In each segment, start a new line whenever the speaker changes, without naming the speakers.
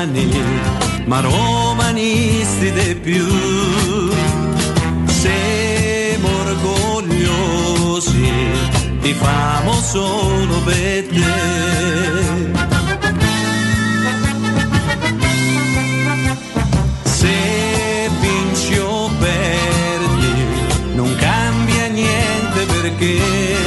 romani, ma romanisti di più. Siamo orgogliosi, ti famo solo per te. Se vinci o perdi, non cambia niente perché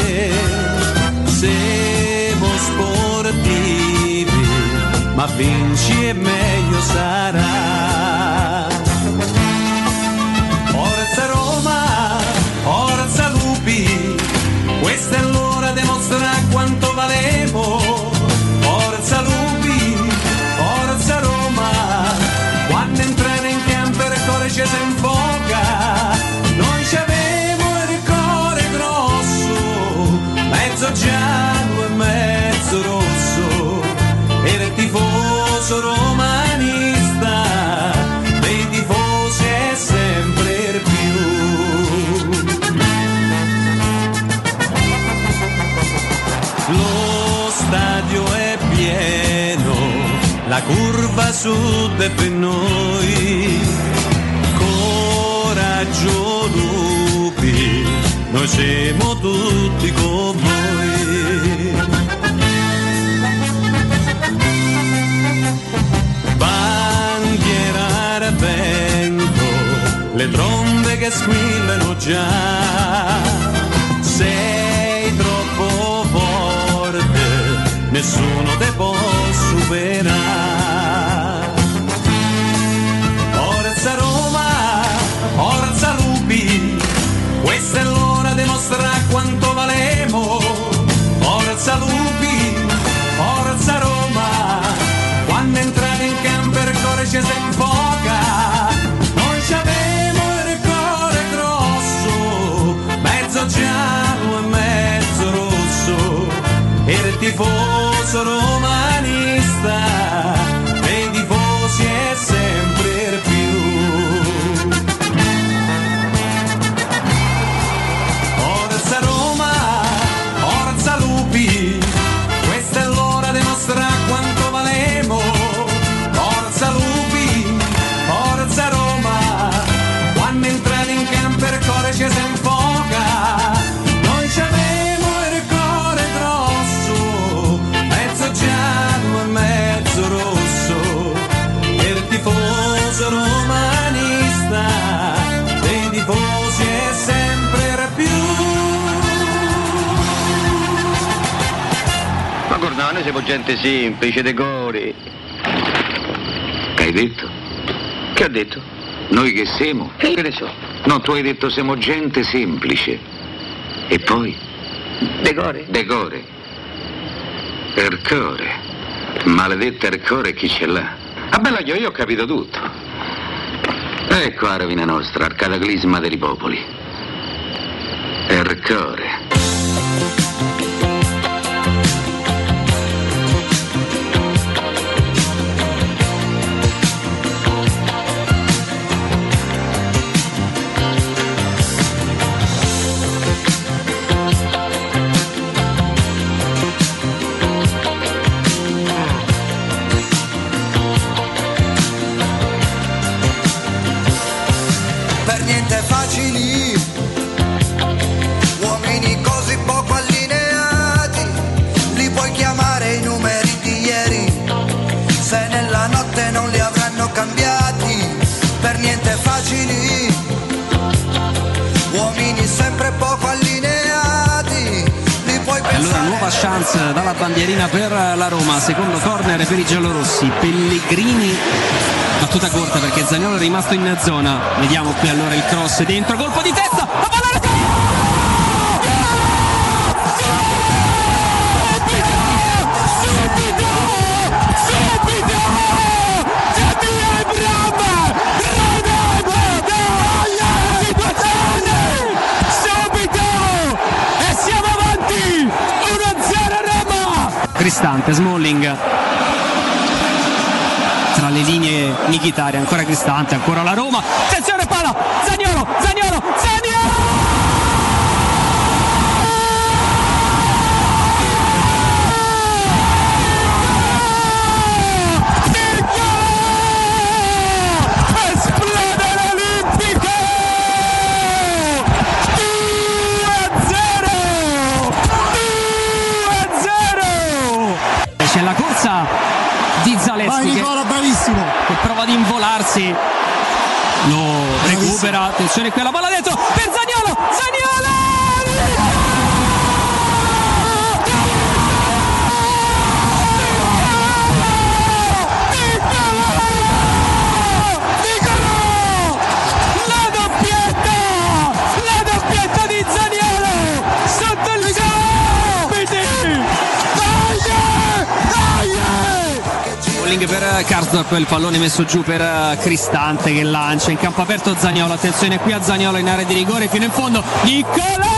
siamo sportivi, ma vinci e meglio sarà. Forza Roma, forza Lupi, questa è l'ora di mostrare quanto valemo. Forza Lupi, forza Roma, quando entrare in campo il cuore ci si infoca. Noi ci avevo il cuore grosso, mezzo giallo e mezzo rosso, era il tifoso romanista, dei tifosi è sempre più. Lo stadio è pieno, la curva sud è per noi. Coraggio Lupi, noi siamo tutti con voi. Bandiera al vento, le trombe che squillano già. Sei troppo forte, nessuno te può superare. Forza Roma, forza Lupi, questa è l'ora di mostrare quanto valemo. Forza Lupi, forza Roma, quando entrate in campo il cuore ci si infoca. Noi ci avevo il cuore grosso, mezzo giallo e mezzo rosso, era il tifoso romanista, dei tifosi è sempre più. Forza Roma, forza Lupi, questa è l'ora di mostrare quanto valemo. Forza Lupi, forza Roma, quando entrate in campo il cuore ci si infoca. Noi ci avevo il cuore grosso, mezzo giallo e mezzo rosso, il tifoso romanista, dei tifosi è sempre più.
Ma guarda, noi siamo gente semplice, decori. Che hai detto? Che ha detto? Noi che siamo? Che ne so? No, tu hai detto siamo gente semplice. E poi? Decore. Decore. Ercore. Maledetta Ercore, chi ce l'ha? Ah bella, io ho capito tutto. Ecco la rovina nostra, al cataclisma dei popoli. Ercore.
Per niente facili, uomini così poco allineati, li puoi chiamare i numeri di ieri, se nella notte non li avranno cambiati. Per niente facili, uomini sempre poco allineati, li puoi pensare.
Allora nuova chance dalla bandierina per la Roma, secondo corner per i giallorossi. Pellegrini, battuta corta perché Zaniolo è rimasto in zona. Vediamo qui allora il cross dentro, colpo di testa, la palla rete! Cristante, Smalling tra le linee, Mkhitaryan, ancora Cristante, ancora la Roma, attenzione palla, Zaniolo, Zaniolo, Zaniolo! Il gol!
bravissimo,
che prova ad involarsi, lo recupera, attenzione qui alla palla dentro per Zaniolo, la doppietta di Zaniolo sotto il Bolling per Karsdorp, il pallone messo giù per Cristante che lancia in campo aperto Zaniolo, attenzione qui a Zaniolo in area di rigore fino in fondo, Nicolò!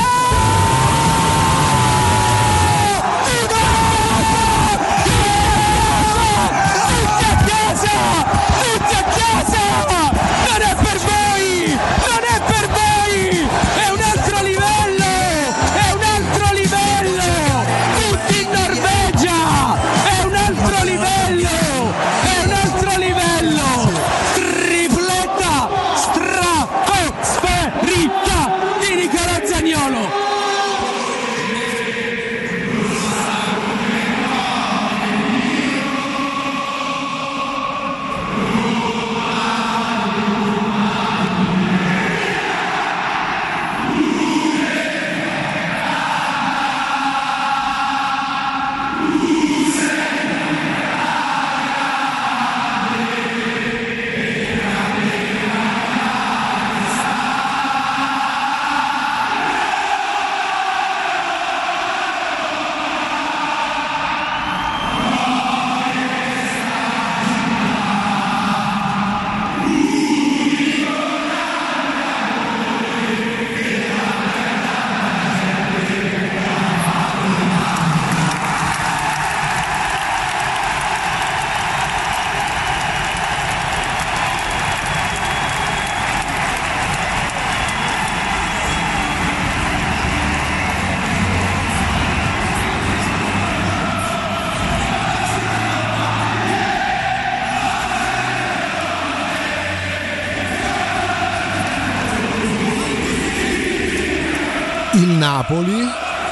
il Napoli,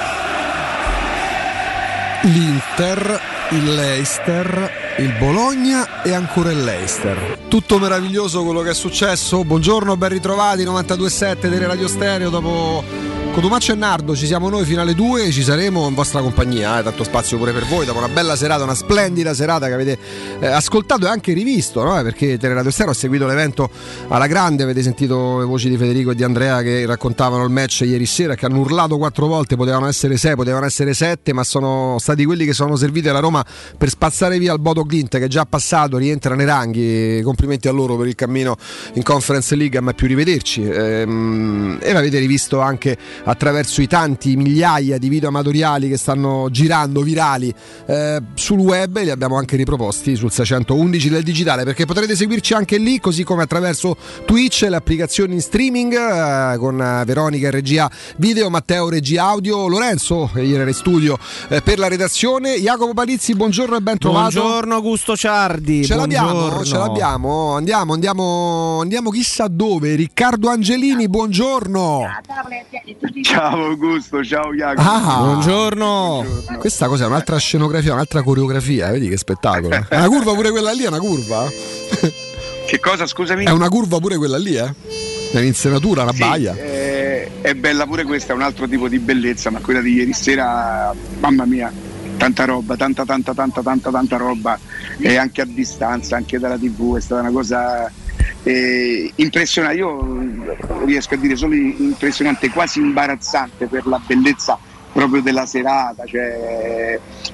l'Inter, il Leicester, il Bologna e ancora il Leicester. Tutto meraviglioso quello che è successo. Buongiorno, ben ritrovati 92.7 delle Radio Stereo. Dopo Cotumaccio e Nardo ci siamo noi fino alle 2, ci saremo in vostra compagnia, tanto spazio pure per voi dopo una bella serata, una splendida serata che avete ascoltato e anche rivisto, no? Perché Teleradio Stereo ha seguito l'evento alla grande, avete sentito le voci di Federico e di Andrea che raccontavano il match ieri sera, che hanno urlato 4 volte, potevano essere 6, potevano essere 7, ma sono stati quelli che sono serviti alla Roma per spazzare via il Bodo Glimt, che è già passato, rientra nei ranghi. Complimenti a loro per il cammino in Conference League, a mai più rivederci, e l'avete rivisto anche attraverso i tanti migliaia di video amatoriali che stanno girando virali sul web, e li abbiamo anche riproposti sul 611 del digitale, perché potrete seguirci anche lì, così come attraverso Twitch, le applicazioni in streaming, con Veronica in regia video, Matteo regia audio, Lorenzo ieri era in studio per la redazione, Jacopo Palizzi, buongiorno e ben trovato.
Buongiorno Augusto Ciardi.
Ce l'abbiamo, andiamo chissà dove. Riccardo Angelini, buongiorno.
Ciao Augusto, ciao Jacopo.
Buongiorno.
Questa cosa è un'altra scenografia, un'altra coreografia, vedi che spettacolo. È una curva pure quella lì, è una curva?
Che cosa, scusami?
È una curva pure quella lì, È un'insenatura, una baia.
È bella pure questa, è un altro tipo di bellezza, ma quella di ieri sera, mamma mia, tanta roba, tanta roba, e anche a distanza, anche dalla TV, è stata una cosa impressionante. Io riesco a dire solo impressionante, quasi imbarazzante per la bellezza proprio della serata, cioè,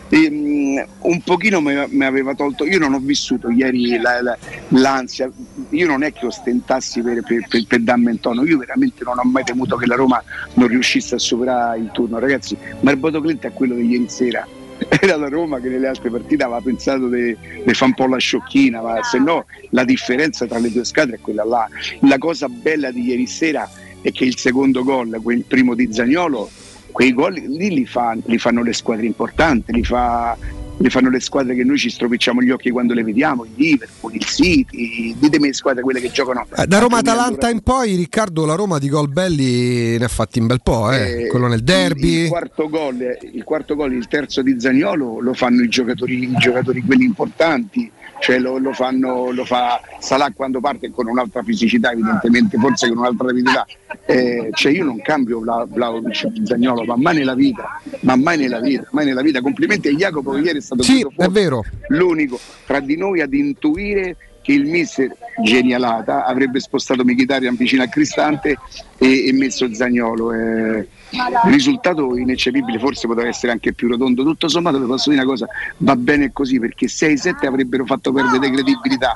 un pochino mi aveva tolto. Io non ho vissuto ieri l'ansia, io non è che ostentassi per darmi in tono, io veramente non ho mai temuto che la Roma non riuscisse a superare il turno, ragazzi, ma il Bodo Glimt è quello di ieri sera. Era la Roma che nelle altre partite aveva pensato di fare un po' la sciocchina, ma se no la differenza tra le due squadre è quella là. La cosa bella di ieri sera è che il secondo gol, quel primo di Zaniolo, quei gol lì li fanno le squadre importanti, li fanno le squadre che noi ci stropicciamo gli occhi quando le vediamo, il Liverpool, il City, ditemi le squadre quelle che giocano.
Da Roma-Atalanta in poi, Riccardo, la Roma di gol belli ne ha fatti un bel po', quello nel derby.
Il quarto gol, il terzo di Zaniolo lo fanno i giocatori quelli importanti. cioè lo fa Salah quando parte con un'altra fisicità, evidentemente, forse con un'altra rapidità. Cioè io non cambio Vlahovic Zaniolo, ma mai nella vita. Complimenti a Jacopo che ieri è stato
è vero,
l'unico tra di noi ad intuire che il mister, genialata, avrebbe spostato Mkhitaryan vicino a Cristante e messo Zaniolo. Risultato ineccepibile, forse poteva essere anche più rotondo. Tutto sommato vi posso dire una cosa, va bene così, perché 6-7 avrebbero fatto perdere credibilità.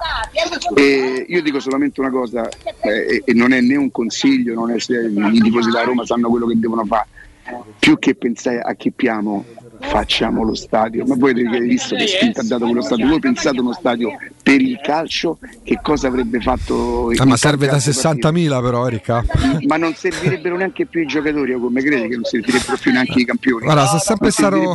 Io dico solamente una cosa, e non è né un consiglio, non è, i tifosi della Roma sanno quello che devono fare. Più che pensare a chi piamo, facciamo lo stadio. Ma voi avete visto che spinta ha dato quello stadio? Voi pensate uno stadio per il calcio, che cosa avrebbe fatto?
Ma serve da 60.000 però, Erika.
Ma non servirebbero neanche più i giocatori, come credi che non servirebbero più neanche i campioni?
Guarda, sempre stato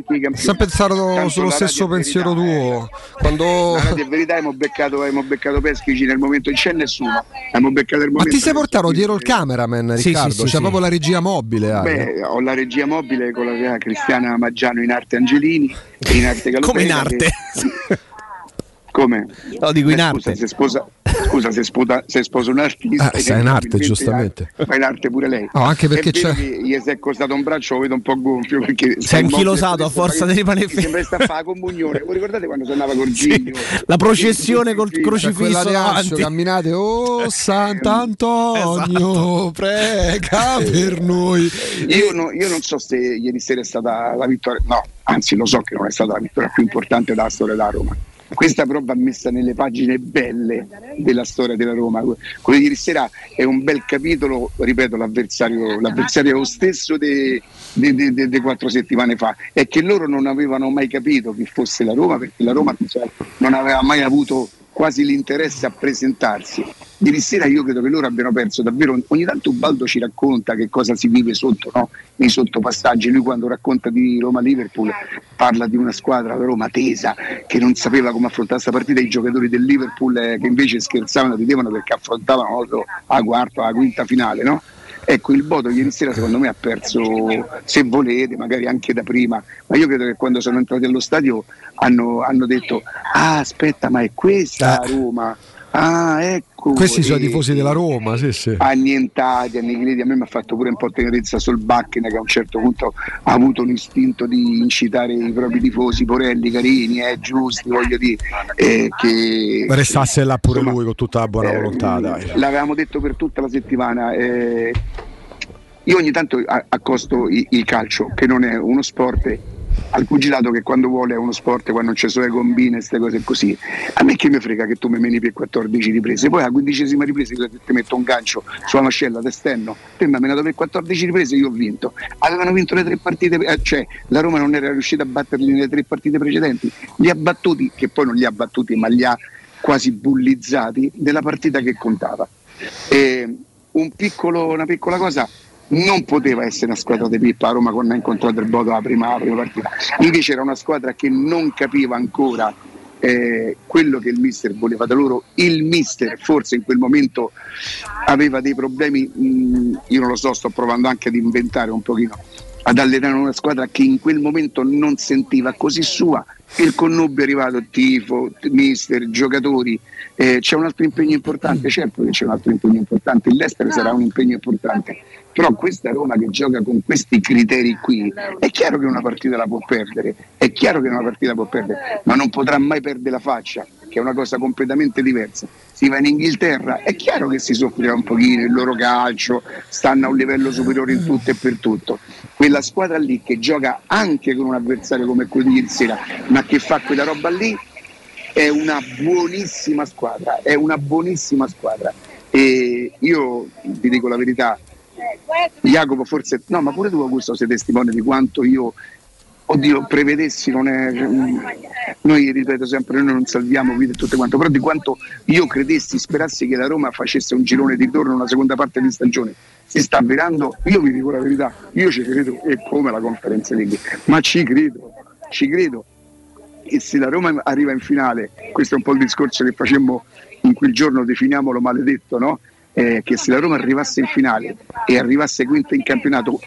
Tanto
sullo stesso pensiero tuo. Quando
in verità abbiamo beccato Peschici nel momento non c'è nessuno. Abbiamo beccato il momento.
Ma ti sei portato dietro il cameraman, Riccardo?
Sì,
c'è proprio la regia mobile.
Beh, ho la regia mobile con la Cristiana Maggiano in arte Angelini e in arte Galopera.
Come in arte?
Come?
No, dico in arte.
Scusa, se sposa un artista.
Sei in arte, giustamente.
Ma in arte pure lei.
No, anche perché c'è.
Gli si è costato un braccio, lo vedo un po' gonfio. Perché
sei anchilosato a forza di rimanere
fermo. Sembra sta a fare la comunione. Voi ricordate quando si andava col Giglio?
La processione col crocifisso davanti.
Camminate, oh Sant'Antonio, prega per noi.
Io non so se ieri sera è stata la vittoria. No, anzi lo so che non è stata la vittoria più importante della storia della Roma. Questa però va messa nelle pagine belle della storia della Roma. Quello di ieri sera è un bel capitolo, ripeto, l'avversario è lo stesso di 4 settimane fa, è che loro non avevano mai capito chi fosse la Roma, perché la Roma non aveva mai avuto quasi l'interesse a presentarsi. Ieri sera io credo che loro abbiano perso davvero. Ogni tanto Ubaldo ci racconta che cosa si vive sotto, no? Nei sottopassaggi. Lui quando racconta di Roma-Liverpool parla di una squadra, la Roma, tesa, che non sapeva come affrontare questa partita. I giocatori del Liverpool che invece scherzavano, ridevano perché affrontavano la quarta, la quinta finale, no? Ecco, il Bodo ieri sera secondo me ha perso, se volete, magari anche da prima, ma io credo che quando sono entrati allo stadio hanno detto: ah, aspetta, ma è questa Roma? Ah, ecco.
Questi sono i tifosi della Roma, sì.
Annientati, annichiliti. A me mi ha fatto pure un po' tenerezza sul Bacchina, che a un certo punto ha avuto un istinto di incitare i propri tifosi, Porelli, carini, giusti, voglio dire, che
restasse là pure lui con tutta la buona volontà, dai.
L'avevamo detto per tutta la settimana. Io ogni tanto accosto il calcio, che non è uno sport, al pugilato, che quando vuole è uno sport, quando non c'è solo le combine, queste cose così. A me che mi frega che tu mi meni per 14 riprese, poi alla 15ª ripresa io ti metto un gancio sulla mascella d'esterno, te mi ha menato per 14 riprese e io ho vinto. Avevano vinto le 3 partite, cioè la Roma non era riuscita a batterli nelle 3 partite precedenti, li ha battuti, che poi non li ha battuti ma li ha quasi bullizzati nella partita che contava. Una piccola cosa: non poteva essere una squadra di Pippa a Roma quando ha incontrato il Bodo la prima partita, invece era una squadra che non capiva ancora quello che il mister voleva da loro. Il mister forse in quel momento aveva dei problemi, io non lo so, sto provando anche ad inventare un pochino, ad allenare una squadra che in quel momento non sentiva così sua. Il connubio è arrivato, tifo, mister, giocatori. C'è un altro impegno importante, certo che c'è un altro impegno importante, l'Ester sarà un impegno importante, però questa Roma che gioca con questi criteri qui, è chiaro che una partita la può perdere, ma non potrà mai perdere la faccia, che è una cosa completamente diversa. Si va in Inghilterra, è chiaro che si soffrirà un pochino, il loro calcio, stanno a un livello superiore in tutto e per tutto. Quella squadra lì che gioca anche con un avversario come quello di ieri sera, ma che fa quella roba lì, è una buonissima squadra, e io ti dico la verità, Jacopo, forse no, ma pure tu Augusto sei testimone di quanto io prevedessi, noi ripeto sempre, noi non salviamo vite e tutto quanto, però di quanto io credessi, sperassi che la Roma facesse un girone di ritorno, una seconda parte di stagione. Si sta avverando, io vi dico la verità, io ci credo, e come la Conference League, ma ci credo. E se la Roma arriva in finale, questo è un po' il discorso che facemmo in quel giorno, definiamolo maledetto, no? Che se la Roma arrivasse in finale e arrivasse quinta in campionato,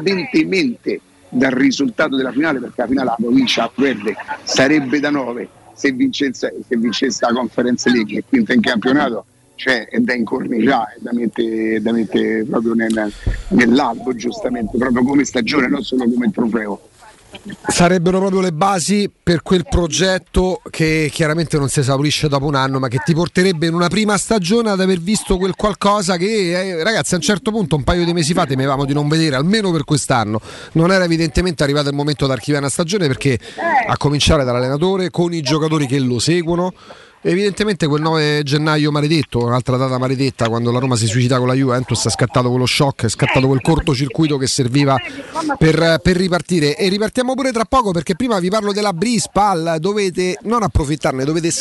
indipendentemente dal risultato della finale, perché la finale la provincia verde sarebbe da 9, se vincesse la Conference League e quinta in campionato, cioè è da incorniciare, è da mettere proprio nell'albo, giustamente, proprio come stagione, non solo come trofeo.
Sarebbero proprio le basi per quel progetto che chiaramente non si esaurisce dopo un anno, ma che ti porterebbe in una prima stagione ad aver visto quel qualcosa che ragazzi, a un certo punto, un paio di mesi fa, temevamo di non vedere, almeno per quest'anno. Non era evidentemente arrivato il momento di archiviare una stagione, perché a cominciare dall'allenatore, con i giocatori che lo seguono. Evidentemente quel 9 gennaio maledetto, un'altra data maledetta, quando la Roma si suicida con la Juventus, è scattato quello shock, è scattato quel cortocircuito che serviva per ripartire. E ripartiamo pure tra poco, perché prima vi parlo della Brispal. Dovete non approfittarne, dovete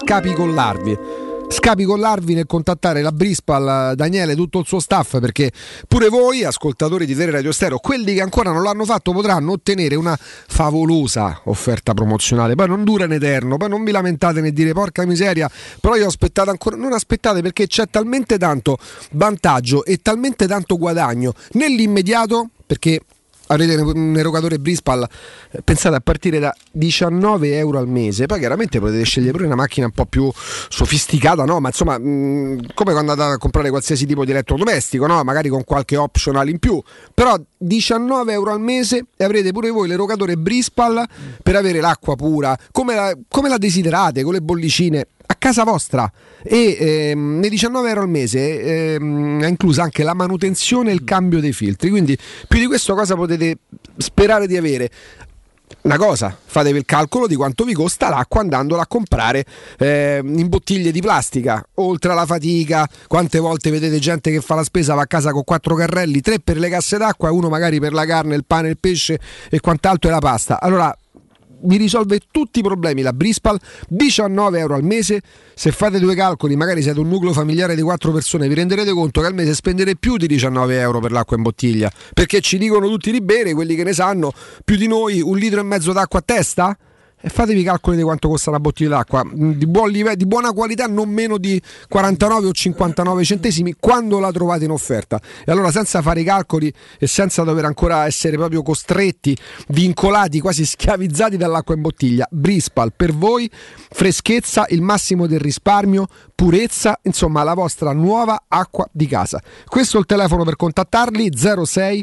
scapicollarvi nel contattare la Brispal, Daniele e tutto il suo staff, perché pure voi, ascoltatori di Tele Radio Stereo, quelli che ancora non l'hanno fatto, potranno ottenere una favolosa offerta promozionale. Poi non dura in eterno, poi non vi lamentate nel dire porca miseria, però io ho aspettato ancora. Non aspettate, perché c'è talmente tanto vantaggio e talmente tanto guadagno nell'immediato, perché avrete un erogatore Brispal, pensate, a partire da 19 euro al mese. Poi chiaramente potete scegliere pure una macchina un po' più sofisticata, no? Ma insomma, come quando andate a comprare qualsiasi tipo di elettrodomestico, no? Magari con qualche optional in più. Però 19 euro al mese e avrete pure voi l'erogatore Brispal per avere l'acqua pura, come la desiderate, con le bollicine a casa vostra. E nei 19 euro al mese è inclusa anche la manutenzione e il cambio dei filtri. Quindi più di questo cosa potete sperare di avere? Una cosa, fatevi il calcolo di quanto vi costa l'acqua andandola a comprare in bottiglie di plastica. Oltre alla fatica, quante volte vedete gente che fa la spesa, va a casa con 4 carrelli, 3 per le casse d'acqua, uno magari per la carne, il pane, il pesce e quant'altro, e la pasta. Allora vi risolve tutti i problemi la Brispal, 19 euro al mese. Se fate due calcoli, magari siete un nucleo familiare di 4 persone, vi renderete conto che al mese spendete più di 19 euro per l'acqua in bottiglia, perché ci dicono tutti di bere, quelli che ne sanno più di noi, 1,5 litri d'acqua a testa. E fatevi i calcoli di quanto costa una bottiglia d'acqua di buon livello, di buona qualità, non meno di 49 o 59 centesimi quando la trovate in offerta. E allora, senza fare i calcoli e senza dover ancora essere proprio costretti, vincolati, quasi schiavizzati dall'acqua in bottiglia, Brispal per voi, freschezza, il massimo del risparmio, purezza, insomma la vostra nuova acqua di casa. Questo è il telefono per contattarli: 06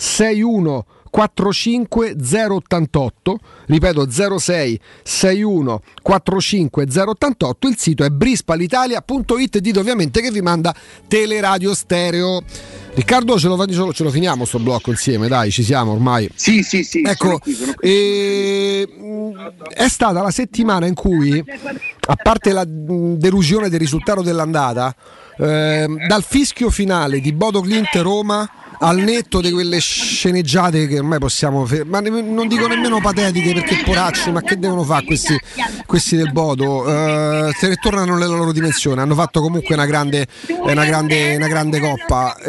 61 45 088, ripeto 06 61 45 088. Il sito è brispalitalia.it, dite ovviamente che vi manda Teleradio Stereo. Riccardo, ce lo finiamo sto blocco insieme, dai, ci siamo ormai.
Sì.
Ecco,
sono qui.
È stata la settimana in cui, a parte la delusione del risultato dell'andata, dal fischio finale di Bodo Clint Roma, al netto di quelle sceneggiate che ormai possiamo ma non dico nemmeno patetiche, perché poracci, ma che devono fare questi del Bodo? Se ne tornano nella loro dimensione, hanno fatto comunque una grande coppa,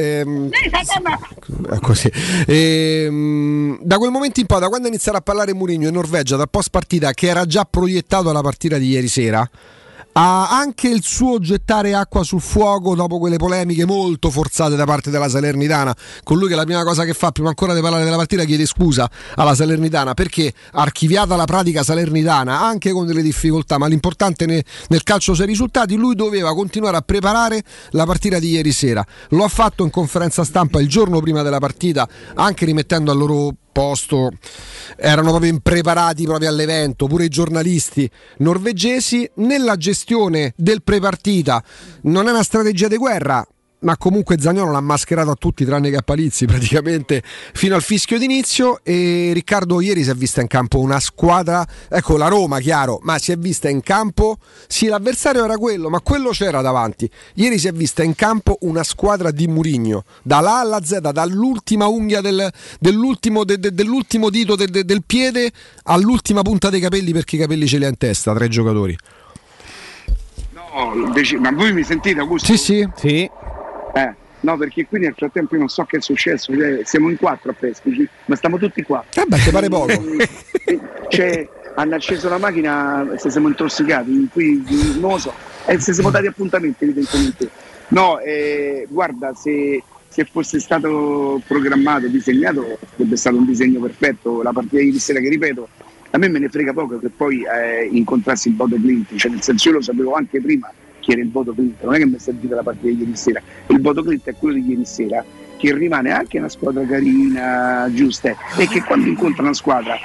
così. Da quel momento in poi, da quando ha iniziato a parlare Mourinho in Norvegia, dal post partita, che era già proiettato alla partita di ieri sera, ha anche il suo gettare acqua sul fuoco dopo quelle polemiche molto forzate da parte della Salernitana. Con lui che la prima cosa che fa, prima ancora di parlare della partita, chiede scusa alla Salernitana, perché archiviata la pratica salernitana anche con delle difficoltà, ma l'importante nel calcio sono i risultati. Lui doveva continuare a preparare la partita di ieri sera. Lo ha fatto in conferenza stampa il giorno prima della partita, anche rimettendo al loro posto, erano proprio impreparati proprio all'evento pure i giornalisti norvegesi. Nella gestione del prepartita non è una strategia di guerra, ma comunque Zaniolo l'ha mascherato a tutti tranne che a Palizzi praticamente fino al fischio d'inizio. E Riccardo, ieri si è vista in campo una squadra, ecco, la Roma, chiaro, ma si è vista in campo, sì, l'avversario era quello, ma quello c'era davanti. Ieri si è vista in campo una squadra di Mourinho, dalla A alla Z, dall'ultima unghia dell'ultimo dito del piede all'ultima punta dei capelli, perché i capelli ce li ha in testa, 3 giocatori.
No, ma voi mi sentite, Augusto?
Sì.
No, perché qui nel frattempo io non so che è successo, siamo in 4 a Peschici, ma stiamo tutti qua.
Beh, ti pare poco.
Hanno acceso la macchina, se siamo intossicati, qui non lo so, se siamo dati appuntamenti evidentemente. No, guarda, se fosse stato programmato, disegnato, sarebbe stato un disegno perfetto. La partita di ieri sera, che ripeto, a me me ne frega poco che poi incontrassi il Bodo Glimt, cioè nel senso io lo sapevo anche prima chi era il Bodo Glimt, non è che mi è servita la partita di ieri sera, il Bodo Glimt è quello di ieri sera che rimane anche una squadra carina, giusta, e che quando incontra una squadra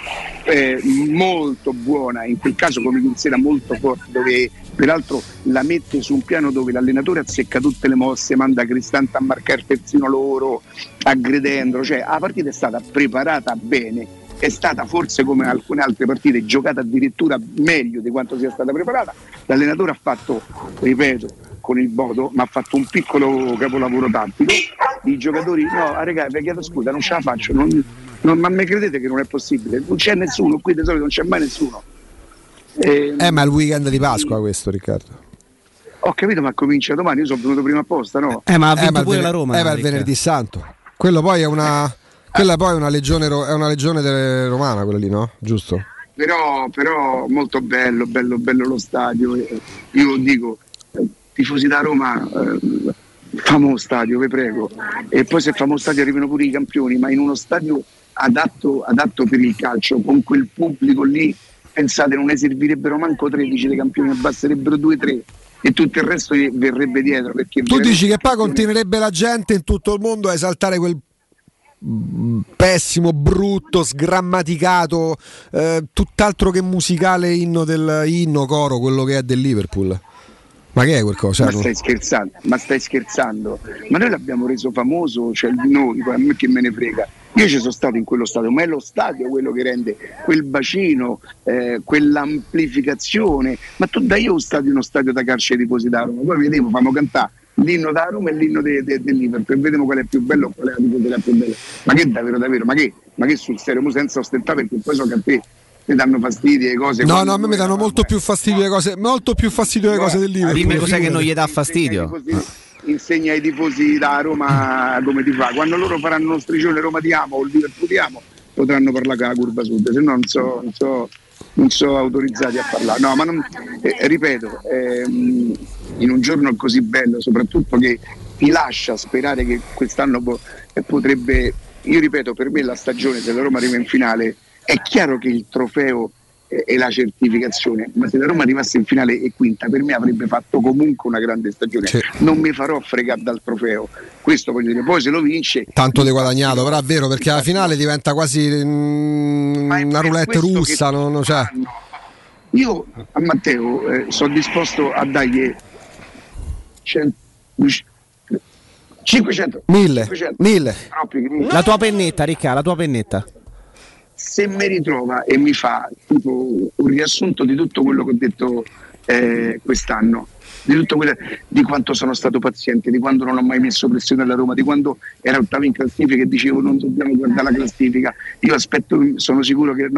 molto buona, in quel caso come ieri sera molto forte, dove peraltro la mette su un piano dove l'allenatore azzecca tutte le mosse, manda Cristante a marcare il terzino loro, aggredendolo, cioè la partita è stata preparata bene, è stata forse come alcune altre partite giocata addirittura meglio di quanto sia stata preparata. L'allenatore ha fatto, ripeto, con il Bodo, ma ha fatto un piccolo capolavoro tattico. I giocatori, no, ragazzi, vi chiedo scusa, non ce la faccio, ma me credete che non è possibile? Non c'è nessuno, qui di solito non c'è mai nessuno.
Ma è il weekend di Pasqua questo, Riccardo.
Ho capito, ma comincia domani, io sono venuto prima apposta, no?
Ma ha vinto pure la Roma.
Ma il venerdì santo. Quello poi è una... Quella poi è una legione romana, quella lì, no? Giusto?
Però molto bello lo stadio. Io dico, tifosi da Roma, famo stadio, vi prego. E poi se famo stadio arrivano pure i campioni, ma in uno stadio adatto per il calcio, con quel pubblico lì, pensate, non ne servirebbero manco 13 dei campioni, basterebbero 2-3. E tutto il resto verrebbe dietro. Perché
tu dici che poi continuerebbe la gente in tutto il mondo a esaltare quel pessimo, brutto, sgrammaticato, tutt'altro che musicale inno coro, quello che è del Liverpool. Ma che è quel cosa?
Ma stai scherzando? Ma noi l'abbiamo reso famoso, cioè noi, a me che me ne frega. Io ci sono stato in quello stadio, ma è lo stadio quello che rende quel bacino, quell'amplificazione. Ma tu dai uno stadio da calcio ai tifosi da Roma, poi vediamo, fanno cantare l'inno da Roma e l'inno del Liverpool, e vediamo qual è più bello o qual è la tifoseria più bella. Ma che davvero, ma che sul serio, senza ostentare, perché poi so che a te ti danno fastidio le cose.
No, a me mi danno molto più fastidio le cose, del Liverpool.
Dimmi cos'è che non gli dà fastidio.
Insegna ai tifosi da Roma come ti fa. Quando loro faranno uno striscione Roma ti amo o il Liverpool ti amo, potranno parlare con la curva sud, se no non so autorizzati a parlare. No, ma ripeto, in un giorno così bello, soprattutto che ti lascia sperare che quest'anno potrebbe, io ripeto, per me la stagione, se la Roma arriva in finale, è chiaro che il trofeo è la certificazione, ma se la Roma arrivasse in finale e quinta, per me avrebbe fatto comunque una grande stagione. Sì. Non mi farò fregare dal trofeo, questo voglio dire. Poi se lo vince,
tanto di guadagnato, però è vero, perché alla finale diventa quasi una roulette russa, non c'è.
Io a Matteo sono disposto a dargli 500
1000.
La tua pennetta, Ricca, la tua pennetta.
Se mi ritrova e mi fa tipo un riassunto di tutto quello che ho detto quest'anno, di quanto sono stato paziente, di quando non ho mai messo pressione alla Roma, di quando era ottavo in classifica e dicevo non dobbiamo guardare la classifica, io sono sicuro che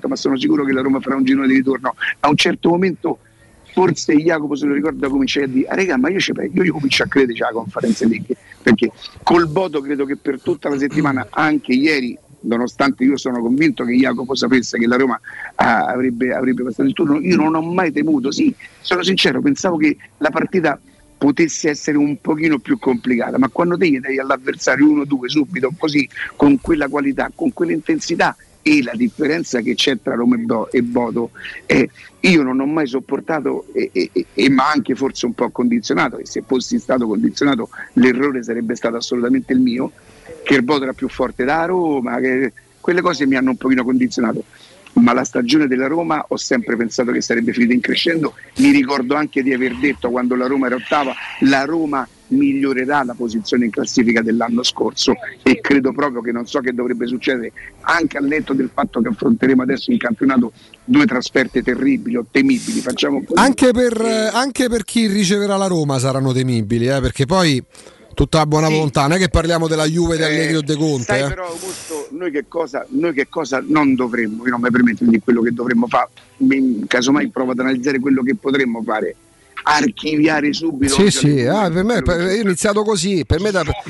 la Roma farà un girone di ritorno. A un certo momento forse Jacopo se lo ricorda, cominciai a dire raga, ma io comincio a credere alla Conference League, perché col Bodo credo che per tutta la settimana, anche ieri, nonostante io sono convinto che Jacopo sapesse che la Roma avrebbe passato il turno, io non ho mai temuto, sì, sono sincero, pensavo che la partita potesse essere un pochino più complicata, ma quando te dai all'avversario 1-2 subito, così, con quella qualità, con quell'intensità e la differenza che c'è tra Roma e Bodo, io non ho mai sopportato ma anche forse un po' condizionato, e se fossi stato condizionato l'errore sarebbe stato assolutamente il mio, che il Bodo era più forte da Roma, che quelle cose mi hanno un pochino condizionato, ma la stagione della Roma ho sempre pensato che sarebbe finita in crescendo. Mi ricordo anche di aver detto, quando la Roma era ottava, la Roma migliorerà la posizione in classifica dell'anno scorso, e credo proprio che non so che dovrebbe succedere, anche al netto del fatto che affronteremo adesso in campionato 2 trasferte terribili o temibili, facciamo così.
Anche per chi riceverà la Roma saranno temibili, perché poi tutta la buona volontà, non è che parliamo della Juve di Allegri o De Conte.
Sai però Augusto, noi che cosa non dovremmo, io non mi permetto di dire quello che dovremmo fare, casomai provo ad analizzare quello che potremmo fare, archiviare subito.
Per me io ho iniziato così, per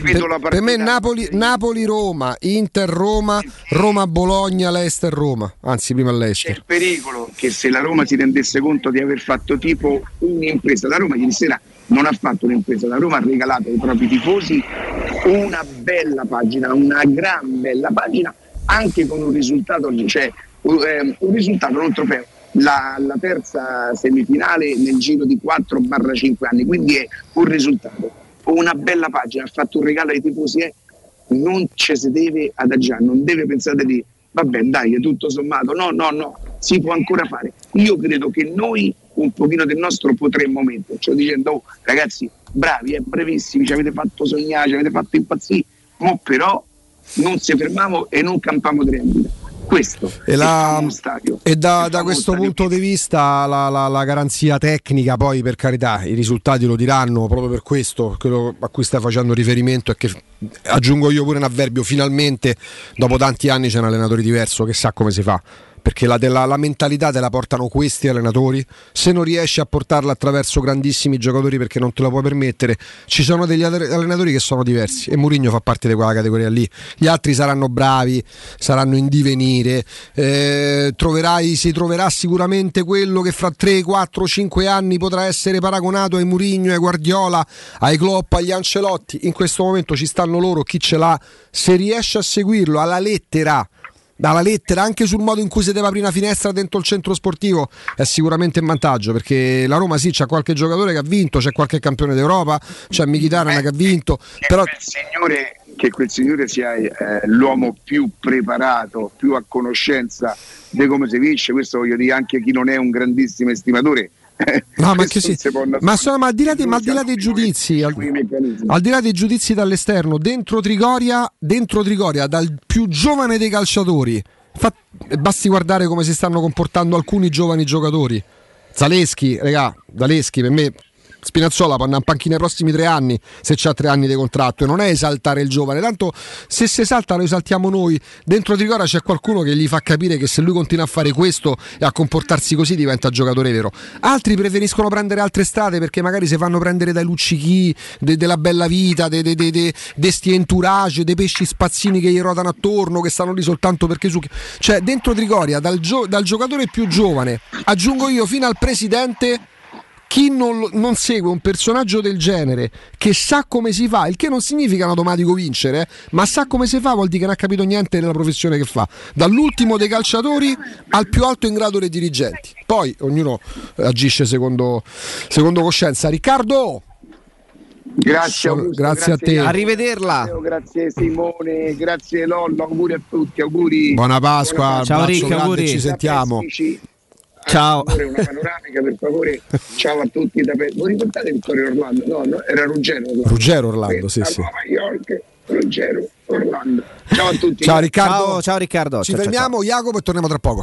me Napoli-Roma, Inter-Roma, Roma-Bologna, Leicester-Roma, anzi prima Leicester.
C'è il pericolo che se la Roma si rendesse conto di aver fatto tipo un'impresa, la Roma ieri sera non ha fatto un'impresa, la Roma ha regalato ai propri tifosi una bella pagina, una gran bella pagina, anche con un risultato, cioè un risultato, non un trofeo, la terza semifinale nel giro di 4-5 anni, quindi è un risultato, una bella pagina, ha fatto un regalo ai tifosi, non ci si deve adagiare, non deve pensare di vabbè dai è tutto sommato, no, si può ancora fare. Io credo che noi un pochino del nostro potremmo metterci dicendo ragazzi bravi, brevissimi, ci avete fatto sognare, ci avete fatto impazzire, ma però non si fermavo e non campamo tranquilli. Questo
e da questo punto di vista la garanzia tecnica, poi per carità i risultati lo diranno, proprio per questo quello a cui stai facendo riferimento è che, aggiungo io pure un avverbio, finalmente dopo tanti anni c'è un allenatore diverso che sa come si fa, perché la mentalità te la portano questi allenatori, se non riesci a portarla attraverso grandissimi giocatori perché non te lo puoi permettere, ci sono degli allenatori che sono diversi e Mourinho fa parte di quella categoria lì, gli altri saranno bravi, saranno in divenire, si troverà sicuramente quello che fra 3, 4, 5 anni potrà essere paragonato ai Mourinho, ai Guardiola, ai Klopp, agli Ancelotti. In questo momento ci stanno loro, chi ce l'ha, se riesce a seguirlo alla lettera, anche sul modo in cui si deve aprire una finestra dentro il centro sportivo, è sicuramente in vantaggio, perché la Roma sì, c'ha qualche giocatore che ha vinto, c'è qualche campione d'Europa, c'è Mkhitaryan che ha vinto, però
che quel signore sia l'uomo più preparato, più a conoscenza di come si vince, questo voglio dire anche chi non è un grandissimo estimatore.
No, ma che sì. Ma al di là dei giudizi, al di là dei giudizi dall'esterno, dentro Trigoria, dal più giovane dei calciatori, basti guardare come si stanno comportando alcuni giovani giocatori. Zaleschi per me Spinazzola può andare in panchina nei prossimi 3 anni se c'ha 3 anni di contratto, e non è esaltare il giovane, tanto se si esalta lo esaltiamo noi. Dentro Trigoria c'è qualcuno che gli fa capire che se lui continua a fare questo e a comportarsi così diventa giocatore vero. Altri preferiscono prendere altre strade perché magari si fanno prendere dai luccichi della bella vita, de sti entourage, dei pesci spazzini che gli rotano attorno, che stanno lì soltanto perché cioè dentro Trigoria dal giocatore più giovane, aggiungo io, fino al presidente, chi non segue un personaggio del genere che sa come si fa, il che non significa in automatico vincere, ma sa come si fa, vuol dire che non ha capito niente della professione che fa, dall'ultimo dei calciatori al più alto in grado dei dirigenti. Poi ognuno agisce secondo coscienza. Riccardo,
grazie Augusto, grazie
a te,
arrivederla.
Grazie Simone, grazie Lollo, auguri a tutti, auguri,
buona Pasqua,
ciao Ricca, auguri,
ci sentiamo.
Ciao.
Una panoramica per favore. Ciao a tutti. Voi ricordate Vittorio Orlando? No, era Ruggero Orlando, sì. Nuova York, Ruggero Orlando. Ciao a tutti.
Ciao Riccardo.
Ciao Riccardo.
Ci fermiamo, Jacopo, e torniamo tra poco.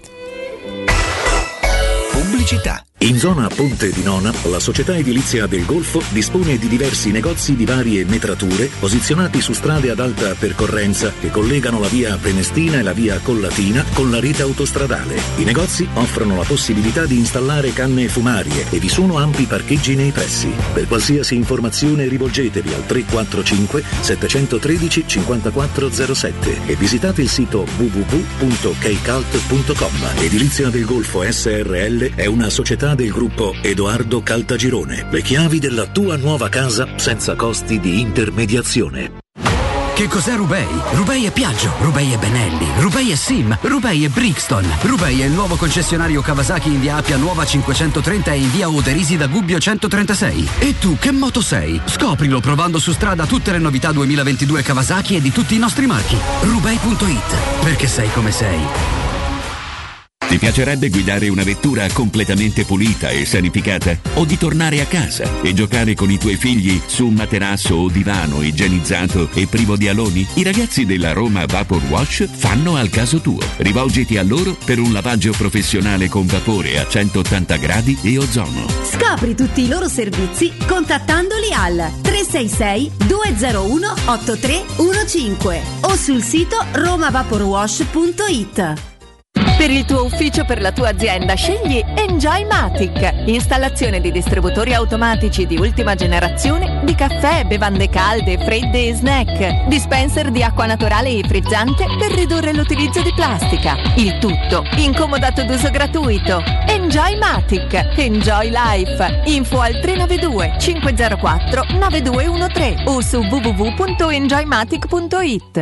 Pubblicità. In zona Ponte di Nona, la società edilizia del Golfo dispone di diversi negozi di varie metrature posizionati su strade ad alta percorrenza che collegano la via Prenestina e la via Collatina con la rete autostradale. I negozi offrono la possibilità di installare canne fumarie e vi sono ampi parcheggi nei pressi. Per qualsiasi informazione rivolgetevi al 345 713 5407 e visitate il sito www.keicalt.com. Edilizia del Golfo SRL è una società del gruppo Edoardo Caltagirone. Le chiavi della tua nuova casa senza costi di intermediazione.
Che cos'è Rubei? Rubei è Piaggio, Rubei è Benelli, Rubei è Sim, Rubei è Brixton, Rubei è il nuovo concessionario Kawasaki in via Appia Nuova 530 e in via Oderisi da Gubbio 136. E tu che moto sei? Scoprilo provando su strada tutte le novità 2022 Kawasaki e di tutti i nostri marchi. Rubei.it, perché sei come sei.
Ti piacerebbe guidare una vettura completamente pulita e sanificata? O di tornare a casa e giocare con i tuoi figli su un materasso o divano igienizzato e privo di aloni? I ragazzi della Roma Vapor Wash fanno al caso tuo. Rivolgiti a loro per un lavaggio professionale con vapore a 180 gradi e ozono.
Scopri tutti i loro servizi contattandoli al 366 201 8315 o sul sito romavaporwash.it.
Per il tuo ufficio, per la tua azienda, scegli Enjoymatic. Installazione di distributori automatici di ultima generazione di caffè, bevande calde, fredde e snack. Dispenser di acqua naturale e frizzante per ridurre l'utilizzo di plastica. Il tutto in comodato d'uso gratuito. Enjoymatic. Enjoy Life. Info al 392 504 9213 o su www.enjoymatic.it.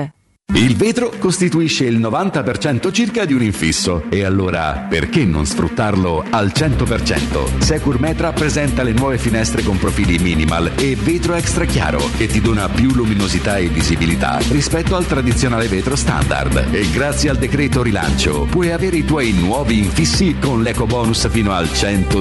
Il vetro costituisce il 90% circa di un infisso e allora perché non sfruttarlo al 100%? Securmetra presenta le nuove finestre con profili minimal e vetro extra chiaro che ti dona più luminosità e visibilità rispetto al tradizionale vetro standard e grazie al decreto rilancio puoi avere i tuoi nuovi infissi con l'eco bonus fino al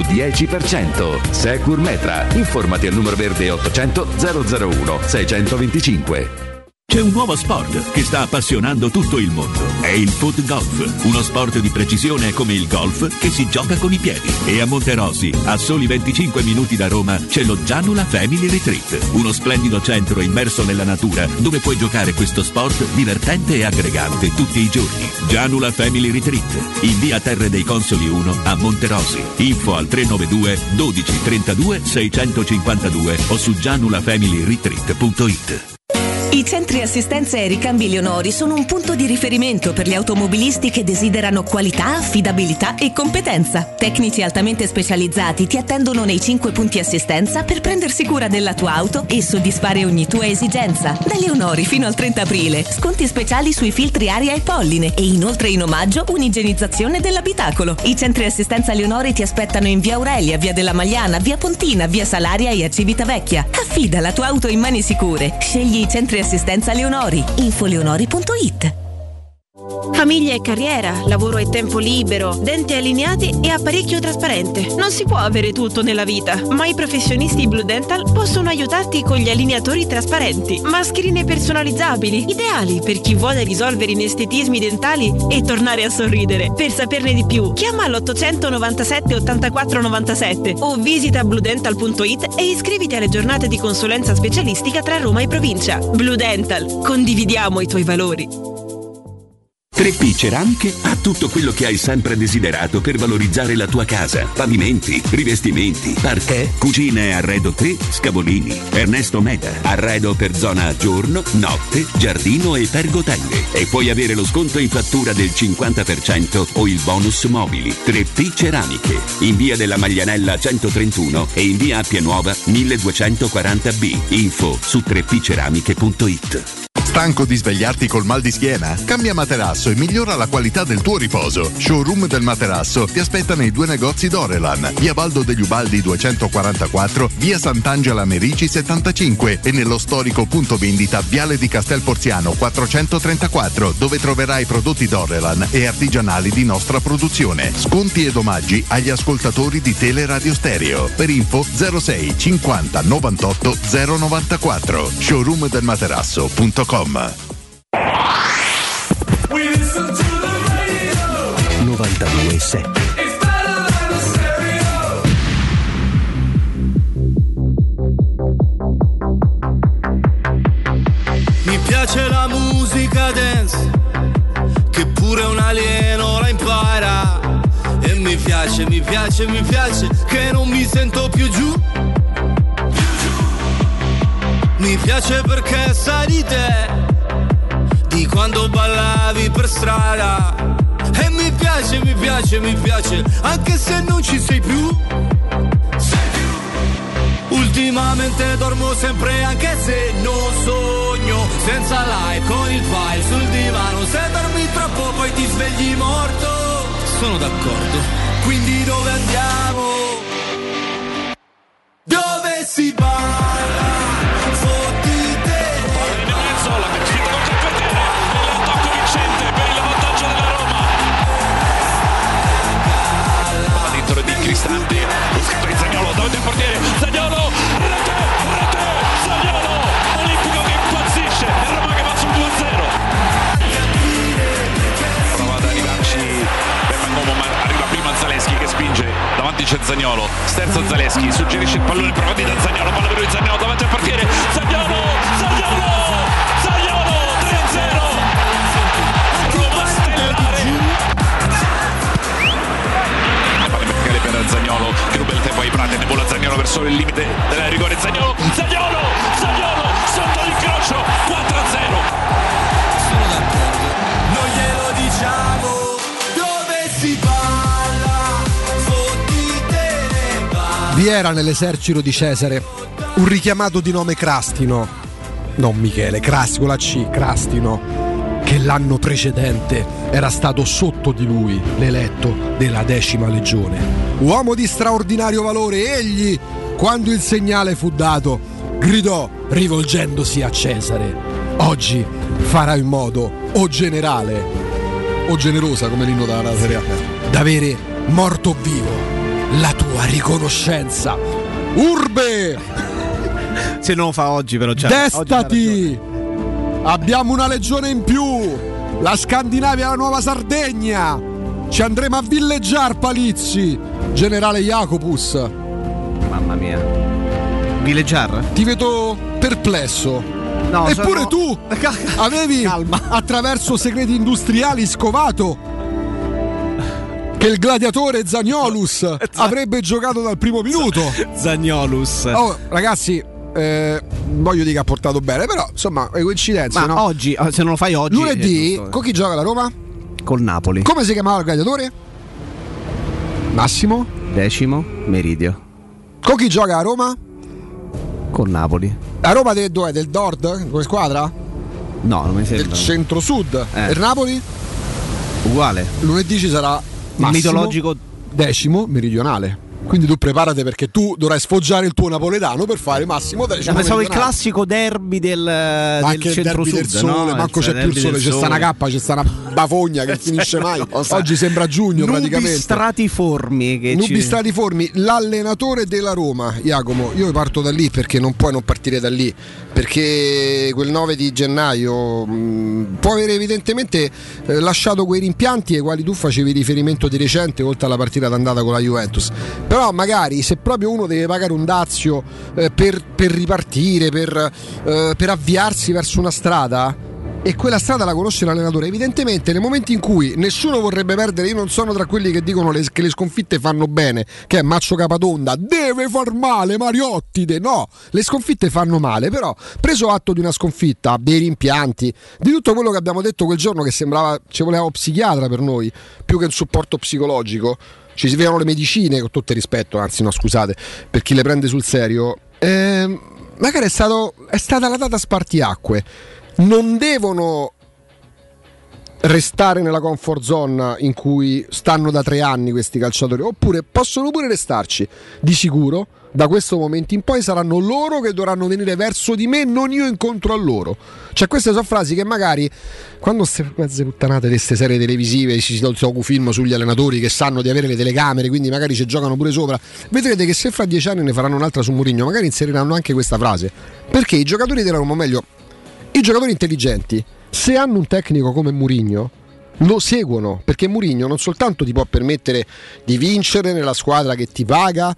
110%. Securmetra, informati al numero verde 800 001 625.
C'è un nuovo sport che sta appassionando tutto il mondo. È il foot golf, uno sport di precisione come il golf che si gioca con i piedi. E a Monterosi, a soli 25 minuti da Roma, c'è lo Gianula Family Retreat, uno splendido centro immerso nella natura dove puoi giocare questo sport divertente e aggregante tutti i giorni. Gianula Family Retreat, in via Terre dei Consoli 1 a Monterosi. Info al 392 12 32 652 o su gianulafamilyretreat.it.
I centri assistenza e ricambi Leonori sono un punto di riferimento per gli automobilisti che desiderano qualità, affidabilità e competenza. Tecnici altamente specializzati ti attendono nei 5 punti assistenza per prendersi cura della tua auto e soddisfare ogni tua esigenza. Da Leonori fino al 30 aprile, sconti speciali sui filtri aria e polline e inoltre in omaggio un'igienizzazione dell'abitacolo. I centri assistenza Leonori ti aspettano in via Aurelia, via della Magliana, via Pontina, via Salaria e a Civitavecchia. Affida la tua auto in mani sicure. Scegli i centri assistenza Leonori. Infoleonori.it.
Famiglia e carriera, lavoro e tempo libero, denti allineati e apparecchio trasparente. Non si può avere tutto nella vita, ma i professionisti Blue Dental possono aiutarti con gli allineatori trasparenti, mascherine personalizzabili, ideali per chi vuole risolvere inestetismi dentali e tornare a sorridere. Per saperne di più, chiama all'897 84 97 o visita bluedental.it e iscriviti alle giornate di consulenza specialistica tra Roma e provincia. Blue Dental, condividiamo i tuoi valori.
3P Ceramiche ha tutto quello che hai sempre desiderato per valorizzare la tua casa. Pavimenti, rivestimenti, parquet, cucina e arredo 3, Scavolini. Ernesto Meda, arredo per zona giorno, notte, giardino e pergotelle. E puoi avere lo sconto in fattura del 50% o il bonus mobili. 3P Ceramiche, in via della Maglianella 131 e in via Appia Nuova 1240B. Info su 3pceramiche.it.
Stanco di svegliarti col mal di schiena? Cambia materasso e migliora la qualità del tuo riposo. Showroom del materasso ti aspetta nei 2 negozi Dorelan, via Baldo degli Ubaldi 244, via Sant'Angela Merici 75 e nello storico punto vendita Viale di Castel Porziano 434, dove troverai prodotti Dorelan e artigianali di nostra produzione. Sconti ed omaggi agli ascoltatori di Teleradio Stereo. Per info 06 50 98 094. showroomdelmaterasso.com.
92.7.
Mi piace la musica dance, che pure un alieno la impara. E mi piace che non mi sento più giù. Mi piace perché sai di te, di quando ballavi per strada. E mi piace, anche se non ci sei più. Ultimamente dormo sempre anche se non sogno, senza like, con il file sul divano. Se dormi troppo poi ti svegli morto. Sono d'accordo. Quindi dove andiamo? Dove si balla?
Cristante, buscato di Zaniolo, davanti al portiere, Zaniolo, rete, Zaniolo, Olimpico che impazzisce, e Roma che va sul 2-0. Prova ad arrivarci Bermangomo, ma arriva prima Zaleschi che spinge, davanti c'è Zaniolo, sterzo Zaleschi, suggerisce il pallone, prova di da Zaniolo, palla per lui Zaniolo, davanti al portiere, Zaniolo, 3-0. Roma stellare. Per Zaniolo che ruba il tempo ai Prati, ne vola Zaniolo verso il limite del rigore. Zaniolo sotto l'incrocio, 4-0.
Sono d'accordo, non glielo diciamo. Dove si balla,
vi era nell'esercito di Cesare un richiamato di nome Crastino, non Michele, Crastino, la C, Crastino, che l'anno precedente era stato sotto di lui l'eletto della 10ª legione. Uomo di straordinario valore, egli, quando il segnale fu dato, gridò rivolgendosi a Cesare: oggi farà in modo, o generale, o generosa come l'inno della Serie A, d'avere morto o vivo la tua riconoscenza. Urbe!
Se non lo fa oggi però già.
Destati! Abbiamo una legione in più! La Scandinavia è la nuova Sardegna! Ci andremo a villeggiare, Palizzi! Generale Jacopus!
Mamma mia. Villeggiar?
Ti vedo perplesso.
No,
eppure tu avevi attraverso segreti industriali scovato che il gladiatore Zaniolus avrebbe giocato dal primo minuto.
Zaniolus.
Oh, ragazzi, voglio dire che ha portato bene, però insomma è coincidenza.
Ma
no?
oggi, se non lo fai oggi,
lunedì, con chi gioca la Roma?
Col Napoli.
Come si chiamava il gladiatore? Massimo?
10° Meridio.
Con chi gioca a Roma?
Con Napoli.
La Roma dov'è? Del Nord? Come squadra?
No, non mi sembra.
Del centro-sud. E il Napoli?
Uguale.
Lunedì ci sarà
il mitologico
10° meridionale. Quindi tu preparate, perché tu dovrai sfoggiare il tuo napoletano per fare Massimo 10°
pensavo il classico derby del centro-sud,
del sole,
no?
manco c'è più il sole, c'è sta una cappa, c'è sta una bafogna che finisce mai. Oggi sembra giugno praticamente.
Nubi
stratiformi. L'allenatore della Roma, Jacomo, io parto da lì perché non puoi non partire da lì, perché quel 9 di gennaio può avere evidentemente lasciato quei rimpianti ai quali tu facevi riferimento di recente, oltre alla partita d'andata con la Juventus. Però magari se proprio uno deve pagare un dazio per ripartire, per avviarsi verso una strada, e quella strada la conosce l'allenatore, evidentemente nei momenti in cui nessuno vorrebbe perdere, io non sono tra quelli che dicono che le sconfitte fanno bene, che è Maccio Capatonda, deve far male Mariottide, no, le sconfitte fanno male, però preso atto di una sconfitta, dei rimpianti, di tutto quello che abbiamo detto quel giorno, che sembrava ci voleva un psichiatra per noi più che un supporto psicologico, ci si vedono le medicine, con tutto il rispetto, anzi no scusate, per chi le prende sul serio, magari è stata la data spartiacque. Non devono restare nella comfort zone in cui stanno da 3 anni questi calciatori, oppure possono pure restarci. Di sicuro da questo momento in poi saranno loro che dovranno venire verso di me, non io incontro a loro. Cioè queste sono frasi che magari quando queste mezze puttanate di queste serie televisive si docufilm sugli allenatori che sanno di avere le telecamere, quindi magari ci giocano pure sopra, vedrete che se fra 10 anni ne faranno un'altra su Mourinho magari inseriranno anche questa frase, perché i giocatori della Roma, meglio i giocatori intelligenti, se hanno un tecnico come Mourinho, lo seguono, perché Mourinho non soltanto ti può permettere di vincere nella squadra che ti paga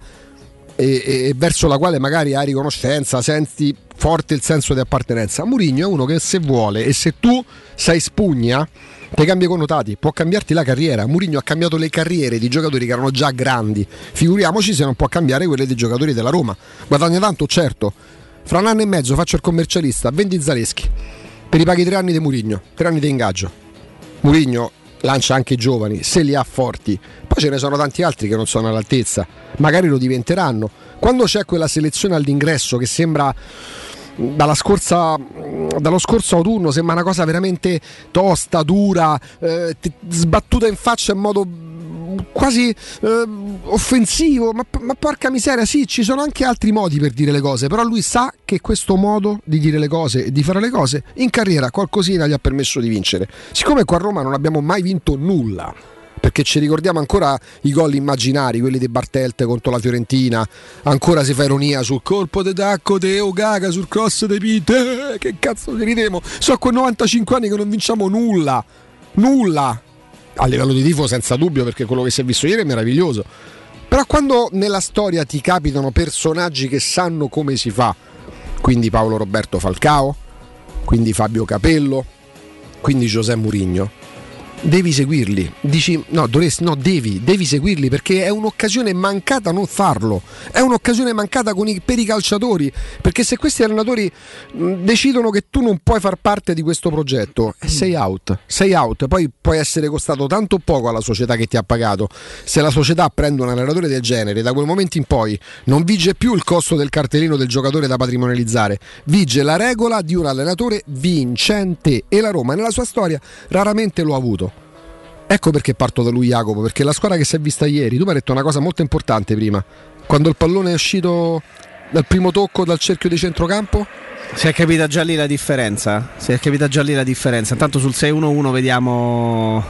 e verso la quale magari hai riconoscenza, senti forte il senso di appartenenza. Mourinho è uno che se vuole, e se tu sei spugna, ti cambia i connotati, può cambiarti la carriera. Mourinho ha cambiato le carriere di giocatori che erano già grandi, figuriamoci se non può cambiare quelle dei giocatori della Roma. Guadagna tanto, certo. Fra un anno e mezzo faccio il commercialista, vendi Zaleschi, per i paghi 3 anni di Mourinho, 3 anni di ingaggio. Mourinho lancia anche i giovani, se li ha forti, poi ce ne sono tanti altri che non sono all'altezza, magari lo diventeranno. Quando c'è quella selezione all'ingresso che sembra dallo scorso autunno, sembra una cosa veramente tosta, dura, sbattuta in faccia in modo quasi offensivo, ma porca miseria, sì, ci sono anche altri modi per dire le cose, però lui sa che questo modo di dire le cose e di fare le cose in carriera qualcosina gli ha permesso di vincere. Siccome qua a Roma non abbiamo mai vinto nulla, perché ci ricordiamo ancora i gol immaginari, quelli di Bartelt contro la Fiorentina, ancora si fa ironia sul colpo de tacco de Ogaga sul cross de Pite, che cazzo ne ridemo, so quei 95 anni che non vinciamo nulla a livello di tifo, senza dubbio, perché quello che si è visto ieri è meraviglioso. Però quando nella storia ti capitano personaggi che sanno come si fa, quindi Paolo Roberto Falcao, quindi Fabio Capello, quindi José Mourinho, devi seguirli. Dici devi seguirli, perché è un'occasione mancata non farlo, è un'occasione mancata per i calciatori, perché se questi allenatori decidono che tu non puoi far parte di questo progetto, sei out, poi puoi essere costato tanto poco alla società che ti ha pagato. Se la società prende un allenatore del genere, da quel momento in poi non vige più il costo del cartellino del giocatore da patrimonializzare, vige la regola di un allenatore vincente, e la Roma nella sua storia raramente lo ha avuto. Ecco perché parto da lui, Jacopo, perché la squadra che si è vista ieri, tu mi hai detto una cosa molto importante prima, quando il pallone è uscito dal primo tocco dal cerchio di centrocampo,
si è capita già lì la differenza. Intanto sul 6-1-1 vediamo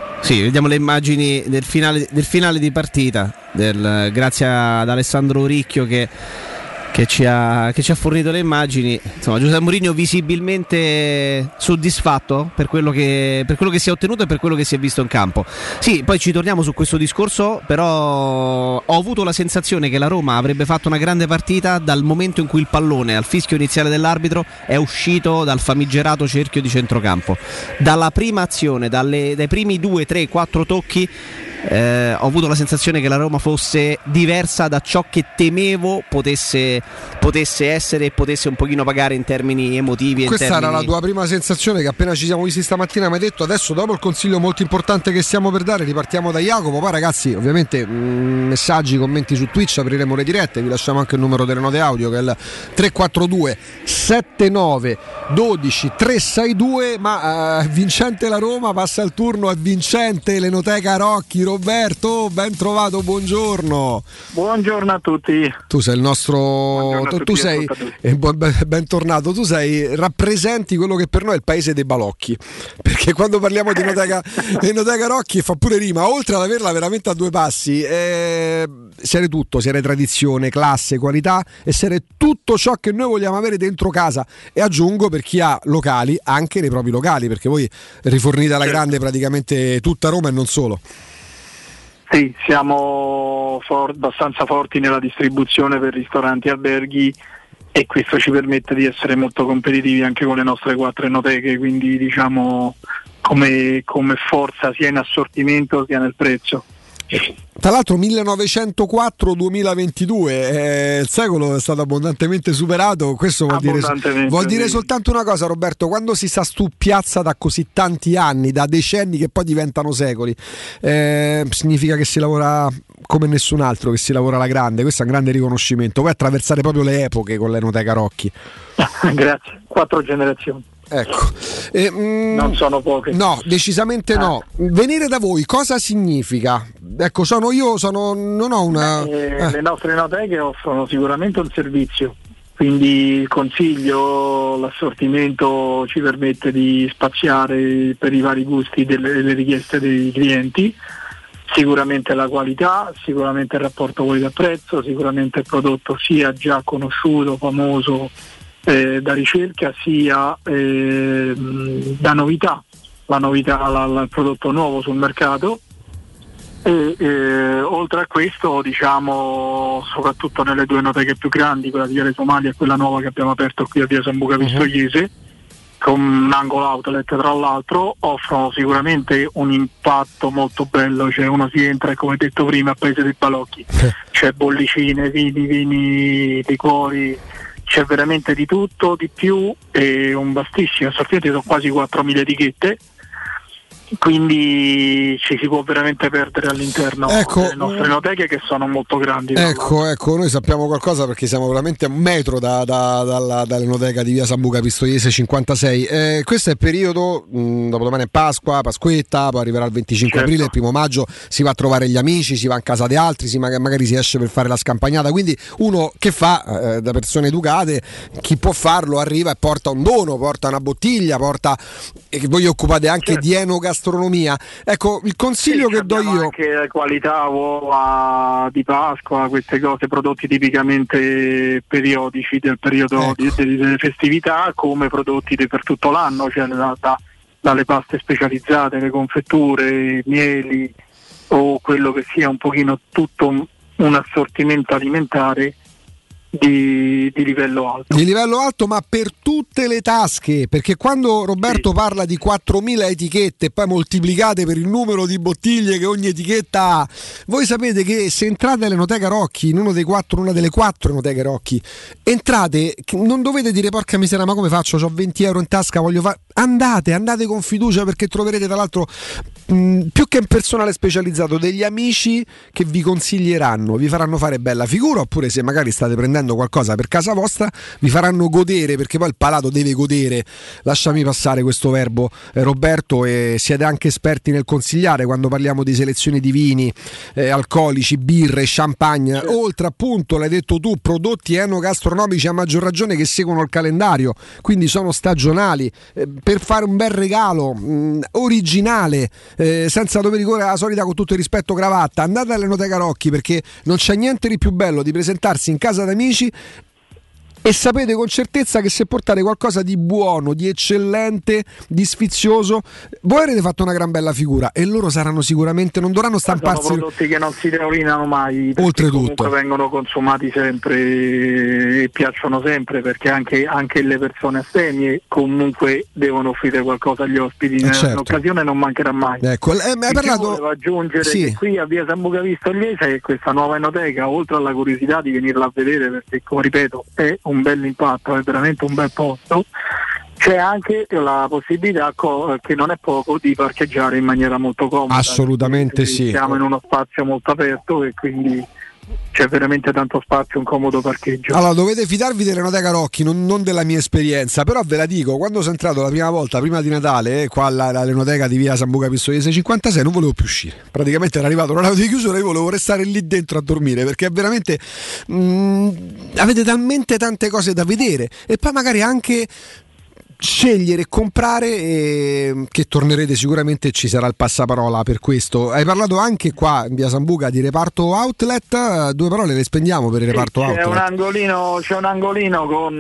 le immagini del finale di partita, grazie ad Alessandro Ricchio che ci ha fornito le immagini. Insomma, Giuseppe Mourinho visibilmente soddisfatto per quello che si è ottenuto e per quello che si è visto in campo. Sì, poi ci torniamo su questo discorso, però ho avuto la sensazione che la Roma avrebbe fatto una grande partita dal momento in cui il pallone, al fischio iniziale dell'arbitro, è uscito dal famigerato cerchio di centrocampo. Dalla prima azione, dai primi 2, 3, 4 tocchi, ho avuto la sensazione che la Roma fosse diversa da ciò che temevo potesse essere e potesse un pochino pagare in termini emotivi.
Questa era la tua prima sensazione, che appena ci siamo visti stamattina mi hai detto. Adesso, dopo il consiglio molto importante che stiamo per dare, ripartiamo da Jacopo. Poi ragazzi, ovviamente messaggi, commenti su Twitch, apriremo le dirette, vi lasciamo anche il numero delle note audio, che è il 342 79 12 362. Ma vincente la Roma, passa il turno a vincente l'Enoteca Rocchi. Roberto, ben trovato, buongiorno.
Buongiorno a tutti.
Tu sei il nostro, tu sei bentornato. Tu rappresenti quello che per noi è il paese dei balocchi, perché quando parliamo di Enoteca Rocchi fa pure rima, oltre ad averla veramente a due passi, siete tutto, siete tradizione, classe, qualità, e siete tutto ciò che noi vogliamo avere dentro casa. E aggiungo, per chi ha locali, anche nei propri locali, perché voi rifornite alla grande praticamente tutta Roma e non solo.
Sì, siamo abbastanza forti nella distribuzione per ristoranti e alberghi, e questo ci permette di essere molto competitivi anche con le nostre 4 enoteche, quindi diciamo come forza sia in assortimento sia nel prezzo.
Tra l'altro 1904-2022, il secolo è stato abbondantemente superato. Questo vuol dire soltanto una cosa, Roberto: quando si sta su piazza da così tanti anni, da decenni che poi diventano secoli, significa che si lavora come nessun altro, che si lavora alla grande. Questo è un grande riconoscimento. Puoi attraversare proprio le epoche con l'Enoteca Rocchi.
Grazie, 4 generazioni.
Ecco,
non sono poche.
No, decisamente no. Venire da voi cosa significa? Ecco, non ho una.
Le nostre enoteche offrono sicuramente un servizio, quindi il consiglio, l'assortimento ci permette di spaziare per i vari gusti delle richieste dei clienti. Sicuramente la qualità, sicuramente il rapporto qualità-prezzo, sicuramente il prodotto sia già conosciuto, famoso, da ricerca, sia da novità, il prodotto nuovo sul mercato, e oltre a questo, diciamo, soprattutto nelle 2 enoteche più grandi, quella di Viale Somalia e quella nuova che abbiamo aperto qui a Via Sambuca Pistoiese, con un angolo outlet tra l'altro, offrono sicuramente un impatto molto bello. Cioè, uno si entra, come detto prima, a Paese dei Balocchi, c'è bollicine, vini, liquori, c'è veramente di tutto, di più, e un vastissimo assortimento, sono quasi 4.000 etichette, quindi ci si può veramente perdere all'interno delle nostre enoteche, che sono molto grandi.
Ecco, noi sappiamo qualcosa perché siamo veramente a un metro dall'enoteca di Via Sambuca Pistoiese 56. Questo è il periodo, dopodomani è Pasqua, Pasquetta, poi arriverà il 25 aprile, il 1 maggio si va a trovare gli amici, si va in casa di altri, magari si esce per fare la scampagnata, quindi uno che fa, da persone educate, chi può farlo arriva e porta un dono, porta una bottiglia, e voi occupate anche di enogastronomia. Ecco, il consiglio che do io,
anche qualità, uova di Pasqua, queste cose, prodotti tipicamente periodici del periodo delle festività, come prodotti per tutto l'anno, cioè dalle paste specializzate, le confetture, i mieli, o quello che sia un pochino tutto un assortimento alimentare di livello alto.
Di livello alto, ma per tutte le tasche, perché quando Roberto parla di 4.000 etichette poi moltiplicate per il numero di bottiglie che ogni etichetta ha, voi sapete che se entrate all'Enoteca Rocchi, in una delle quattro Enoteche Rocchi, entrate, non dovete dire porca misera ma come faccio, ho 20 euro in tasca, voglio fare, andate con fiducia, perché troverete tra l'altro più che un personale specializzato degli amici che vi consiglieranno, vi faranno fare bella figura, oppure se magari state prendendo qualcosa per casa vostra vi faranno godere, perché poi il palato deve godere, lasciami passare questo verbo Roberto, e siete anche esperti nel consigliare quando parliamo di selezione di vini, alcolici, birre, champagne, oltre appunto, l'hai detto tu, prodotti enogastronomici a maggior ragione che seguono il calendario, quindi sono stagionali, per fare un bel regalo originale, senza dover ricorrere alla solita, con tutto il rispetto, cravatta. Andate all'Enoteca Rocchi, perché non c'è niente di più bello di presentarsi in casa d'amici e sapete con certezza che se portate qualcosa di buono, di eccellente, di sfizioso, voi avrete fatto una gran bella figura, e loro saranno sicuramente, non dovranno stamparsi.
Sono prodotti che non si rovinano mai,
oltretutto
comunque vengono consumati sempre e piacciono sempre, perché anche le persone astemie comunque devono offrire qualcosa agli ospiti, l'occasione non mancherà mai.
Ecco, hai parlato...
Volevo aggiungere che qui a via Sambuca Pistoiese questa nuova enoteca, oltre alla curiosità di venirla a vedere, perché come ripeto è un bel impatto, è veramente un bel posto, c'è anche la possibilità, che non è poco, di parcheggiare in maniera molto comoda.
Assolutamente sì.
Siamo in uno spazio molto aperto e quindi c'è veramente tanto spazio, un comodo parcheggio.
Allora dovete fidarvi dell'Enoteca Rocchi, non della mia esperienza, però ve la dico, quando sono entrato la prima volta prima di Natale qua all'Enoteca di via Sambuca Pistoiese 56 non volevo più uscire, praticamente era arrivato l'orario di chiusura e io volevo restare lì dentro a dormire, perché è veramente avete talmente tante cose da vedere, e poi magari anche scegliere e comprare, che tornerete sicuramente, ci sarà il passaparola per questo. Hai parlato anche qua in via Sambuca di reparto outlet, due parole le spendiamo per il reparto outlet.
C'è un angolino con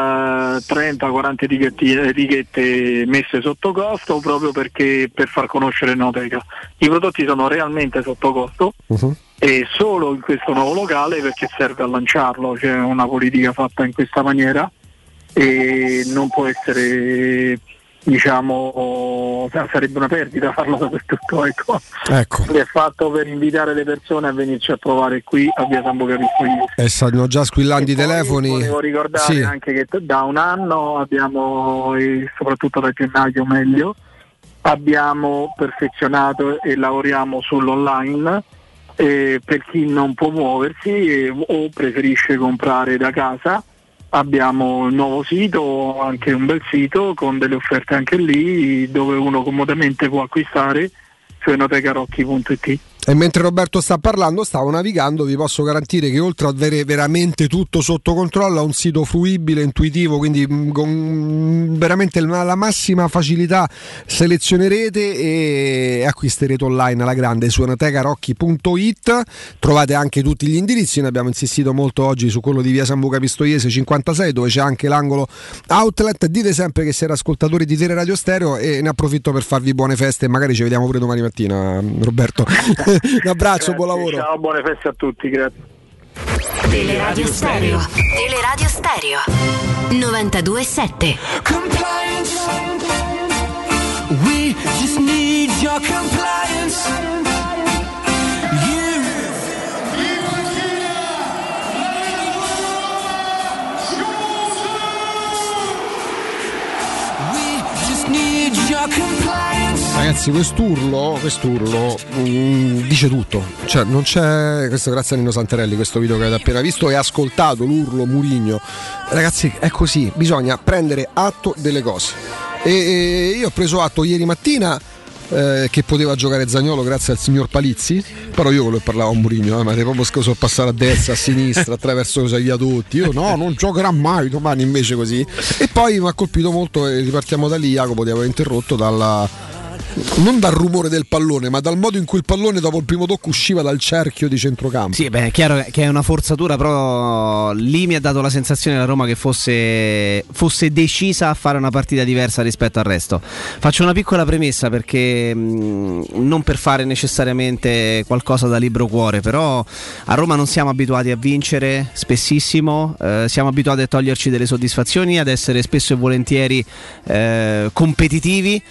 30-40 etichette messe sotto costo, proprio perché per far conoscere l'Enoteca. I prodotti sono realmente sotto costo, e solo in questo nuovo locale, perché serve a lanciarlo, c'è una politica fatta in questa maniera e non può essere, diciamo, sarebbe una perdita farlo dappertutto, ecco. È fatto per invitare le persone a venirci a trovare qui a via Sambuca Pistoiese.
E stanno già squillando i telefoni.
Volevo ricordare anche che da un anno abbiamo, e soprattutto da gennaio meglio, abbiamo perfezionato e lavoriamo sull'online, per chi non può muoversi o preferisce comprare da casa. Abbiamo il nuovo sito, anche un bel sito con delle offerte anche lì, dove uno comodamente può acquistare su enotecarocchi.it.
E mentre Roberto sta parlando, stavo navigando, vi posso garantire che oltre ad avere veramente tutto sotto controllo, ha un sito fruibile, intuitivo, quindi con veramente la massima facilità selezionerete e acquisterete online alla grande su enotecarocchi.it. Trovate anche tutti gli indirizzi, noi abbiamo insistito molto oggi su quello di via Sambuca Pistoiese 56, dove c'è anche l'angolo outlet. Dite sempre che siete ascoltatori di Tele Radio Stereo, e ne approfitto per farvi buone feste e magari ci vediamo pure domani mattina, Roberto. Un abbraccio, buon lavoro.
Ciao, buone feste a tutti, grazie.
Teleradio Stereo. Teleradio Stereo 92.7.
Compliance. We just need your compliance. You. We just need your compliance.
Ragazzi, quest'urlo dice tutto, cioè non c'è, questo grazie a Nino Santarelli, questo video che avete appena visto e ascoltato, l'urlo Mourinho. Ragazzi, è così, bisogna prendere atto delle cose, e io ho preso atto ieri mattina che poteva giocare Zaniolo grazie al signor Palizzi, però io quello che parlavo a Mourinho, ma proprio scoso passare a destra, a sinistra, attraverso i viadotti, io no, non giocherà mai domani, invece così. E poi mi ha colpito molto, e ripartiamo da lì, Jacopo, ti avevo interrotto, non dal rumore del pallone, ma dal modo in cui il pallone dopo il primo tocco usciva dal cerchio di centrocampo.
Sì, beh, è chiaro che è una forzatura, però lì mi ha dato la sensazione della Roma che fosse decisa a fare una partita diversa rispetto al resto. Faccio una piccola premessa, perché non per fare necessariamente qualcosa da libro cuore, però a Roma non siamo abituati a vincere spessissimo, siamo abituati a toglierci delle soddisfazioni, ad essere spesso e volentieri competitivi,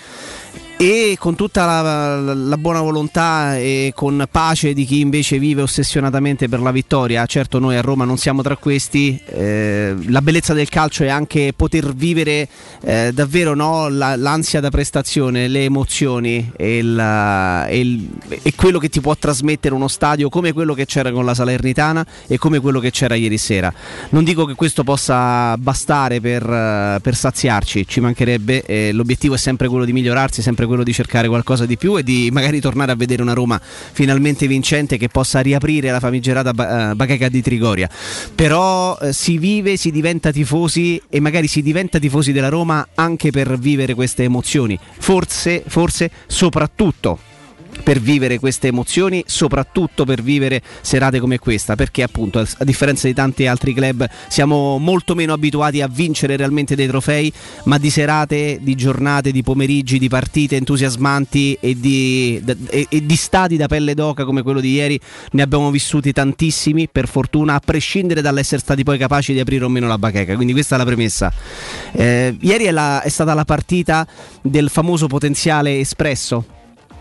e con tutta la buona volontà e con pace di chi invece vive ossessionatamente per la vittoria. Certo, noi a Roma non siamo tra questi. La bellezza del calcio è anche poter vivere davvero, no, l'ansia da prestazione, le emozioni e quello che ti può trasmettere uno stadio come quello che c'era con la Salernitana e come quello che c'era ieri sera. Non dico che questo possa bastare per saziarci, ci mancherebbe. L'obiettivo è sempre quello di migliorarsi, sempre quello di cercare qualcosa di più e di magari tornare a vedere una Roma finalmente vincente, che possa riaprire la famigerata bacheca di Trigoria. Però si vive, si diventa tifosi, e magari si diventa tifosi della Roma anche per vivere queste emozioni, forse soprattutto per vivere queste emozioni, soprattutto per vivere serate come questa, perché appunto a differenza di tanti altri club siamo molto meno abituati a vincere realmente dei trofei, ma di serate, di giornate, di pomeriggi, di partite entusiasmanti e di stadi da pelle d'oca come quello di ieri ne abbiamo vissuti tantissimi, per fortuna, a prescindere dall'essere stati poi capaci di aprire o meno la bacheca. Quindi questa è la premessa. Ieri è stata la partita del famoso potenziale espresso.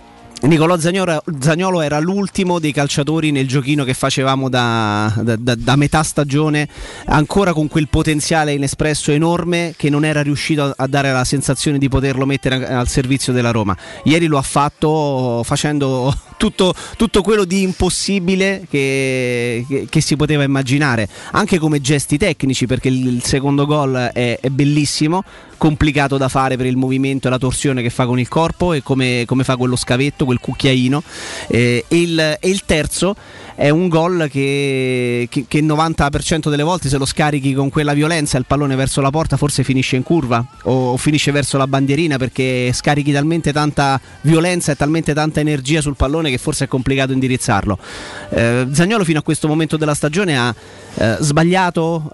Nicolò Zaniolo era l'ultimo dei calciatori nel giochino che facevamo da metà stagione, ancora con quel potenziale inespresso enorme, che non era riuscito a dare la sensazione di poterlo mettere al servizio della Roma. Ieri lo ha fatto facendo tutto quello di impossibile che si poteva immaginare, anche come gesti tecnici, perché il secondo gol è bellissimo, complicato da fare per il movimento e la torsione che fa con il corpo e come fa quello scavetto, quel cucchiaino, e il terzo è un gol che il 90% delle volte, se lo scarichi con quella violenza il pallone verso la porta, forse finisce in curva o finisce verso la bandierina, perché scarichi talmente tanta violenza e talmente tanta energia sul pallone che forse è complicato indirizzarlo. Zaniolo fino a questo momento della stagione ha sbagliato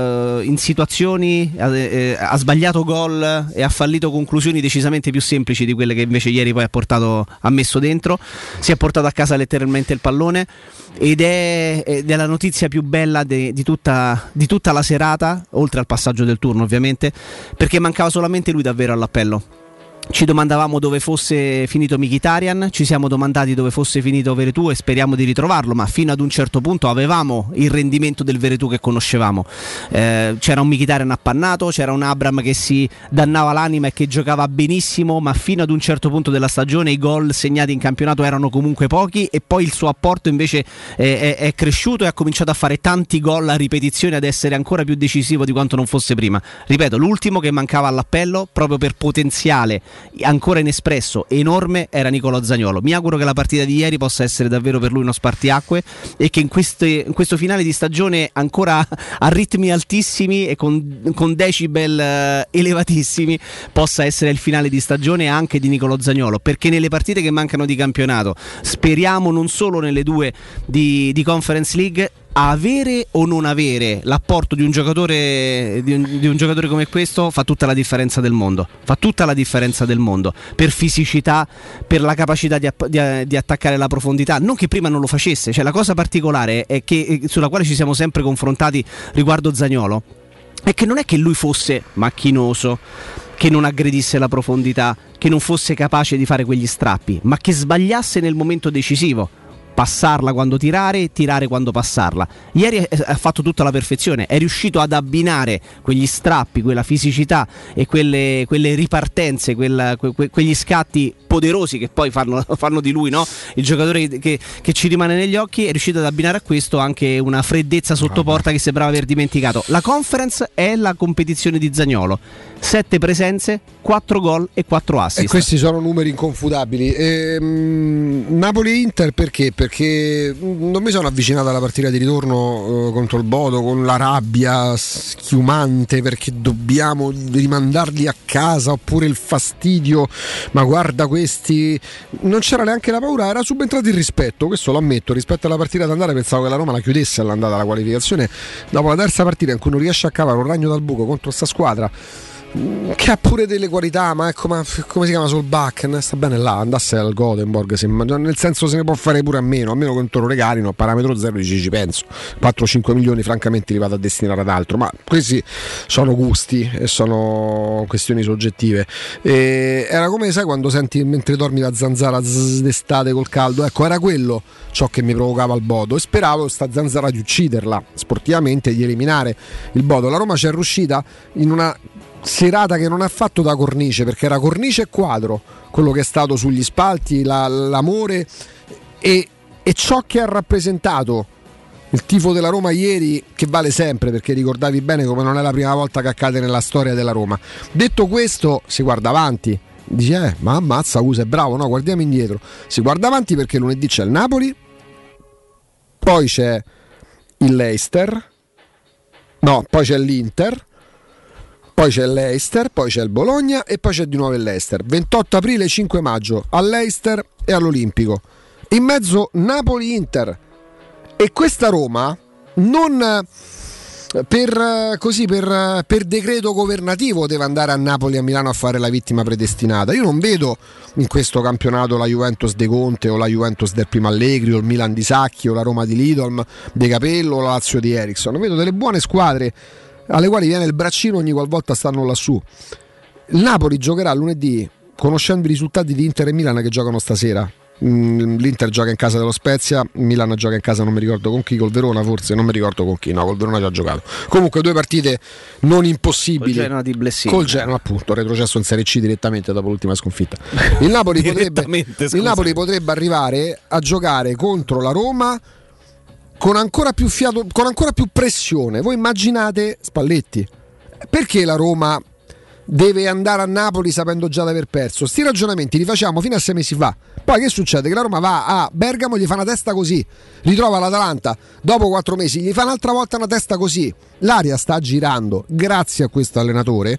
in situazioni, ha sbagliato gol e ha fallito conclusioni decisamente più semplici di quelle che invece ieri poi ha messo dentro. Si è portato a casa letteralmente il pallone, ed è la notizia più bella di tutta la serata, oltre al passaggio del turno ovviamente, perché mancava solamente lui davvero all'appello. Ci domandavamo dove fosse finito Mkhitaryan, ci siamo domandati dove fosse finito Veretout e speriamo di ritrovarlo, ma fino ad un certo punto avevamo il rendimento del Veretout che conoscevamo. C'era un Mkhitaryan appannato, c'era un Abraham che si dannava l'anima e che giocava benissimo, ma fino ad un certo punto della stagione i gol segnati in campionato erano comunque pochi, e poi il suo apporto invece è cresciuto e ha cominciato a fare tanti gol a ripetizione, ad essere ancora più decisivo di quanto non fosse prima. Ripeto, l'ultimo che mancava all'appello proprio per potenziale ancora inespresso, enorme, era Nicolò Zaniolo. Mi auguro che la partita di ieri possa essere davvero per lui uno spartiacque, e che in questo finale di stagione ancora a ritmi altissimi e con decibel elevatissimi possa essere il finale di stagione anche di Nicolò Zaniolo, perché nelle partite che mancano di campionato, speriamo non solo nelle due di Conference League, avere o non avere l'apporto di un giocatore come questo fa tutta la differenza del mondo. Per fisicità, per la capacità di attaccare la profondità, non che prima non lo facesse. Cioè, la cosa particolare è che sulla quale ci siamo sempre confrontati riguardo Zaniolo è che non è che lui fosse macchinoso, che non aggredisse la profondità, che non fosse capace di fare quegli strappi, ma che sbagliasse nel momento decisivo. Passarla quando tirare quando passarla. Ieri ha fatto tutta la perfezione, è riuscito ad abbinare quegli strappi, quella fisicità e quelle ripartenze, quegli scatti poderosi che poi fanno di lui, no? Il giocatore che ci rimane negli occhi. È riuscito ad abbinare a questo anche una freddezza sotto porta che sembrava aver dimenticato. La Conference è la competizione di Zaniolo: 7 presenze, 4 gol e 4 assist.
E questi sono numeri inconfutabili. Napoli-Inter perché? perché non mi sono avvicinato alla partita di ritorno contro il Bodo con la rabbia schiumante perché dobbiamo rimandarli a casa, oppure il fastidio, ma guarda questi, non c'era neanche la paura, era subentrato il rispetto, questo lo ammetto. Rispetto alla partita d'andata pensavo che la Roma la chiudesse all'andata alla qualificazione, dopo la terza partita in cui non riesce a cavare un ragno dal buco contro sta squadra che ha pure delle qualità, ma ecco, come si chiama Solbakken, sta bene là, andasse al Gothenburg, nel senso se ne può fare pure a meno contro lo regalino a parametro zero, ci penso, 4-5 milioni francamente li vado a destinare ad altro, ma questi sono gusti e sono questioni soggettive. Era come, sai, quando senti mentre dormi la zanzara d'estate col caldo, ecco, era quello ciò che mi provocava il Bodo, e speravo sta zanzara di ucciderla sportivamente, di eliminare il Bodo. La Roma ci è riuscita in una serata che non ha fatto da cornice, perché era cornice e quadro quello che è stato sugli spalti, l'amore e ciò che ha rappresentato il tifo della Roma ieri, che vale sempre, perché ricordavi bene come non è la prima volta che accade nella storia della Roma. Detto questo, si guarda avanti, dice ma ammazza Usa è bravo, no, guardiamo indietro, si guarda avanti perché lunedì c'è il Napoli, poi c'è il Leicester, no, poi c'è l'Inter, poi c'è l'Eister, poi c'è il Bologna e poi c'è di nuovo il Leicester. 28 aprile e 5 maggio all'Eister e all'Olimpico. In mezzo Napoli-Inter. E questa Roma non per decreto governativo deve andare a Napoli e a Milano a fare la vittima predestinata. Io non vedo in questo campionato la Juventus De Conte o la Juventus del Primo Allegri o il Milan di Sacchi o la Roma di Lidolm, De Capello o la Lazio di Eriksson. Vedo delle buone squadre alle quali viene il braccino ogni qualvolta stanno lassù. Il Napoli giocherà lunedì, conoscendo i risultati di Inter e Milan che giocano stasera. L'Inter gioca in casa dello Spezia, Milan gioca in casa non mi ricordo con chi, col Verona forse, non mi ricordo con chi, no, col Verona già giocato. Comunque due partite non impossibili. Col
Genoa di Blessing.
Col Genoa, appunto, retrocesso in Serie C direttamente dopo l'ultima sconfitta. Il Napoli potrebbe arrivare a giocare contro la Roma con ancora più fiato, con ancora più pressione. Voi immaginate Spalletti, perché la Roma deve andare a Napoli sapendo già di aver perso? Sti ragionamenti li facciamo fino a 6 mesi fa. Poi che succede? Che la Roma va a Bergamo, gli fa una testa così, ritrova l'Atalanta, dopo 4 mesi gli fa un'altra volta una testa così. L'aria sta girando grazie a questo allenatore,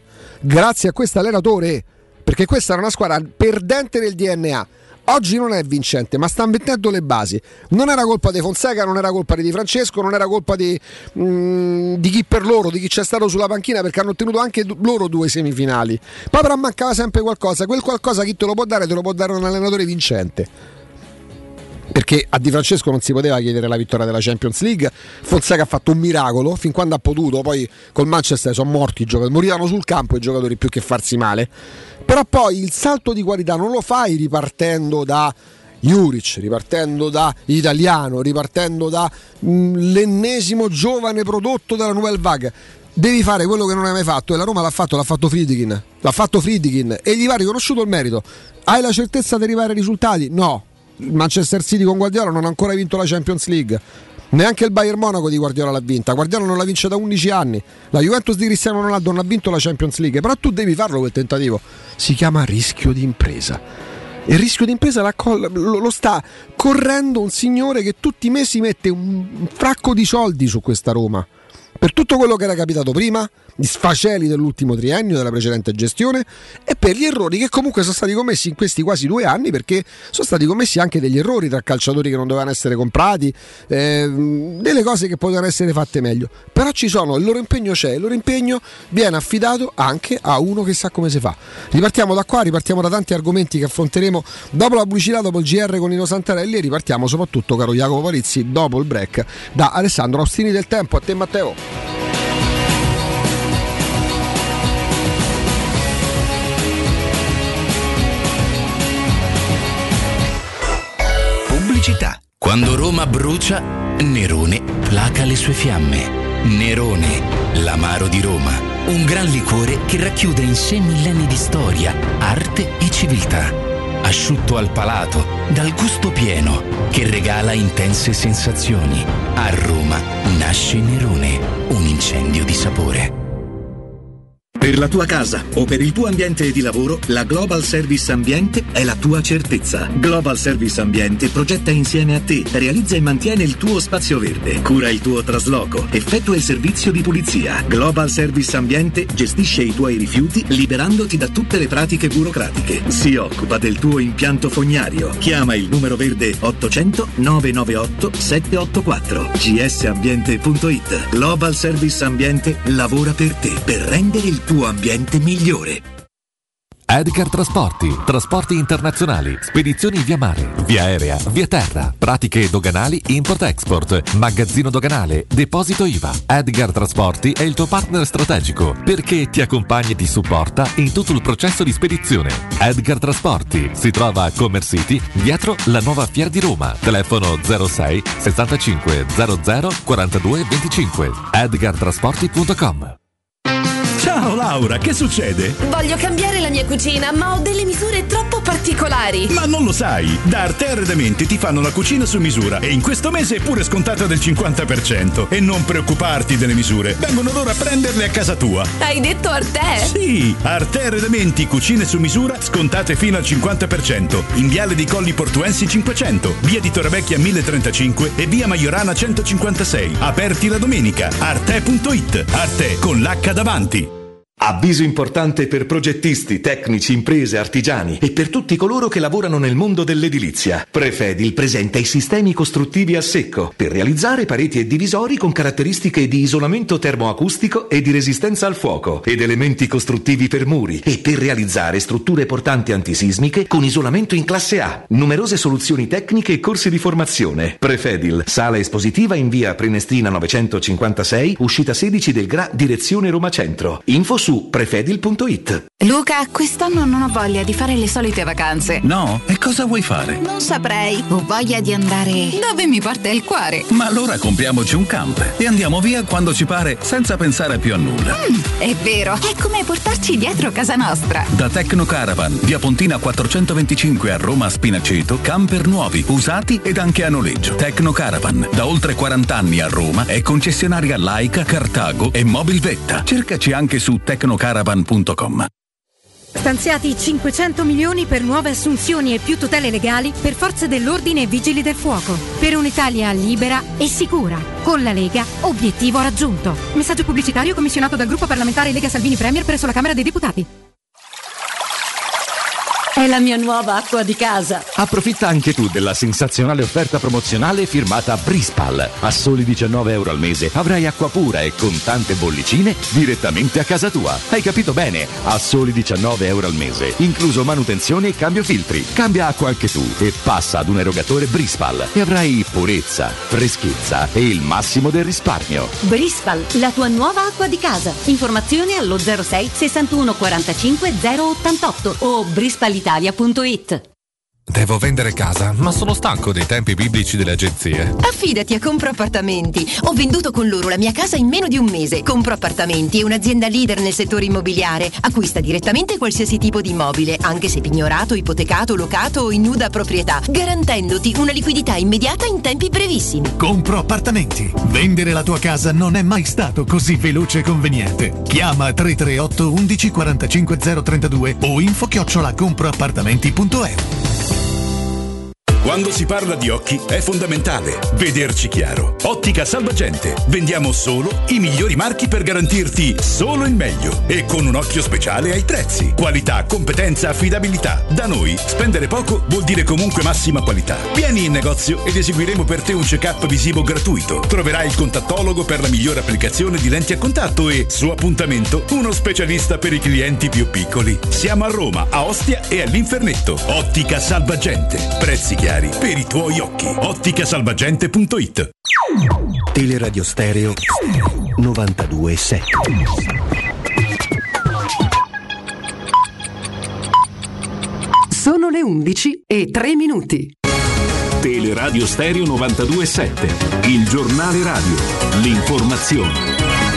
perché questa era una squadra perdente nel DNA. Oggi non è vincente, ma sta mettendo le basi. Non era colpa di Fonseca, non era colpa di Di Francesco, non era colpa di chi per loro, di chi c'è stato sulla panchina, perché hanno ottenuto anche loro 2 semifinali. Poi però mancava sempre qualcosa. Quel qualcosa chi te lo può dare? Te lo può dare un allenatore vincente. Perché a Di Francesco non si poteva chiedere la vittoria della Champions League. Fonseca ha fatto un miracolo fin quando ha potuto, poi col Manchester sono morti i giocatori, morivano sul campo i giocatori più che farsi male. Però poi il salto di qualità non lo fai ripartendo da Juric, ripartendo da Italiano, ripartendo da l'ennesimo giovane prodotto della Nouvelle Vague. Devi fare quello che non hai mai fatto, e la Roma l'ha fatto Friedkin, e gli va riconosciuto il merito. Hai la certezza di arrivare ai risultati? No. Il Manchester City con Guardiola non ha ancora vinto la Champions League, neanche il Bayern Monaco di Guardiola l'ha vinta. Guardiola non la vince da 11 anni. La Juventus di Cristiano Ronaldo non ha vinto la Champions League. Però tu devi farlo quel tentativo. Si chiama rischio di impresa. E il rischio di impresa lo sta correndo un signore che tutti i mesi mette un fracco di soldi su questa Roma, per tutto quello che era capitato prima, gli sfaceli dell'ultimo triennio, della precedente gestione, e per gli errori che comunque sono stati commessi in questi quasi 2 anni, perché sono stati commessi anche degli errori tra calciatori che non dovevano essere comprati, delle cose che potevano essere fatte meglio. Però ci sono, il loro impegno c'è, il loro impegno viene affidato anche a uno che sa come si fa. Ripartiamo da qua, ripartiamo da tanti argomenti che affronteremo dopo la pubblicità, dopo il GR con Nino Santarelli, e ripartiamo soprattutto, caro Jacopo Palizzi, dopo il break da Alessandro Austini del Tempo. A te Matteo.
Quando Roma brucia, Nerone placa le sue fiamme. Nerone, l'amaro di Roma. Un gran liquore che racchiude in sé millenni di storia, arte e civiltà. Asciutto al palato, dal gusto pieno, che regala intense sensazioni. A Roma nasce Nerone, un incendio di sapore.
Per la tua casa o per il tuo ambiente di lavoro, la Global Service Ambiente è la tua certezza. Global Service Ambiente progetta insieme a te, realizza e mantiene il tuo spazio verde, cura il tuo trasloco, effettua il servizio di pulizia. Global Service Ambiente gestisce i tuoi rifiuti liberandoti da tutte le pratiche burocratiche. Si occupa del tuo impianto fognario. Chiama il numero verde 800 998 784. gsambiente.it. Global Service Ambiente lavora per te, per rendere il tuo ambiente migliore.
Edgar trasporti internazionali, spedizioni via mare, via aerea, via terra, pratiche doganali import-export, magazzino doganale, deposito IVA. Edgar Trasporti è il tuo partner strategico perché ti accompagna e ti supporta in tutto il processo di spedizione. Edgar Trasporti si trova a Commerce City, dietro la nuova Fiera di Roma. Telefono 06 65 00 42 25. edgartrasporti.com.
Ciao Laura, che succede?
Voglio cambiare la mia cucina, ma ho delle misure troppo particolari.
Ma non lo sai, da Arte Arredamenti ti fanno la cucina su misura e in questo mese è pure scontata del 50%. E non preoccuparti delle misure, vengono loro a prenderle a casa tua.
Hai detto Arte?
Sì, Arte Arredamenti, cucine su misura, scontate fino al 50%. In Viale dei Colli Portuensi 500, via di Torrevecchia 1035 e via Maiorana 156. Aperti la domenica. Arte.it. Arte con l'H davanti.
Avviso importante per progettisti, tecnici, imprese, artigiani e per tutti coloro che lavorano nel mondo dell'edilizia. Prefedil presenta i sistemi costruttivi a secco per realizzare pareti e divisori con caratteristiche di isolamento termoacustico e di resistenza al fuoco ed elementi costruttivi per muri e per realizzare strutture portanti antisismiche con isolamento in classe A. Numerose soluzioni tecniche e corsi di formazione. Prefedil, sala espositiva in via Prenestina 956, uscita 16 del GRA, direzione Roma Centro. Info su prefedil.it.
Luca, quest'anno non ho voglia di fare le solite vacanze.
No? E cosa vuoi fare?
Non saprei. Ho voglia di andare dove mi porta il cuore.
Ma allora compriamoci un camper e andiamo via quando ci pare senza pensare più a nulla.
È vero, è come portarci dietro casa nostra.
Da Tecno Caravan, via Pontina 425 a Roma Spinaceto, camper nuovi, usati ed anche a noleggio. Tecno Caravan, da oltre 40 anni a Roma, è concessionaria Laika, Cartago e Mobilvetta. Cercaci anche su tecnocaravan.com.
Stanziati 500 milioni per nuove assunzioni e più tutele legali per forze dell'ordine e vigili del fuoco. Per un'Italia libera e sicura. Con la Lega, obiettivo raggiunto. Messaggio pubblicitario commissionato dal gruppo parlamentare Lega Salvini Premier presso la Camera dei Deputati.
È la mia nuova acqua di casa.
Approfitta anche tu della sensazionale offerta promozionale firmata Brispal. A soli €19 al mese avrai acqua pura e con tante bollicine direttamente a casa tua. Hai capito bene? A soli €19 al mese, incluso manutenzione e cambio filtri. Cambia acqua anche tu e passa ad un erogatore Brispal e avrai purezza, freschezza e il massimo del risparmio.
Brispal, la tua nuova acqua di casa. Informazioni allo 06 61 45 088 o brispalitalia.it.
Devo vendere casa, ma sono stanco dei tempi biblici delle agenzie.
Affidati a Compro Appartamenti. Ho venduto con loro la mia casa in meno di un mese. Compro Appartamenti è un'azienda leader nel settore immobiliare. Acquista direttamente qualsiasi tipo di immobile, anche se pignorato, ipotecato, locato o in nuda proprietà, garantendoti una liquidità immediata in tempi brevissimi.
Compro Appartamenti. Vendere la tua casa non è mai stato così veloce e conveniente. Chiama 338 11 45 032 o info@comproappartamenti.eu. Quando si parla di occhi è fondamentale vederci chiaro. Ottica Salvagente. Vendiamo solo i migliori marchi per garantirti solo il meglio e con un occhio speciale ai prezzi. Qualità, competenza, affidabilità. Da noi spendere poco vuol dire comunque massima qualità. Vieni in negozio ed eseguiremo per te un check-up visivo gratuito. Troverai il contattologo per la migliore applicazione di lenti a contatto e, su appuntamento, uno specialista per i clienti più piccoli. Siamo a Roma, a Ostia e all'Infernetto. Ottica Salvagente. Prezzi chiari per i tuoi occhi. Otticasalvagente.it.
Teleradio Stereo 92.7.
Sono le 11:03.
Teleradio Stereo 92.7, il giornale radio, l'informazione.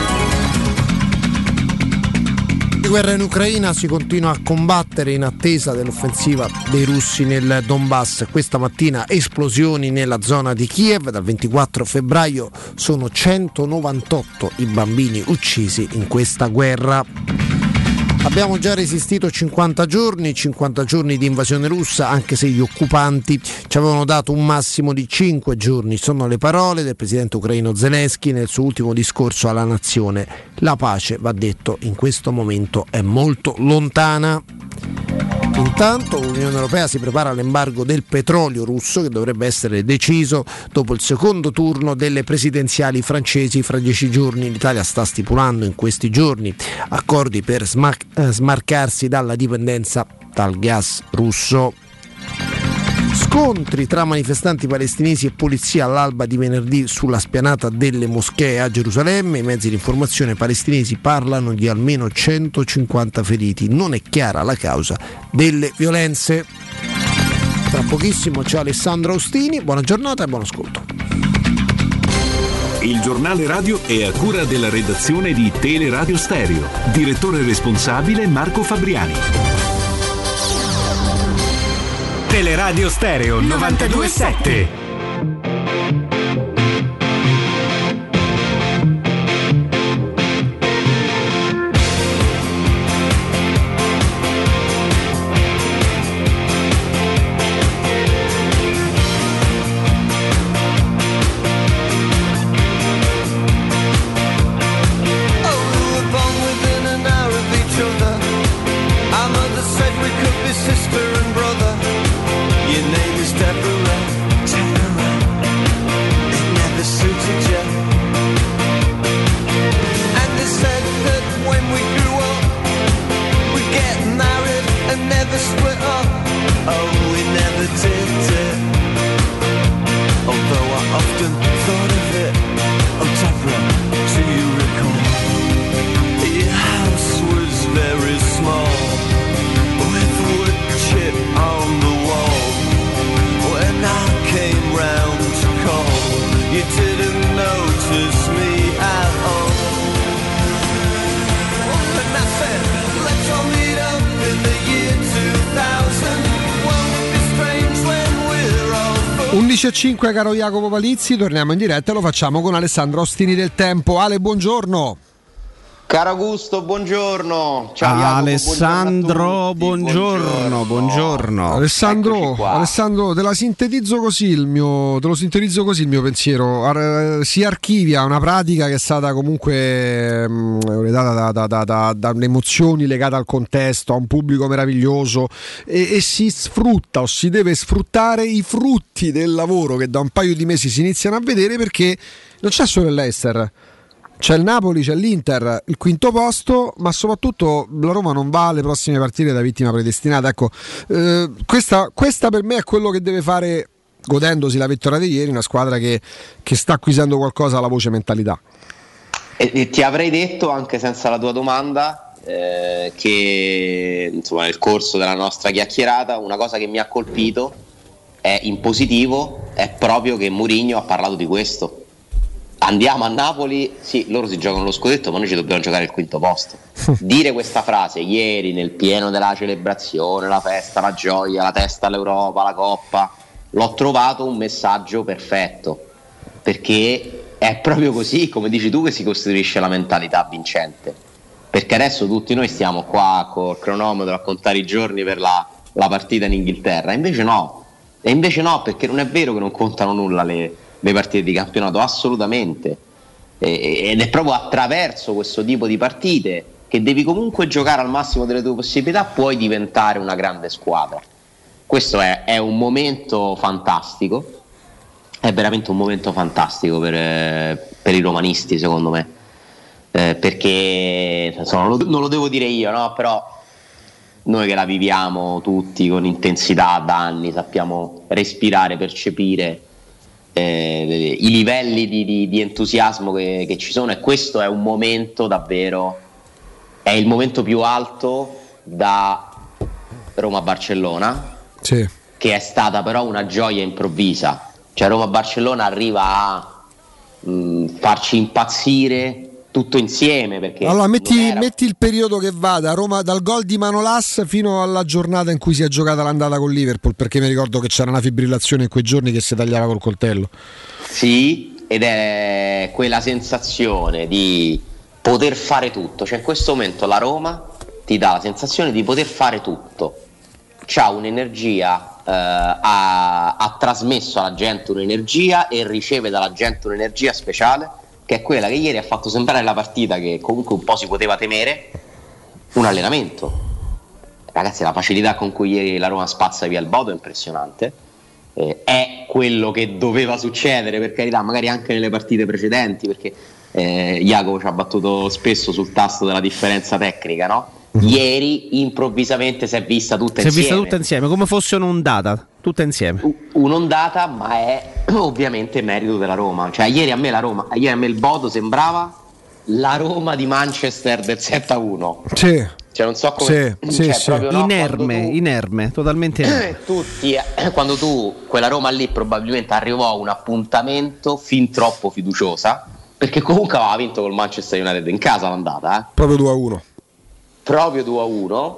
Guerra in Ucraina, si continua a combattere in attesa dell'offensiva dei russi nel Donbass. Questa mattina esplosioni nella zona di Kiev. Dal 24 febbraio sono 198 i bambini uccisi in questa guerra.
Abbiamo già resistito 50 giorni di invasione russa, anche se gli occupanti ci avevano dato un massimo di 5 giorni. Sono le parole del presidente ucraino Zelensky nel suo ultimo discorso alla nazione. La pace, va detto, in questo momento è molto lontana. Intanto l'Unione Europea si prepara all'embargo del petrolio russo, che dovrebbe essere deciso dopo il secondo turno delle presidenziali francesi fra 10 giorni. L'Italia sta stipulando in questi giorni accordi per smarcarsi dalla dipendenza dal gas russo. Scontri tra manifestanti palestinesi e polizia all'alba di venerdì sulla spianata delle moschee a Gerusalemme. I mezzi di informazione palestinesi parlano di almeno 150 feriti. Non è chiara la causa delle violenze. Tra pochissimo c'è Alessandro Austini. Buona giornata e buon ascolto.
Il giornale radio è a cura della redazione di Teleradio Stereo. Direttore responsabile Marco Fabriani.
Teleradio Stereo 92.7.
.5 caro Jacopo Palizzi, torniamo in diretta e lo facciamo con Alessandro Austini del Tempo. Ale, buongiorno.
Caro Augusto, buongiorno. Ciao Jacopo,
Alessandro, buongiorno.
Alessandro, te lo sintetizzo così il mio pensiero. Si archivia una pratica che è stata comunque data da emozioni legate al contesto, a un pubblico meraviglioso e si sfrutta o si deve sfruttare i frutti del lavoro che da un paio di mesi si iniziano a vedere, perché non c'è solo il Leicester. C'è il Napoli, c'è l'Inter, il quinto posto, ma soprattutto la Roma non va alle prossime partite da vittima predestinata. Ecco, questa per me è quello che deve fare, godendosi la vittoria di ieri, una squadra che sta acquisendo qualcosa alla voce mentalità.
E ti avrei detto, anche senza la tua domanda, che insomma nel corso della nostra chiacchierata una cosa che mi ha colpito in positivo è proprio che Mourinho ha parlato di questo. Andiamo a Napoli, sì, loro si giocano lo scudetto, ma noi ci dobbiamo giocare il quinto posto. Dire questa frase ieri nel pieno della celebrazione, la festa, la gioia, la testa all'Europa, la Coppa, l'ho trovato un messaggio perfetto, perché è proprio così, come dici tu, che si costruisce la mentalità vincente. Perché adesso tutti noi stiamo qua col cronometro a contare i giorni per la partita in Inghilterra, invece no, perché non è vero che non contano nulla le partite di campionato, assolutamente, ed è proprio attraverso questo tipo di partite che devi comunque giocare al massimo delle tue possibilità, puoi diventare una grande squadra. Questo è un momento fantastico, è veramente un momento fantastico per i romanisti, secondo me, perché insomma, non lo devo dire io, no? Però noi che la viviamo tutti con intensità da anni sappiamo respirare, percepire i livelli di entusiasmo che ci sono, e questo è un momento davvero, è il momento più alto da Roma-Barcellona,
sì,
che è stata però una gioia improvvisa, cioè Roma-Barcellona arriva a farci impazzire tutto insieme, perché
allora metti il periodo che va da Roma, dal gol di Manolas fino alla giornata in cui si è giocata l'andata con Liverpool, perché mi ricordo che c'era una fibrillazione in quei giorni che si tagliava col coltello.
Sì, ed è quella sensazione di poter fare tutto, cioè in questo momento la Roma ti dà la sensazione di poter fare tutto. C'ha un'energia, ha trasmesso alla gente un'energia e riceve dalla gente un'energia speciale, che è quella che ieri ha fatto sembrare la partita che comunque un po' si poteva temere, un allenamento. Ragazzi, la facilità con cui ieri la Roma spazza via il Bodo è impressionante. È quello che doveva succedere, per carità, magari anche nelle partite precedenti, perché Jacopo ci ha battuto spesso sul tasto della differenza tecnica, no? Ieri improvvisamente si è vista tutta insieme,
come fosse un'ondata, tutta insieme.
Un'ondata, ma è ovviamente merito della Roma. Cioè ieri a me il Bodo sembrava la Roma di Manchester del 7-1.
Sì.
Cioè non so come proprio, no,
inerme, totalmente inerme.
Tutti, quando tu, quella Roma lì probabilmente arrivò a un appuntamento fin troppo fiduciosa, perché comunque aveva vinto col Manchester United in casa l'andata,
proprio 2-1.
Proprio 2-1,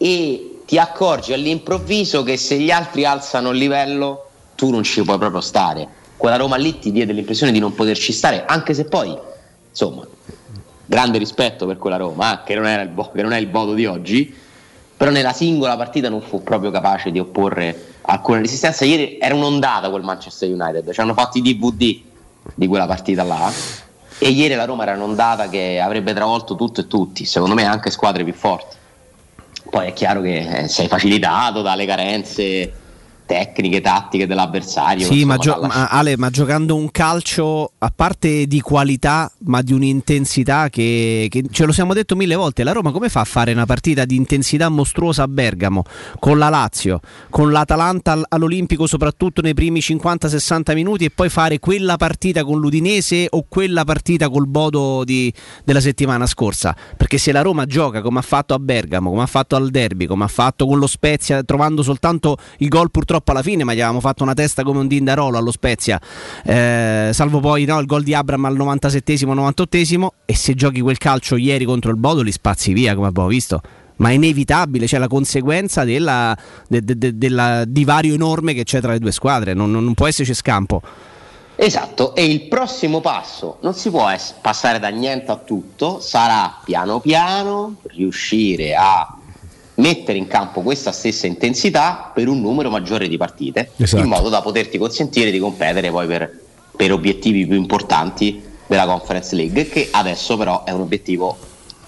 e ti accorgi all'improvviso che se gli altri alzano il livello tu non ci puoi proprio stare. Quella Roma lì ti diede l'impressione di non poterci stare, anche se poi, insomma, grande rispetto per quella Roma, che non è il Bodo di oggi, però nella singola partita non fu proprio capace di opporre alcuna resistenza. Ieri era un'ondata quel Manchester United, ci hanno fatto i DVD di quella partita là, e ieri la Roma era un'ondata che avrebbe travolto tutto e tutti, secondo me anche squadre più forti. Poi è chiaro che sei facilitato dalle carenze tecniche, tattiche dell'avversario.
Sì,
insomma,
Ale, ma giocando un calcio a parte di qualità, ma di un'intensità che ce lo siamo detto mille volte, la Roma come fa a fare una partita di intensità mostruosa a Bergamo, con la Lazio, con l'Atalanta all'Olimpico, soprattutto nei primi 50-60 minuti, e poi fare quella partita con l'Udinese o quella partita col Bodo della settimana scorsa? Perché se la Roma gioca come ha fatto a Bergamo, come ha fatto al Derby, come ha fatto con lo Spezia, trovando soltanto il gol purtroppo alla fine, ma gli avevamo fatto una testa come un Dindarolo allo Spezia, salvo poi il gol di Abraham al 97esimo, 98esimo, e se giochi quel calcio ieri contro il Bodo li spazzi via, come abbiamo visto. Ma è inevitabile, c'è la conseguenza del divario enorme che c'è tra le due squadre, non può esserci scampo.
Esatto, e il prossimo passo non si può passare da niente a tutto, sarà piano piano riuscire a mettere in campo questa stessa intensità per un numero maggiore di partite, esatto, in modo da poterti consentire di competere poi per obiettivi più importanti della Conference League, che adesso però è un obiettivo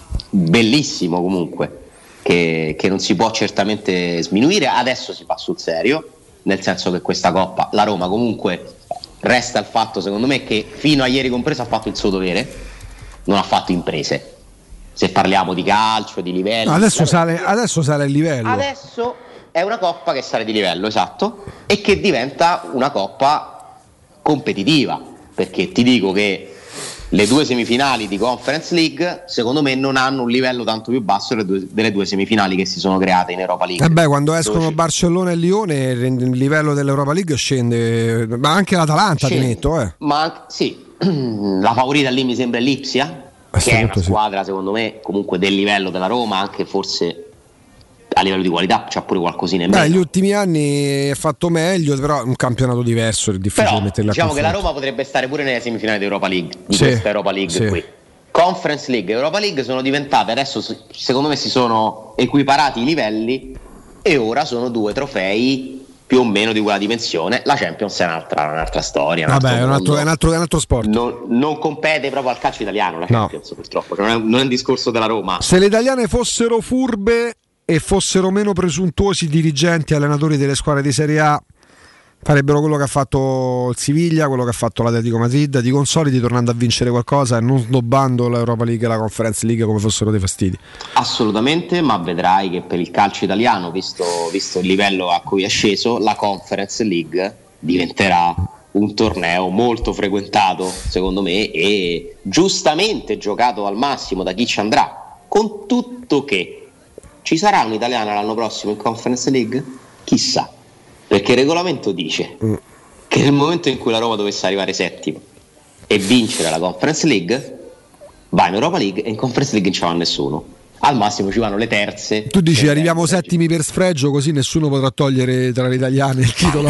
bellissimo comunque, che non si può certamente sminuire. Adesso si fa sul serio, nel senso che questa Coppa, la Roma comunque resta il fatto, secondo me, che fino a ieri compreso ha fatto il suo dovere, non ha fatto imprese. Se parliamo di calcio, di livello,
adesso sale il livello.
Adesso è una Coppa che sale di livello, esatto, e che diventa una Coppa competitiva, perché ti dico che le due semifinali di Conference League secondo me non hanno un livello tanto più basso delle due semifinali che si sono create in Europa League.
Quando escono Barcellona e Lione il livello dell'Europa League scende, ma anche l'Atalanta ti metto.
Ma sì, la favorita lì mi sembra l'Ipsia, che è una squadra secondo me comunque del livello della Roma, anche forse a livello di qualità c'ha pure qualcosina in meno.
Negli ultimi anni è fatto meglio, però è un campionato diverso, è difficile metterla.
Diciamo che la Roma potrebbe stare pure nelle semifinali di Europa League, di questa Europa League qui. Conference League e Europa League sono diventate, adesso secondo me si sono equiparati i livelli e ora sono due trofei più o meno di quella dimensione. La Champions è un'altra storia.
Vabbè, è un altro sport.
Non compete proprio al calcio italiano la Champions, purtroppo. Cioè non è un discorso della Roma.
Se le italiane fossero furbe e fossero meno presuntuosi dirigenti e allenatori delle squadre di Serie A, farebbero quello che ha fatto il Siviglia, quello che ha fatto l'Atletico Madrid, di consolidi, tornando a vincere qualcosa e non snobbando l'Europa League e la Conference League come fossero dei fastidi.
Assolutamente, ma vedrai che per il calcio italiano, visto il livello a cui è sceso, la Conference League diventerà un torneo molto frequentato, secondo me, e giustamente giocato al massimo da chi ci andrà, con tutto che ci sarà un'italiana l'anno prossimo in Conference League? Chissà. Perché il regolamento dice che nel momento in cui la Roma dovesse arrivare settimo e vincere la Conference League, va in Europa League e in Conference League non ci va nessuno. Al massimo ci vanno le terze.
Tu dici arriviamo settimi per sfregio, così nessuno potrà togliere tra le italiane il titolo.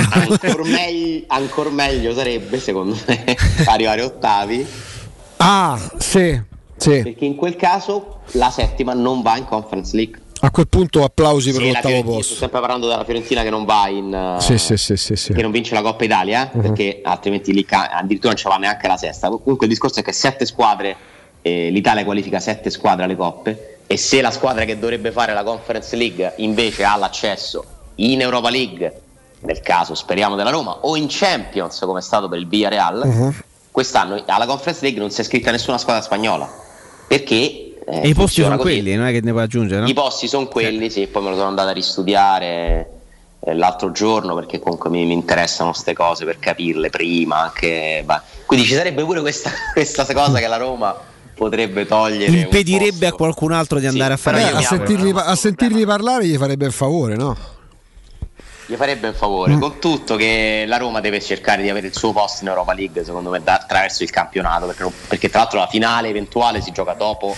Ancor meglio sarebbe, secondo me, arrivare ottavi.
Ah, sì.
Sì.
Perché in quel caso la settima non va in Conference League.
A quel punto applausi per l'ottavo posto.
Sto sempre parlando della Fiorentina che non va in
sì.
che non vince la Coppa Italia, perché altrimenti lì addirittura non ce va neanche la sesta. Comunque il discorso è che 7 squadre, l'Italia qualifica 7 squadre alle coppe, e se la squadra che dovrebbe fare la Conference League invece ha l'accesso in Europa League, nel caso speriamo della Roma, o in Champions come è stato per il Villarreal, quest'anno alla Conference League non si è iscritta nessuna squadra spagnola, perché
e i posti sono quelli, non è che ne puoi aggiungere, no?
I posti sono quelli, sì, poi me lo sono andato a ristudiare l'altro giorno, perché comunque mi interessano queste cose per capirle prima anche, quindi ci sarebbe pure questa cosa che la Roma potrebbe togliere,
impedirebbe a qualcun altro di andare a fare
a sentirli parlare gli farebbe un favore, no?
Gli farebbe un favore, con tutto che la Roma deve cercare di avere il suo posto in Europa League, secondo me, attraverso il campionato, perché tra l'altro la finale eventuale si gioca dopo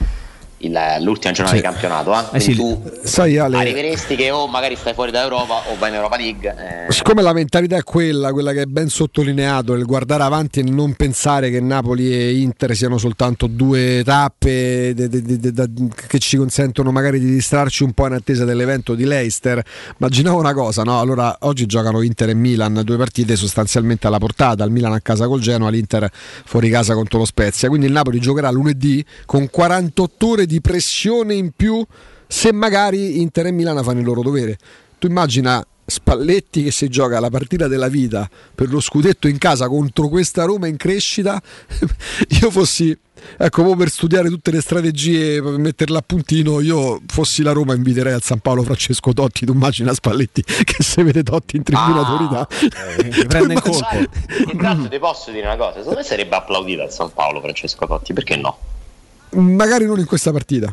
l'ultima giornata di campionato, quindi tu arriveresti che magari stai fuori da Europa o vai in Europa League.
Siccome la mentalità è quella che è ben sottolineato, il guardare avanti e non pensare che Napoli e Inter siano soltanto 2 tappe che ci consentono magari di distrarci un po' in attesa dell'evento di Leicester. Immaginavo una cosa, no? Allora oggi giocano Inter e Milan, 2 partite sostanzialmente alla portata, il Milan a casa col Genoa, l'Inter fuori casa contro lo Spezia, quindi il Napoli giocherà lunedì con 48 ore di pressione in più, se magari Inter e Milano fanno il loro dovere. Tu immagina Spalletti che si gioca la partita della vita per lo scudetto in casa contro questa Roma in crescita. Io fossi, ecco, per studiare tutte le strategie, per metterla a puntino, io fossi la Roma inviterei al San Paolo Francesco Totti. Tu immagina Spalletti che se vede Totti in tribuna autorità
prende il colpo.
Intanto ti posso dire una cosa, secondo me sarebbe applaudito al San Paolo Francesco Totti, perché no?
Magari non in questa partita.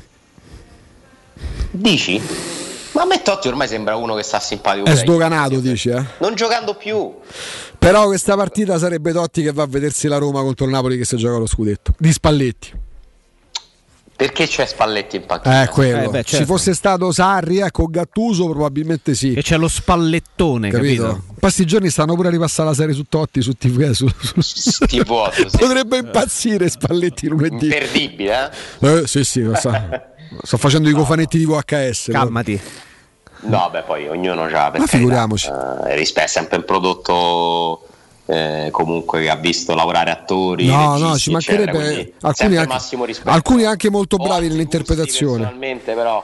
Dici? Ma a me Totti ormai sembra uno che sta simpatico.
È sdoganato, dici,
non giocando più.
Però questa partita sarebbe Totti che va a vedersi la Roma contro il Napoli che si gioca lo scudetto di Spalletti.
Perché c'è Spalletti in panchina?
Quello.
Certo.
Ci fosse stato Sarri, Gattuso, probabilmente sì.
E c'è lo spallettone, capito?
Questi giorni stanno pure a ripassare la serie su Totti, su TV.
Sì.
Potrebbe impazzire Spalletti lunedì.
Imperdibile,
Sì, sto facendo i cofanetti di VHS.
Calmati.
No, beh, poi ognuno ha,
ma figuriamoci.
È sempre un prodotto comunque che ha visto lavorare attori,
no, ci mancherebbe, alcuni anche molto bravi nell'interpretazione.
Personalmente, però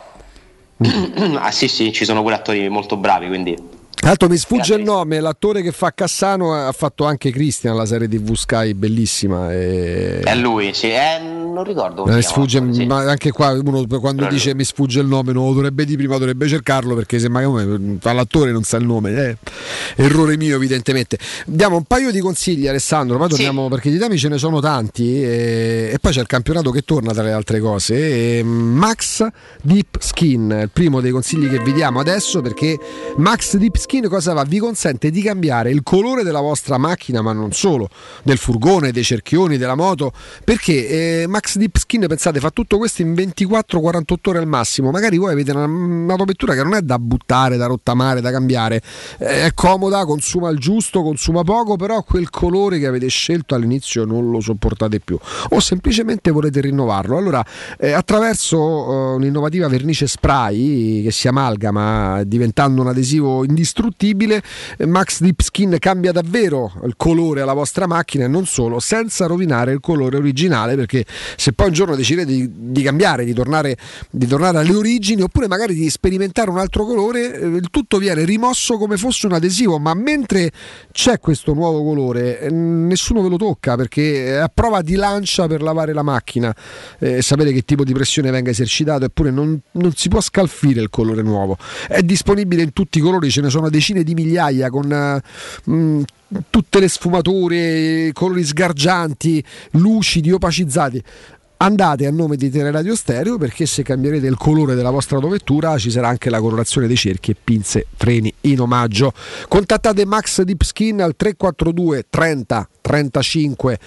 sì, ci sono pure attori molto bravi, quindi.
Tra l'altro mi sfugge il nome, l'attore che fa Cassano ha fatto anche Christian, la serie TV Sky bellissima.
È lui, sì, non ricordo.
Mi sfugge, sì. Ma anche qua uno quando dice mi sfugge il nome non lo dovrebbe dire prima, dovrebbe cercarlo, perché se magari fa l'attore non sa il nome, errore mio evidentemente. Diamo un paio di consigli, Alessandro, poi torniamo perché di temi ce ne sono tanti e poi c'è il campionato che torna tra le altre cose. Max Deep Skin, il primo dei consigli che vi diamo adesso, perché Max Deep Skin cosa fa? Vi consente di cambiare il colore della vostra macchina, ma non solo, del furgone, dei cerchioni, della moto, perché Max Deep Skin, pensate, fa tutto questo in 24-48 ore al massimo. Magari voi avete una vettura che non è da buttare, da rottamare, da cambiare, è comoda, consuma il giusto, consuma poco, però quel colore che avete scelto all'inizio non lo sopportate più o semplicemente volete rinnovarlo. Allora attraverso un'innovativa vernice spray che si amalgama diventando un adesivo indistruttibile, Max Deep Skin cambia davvero il colore alla vostra macchina, e non solo, senza rovinare il colore originale, perché se poi un giorno decidete di cambiare, di tornare alle origini, oppure magari di sperimentare un altro colore, il tutto viene rimosso come fosse un adesivo, ma mentre c'è questo nuovo colore nessuno ve lo tocca, perché è a prova di lancia per lavare la macchina, sapere che tipo di pressione venga esercitato, eppure non si può scalfire il colore nuovo. È disponibile in tutti i colori, ce ne sono decine di migliaia, con tutte le sfumature, colori sgargianti, lucidi, opacizzati. Andate a nome di Teleradio Stereo, perché se cambierete il colore della vostra autovettura ci sarà anche la colorazione dei cerchi e pinze freni in omaggio. Contattate Max Deep Skin al 342 30 35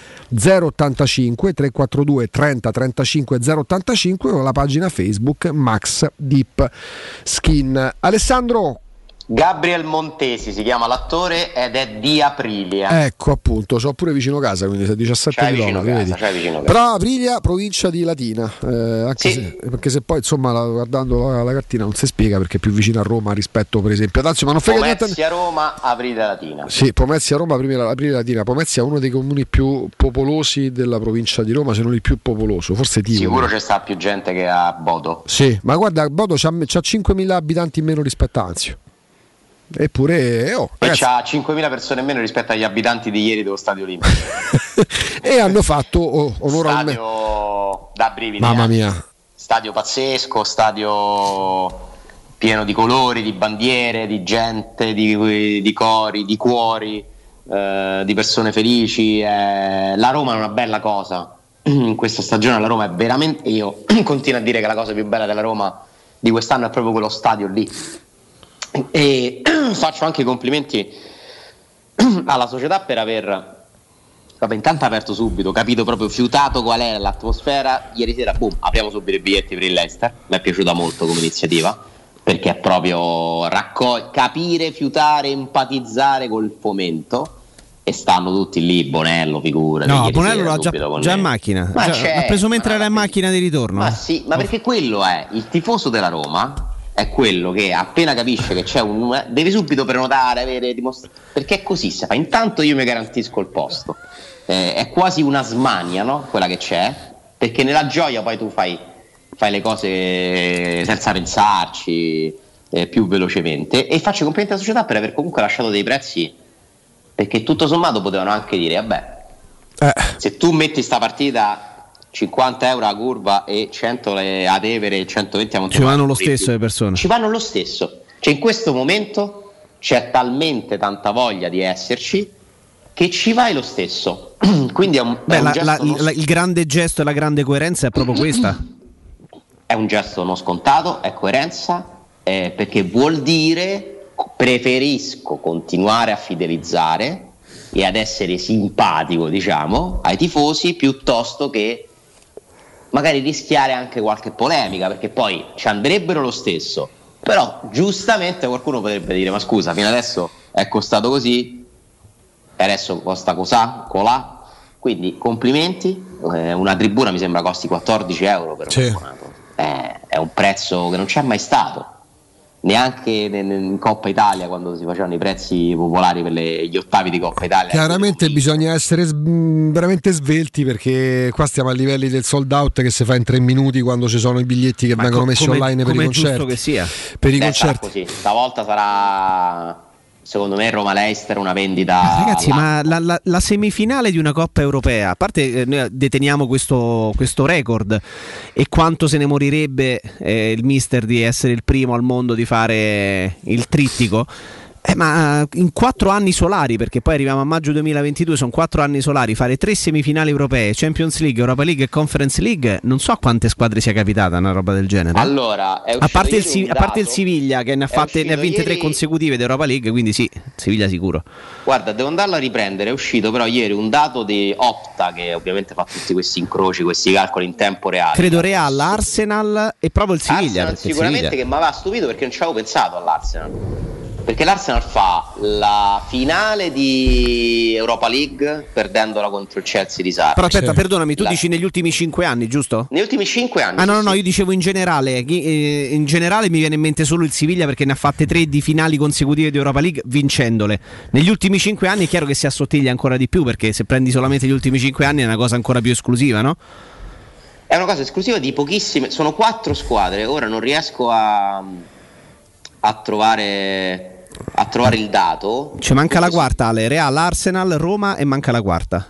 085 342 30 35 085 o la pagina Facebook Max Deep Skin. Alessandro,
Gabriel Montesi si chiama l'attore ed è di Aprilia.
Ecco, appunto, c'ho pure vicino casa, quindi sei 17 km. Però Aprilia, provincia di Latina, anche se, perché se poi insomma guardando la cartina non si spiega perché è più vicino a Roma rispetto per esempio ad Anzio, ma non frega niente.
Pomezia Roma, Aprilia Latina.
Sì, Pomezia Roma, Aprilia Latina. Pomezia è uno dei comuni più popolosi della provincia di Roma, se non il più popoloso, forse Tivoli.
Sicuro c'è sta più gente che a Bodo.
Sì, ma guarda, Bodo c'ha 5.000 abitanti in meno rispetto a Anzio. Eppure
c'ha 5.000 persone in meno rispetto agli abitanti di ieri dello Stadio Olimpico.
E hanno fatto onore al
stadio da brividi.
Mamma mia.
Stadio pazzesco, stadio pieno di colori, di bandiere, di gente, di cori, di cuori, di persone felici. La Roma è una bella cosa. In questa stagione la Roma è veramente, io continuo a dire che la cosa più bella della Roma di quest'anno è proprio quello stadio lì. E faccio anche i complimenti alla società per aver intanto aperto subito, capito proprio, fiutato qual è l'atmosfera. Ieri sera boom, apriamo subito i biglietti per il Leicester. Mi è piaciuta molto come iniziativa perché è proprio capire, fiutare, empatizzare col fomento. E stanno tutti lì, Bonello, figura.
No, Bonello l'ha già in macchina, l'ha preso mentre era in macchina di ritorno.
Ma sì, ma perché quello è il tifoso della Roma. È quello che appena capisce che c'è deve subito prenotare, perché è così, si fa. Intanto io mi garantisco il posto, è quasi una smania, no? Quella che c'è, perché nella gioia poi tu fai le cose senza pensarci, più velocemente. E faccio i complimenti alla società per aver comunque lasciato dei prezzi, perché tutto sommato potevano anche dire vabbè, se tu metti sta partita 50 euro a curva e 100 a Tevere e 120 a Montemagno,
ci vanno lo stesso le persone,
ci vanno lo stesso. Cioè in questo momento c'è talmente tanta voglia di esserci che ci vai lo stesso. Quindi è un gesto
il grande gesto e la grande coerenza è proprio questa.
È un gesto non scontato, è coerenza, perché vuol dire preferisco continuare a fidelizzare e ad essere simpatico, diciamo, ai tifosi piuttosto che magari rischiare anche qualche polemica, perché poi ci andrebbero lo stesso, però giustamente qualcuno potrebbe dire ma scusa, fino adesso è costato così e adesso costa colà, quindi complimenti. Una tribuna mi sembra costi 14 euro per un abbonato, è un prezzo che non c'è mai stato neanche in Coppa Italia, quando si facevano i prezzi popolari per gli ottavi di Coppa Italia.
Chiaramente bisogna essere veramente svelti, perché qua stiamo a livelli del sold out che si fa in 3 minuti quando ci sono i biglietti che vengono messi online per i concerti.
Che sia.
Per i concerti.
Così. Stavolta sarà, secondo me, Roma-Leicester una vendita.
Ragazzi, ma la semifinale di una Coppa Europea, a parte noi deteniamo questo record, e quanto se ne morirebbe il mister di essere il primo al mondo di fare il trittico, ma in 4 anni solari, perché poi arriviamo a maggio 2022, sono 4 anni solari, fare 3 semifinali europee, Champions League, Europa League e Conference League, non so a quante squadre sia capitata una roba del genere.
Allora,
a parte il Siviglia che ne ha 23 consecutive di Europa League, quindi sì, Siviglia sicuro.
Guarda, devo andarlo a riprendere, è uscito però ieri un dato di Opta, che ovviamente fa tutti questi incroci, questi calcoli in tempo reale.
Credo Real, Arsenal e proprio il Siviglia.
Arsenal sicuramente Siviglia, che mi aveva stupito perché non ci avevo pensato all'Arsenal. Perché l'Arsenal fa la finale di Europa League perdendola contro il Chelsea di Sarri.
Però aspetta, perdonami, tu dici negli ultimi 5 anni, giusto?
Negli ultimi 5 anni.
No, io dicevo in generale. In generale mi viene in mente solo il Siviglia, perché ne ha fatte 3 di finali consecutive di Europa League vincendole. Negli ultimi 5 anni è chiaro che si assottiglia ancora di più, perché se prendi solamente gli ultimi 5 anni è una cosa ancora più esclusiva, no?
È una cosa esclusiva di pochissime, sono 4 squadre, ora non riesco a trovare il dato.
Ci manca la quarta, Ale. Real, Arsenal, Roma e manca la quarta.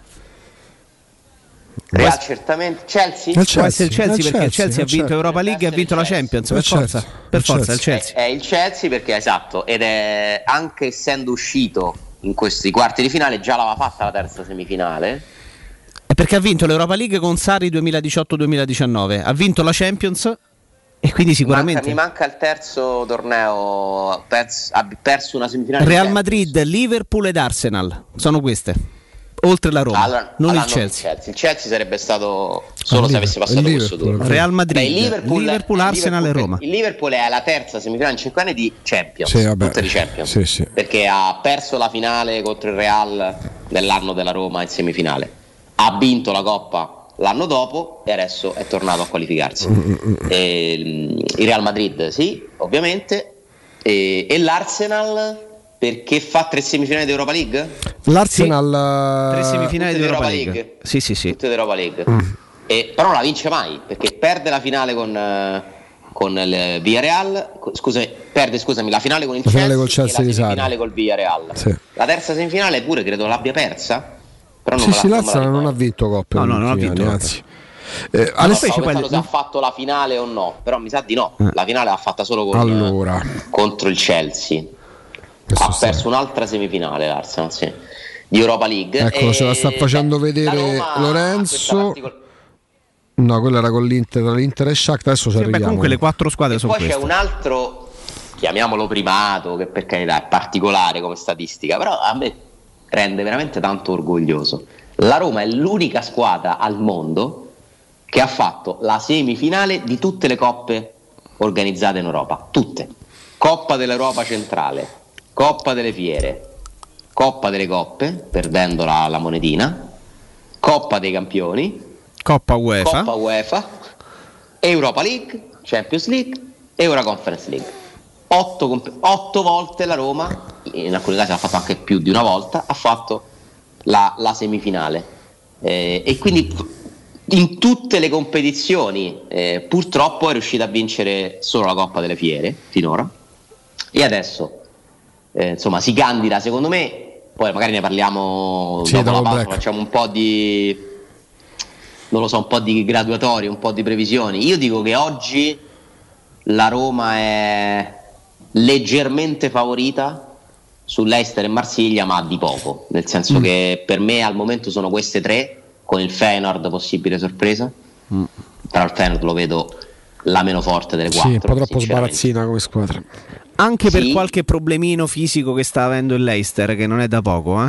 Real certamente. Chelsea?
Può essere il Chelsea, perché il Chelsea ha vinto Europa League e ha vinto la Champions, per forza il Chelsea.
È il Chelsea, perché esatto, ed è, anche essendo uscito in questi quarti di finale, già l'aveva fatta la terza semifinale.
È perché ha vinto l'Europa League con Sarri 2018-2019, ha vinto la Champions. E quindi sicuramente
mi manca il terzo torneo, ha perso una semifinale.
Real Madrid, Liverpool ed Arsenal sono queste. oltre la Roma, non il Chelsea.
Il Chelsea sarebbe stato solo se avesse passato questo turno.
Real Madrid, Liverpool, Arsenal e Roma.
Il Liverpool è la terza semifinale in 5 anni di Champions, tutte di Champions, perché ha perso la finale contro il Real nell'anno della Roma in semifinale, ha vinto la Coppa l'anno dopo e adesso è tornato a qualificarsi. Il Real Madrid sì, ovviamente, e l'Arsenal perché fa 3 semifinali di Europa League?
L'Arsenal
3 semifinali di Europa League. Sì.
Tutte di Europa League. Però non la vince mai, perché perde la finale con il Villarreal, scusami, la finale con il Chelsea, e la semifinale col Villarreal.
Sì.
La terza semifinale pure credo l'abbia persa. Però
l'Arsenal non ha vinto Coppe.
No, non ha vinto,
anzi.
Se ha fatto la finale o no, però mi sa di no. La finale l'ha fatta solo contro il Chelsea. Ha perso un'altra semifinale l'Arsenal, sì, di Europa League.
Eccolo, ce la sta facendo vedere Lorenzo. No, quella era con l'Inter e Shakhtar. Adesso ci arriviamo.
Comunque le 4 squadre sono
poi
queste.
C'è un altro, chiamiamolo primato, che per carità è particolare come statistica, però a me rende veramente tanto orgoglioso. La Roma è l'unica squadra al mondo che ha fatto la semifinale di tutte le coppe organizzate in Europa, tutte. Coppa dell'Europa centrale, Coppa delle Fiere, Coppa delle Coppe, perdendo la monetina, Coppa dei Campioni,
Coppa UEFA,
Europa League, Champions League, Euro Conference League. 8 volte la Roma, in alcuni casi l'ha fatto anche più di una volta, ha fatto la semifinale. E quindi in tutte le competizioni purtroppo è riuscita a vincere solo la Coppa delle Fiere finora. E adesso insomma si candida, secondo me, poi magari ne parliamo dopo la pausa, facciamo un po' di, non lo so, un po' di graduatorie, un po' di previsioni. Io dico che oggi la Roma è leggermente favorita sull'Leicester e Marsiglia, ma di poco, nel senso che per me al momento sono queste 3, con il Feyenoord possibile sorpresa, però il Feyenoord lo vedo la meno forte delle 4.
Sì, un po' troppo sbarazzina come squadra.
Anche per qualche problemino fisico che sta avendo il Leicester, che non è da poco,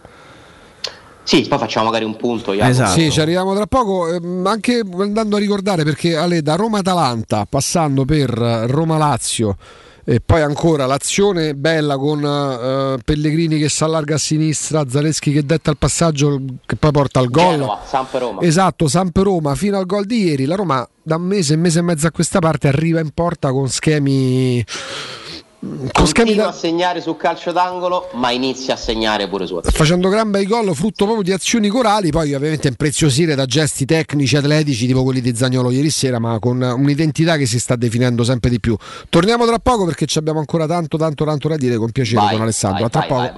Sì, poi facciamo magari un punto.
Esatto. Sì, ci arriviamo tra poco, anche andando a ricordare, perché da Roma-Atalanta, passando per Roma-Lazio, e poi ancora l'azione bella con Pellegrini che si allarga a sinistra, Zaleschi che detta il passaggio che poi porta al gol.
Samp-Roma.
Esatto, Samp-Roma fino al gol di ieri. La Roma da un mese e mezzo a questa parte arriva in porta con schemi...
Continua a segnare sul calcio d'angolo, ma inizia a segnare pure su azione,
facendo gran bei gol frutto proprio di azioni corali, poi ovviamente impreziosire da gesti tecnici, atletici tipo quelli di Zaniolo ieri sera, ma con un'identità che si sta definendo sempre di più. Torniamo tra poco perché ci abbiamo ancora tanto da dire, con piacere, con Alessandro. Tra poco.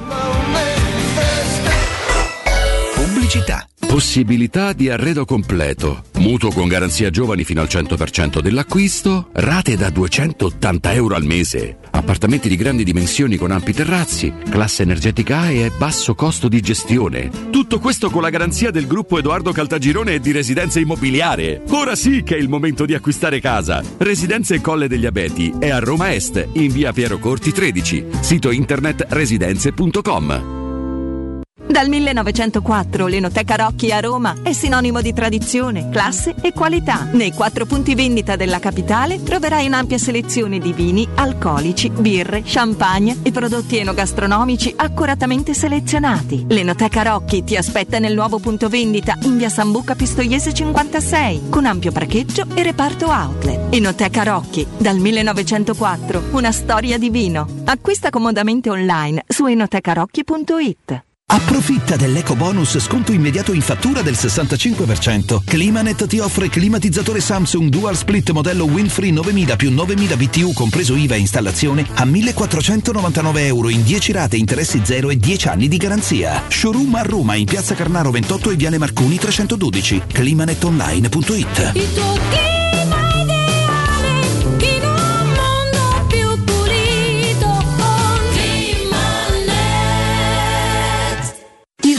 Pubblicità. Possibilità di arredo completo, mutuo con garanzia giovani fino al 100% dell'acquisto, rate da €280 al mese, appartamenti di grandi dimensioni con ampi terrazzi, classe energetica A e basso costo di gestione. Tutto questo con la garanzia del gruppo Edoardo Caltagirone e di Residenza Immobiliare. Ora sì che è il momento di acquistare casa. Residenze Colle degli Abeti è a Roma Est, in via Piero Corti 13, sito internet residenze.com.
Dal 1904 l'Enoteca Rocchi a Roma è sinonimo di tradizione, classe e qualità. Nei 4 punti vendita della capitale troverai un'ampia selezione di vini, alcolici, birre, champagne e prodotti enogastronomici accuratamente selezionati. L'Enoteca Rocchi ti aspetta nel nuovo punto vendita in via Sambuca Pistoiese 56, con ampio parcheggio e reparto outlet. Enoteca Rocchi, dal 1904, una storia di vino. Acquista comodamente online su enotecarocchi.it.
Approfitta dell'eco bonus sconto immediato in fattura del 65%. Climanet ti offre climatizzatore Samsung Dual Split modello Windfree 9000 più 9000 BTU compreso IVA e installazione a €1.499 in 10 rate, interessi 0 e 10 anni di garanzia. Showroom a Roma in Piazza Carnaro 28 e Viale Marconi 312. climanetonline.it.
Il tuo clima ideale in un mondo più pulito con Climanet.
Il ristorante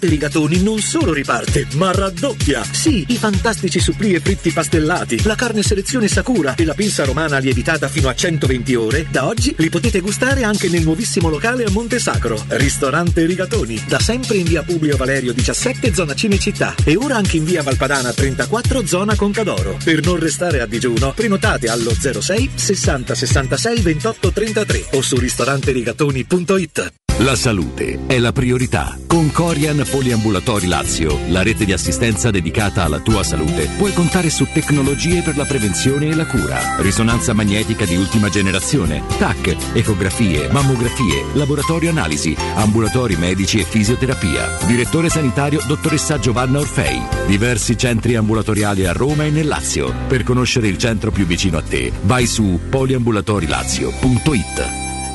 ristorante Rigatoni non solo riparte, ma raddoppia. Sì, i fantastici supplì e fritti pastellati, la carne selezione Sakura e la pinza romana lievitata fino a 120 ore, da oggi li potete gustare anche nel nuovissimo locale a Monte Sacro. Ristorante Rigatoni, da sempre in via Publio Valerio 17, zona Cinecittà, e ora anche in via Valpadana 34, zona Concadoro. Per non restare a digiuno, prenotate allo 06 60 66 28 33 o su ristoranterigatoni.it.
La salute è la priorità. Con Corian Poliambulatori Lazio, la rete di assistenza dedicata alla tua salute, puoi contare su tecnologie per la prevenzione e la cura. Risonanza magnetica di ultima generazione, TAC, ecografie, mammografie, laboratorio analisi, ambulatori medici e fisioterapia. Direttore sanitario dottoressa Giovanna Orfei. Diversi centri ambulatoriali a Roma e nel Lazio. Per conoscere il centro più vicino a te, vai su poliambulatorilazio.it.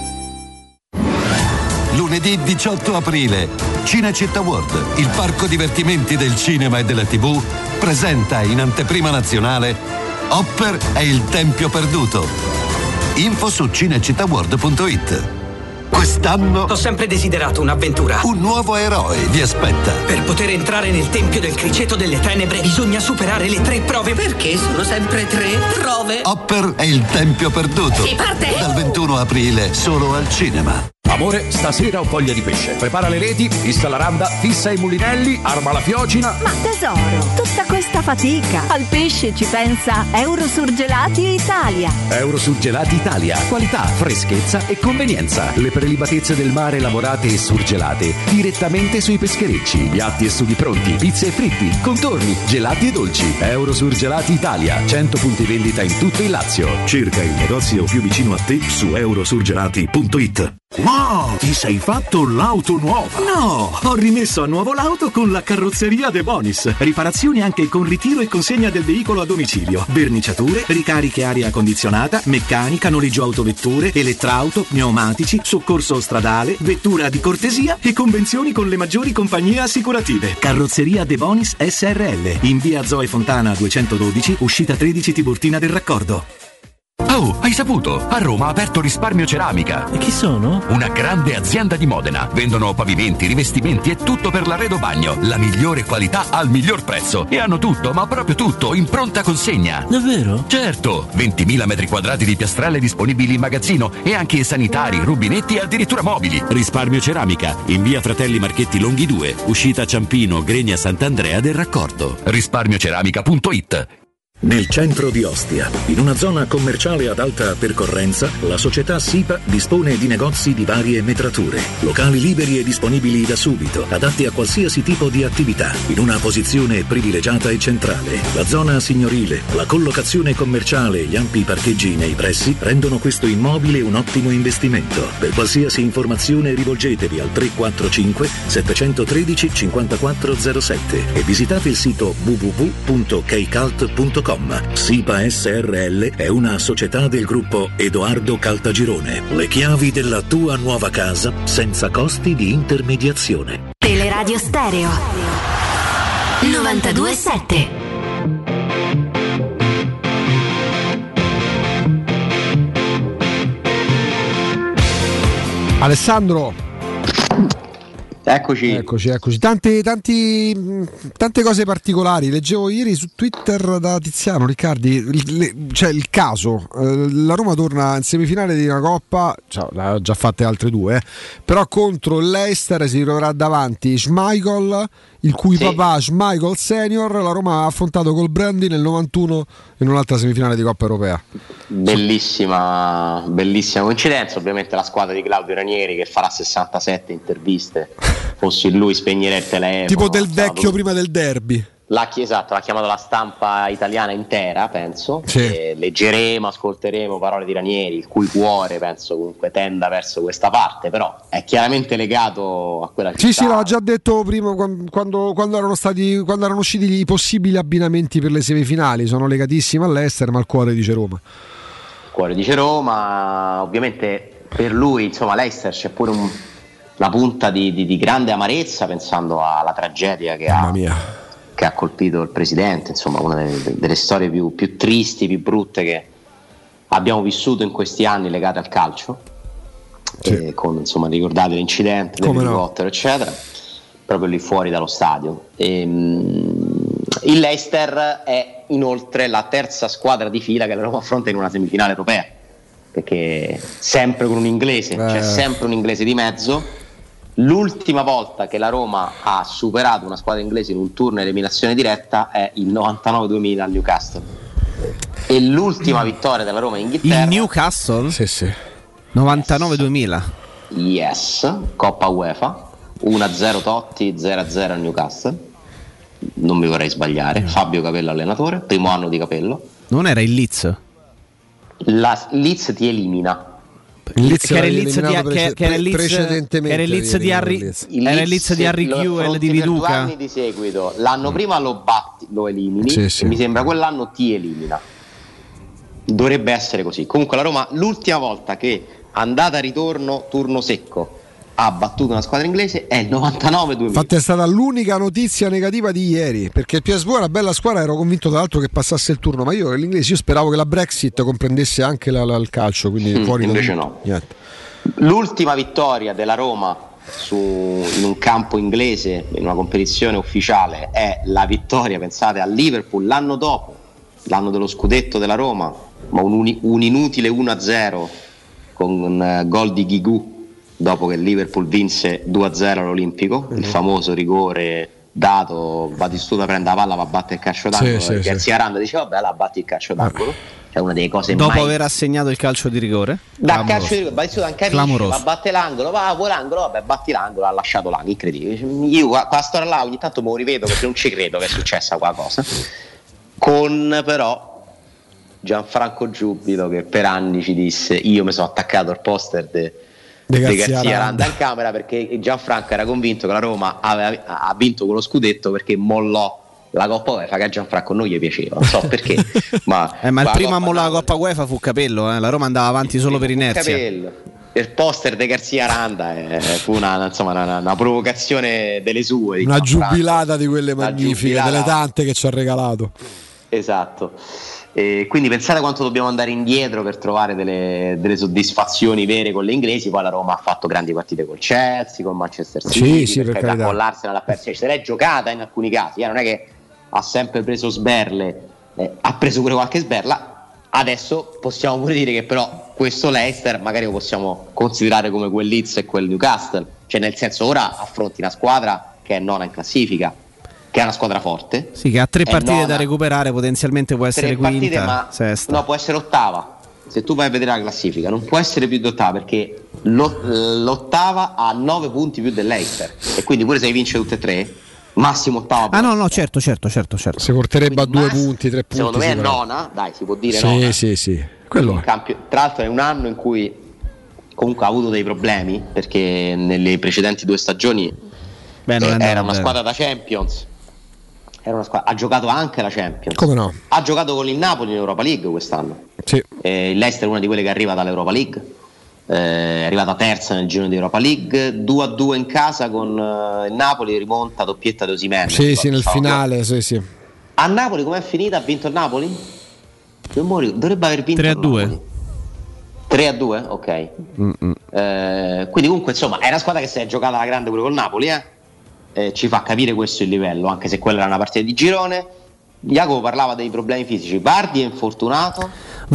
Lunedì 18 aprile, Cinecittà World, il parco divertimenti del cinema e della TV, presenta in anteprima nazionale Hopper e il Tempio Perduto. Info su cinecittàworld.it. Quest'anno
ho sempre desiderato un'avventura.
Un nuovo eroe vi aspetta.
Per poter entrare nel Tempio del Criceto delle Tenebre bisogna superare le 3 prove.
Perché sono sempre 3 prove?
Hopper e il Tempio Perduto.
Si parte!
Dal 21 aprile solo al cinema.
Amore, stasera ho voglia di pesce. Prepara le reti, fissa la randa, fissa i mulinelli, arma la fiocina.
Ma tesoro, tutta questa fatica. Al pesce ci pensa Eurosurgelati Italia.
Eurosurgelati Italia. Qualità, freschezza e convenienza. Le prelibatezze del mare lavorate e surgelate direttamente sui pescherecci. Piatti e sughi pronti, pizze e fritti, contorni, gelati e dolci. Eurosurgelati Italia. 100 punti vendita in tutto il Lazio.
Cerca il negozio più vicino a te su eurosurgelati.it.
Wow, ti sei fatto l'auto nuova?
No, ho rimesso a nuovo l'auto con la carrozzeria De Bonis. Riparazioni anche con ritiro e consegna del veicolo a domicilio. Verniciature, ricariche aria condizionata, meccanica, noleggio autovetture, elettrauto, pneumatici, soccorso stradale, vettura di cortesia e convenzioni con le maggiori compagnie assicurative. Carrozzeria De Bonis SRL, in via Zoe Fontana 212, uscita 13 Tiburtina del Raccordo.
Oh, hai saputo? A Roma ha aperto Risparmio Ceramica.
E chi sono?
Una grande azienda di Modena. Vendono pavimenti, rivestimenti e tutto per l'arredo bagno. La migliore qualità al miglior prezzo. E hanno tutto, ma proprio tutto, in pronta consegna.
Davvero?
Certo! 20.000 metri quadrati di piastrelle disponibili in magazzino e anche sanitari, rubinetti e addirittura mobili. Risparmio Ceramica, in via Fratelli Marchetti Longhi 2, uscita Ciampino, Gregna Sant'Andrea del Raccordo. Risparmioceramica.it.
Nel centro di Ostia, in una zona commerciale ad alta percorrenza, la società SIPA dispone di negozi di varie metrature, locali liberi e disponibili da subito, adatti a qualsiasi tipo di attività, in una posizione privilegiata e centrale. La zona signorile, la collocazione commerciale e gli ampi parcheggi nei pressi rendono questo immobile un ottimo investimento. Per qualsiasi informazione rivolgetevi al 345 713 5407 e visitate il sito www.keicalt.com. SIPA SRL è una società del gruppo Edoardo Caltagirone. Le chiavi della tua nuova casa senza costi di intermediazione.
Teleradio Stereo 92.7.
Alessandro,
Eccoci.
Tante cose particolari. Leggevo ieri su Twitter da Tiziano Riccardi, cioè il caso, la Roma torna in semifinale di una Coppa, cioè, l'ha già fatte altre due, però contro il Leicester si troverà davanti Schmeichel, il cui papà Schmeichel Senior la Roma ha affrontato col Brandy nel 91 in un'altra semifinale di Coppa Europea.
Bellissima coincidenza. Ovviamente la squadra di Claudio Ranieri che farà 67 interviste. Fossi lui spegnerei il telefono.
Tipo del vecchio prima del derby.
L'ha chiamato la stampa italiana intera, penso. E leggeremo, ascolteremo parole di Ranieri, il cui cuore penso comunque tenda verso questa parte, però è chiaramente legato a quella città.
Sì, l'aveva già detto prima quando erano usciti i possibili abbinamenti per le semifinali. Sono legatissimi all'Ester, ma il cuore dice Roma.
Ovviamente per lui, insomma, l'Eister c'è pure la punta di grande amarezza, pensando alla tragedia che ha colpito il presidente, insomma una delle storie più tristi, più brutte che abbiamo vissuto in questi anni legate al calcio, con, insomma, ricordate l'incidente dell'elicottero, eccetera. proprio lì fuori dallo stadio. Il Leicester è inoltre la terza squadra di fila che la Roma affronta in una semifinale europea, perché sempre con un inglese, c'è sempre un inglese di mezzo. L'ultima volta che la Roma ha superato una squadra inglese in un turno eliminazione diretta è il 99-2000 al Newcastle, e l'ultima vittoria della Roma in Inghilterra,
il Newcastle?
Sì.
99-2000.
Yes, Coppa UEFA, 1-0 Totti, 0-0 al Newcastle. Non mi vorrei sbagliare. Fabio Capello allenatore, primo anno di Capello.
Non era il Leeds?
La Leeds ti elimina.
Che era il Leeds di Harry Kewell di Viduca.
2 anni di seguito. L'anno prima lo elimini,
sì.
E mi sembra quell'anno ti elimina. Dovrebbe essere così. Comunque la Roma l'ultima volta che andata ritorno turno secco ha battuto una squadra inglese è il 99-2000.
Infatti è stata l'unica notizia negativa di ieri, perché il PSV è una bella squadra, ero convinto tra l'altro che passasse il turno, ma io speravo che la Brexit comprendesse anche il calcio, quindi fuori
invece no. Niente. L'ultima vittoria della Roma in un campo inglese, in una competizione ufficiale, è la vittoria, pensate, a Liverpool l'anno dopo, l'anno dello scudetto della Roma, ma un inutile 1-0 con gol di Giroud dopo che il Liverpool vinse 2-0 all'Olimpico, il famoso rigore dato, Batistuta prende la palla, va a battere il calcio d'angolo, Garcia Aranda dice vabbè, la batti il calcio d'angolo, è una delle cose
dopo aver assegnato il calcio di rigore,
calcio di rigore, Batistuta non capisce, va a battere l'angolo, vuoi l'angolo, vabbè, batti l'angolo, ha lasciato l'angolo, incredibile. Io quella storia là ogni tanto me lo rivedo perché non ci credo che è successa quella cosa, con però Gianfranco Giubito che per anni ci disse: io mi sono attaccato al poster di Garcia Aranda in camera, perché Gianfranco era convinto che la Roma ha vinto quello scudetto perché mollò la Coppa UEFA, che a Gianfranco non gli piaceva, non so perché, ma
il primo a mollare la Coppa UEFA fu Capello, la Roma andava avanti solo per inerzia.
Capello. Il poster di Garcia Aranda fu una provocazione delle sue,
una giubilata di quelle magnifiche, delle tante che ci ha regalato.
Esatto. E quindi pensate quanto dobbiamo andare indietro per trovare delle soddisfazioni vere con le inglesi. Poi la Roma ha fatto grandi partite col Chelsea, con Manchester City, perché con l'Arsenal se l'è giocata in alcuni casi, non è che ha sempre preso sberle, ha preso pure qualche sberla. Adesso possiamo pure dire che però questo Leicester magari lo possiamo considerare come quel Leeds e quel Newcastle, cioè nel senso ora affronti una squadra che è nona in classifica, che è una squadra forte,
sì, che ha 3 partite da recuperare, potenzialmente può essere quinta,
ma
sesta.
No, può essere ottava. Se tu vai a vedere la classifica non può essere più d'ottava, perché l'ottava ha 9 punti più del Leicester, e quindi pure se vince tutte e 3 massimo ottava.
No, certo.
Si porterebbe quindi a 2 punti, 3 punti.
Secondo me è nona, dai, si può dire
sì,
nona.
Sì. Quello
tra l'altro è un anno in cui comunque ha avuto dei problemi, perché nelle precedenti 2 stagioni era una squadra da Champions. Ha giocato anche la Champions.
Come no?
Ha giocato con il Napoli in Europa League quest'anno.
Sì.
Il Leicester è una di quelle che arriva dall'Europa League. È arrivata terza nel girone di Europa League. 2-2 in casa con il Napoli, rimonta doppietta di Osimhen.
Sì, nel finale. Sì.
A Napoli com'è finita? Ha vinto il Napoli? Dovrebbe aver vinto
3-2.
3-2? Ok. Quindi comunque insomma è una squadra che si è giocata alla grande pure col Napoli, ci fa capire questo il livello, anche se quella era una partita di girone. Jacopo parlava dei problemi fisici. Vardy è infortunato.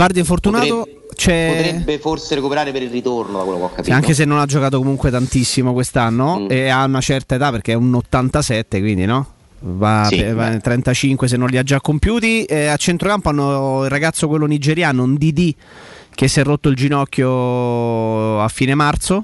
Potrebbe forse recuperare per il ritorno, da quello che ho capito.
Sì, anche se non ha giocato comunque tantissimo quest'anno e ha una certa età, perché è un 87, quindi no? Va 35 se non li ha già compiuti. A centrocampo hanno il ragazzo quello nigeriano, Ndidi, che si è rotto il ginocchio a fine marzo.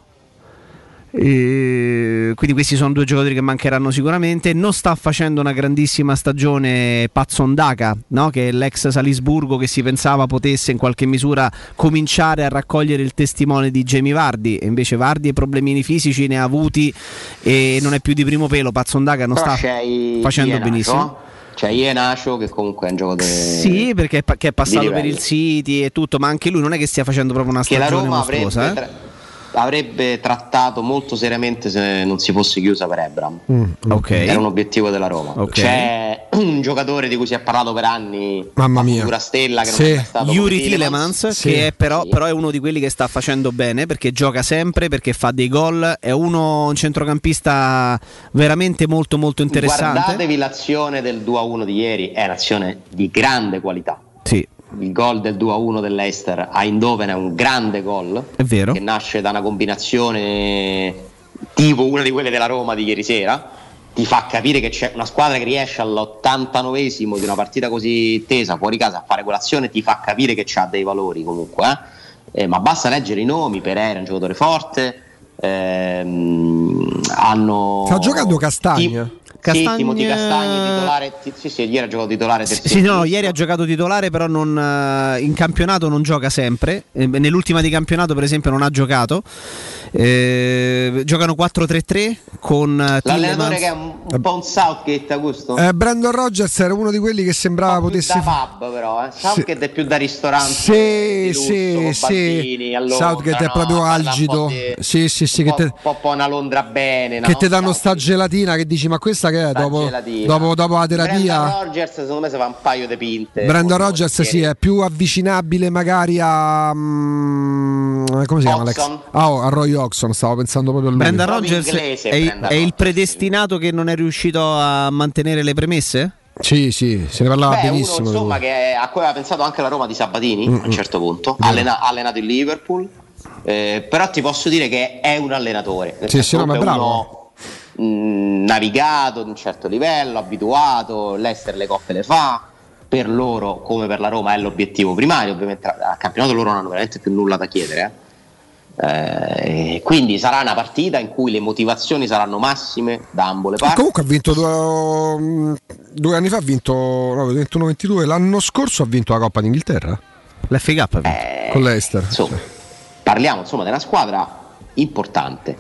Quindi questi sono 2 giocatori che mancheranno sicuramente. Non sta facendo una grandissima stagione Patson Daka, no? Che è l'ex Salisburgo, che si pensava potesse in qualche misura cominciare a raccogliere il testimone di Jamie Vardy, e invece Vardy problemini fisici ne ha avuti e non è più di primo pelo. Patson Daka non sta facendo benissimo.
C'è Ienacio che comunque è un giocatore,
sì, perché è passato per il City e tutto, ma anche lui non è che stia facendo proprio una stagione mostruosa.
avrebbe trattato molto seriamente se non si fosse chiusa per Ebram. Era un obiettivo della Roma. C'è un giocatore di cui si è parlato per anni,
mamma mia,
futura stella, che non è mai stato
Yuri Tielemans, che è però è uno di quelli che sta facendo bene, perché gioca sempre, perché fa dei gol, è un centrocampista veramente molto molto interessante.
Guardatevi l'azione del 2-1 di ieri, è un'azione di grande qualità.
Sì.
Il gol del 2-1 dell'Leicester a Eindhoven è un grande gol,
è vero,
che nasce da una combinazione tipo una di quelle della Roma di ieri sera. Ti fa capire che c'è una squadra che riesce all'89esimo di una partita così tesa fuori casa a fare quell'azione, ti fa capire che c'ha dei valori comunque, ma basta leggere i nomi. Pereira è un giocatore forte,
sta giocando Castagna.
Timothy Castagni titolare, ieri ha giocato titolare.
Ieri ha giocato titolare, però in campionato non gioca sempre. Nell'ultima di campionato, per esempio, non ha giocato. Giocano 4-3-3 con
l'allenatore che è un po' un Southgate, Augusto.
Brandon Rodgers era uno di quelli che sembrava potesse
da pub, però Southgate è più da ristorante.
Sì. Southgate è proprio algido. Sì, che
un po' una Londra bene.
Che ti danno sta gelatina che dici, ma questa che è dopo la terapia?
Brandon Rodgers secondo me si fa un paio di pinte.
Brandon Rodgers è più avvicinabile magari a come si chiama Alex? A Roy Hodgson, stavo pensando proprio a lui.
Brandon Rodgers è il predestinato che non è riuscito a mantenere le premesse?
Sì, se ne parlava benissimo.
Uno, insomma, a cui aveva pensato anche la Roma di Sabatini a un certo punto, allenato in Liverpool, però ti posso dire che è un allenatore.
No, ma è bravo.
Navigato ad un certo livello, abituato, l'Ester le coppe le fa, per loro come per la Roma è l'obiettivo primario. Ovviamente al campionato loro non hanno veramente più nulla da chiedere, quindi sarà una partita in cui le motivazioni saranno massime da ambo le parti.
Comunque ha vinto 2 anni fa, ha vinto 21-22, l'anno scorso ha vinto la Coppa d'Inghilterra,
l'FA Cup
con l'Ester.
Parliamo di una squadra importante,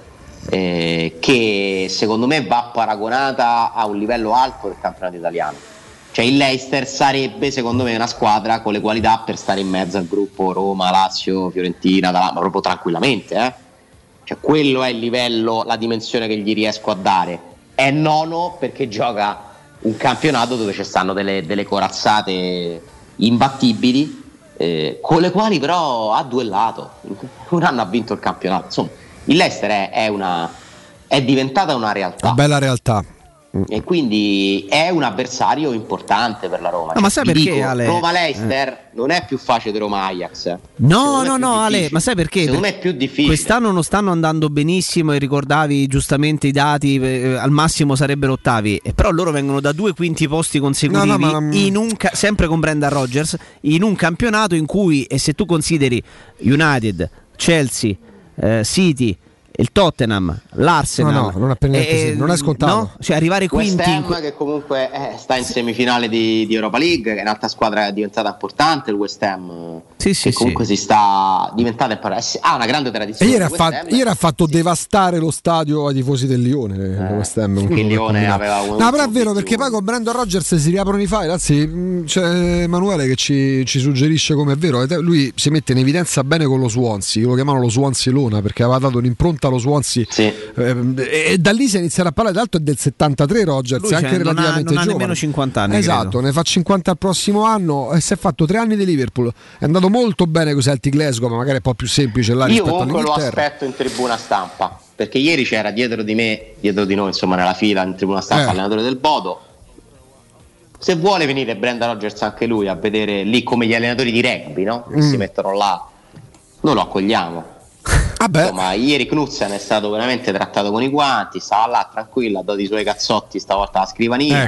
che secondo me va paragonata a un livello alto del campionato italiano. Cioè il Leicester sarebbe secondo me una squadra con le qualità per stare in mezzo al gruppo Roma, Lazio, Fiorentina, ma proprio tranquillamente, Cioè quello è il livello, la dimensione che gli riesco a dare. È nono perché gioca un campionato dove ci stanno delle corazzate imbattibili, con le quali però ha duellato. Un anno ha vinto il campionato. Insomma, il Leicester è diventata una realtà.
Una bella realtà.
E quindi è un avversario importante per la Roma.
No, ma sai perché, Ale?
Roma-Leicester non è più facile di Roma-Ajax.
No, Ale, ma sai perché?
Secondo me è più difficile.
Quest'anno non stanno andando benissimo e ricordavi giustamente i dati, al massimo sarebbero ottavi, però loro vengono da 2 quinti posti consecutivi, sempre con Brendan Rodgers, in un campionato in cui, e se tu consideri United, Chelsea, City, il Tottenham, l'Arsenal,
non è scontato,
no? Cioè arrivare quinti
che comunque sta in semifinale di Europa League, che è un'altra squadra che è diventata importante, il West Ham, che comunque si sta diventando, ha una grande tradizione.
E ieri ha fatto devastare lo stadio ai tifosi del Lione, il West Ham.
Il Lione aveva
no, però è vero, perché poi con Brandon Rodgers si riaprono i file. Anzi, c'è Emanuele che ci suggerisce come è vero. Lui si mette in evidenza bene con lo Swansea, lo chiamano lo Swansea Lona, perché aveva dato un'impronta allo Swansea, e da lì si è iniziato a parlare. Tra l'altro è del 73 Rodgers, anche relativamente
non ha
giovane,
nemmeno 50 anni,
esatto,
credo.
Ne fa 50 al prossimo anno, e si è fatto 3 anni di Liverpool, è andato molto bene con Celtic Glasgow, ma magari è un po' più semplice là rispetto all'Inghilterra.
Io comunque lo aspetto in tribuna stampa, perché ieri c'era dietro di noi, insomma, nella fila in tribuna stampa, allenatore del Bodo. Se vuole venire Brendan Rodgers anche lui a vedere lì come gli allenatori di rugby, no? Che si mettono là, noi lo accogliamo. Insomma, ieri Knudsen è stato veramente trattato con i guanti, stava là tranquillo, ha dato i suoi cazzotti stavolta alla scrivania,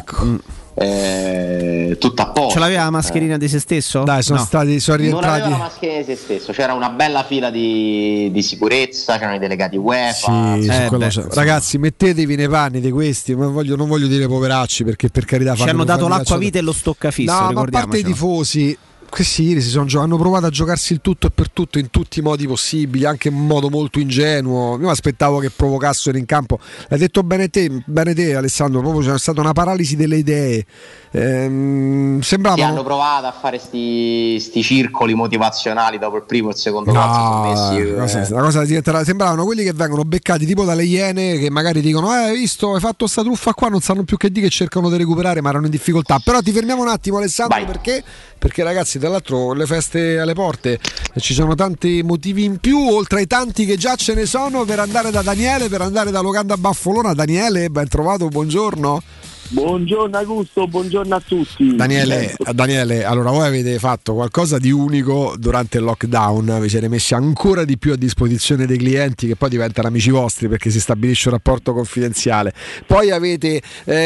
tutto a posto.
Ce l'aveva la mascherina di se stesso?
Dai, sono rientrati.
Non aveva la mascherina di se stesso, c'era una bella fila di sicurezza, c'erano i delegati UEFA.
Ragazzi, mettetevi nei panni di questi, non voglio dire poveracci, perché per carità
ci hanno dato l'acquavite e lo stoccafisso.
No, ma a parte i tifosi, questi ieri hanno provato a giocarsi il tutto e per tutto in tutti i modi possibili, anche in modo molto ingenuo. Io mi aspettavo che provocassero in campo. L'hai detto bene te Alessandro, proprio c'è stata una paralisi delle idee. Sembrava.
Sì, hanno provato a fare sti circoli motivazionali dopo il primo e il secondo gol.
Sembravano quelli che vengono beccati tipo dalle iene, che magari dicono hai visto, hai fatto sta truffa qua, non sanno più che dire, che cercano di recuperare ma erano in difficoltà. Però ti fermiamo un attimo Alessandro. Vai. Perché ragazzi, tra l'altro le feste alle porte, ci sono tanti motivi in più oltre ai tanti che già ce ne sono per andare da Daniele, per andare da Locanda Baffolona. Daniele, ben trovato, buongiorno.
Buongiorno Augusto, buongiorno a tutti.
Daniele, allora voi avete fatto qualcosa di unico durante il lockdown, vi siete messi ancora di più a disposizione dei clienti che poi diventano amici vostri perché si stabilisce un rapporto confidenziale. Poi avete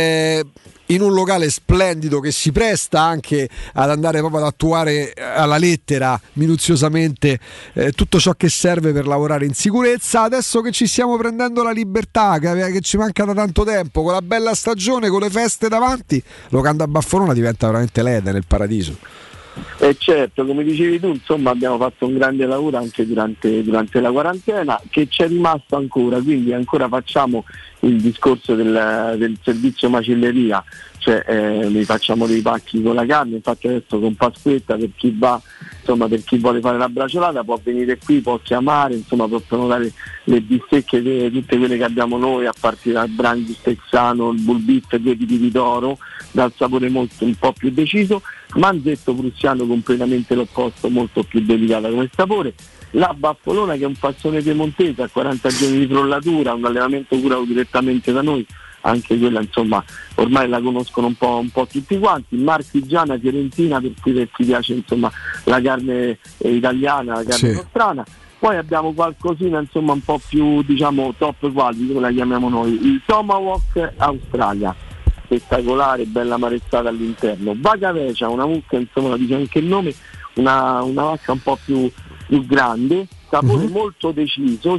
in un locale splendido che si presta anche ad andare proprio ad attuare alla lettera minuziosamente tutto ciò che serve per lavorare in sicurezza. Adesso che ci stiamo prendendo la libertà che ci manca da tanto tempo, con la bella stagione, con le feste davanti, Locanda Baffolona diventa veramente l'Eden, il paradiso.
E certo, come dicevi tu, insomma, abbiamo fatto un grande lavoro anche durante la quarantena, che c'è rimasto ancora, quindi ancora facciamo il discorso del servizio macelleria, cioè noi facciamo dei pacchi con la carne. Infatti adesso con Pasquetta, per chi va, insomma, per chi vuole fare la braciolata può venire qui, può chiamare, insomma, può prenotare le bistecche tutte quelle che abbiamo noi, a partire dal brandy texano, il bull beef, 2 tipi di toro, dal sapore molto un po' più deciso, manzetto prussiano completamente l'opposto, molto più delicata come sapore, la Baffolona che è un fazzone piemontese a 40 giorni di frollatura, un allevamento curato direttamente da noi, anche quella insomma ormai la conoscono un po' tutti quanti, marchigiana fiorentina per chi piace insomma la carne italiana, la carne nostrana. Poi abbiamo qualcosina insomma un po' più diciamo top quality, come la chiamiamo noi, il Tomahawk Australia, spettacolare, bella marezzata all'interno, Vagavecia, una mucca, insomma dice anche il nome, una vacca un po' più grande, sapore molto deciso,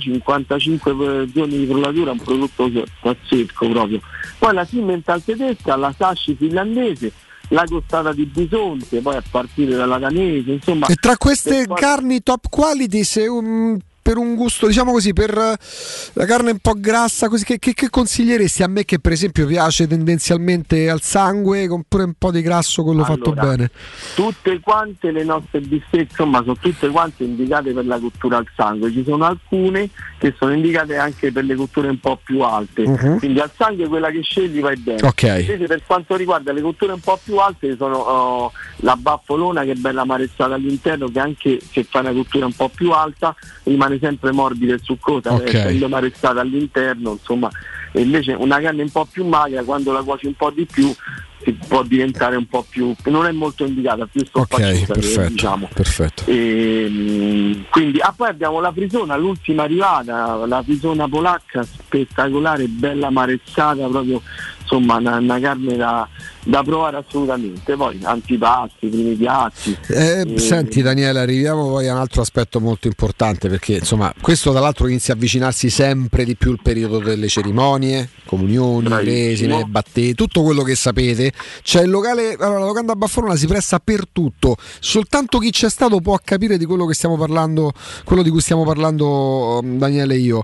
55 giorni di frollatura, un prodotto pazzesco proprio. Poi la Simmental tedesca, la Sashi finlandese, la costata di bisonte, poi a partire dalla danese, insomma.
E tra queste carni top quality, se per un gusto, diciamo così, per la carne un po' grassa, così, che consiglieresti a me, che per esempio piace tendenzialmente al sangue, con pure un po' di grasso, quello fatto bene?
Tutte quante le nostre bistecche, insomma, sono tutte quante indicate per la cottura al sangue. Ci sono alcune che sono indicate anche per le cotture un po' più alte, quindi al sangue quella che scegli vai bene. Invece per quanto riguarda le cotture un po' più alte sono la Baffolona, che è bella marezzata all'interno, che anche se fa una cottura un po' più alta rimane sempre morbida e succosa, essendo marezzata all'interno, insomma. E invece una carne un po' più magra, quando la cuoci un po' di più, si può diventare un po' più, non è molto indicata, più
perfetto,
diciamo.
Perfetto.
Quindi poi abbiamo la frisona, l'ultima arrivata, la frisona polacca, spettacolare, bella marezzata, proprio insomma una carne da provare assolutamente. Poi antipasti, primi piatti.
Senti Daniele, arriviamo poi a un altro aspetto molto importante, perché insomma questo tra l'altro inizia a avvicinarsi sempre di più il periodo delle cerimonie, comunioni, resine, battesimi, tutto quello che sapete. C'è il locale, allora la Locanda Baffolona si presta per tutto, soltanto chi c'è stato può capire di quello che stiamo parlando, quello di cui stiamo parlando Daniele e io.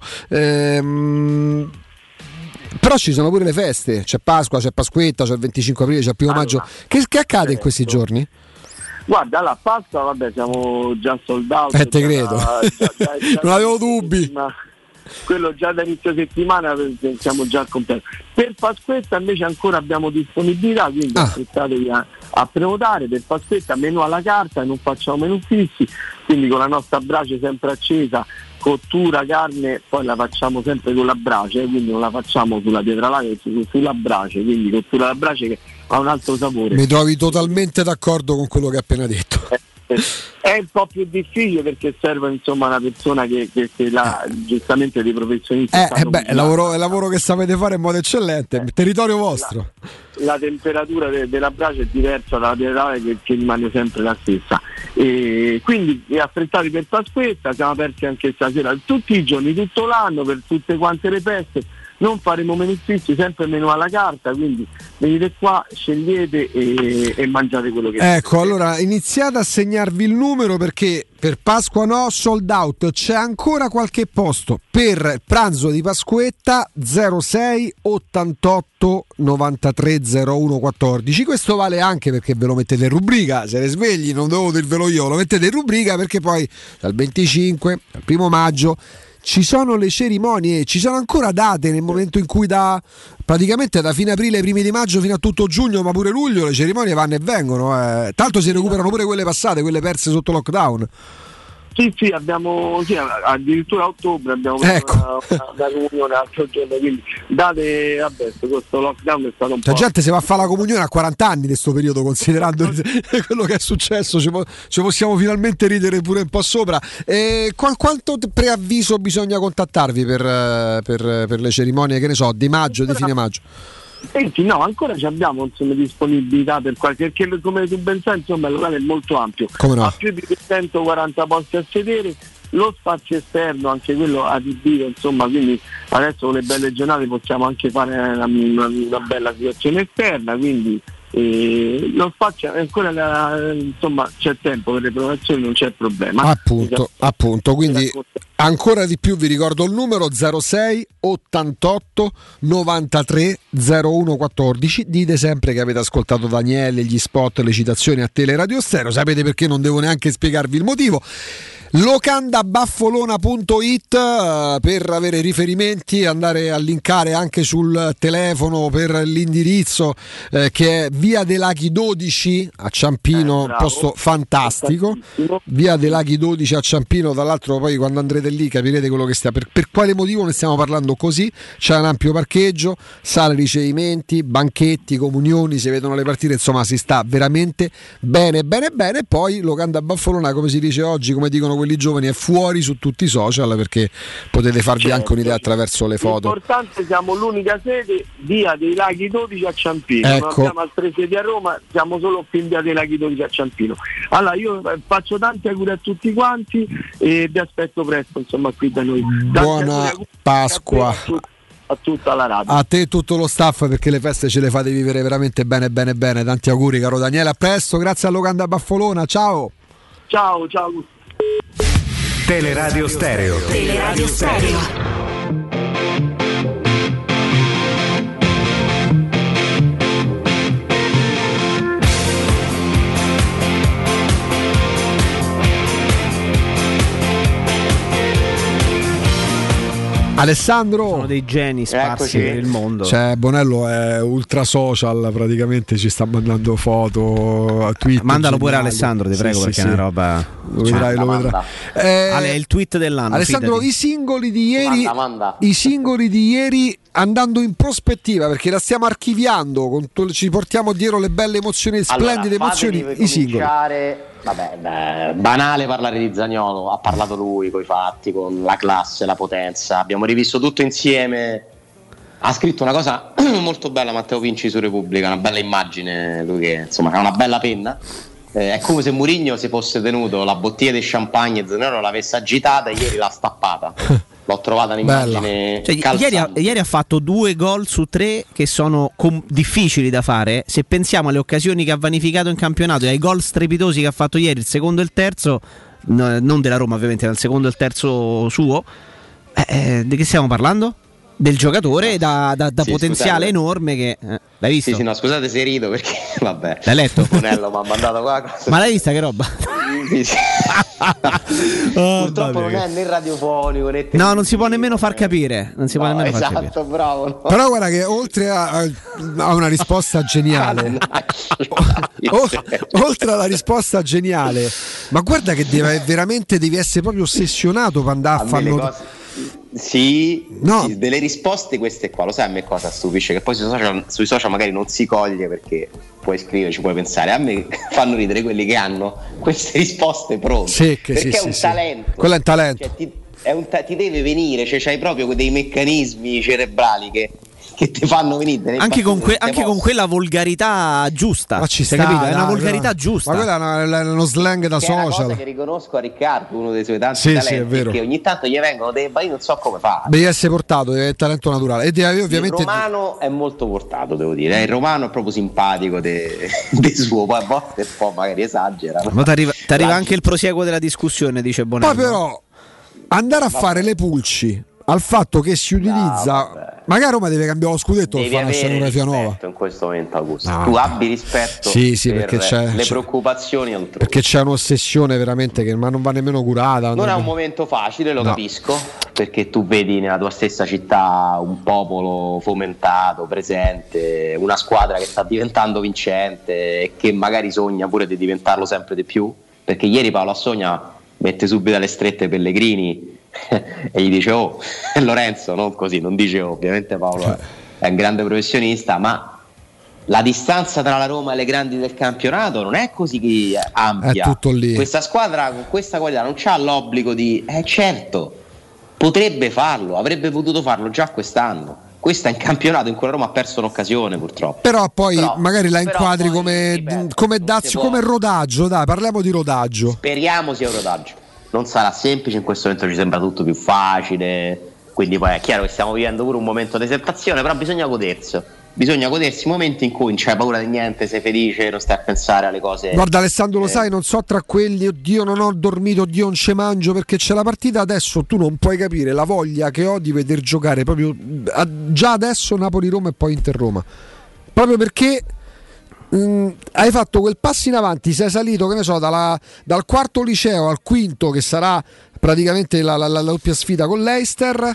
Però ci sono pure le feste, c'è Pasqua, c'è Pasquetta, c'è il 25 aprile, c'è il 1 maggio. Che accade in questi giorni?
Guarda, alla Pasqua vabbè siamo già sold out.
Te credo. Non avevo dubbi.
Quello già da inizio settimana siamo già al completo. Per Pasquetta invece ancora abbiamo disponibilità, quindi aspettatevi a prenotare. Per Pasquetta menù alla carta, non facciamo menù fissi, quindi con la nostra brace sempre accesa, cottura carne poi la facciamo sempre con la brace, quindi non la facciamo sulla pietra laga, sulla brace, quindi cottura alla brace che ha un altro sapore.
Mi trovi totalmente d'accordo con quello che hai appena detto.
È un po' più difficile perché serve insomma una persona che giustamente dei professionisti.
È lavoro che sapete fare in modo eccellente, territorio vostro.
La temperatura della brace è diversa dalla pietra che rimane sempre la stessa. E quindi affrettati per Pasquetta, siamo aperti anche stasera tutti i giorni, tutto l'anno, per tutte quante le feste. non faremo meno acquisti, sempre meno alla carta, quindi venite qua, scegliete e mangiate quello che
Ecco, allora iniziate a segnarvi il numero, perché per Pasqua no, sold out, c'è ancora qualche posto per pranzo di Pasquetta. 06 88 93 01 14. Questo vale anche perché ve lo mettete in rubrica, se ne svegli, non devo dirvelo io, lo mettete in rubrica, perché poi dal 25 al 1 maggio ci sono le cerimonie, ci sono ancora date nel momento in cui praticamente da fine aprile, primi di maggio fino a tutto giugno, ma pure luglio, le cerimonie vanno e vengono. Tanto si recuperano pure quelle passate, quelle perse sotto lockdown.
Sì, abbiamo addirittura a ottobre abbiamo
ecco.
una comunione l'altro giorno, quindi date, vabbè, questo lockdown è stato un po'.
La gente si va a fare la comunione a 40 anni in questo periodo, considerando quello che è successo, ci possiamo finalmente ridere pure un po' sopra. Quanto preavviso bisogna contattarvi per le cerimonie, che ne so, di maggio, di fine maggio?
Senti, no, ancora abbiamo disponibilità per qualche, perché come tu ben sai, insomma, il locale è molto ampio, ha più di 140 posti a sedere, lo spazio esterno anche quello adibito, insomma, quindi adesso con le belle giornate possiamo anche fare una bella situazione esterna, quindi lo spazio è ancora, insomma, c'è tempo per le prenotazioni, non c'è problema.
Appunto, quindi ancora di più vi ricordo il numero 06 88 93 01 14. Dite sempre che avete ascoltato Daniele, gli spot, le citazioni a Teleradio Stereo, sapete perché, non devo neanche spiegarvi il motivo. locandabaffolona.it per avere riferimenti, andare a linkare anche sul telefono per l'indirizzo che è via De Laghi 12 a Ciampino, posto fantastico, via De Laghi 12 a Ciampino. Tra l'altro poi quando andrete lì capirete quello che per quale motivo ne stiamo parlando così. C'è un ampio parcheggio, sale ricevimenti, banchetti, comunioni, si vedono le partite, insomma si sta veramente bene. Poi Locanda Baffolona, come si dice oggi, come dicono quelli giovani, è fuori su tutti i social, perché potete farvi anche un'idea attraverso le foto.
L'importante, siamo l'unica sede via dei Laghi 12 a Ciampino, non abbiamo altre sedi a Roma, siamo solo qui in via dei Laghi 12 a Ciampino. Allora io faccio tanti auguri a tutti quanti e vi aspetto presto, insomma, qui da noi.
Buona Pasqua
a tutta la radio,
a te e tutto lo staff, perché le feste ce le fate vivere veramente bene. Tanti auguri, caro Daniele, a presto, grazie a Locanda Baffolona, ciao.
Teleradio Stereo.
Teleradio Stereo.
Alessandro,
sono dei geni sparsi per il mondo.
Cioè, Bonello è ultra social, praticamente ci sta mandando foto a Twitter.
Mandalo pure Alessandro, ti prego, perché è una roba.
Lo vedrai.
Ale, è il tweet dell'anno.
Alessandro,
fidati.
I singoli di ieri andando in prospettiva, perché la stiamo archiviando, ci portiamo dietro le belle emozioni, splendide emozioni. I singoli.
Vabbè, banale parlare di Zaniolo, ha parlato lui coi fatti, con la classe, la potenza, abbiamo rivisto tutto insieme. Ha scritto una cosa molto bella Matteo Pinci su Repubblica, una bella immagine, lui che insomma ha una bella penna. È come se Mourinho si fosse tenuto la bottiglia di champagne e Zaniolo l'avesse agitata e ieri l'ha stappata. L'ho trovata un'immagine,
cioè, ieri ha fatto 2 gol su 3 che sono difficili da fare. Se pensiamo alle occasioni che ha vanificato in campionato e ai gol strepitosi che ha fatto ieri, il secondo e il terzo, non della Roma ovviamente, ma il secondo e il terzo suo, di che stiamo parlando? Del giocatore da potenziale enorme che l'hai visto?
Sì, no, scusate se rido perché vabbè.
L'hai letto?
Bonello mi ha mandato qua.
Ma l'hai vista che roba?
Sì. Purtroppo non è né radiofonico né
no, non si può nemmeno far capire. Non si può nemmeno far capire.
Bravo. No.
Però guarda che oltre a una risposta geniale, oltre alla risposta geniale, ma guarda che devi essere proprio ossessionato per andare a farlo.
Sì, delle risposte queste qua, lo sai a me cosa stupisce? Che poi sui social magari non si coglie, perché puoi scrivere, ci puoi pensare. A me fanno ridere quelli che hanno queste risposte pronte, perché è un talento.
Quello è un talento.
Cioè, ti deve venire, cioè c'hai proprio dei meccanismi cerebrali che che ti fanno venire
anche con quella volgarità giusta.
Ma ci
sta,
sta,
è una volgarità giusta.
Ma quella è uno slang da
che social. È una cosa che riconosco a Riccardo, uno dei suoi tanti talenti,
è vero.
che ogni tanto gli vengono dei io non so come fa.
Devi essere portato, è talento naturale. E ovviamente
il romano è molto portato, devo dire. Il romano è proprio simpatico de suo, poi a volte un po' magari esagera.
Ma t'arriva anche il prosieguo della discussione, dice Bonanno.
Poi però andare a fare le pulci al fatto che si utilizza, magari Roma deve cambiare lo scudetto per fare una scenografia nuova
in questo momento, Augusto. Tu abbi rispetto per
perché
le preoccupazioni altrui,
perché c'è un'ossessione veramente che non va nemmeno curata.
Non è un momento facile, lo capisco, perché tu vedi nella tua stessa città un popolo fomentato, presente, una squadra che sta diventando vincente e che magari sogna pure di diventarlo sempre di più, perché ieri Paolo Assogna mette subito alle strette Pellegrini e gli dice Lorenzo, non così, non dice ovviamente Paolo è un grande professionista, ma la distanza tra la Roma e le grandi del campionato non è così ampia,
è tutto lì.
Questa squadra con questa qualità non c'ha l'obbligo di certo, potrebbe farlo, avrebbe potuto farlo già quest'anno. Questo è un campionato in cui la Roma ha perso un'occasione, purtroppo.
Però magari la inquadri come Dazio, come rodaggio, dai, parliamo di rodaggio.
Speriamo sia un rodaggio. Non sarà semplice, in questo momento ci sembra tutto più facile, quindi poi è chiaro che stiamo vivendo pure un momento di esaltazione, però bisogna godersi i momenti in cui non c'hai paura di niente, sei felice, non stai a pensare alle cose.
Guarda Alessandro, lo sai, non so tra quelli, oddio non ho dormito, oddio non ce mangio perché c'è la partita, adesso tu non puoi capire la voglia che ho di veder giocare proprio già adesso Napoli-Roma e poi Inter-Roma, proprio perché hai fatto quel passo in avanti, sei salito, che ne so, dal quarto liceo al quinto, che sarà praticamente la doppia sfida con l'Eister,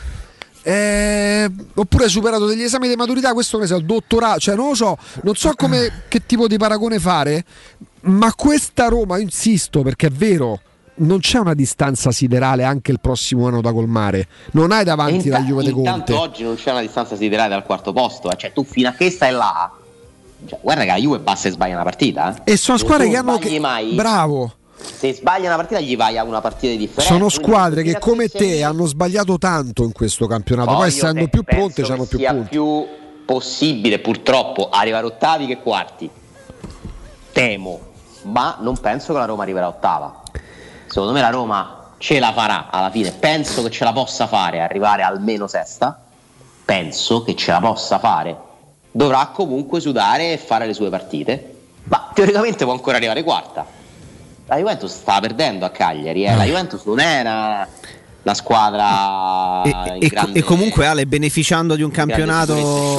oppure hai superato degli esami di maturità, questo che ne so, il dottorato, cioè non lo so, non so che tipo di paragone fare, ma questa Roma, insisto, perché è vero, non c'è una distanza siderale anche il prossimo anno da colmare, non hai davanti la Juve de Conte.
Intanto oggi non c'è una distanza siderale dal quarto posto, cioè tu fino a che stai là, cioè, guarda che la Juve basta e sbaglia una partita,
e sono squadre che hanno bravo,
se sbaglia una partita gli vai a una partita di differenza.
Sono squadre che come te hanno sbagliato tanto in questo campionato, poi essendo più pronte c'hanno più punti. È
più possibile purtroppo arrivare ottavi che quarti, temo, ma non penso che la Roma arriverà ottava. Secondo me la Roma ce la farà alla fine, penso che ce la possa fare, arrivare almeno sesta, penso che ce la possa fare. Dovrà comunque sudare e fare le sue partite, ma teoricamente può ancora arrivare quarta. La Juventus stava perdendo a Cagliari, la Juventus non è una squadra
e comunque Ale, beneficiando di un campionato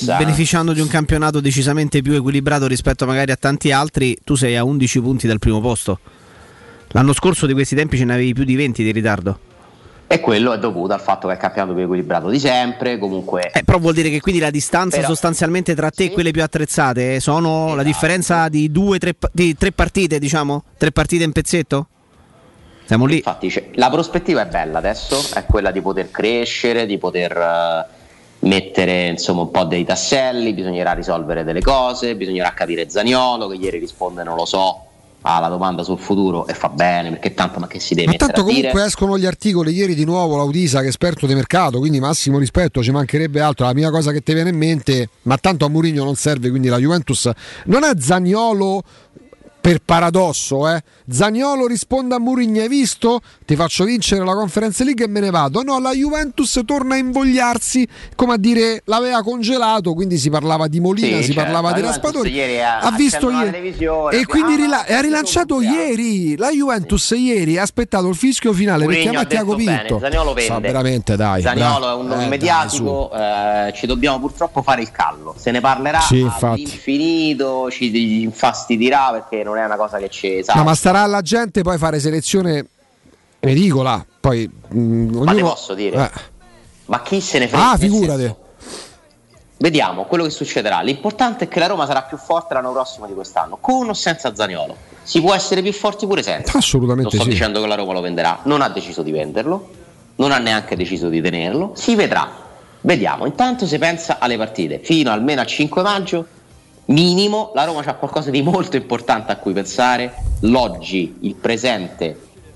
decisamente più equilibrato rispetto magari a tanti altri, tu sei a 11 punti dal primo posto. L'anno scorso di questi tempi ce ne avevi più di 20 di ritardo.
E quello è dovuto al fatto che è il campionato più equilibrato di sempre, comunque.
Però vuol dire che quindi la distanza sostanzialmente tra te e quelle più attrezzate sono la differenza di 3 partite, diciamo? 3 partite in pezzetto? Siamo lì.
Infatti la prospettiva è bella adesso, è quella di poter crescere, di poter mettere insomma un po' dei tasselli, bisognerà risolvere delle cose, bisognerà capire Zaniolo, che ieri risponde non lo so alla domanda sul futuro, e fa bene, perché tanto ma che si deve mettere a dire.
Ma tanto comunque escono gli articoli, ieri di nuovo Laudisa che è esperto di mercato, quindi massimo rispetto, ci mancherebbe altro. La prima cosa che ti viene in mente, ma tanto a Mourinho non serve, quindi la Juventus non è Zaniolo per paradosso, Zaniolo risponde a Mourinho, hai visto? Ti faccio vincere la Conference League e me ne vado. No, la Juventus torna a invogliarsi, come a dire l'aveva congelato, quindi si parlava di Molina, si parlava di Raspadori, ha visto ieri e quindi ha rilanciato ieri. La Juventus ieri ha aspettato il fischio finale per chiamare Tiago Pinto.
Zaniolo vende.
Veramente, dai,
Zaniolo è un nome mediatico, ci dobbiamo purtroppo fare il callo, se ne parlerà all'infinito, ci infastidirà perché non è una cosa che ci sa.
No, ma starà alla gente poi fare selezione ridicola. Poi
ma te posso dire, ma chi se ne frega?
Figurate.
Vediamo quello che succederà. L'importante è che la Roma sarà più forte l'anno prossimo di quest'anno, con o senza Zaniolo. Si può essere più forti pure senza.
Assolutamente.
Non sto dicendo che la Roma lo venderà, non ha deciso di venderlo, non ha neanche deciso di tenerlo. Si vedrà. Vediamo. Intanto si pensa alle partite fino almeno a 5 maggio. Minimo, la Roma c'ha qualcosa di molto importante a cui pensare. L'oggi, il presente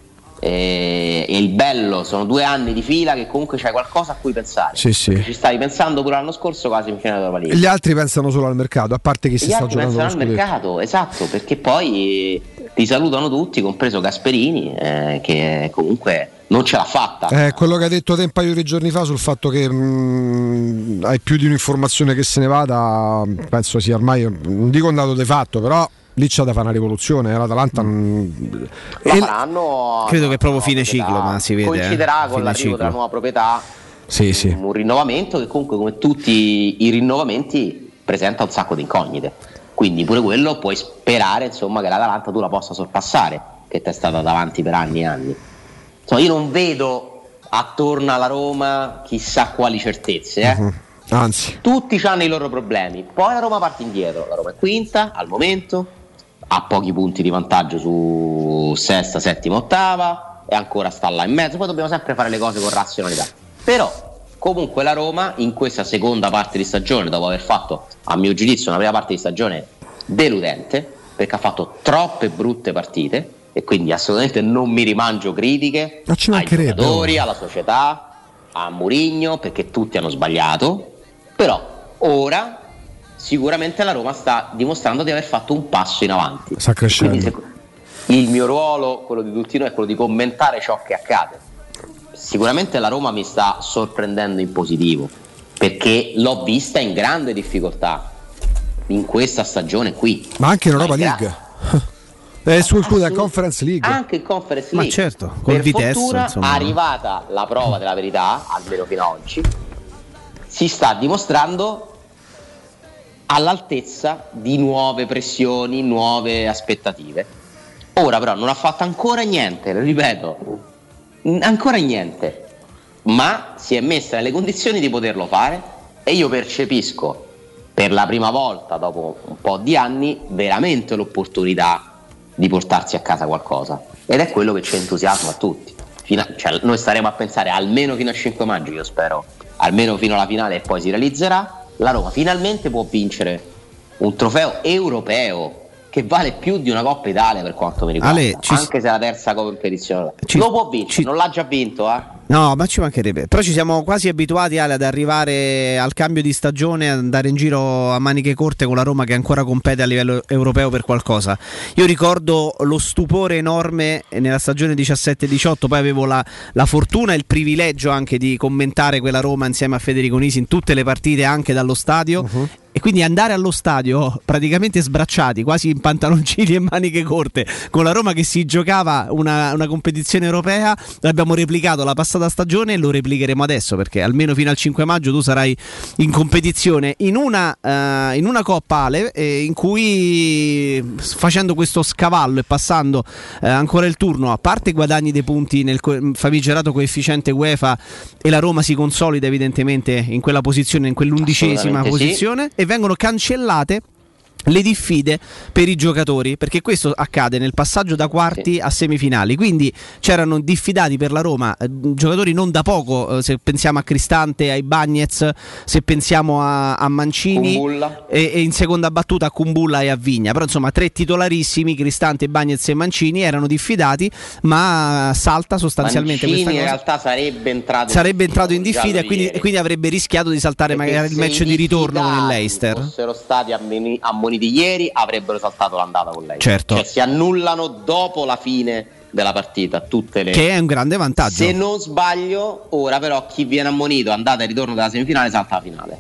e il bello sono 2 anni di fila che comunque c'hai qualcosa a cui pensare.
Sì.
Ci stavi pensando pure l'anno scorso con la semifinale della League.
Gli altri pensano solo al mercato, a parte che si sta giocando
pensano al mercato, esatto, perché poi ti salutano tutti, compreso Gasperini, che comunque non ce l'ha fatta.
Quello che hai detto te un paio di giorni fa sul fatto che hai più di un'informazione che se ne vada, penso sia ormai, non dico un dato di fatto, però lì c'è da fare una rivoluzione. L'Atalanta
la faranno,
credo che è proprio fine ciclo, ma si vede
coinciderà con l'arrivo della nuova proprietà.
Sì.
Un rinnovamento che comunque, come tutti i rinnovamenti, presenta un sacco di incognite, quindi pure quello puoi sperare, insomma, che l'Atalanta tu la possa sorpassare, che ti è stata davanti per anni e anni. Insomma, io non vedo attorno alla Roma chissà quali certezze,
Anzi,
tutti hanno i loro problemi, poi la Roma parte indietro, la Roma è quinta al momento, ha pochi punti di vantaggio su sesta, settima, ottava e ancora sta là in mezzo. Poi dobbiamo sempre fare le cose con razionalità, però comunque la Roma in questa seconda parte di stagione, dopo aver fatto, a mio giudizio, una prima parte di stagione deludente, perché ha fatto troppe brutte partite e quindi assolutamente non mi rimangio critiche ai giocatori, alla società, a Mourinho, perché tutti hanno sbagliato. Però ora sicuramente la Roma sta dimostrando di aver fatto un passo in avanti.
Sta crescendo.
Quindi il mio ruolo, quello di tutti noi, è quello di commentare ciò che accade. Sicuramente la Roma mi sta sorprendendo in positivo, perché l'ho vista in grande difficoltà in questa stagione qui.
Ma anche in Europa League. Sul Conference League.
Anche in Conference League.
Ma certo, con
per
Vitesse,
fortuna,
insomma.
arrivata la prova della verità, almeno fino ad oggi, si sta dimostrando all'altezza di nuove pressioni, nuove aspettative. Ora però non ha fatto ancora niente, lo ripeto, ancora niente, ma si è messa nelle condizioni di poterlo fare e io percepisco per la prima volta dopo un po' di anni veramente l'opportunità di portarsi a casa qualcosa, ed è quello che ci entusiasma a tutti. Noi staremo a pensare almeno fino a 5 maggio, io spero almeno fino alla finale, e poi si realizzerà. La Roma finalmente può vincere un trofeo europeo che vale più di una Coppa Italia, per quanto mi riguarda, anche se è la terza competizione. Lo può vincere, non l'ha già vinto,
No, ma ci mancherebbe. Però ci siamo quasi abituati, Ale, ad arrivare al cambio di stagione, ad andare in giro a maniche corte con la Roma che ancora compete a livello europeo per qualcosa. Io ricordo lo stupore enorme nella stagione 17-18, poi avevo la fortuna e il privilegio anche di commentare quella Roma insieme a Federico Nisi in tutte le partite, anche dallo stadio. E quindi andare allo stadio praticamente sbracciati, quasi in pantaloncini e maniche corte, con la Roma che si giocava una competizione europea, l'abbiamo replicato la passata stagione e lo replicheremo adesso, perché almeno fino al 5 maggio tu sarai in competizione in una Coppa Ale, in cui, facendo questo scavallo e passando ancora il turno, a parte i guadagni dei punti nel famigerato coefficiente UEFA, e la Roma si consolida evidentemente in quella posizione, in quell'11ª posizione, e vengono cancellate le diffide per i giocatori, perché questo accade nel passaggio da quarti a semifinali. Quindi c'erano diffidati per la Roma giocatori non da poco, se pensiamo a Cristante, ai Bagnez, se pensiamo a Mancini e in seconda battuta a Kumbulla e a Vigna. Però insomma 3 titolarissimi, Cristante, Bagnez e Mancini, erano diffidati, ma salta sostanzialmente
Mancini
questa cosa.
In realtà sarebbe entrato
in diffida e quindi avrebbe rischiato di saltare magari il match di ritorno con il Leicester.
Se fossero stati ammoniti di ieri, avrebbero saltato l'andata con lei.
Certo.
Cioè si annullano dopo la fine della partita tutte le...
Che è un grande vantaggio.
Se non sbaglio, ora però chi viene ammonito andata e ritorno della semifinale salta la finale.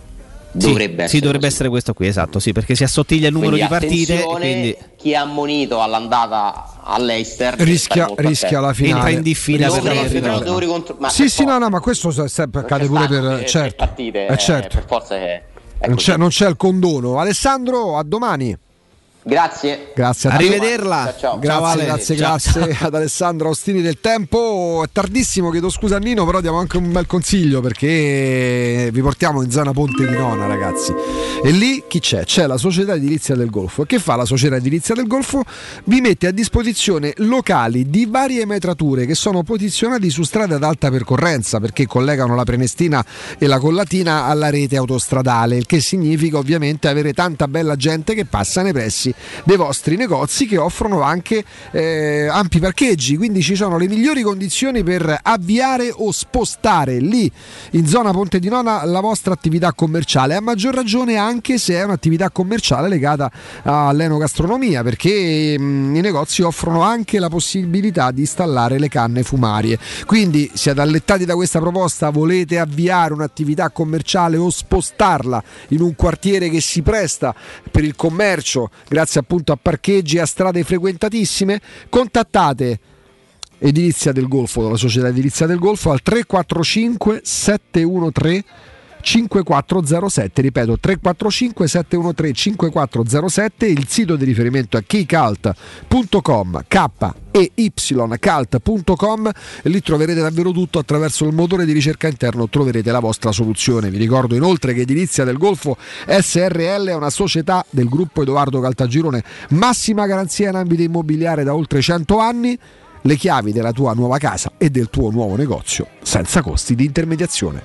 Dovrebbe
essere questo qui, esatto, sì, perché si assottiglia il numero di partite. Quindi
chi è ammonito all'andata all'Eister
rischia la finale,
entra in diffida per la
ritorno. Sì, no, ma questo sempre accade pure per certe
partite.
Certo.
Per forza che
non c'è il condono. Alessandro, a domani.
Grazie
a
rivederla.
Ciao.
Grazie ad Alessandro Ostini del Tempo. È tardissimo, chiedo scusa a Nino, però diamo anche un bel consiglio, perché vi portiamo in zona Ponte di Nona, ragazzi. E lì chi c'è? C'è la Società Edilizia del Golfo. Che fa la Società Edilizia del Golfo? Vi mette a disposizione locali di varie metrature che sono posizionati su strade ad alta percorrenza, perché collegano la Prenestina e la Collatina alla rete autostradale, il che significa ovviamente avere tanta bella gente che passa nei pressi spazi dei vostri negozi, che offrono anche ampi parcheggi, quindi ci sono le migliori condizioni per avviare o spostare lì in zona Ponte di Nona la vostra attività commerciale, a maggior ragione anche se è un'attività commerciale legata all'enogastronomia, perché i negozi offrono anche la possibilità di installare le canne fumarie. Quindi siete allettati da questa proposta, volete avviare un'attività commerciale o spostarla in un quartiere che si presta per il commercio grazie appunto a parcheggi e a strade frequentatissime, contattate Edilizia del Golfo, la società Edilizia del Golfo, al 345 713 5407, ripeto 345 713 5407. Il sito di riferimento è keycult.com, KEYCult.com, e lì troverete davvero tutto. Attraverso il motore di ricerca interno troverete la vostra soluzione. Vi ricordo inoltre che Edilizia del Golfo SRL è una società del gruppo Edoardo Caltagirone, massima garanzia in ambito immobiliare da oltre 100 anni, le chiavi della tua nuova casa e del tuo nuovo negozio senza costi di intermediazione.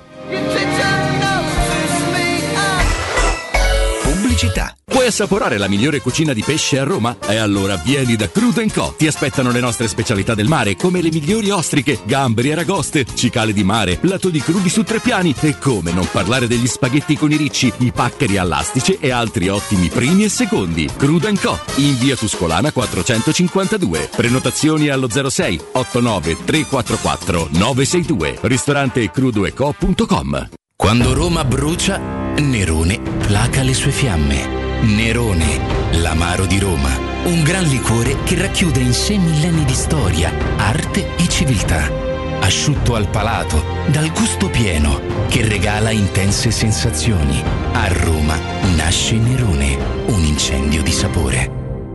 Pubblicità. Vuoi assaporare la migliore cucina di pesce a Roma? E allora vieni da Crudo & Co. Ti aspettano le nostre specialità del mare, come le migliori ostriche, gamberi, aragoste, cicale di mare, lato di crudi su 3 piani, e come non parlare degli spaghetti con i ricci, i paccheri all'astice e altri ottimi primi e secondi. Crudo & Co. in via Tuscolana 452. Prenotazioni allo 06 89 344 962. Ristorante crudoeco.com.
Quando Roma brucia, Nerone placa le sue fiamme. Nerone, l'amaro di Roma, un gran liquore che racchiude in sé millenni di storia, arte e civiltà. Asciutto al palato, dal gusto pieno, che regala intense sensazioni. A Roma nasce Nerone, un incendio di sapore.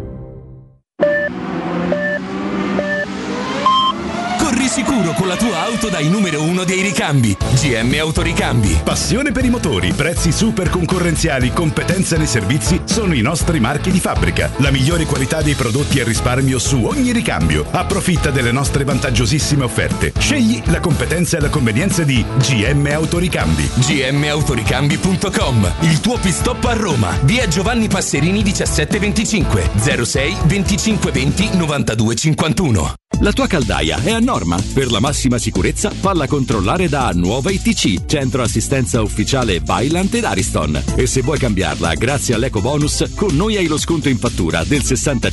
Corri sicuro con la tua auto dai numero 1 dei ricambi. GM Autoricambi.
Passione per i motori, prezzi super concorrenziali, competenza nei servizi sono i nostri marchi di fabbrica. La migliore qualità dei prodotti e risparmio su ogni ricambio. Approfitta delle nostre vantaggiosissime offerte. Scegli la competenza e la convenienza di GM Autoricambi.
gmautoricambi.com. Il tuo pit stop a Roma. Via Giovanni Passerini 1725 06 25 20 92 51.
La tua caldaia è a norma? Per la massima sicurezza falla controllare da Nuova ITC, centro assistenza ufficiale Vaillant ed Ariston. E se vuoi cambiarla grazie all'eco bonus, con noi hai lo sconto in fattura del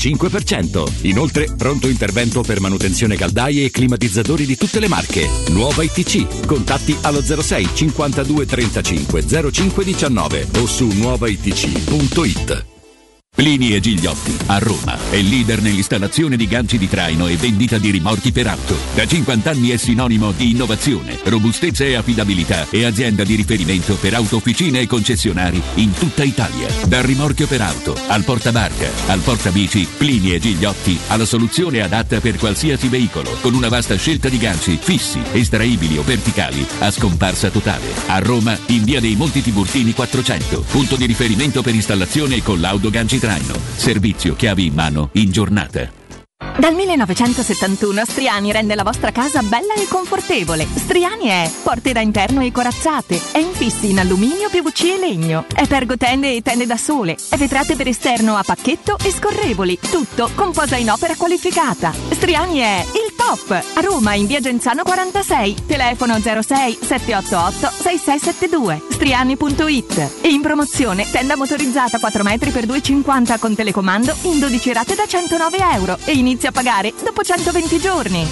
65%. Inoltre pronto intervento per manutenzione caldaie e climatizzatori di tutte le marche. Nuova ITC, contatti allo 06 52 35 05 19 o su nuovaitc.it. Plini e Gigliotti, a Roma, è leader nell'installazione di ganci di traino e vendita di rimorchi per auto. Da 50 anni è sinonimo di innovazione, robustezza e affidabilità, e azienda di riferimento per autofficine e concessionari in tutta Italia. Dal rimorchio per auto, al portabarca, al portabici, Plini e Gigliotti ha la soluzione adatta per qualsiasi veicolo, con una vasta scelta di ganci fissi, estraibili o verticali, a scomparsa totale. A Roma, in via dei Monti Tiburtini 400, punto di riferimento per installazione e collaudo ganci traino. Servizio chiavi in mano in giornata.
Dal 1971 Striani rende la vostra casa bella e confortevole. Striani è porte da interno e corazzate, è infissi in alluminio, PVC e legno, è pergotende e tende da sole, è vetrate per esterno a pacchetto e scorrevoli, tutto con posa in opera qualificata. Striani è il top! A Roma in via Genzano 46, telefono 06 788 6672, striani.it. E in promozione tenda motorizzata 4 metri per 2,50 con telecomando in 12 rate da €109 e inizia a pagare dopo 120 giorni.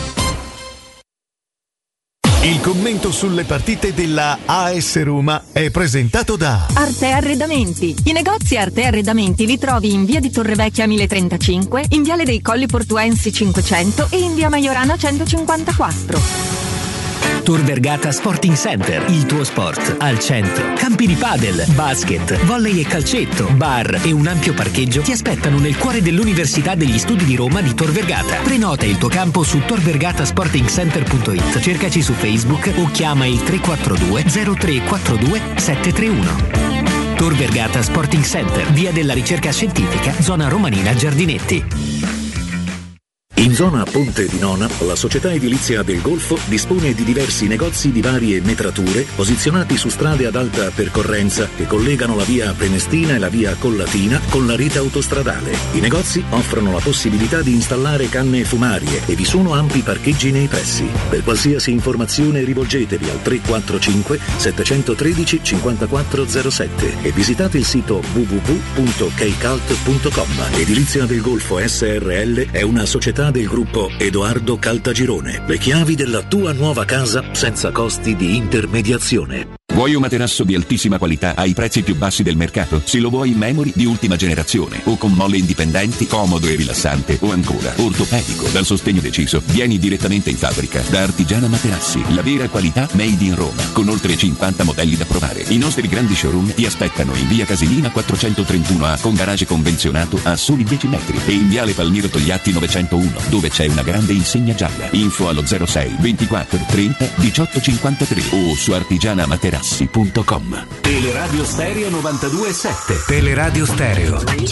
Il commento sulle partite della AS Roma è presentato da
Arte Arredamenti. I negozi Arte Arredamenti li trovi in via di Torrevecchia 1035, in viale dei Colli Portuensi 500 e in via Maiorana 154.
Tor Vergata Sporting Center, il tuo sport al centro. Campi di padel, basket, volley e calcetto, bar e un ampio parcheggio ti aspettano nel cuore dell'Università degli Studi di Roma di Tor Vergata. Prenota il tuo campo su torvergatasportingcenter.it. Cercaci su Facebook o chiama il 342 0342 731. Tor Vergata Sporting Center, via della Ricerca Scientifica, zona Romanina Giardinetti.
In zona Ponte di Nona, la società edilizia del Golfo dispone di diversi negozi di varie metrature posizionati su strade ad alta percorrenza che collegano la via Prenestina e la via Collatina con la rete autostradale. I negozi offrono la possibilità di installare canne fumarie e vi sono ampi parcheggi nei pressi. Per qualsiasi informazione rivolgetevi al 345 713 5407 e visitate il sito www.keicalt.com. Edilizia del Golfo SRL è una società del gruppo Edoardo Caltagirone. Le chiavi della tua nuova casa senza costi di intermediazione.
Vuoi un materasso di altissima qualità ai prezzi più bassi del mercato? Se lo vuoi in memory di ultima generazione o con molle indipendenti, comodo e rilassante, o ancora ortopedico dal sostegno deciso, vieni direttamente in fabbrica da Artigiana Materassi, la vera qualità made in Roma, con oltre 50 modelli da provare. I nostri grandi showroom ti aspettano in via Casilina 431A con garage convenzionato a soli 10 metri e in viale Palmiro Togliatti 901 dove c'è una grande insegna gialla. Info allo 06 24 30 18 53 o su artigianamaterassi.com. Teleradio Stereo 92.7.
Teleradio Stereo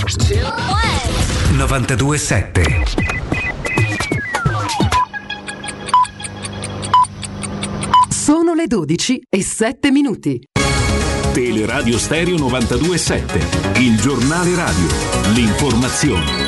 92.7.
Sono le 12:07.
Teleradio Stereo 92.7, il giornale radio, l'informazione.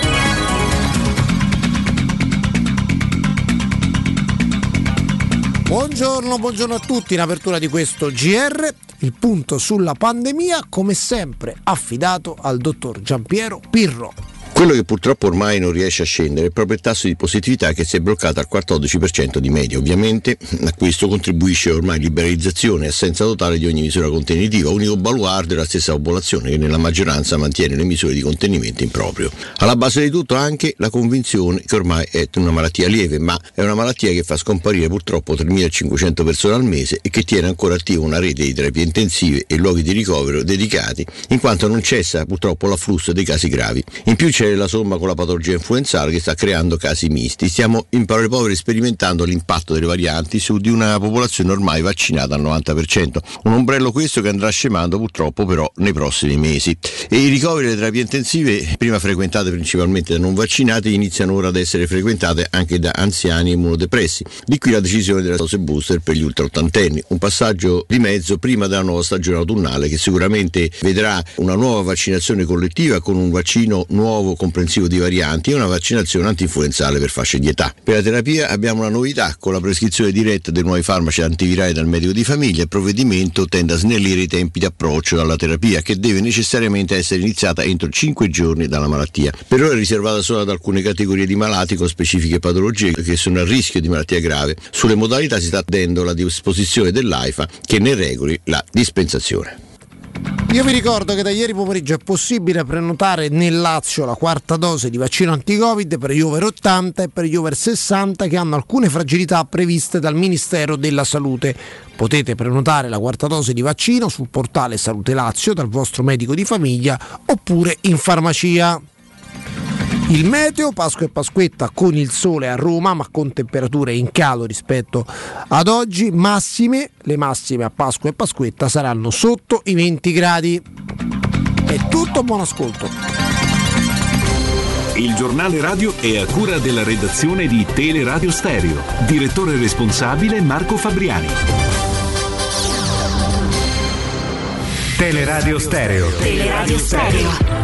Buongiorno a tutti. In apertura di questo GR, il punto sulla pandemia, come sempre affidato al dottor Giampiero Pirro.
Quello che purtroppo ormai non riesce a scendere è proprio il tasso di positività che si è bloccato al 14% di media. Ovviamente a questo contribuisce ormai liberalizzazione e assenza totale di ogni misura contenitiva, unico baluardo è la stessa popolazione che nella maggioranza mantiene le misure di contenimento in proprio. Alla base di tutto anche la convinzione che ormai è una malattia lieve, ma è una malattia che fa scomparire purtroppo 3.500 persone al mese e che tiene ancora attiva una rete di terapie intensive e luoghi di ricovero dedicati, in quanto non cessa purtroppo l'afflusso dei casi gravi. In più c'è la somma con la patologia influenzale che sta creando casi misti. Stiamo in parole povere sperimentando l'impatto delle varianti su di una popolazione ormai vaccinata al 90%. Un ombrello questo che andrà scemando purtroppo però nei prossimi mesi. E i ricoveri e le terapie intensive, prima frequentate principalmente da non vaccinati, iniziano ora ad essere frequentate anche da anziani e immunodepressi. Di qui la decisione della dose booster per gli ultraottantenni, un passaggio di mezzo prima della nuova stagione autunnale che sicuramente vedrà una nuova vaccinazione collettiva con un vaccino nuovo comprensivo di varianti e una vaccinazione antinfluenzale per fasce di età. Per la terapia abbiamo una novità: con la prescrizione diretta dei nuovi farmaci antivirali dal medico di famiglia, il provvedimento tende a snellire i tempi di approccio alla terapia, che deve necessariamente essere iniziata entro 5 giorni dalla malattia. Per ora è riservata solo ad alcune categorie di malati con specifiche patologie che sono a rischio di malattia grave. Sulle modalità si sta attendendo la disposizione dell'AIFA che ne regoli la dispensazione.
Io vi ricordo che da ieri pomeriggio è possibile prenotare nel Lazio la quarta dose di vaccino anti-Covid per gli over 80 e per gli over 60 che hanno alcune fragilità previste dal Ministero della Salute. Potete prenotare la quarta dose di vaccino sul portale Salute Lazio dal vostro medico di famiglia oppure in farmacia. Il meteo, Pasqua e Pasquetta con il sole a Roma, ma con temperature in calo rispetto ad oggi. Le massime a Pasqua e Pasquetta saranno sotto i 20 gradi. È tutto, buon ascolto.
Il giornale radio è a cura della redazione di Teleradio Stereo. Direttore responsabile Marco Fabriani.
Teleradio Stereo.
Teleradio Stereo.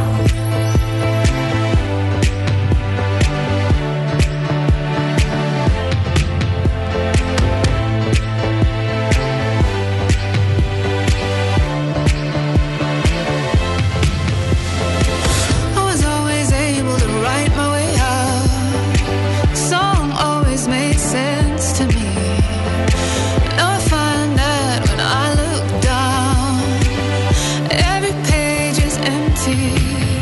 Every page is empty.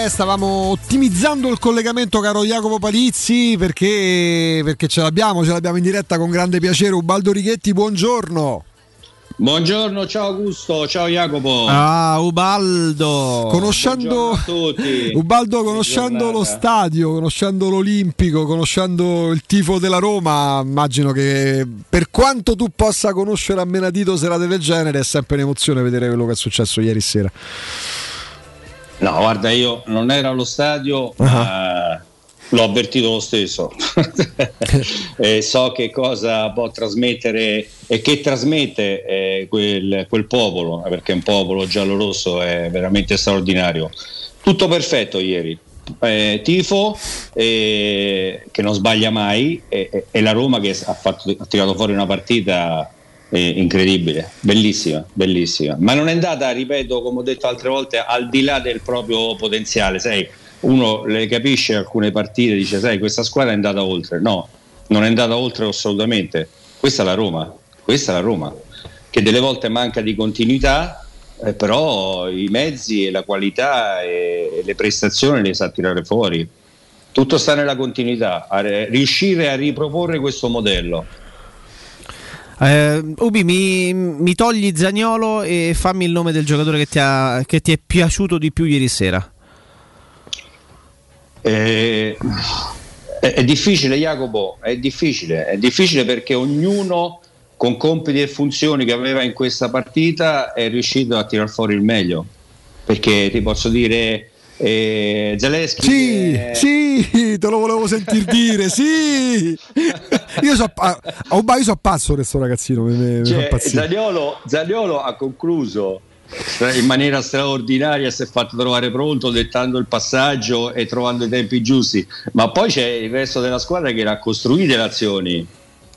stavamo ottimizzando il collegamento, caro Jacopo Palizzi, perché ce l'abbiamo in diretta con grande piacere. Ubaldo Righetti, buongiorno.
Buongiorno, ciao Augusto, ciao Jacopo.
Ubaldo.
Buongiorno a tutti.
Ubaldo, conoscendo lo stadio, conoscendo l'Olimpico, conoscendo il tifo della Roma, immagino che per quanto tu possa conoscere a menadito serate del genere, è sempre un'emozione vedere quello che è successo ieri sera.
No, guarda, io non ero allo stadio, ma l'ho avvertito lo stesso. E so che cosa può trasmettere e che trasmette quel popolo, perché un popolo giallo-rosso è veramente straordinario. Tutto perfetto ieri. Tifo che non sbaglia mai e la Roma che ha tirato fuori una partita incredibile, bellissima, ma non è andata, ripeto, come ho detto altre volte, al di là del proprio potenziale. Sai, uno le capisce alcune partite, dice sai questa squadra è andata oltre. No, non è andata oltre assolutamente. Questa è la Roma che delle volte manca di continuità, però i mezzi e la qualità e le prestazioni le sa tirare fuori. Tutto sta nella continuità, riuscire a riproporre questo modello.
Ubi, mi togli Zaniolo e fammi il nome del giocatore che ti è piaciuto di più ieri sera.
È difficile, Jacopo, è difficile perché ognuno con compiti e funzioni che aveva in questa partita è riuscito a tirar fuori il meglio, perché ti posso dire Zalewski
sì, te lo volevo sentir dire, sì. Io so pazzo questo ragazzino,
Zaniolo ha concluso in maniera straordinaria, si è fatto trovare pronto dettando il passaggio e trovando i tempi giusti, ma poi c'è il resto della squadra che l'ha costruito le azioni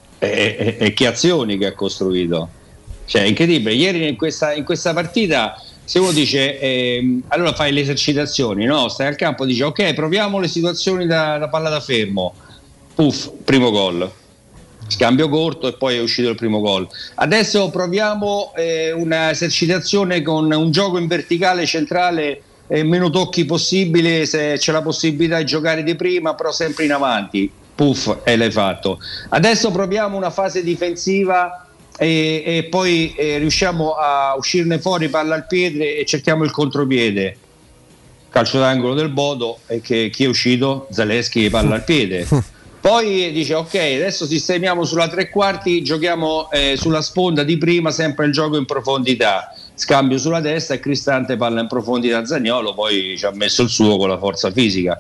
e che azioni che ha costruito, cioè incredibile. Ieri in questa partita, se uno dice allora fai le esercitazioni, no? Stai al campo, dice ok, proviamo le situazioni da palla da fermo, puff, primo gol, scambio corto e poi è uscito il primo gol. Adesso proviamo una esercitazione con un gioco in verticale centrale, meno tocchi possibile, se c'è la possibilità di giocare di prima, però sempre in avanti, puff, e l'hai fatto. Adesso proviamo una fase difensiva e poi riusciamo a uscirne fuori, palla al piede e cerchiamo il contropiede, calcio d'angolo del Bodo, e chi è uscito? Zalewski, palla al piede. Poi dice ok, adesso sistemiamo sulla tre quarti, giochiamo sulla sponda di prima, sempre il gioco in profondità, scambio sulla destra e Cristante, palla in profondità, Zaniolo poi ci ha messo il suo con la forza fisica,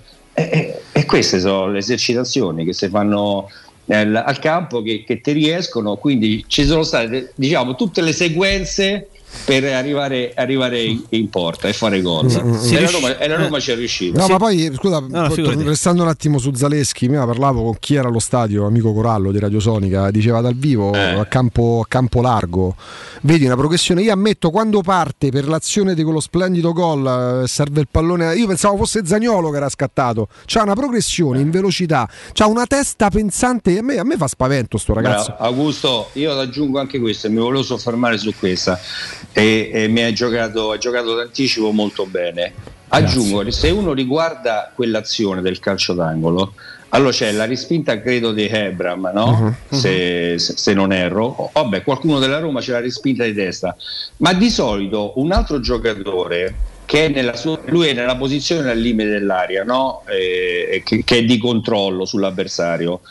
e queste sono le esercitazioni che si fanno al campo, che ti riescono. Quindi ci sono state, diciamo, tutte le sequenze per arrivare in porta e fare gol. E la Roma ci è riuscita.
No, ma poi scusa, restando un attimo su Zalewski, prima parlavo con chi era allo stadio, amico Corallo di Radio Sonica, diceva dal vivo a campo largo vedi una progressione. Io ammetto, quando parte per l'azione di quello splendido gol, serve il pallone, io pensavo fosse Zaniolo che era scattato. C'ha una progressione in velocità, c'ha una testa pensante, a me fa spavento sto ragazzo.
Bravo, Augusto, io aggiungo anche questo e mi volevo soffermare su questa, e mi ha giocato d'anticipo molto bene. Aggiungo che se uno riguarda quell'azione del calcio d'angolo, allora c'è la respinta, credo, di Hebram, no? Se non erro, vabbè, qualcuno della Roma c'è la respinta di testa, ma di solito un altro giocatore che è lui è nella posizione al limite dell'area, no? Che è di controllo sull'avversario.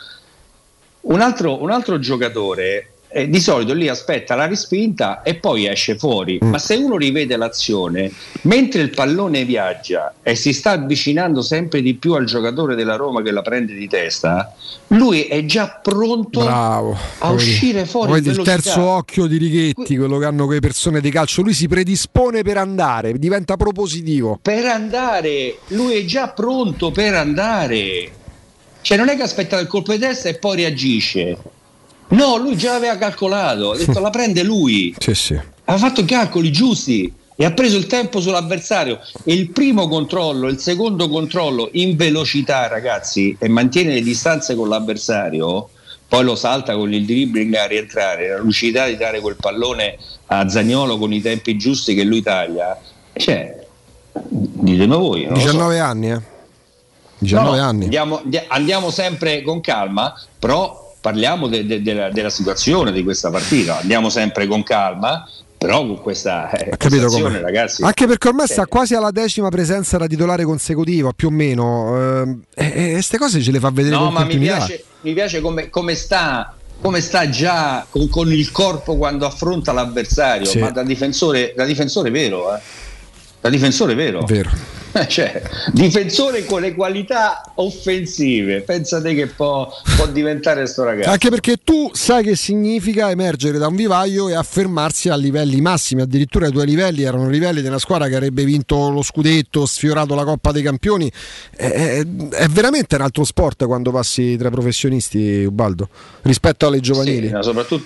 Un altro giocatore di solito lì aspetta la respinta e poi esce fuori, ma se uno rivede l'azione mentre il pallone viaggia e si sta avvicinando sempre di più al giocatore della Roma che la prende di testa, lui è già pronto a uscire fuori.
Poi il terzo occhio di Righetti, quello che hanno quelle persone di calcio, lui si predispone per andare, diventa propositivo
per andare, lui è già pronto per andare, cioè non è che aspetta il colpo di testa e poi reagisce. No, lui già aveva calcolato, ha detto la prende lui.
Sì.
Ha fatto i calcoli giusti e ha preso il tempo sull'avversario. E il primo controllo, il secondo controllo in velocità, ragazzi, e mantiene le distanze con l'avversario, poi lo salta con il dribbling a rientrare, la lucidità di dare quel pallone a Zaniolo con i tempi giusti che lui taglia. Cioè, Ditemi voi.
19 anni, 19 anni.
Andiamo sempre con calma, però parliamo della situazione di questa partita. Andiamo sempre con calma, però con questa situazione, ragazzi.
Anche perché ormai sta quasi alla 10ª presenza da titolare consecutiva, più o meno. E queste cose ce le fa vedere con continuità.
Mi piace come sta già con il corpo quando affronta l'avversario,
sì.
Ma da difensore vero, Da difensore vero. Cioè, difensore con le qualità offensive, pensate che può diventare sto ragazzo.
Anche perché tu sai che significa emergere da un vivaio e affermarsi a livelli massimi, addirittura i tuoi livelli erano livelli di una squadra che avrebbe vinto lo scudetto, sfiorato la Coppa dei Campioni. È veramente un altro sport quando passi tra i professionisti, Ubaldo, rispetto alle giovanili.
Sì, soprattutto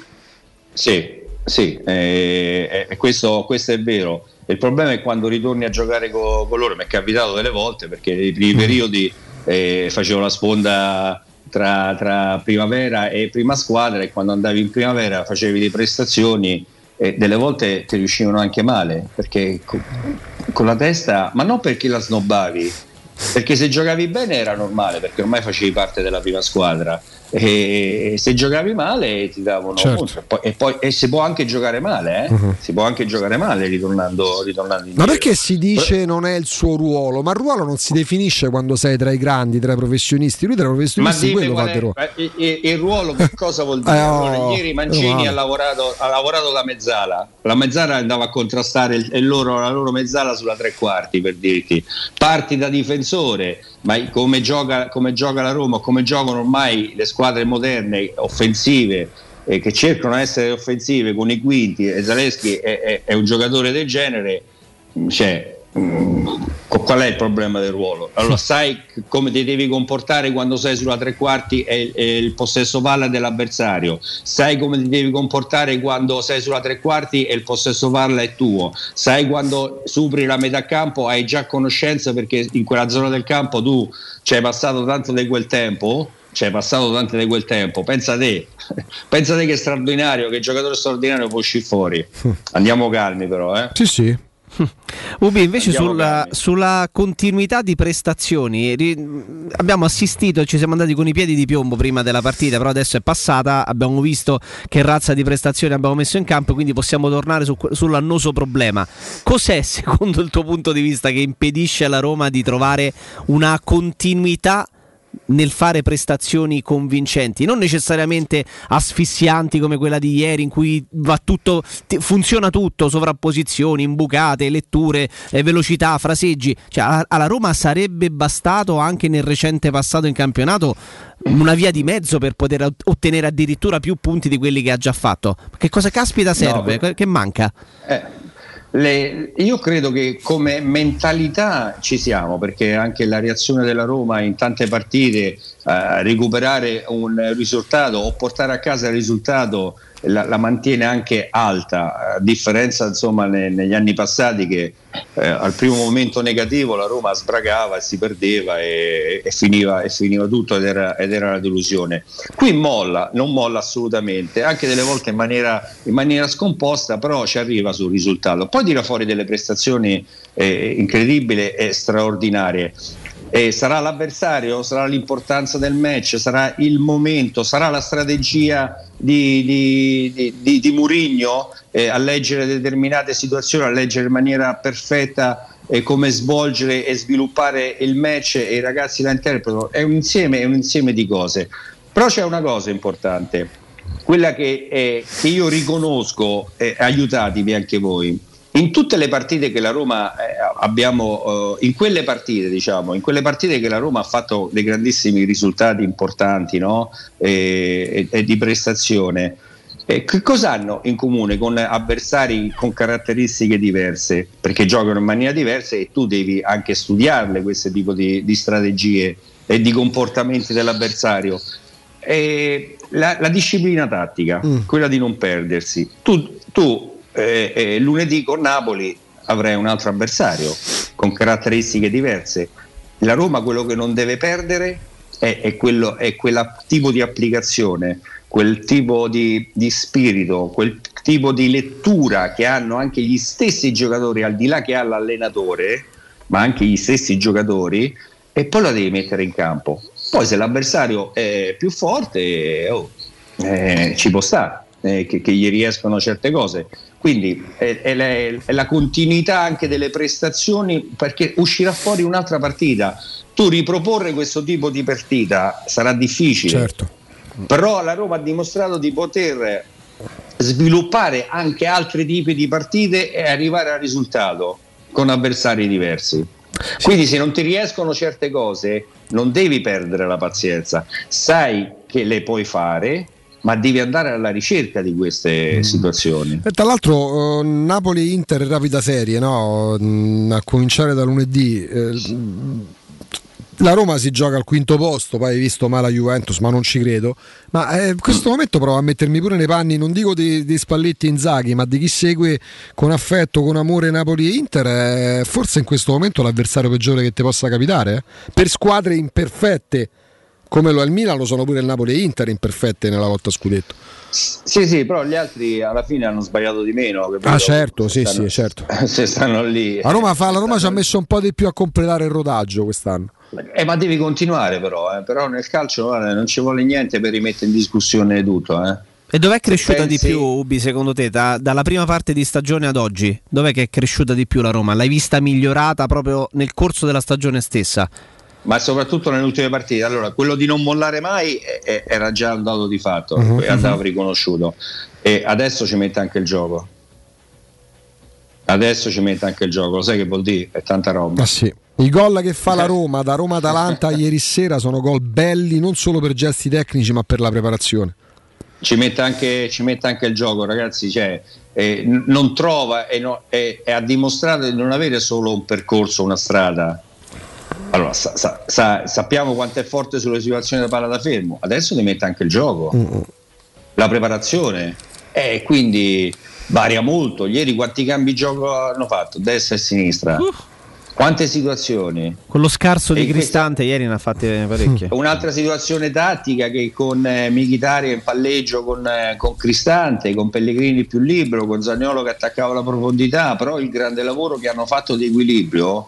questo è vero. Il problema è quando ritorni a giocare con loro. Mi è capitato delle volte, perché nei primi periodi facevo la sponda tra primavera e prima squadra, e quando andavi in primavera facevi le prestazioni e delle volte ti riuscivano anche male, perché con la testa, ma non perché la snobbavi, perché se giocavi bene era normale, perché ormai facevi parte della prima squadra, e se giocavi male ti davano,
certo.
e si può anche giocare male, si può anche giocare male ritornando indietro.
Ma perché si dice non è il suo ruolo? Ma il ruolo non si definisce quando sei tra i grandi, tra i professionisti. Lui tra i professionisti quello fa
il ruolo che cosa vuol dire? Ieri Mancini ha lavorato la mezzala andava a contrastare la loro mezzala sulla tre quarti, per dirti. Parti da difensore, ma come gioca la Roma, come giocano ormai le squadre moderne offensive, che cercano di essere offensive con i quinti, e Zalewski è un giocatore del genere, qual è il problema del ruolo? Allora sai come ti devi comportare quando sei sulla tre quarti e il possesso palla dell'avversario, sai come ti devi comportare quando sei sulla tre quarti e il possesso palla è tuo, sai quando superi la metà campo, hai già conoscenza perché in quella zona del campo tu ci hai passato tanto di quel tempo. Pensa te che è straordinario, che giocatore straordinario può uscire fuori. Andiamo calmi però,
Sì.
Ubi, invece sulla continuità di prestazioni abbiamo assistito, ci siamo andati con i piedi di piombo prima della partita, però adesso è passata, abbiamo visto che razza di prestazioni abbiamo messo in campo, quindi possiamo tornare sull'annoso problema. Cos'è secondo il tuo punto di vista che impedisce alla Roma di trovare una continuità nel fare prestazioni convincenti, non necessariamente asfissianti come quella di ieri, in cui va tutto, funziona tutto, sovrapposizioni, imbucate, letture, velocità, fraseggi? Cioè, alla Roma sarebbe bastato anche nel recente passato in campionato una via di mezzo per poter ottenere addirittura più punti di quelli che ha già fatto. Che cosa caspita serve?
No,
che manca?
Io credo che come mentalità ci siamo, perché anche la reazione della Roma in tante partite, recuperare un risultato o portare a casa il risultato la mantiene anche alta, a differenza insomma negli anni passati che al primo momento negativo la Roma sbragava e si perdeva e finiva tutto ed era la delusione. Qui non molla assolutamente, anche delle volte in maniera scomposta, però ci arriva sul risultato, poi tira fuori delle prestazioni incredibili e straordinarie. Sarà l'avversario, sarà l'importanza del match, sarà il momento, sarà la strategia di Mourinho a leggere determinate situazioni, a leggere in maniera perfetta come svolgere e sviluppare il match, e i ragazzi la interpretano. È un insieme di cose. Però c'è una cosa importante, quella che io riconosco, aiutatevi anche voi. In tutte le partite che la Roma abbiamo, in quelle partite che la Roma ha fatto dei grandissimi risultati importanti, no? e di prestazione, che cosa hanno in comune con avversari con caratteristiche diverse? Perché giocano in maniera diversa e tu devi anche studiarle questo tipo di strategie e di comportamenti dell'avversario. La disciplina tattica, quella di non perdersi. Tu lunedì con Napoli avrai un altro avversario con caratteristiche diverse. La Roma quello che non deve perdere è quel tipo di applicazione, quel tipo di spirito, quel tipo di lettura che hanno anche gli stessi giocatori, al di là che ha l'allenatore, ma anche gli stessi giocatori, e poi la devi mettere in campo. Poi se l'avversario è più forte, ci può stare che gli riescono certe cose. Quindi è la continuità anche delle prestazioni, perché uscirà fuori un'altra partita. Tu riproporre questo tipo di partita sarà difficile,
certo.
Però la Roma ha dimostrato di poter sviluppare anche altri tipi di partite e arrivare al risultato con avversari diversi. Quindi se non ti riescono certe cose non devi perdere la pazienza, sai che le puoi fare, ma devi andare alla ricerca di queste situazioni.
E tra l'altro Napoli-Inter rapida serie, no? A cominciare da lunedì. La Roma si gioca al quinto posto, poi hai visto male la Juventus, ma non ci credo. Ma in questo momento provo a mettermi pure nei panni, non dico di Spalletti e Inzaghi, ma di chi segue con affetto, con amore Napoli e Inter. Forse in questo momento l'avversario peggiore che ti possa capitare, per squadre imperfette come lo è il Milan, lo sono pure il Napoli e Inter imperfette nella lotta a scudetto.
Sì, però gli altri alla fine hanno sbagliato di meno.
Certo, certo.
Se stanno lì.
La Roma ci ha messo un po' di più a completare il rodaggio quest'anno.
Ma devi continuare però nel calcio non ci vuole niente per rimettere in discussione tutto.
E dov'è cresciuta di più, Ubi, secondo te, dalla prima parte di stagione ad oggi? Dov'è che è cresciuta di più la Roma? L'hai vista migliorata proprio nel corso della stagione stessa?
Ma soprattutto nelle ultime partite. Allora, quello di non mollare mai era già un dato di fatto, andava riconosciuto, e adesso ci mette anche il gioco. Lo sai che vuol dire? È tanta roba.
Ah, sì. I gol che fa la Roma da Roma-Atalanta ieri sera sono gol belli, non solo per gesti tecnici ma per la preparazione.
Ci mette anche il gioco, ragazzi, non trova e ha dimostrato di non avere solo un percorso, una strada. Allora sappiamo quanto è forte sulle situazioni da palla da fermo, adesso ti mette anche il gioco, la preparazione, quindi varia molto. Ieri quanti cambi gioco hanno fatto, destra e sinistra, quante situazioni,
con lo scarso di Cristante ieri ne ha fatte parecchie.
Un'altra situazione tattica che con Mkhitaryan in palleggio con Cristante, con Pellegrini più libero, con Zaniolo che attaccava la profondità, però il grande lavoro che hanno fatto di equilibrio,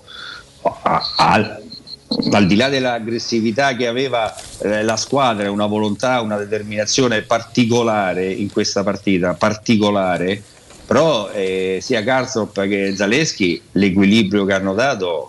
al di là dell'aggressività che aveva la squadra, una volontà, una determinazione particolare in questa partita, però sia Karsdorp che Zalewski l'equilibrio che hanno dato,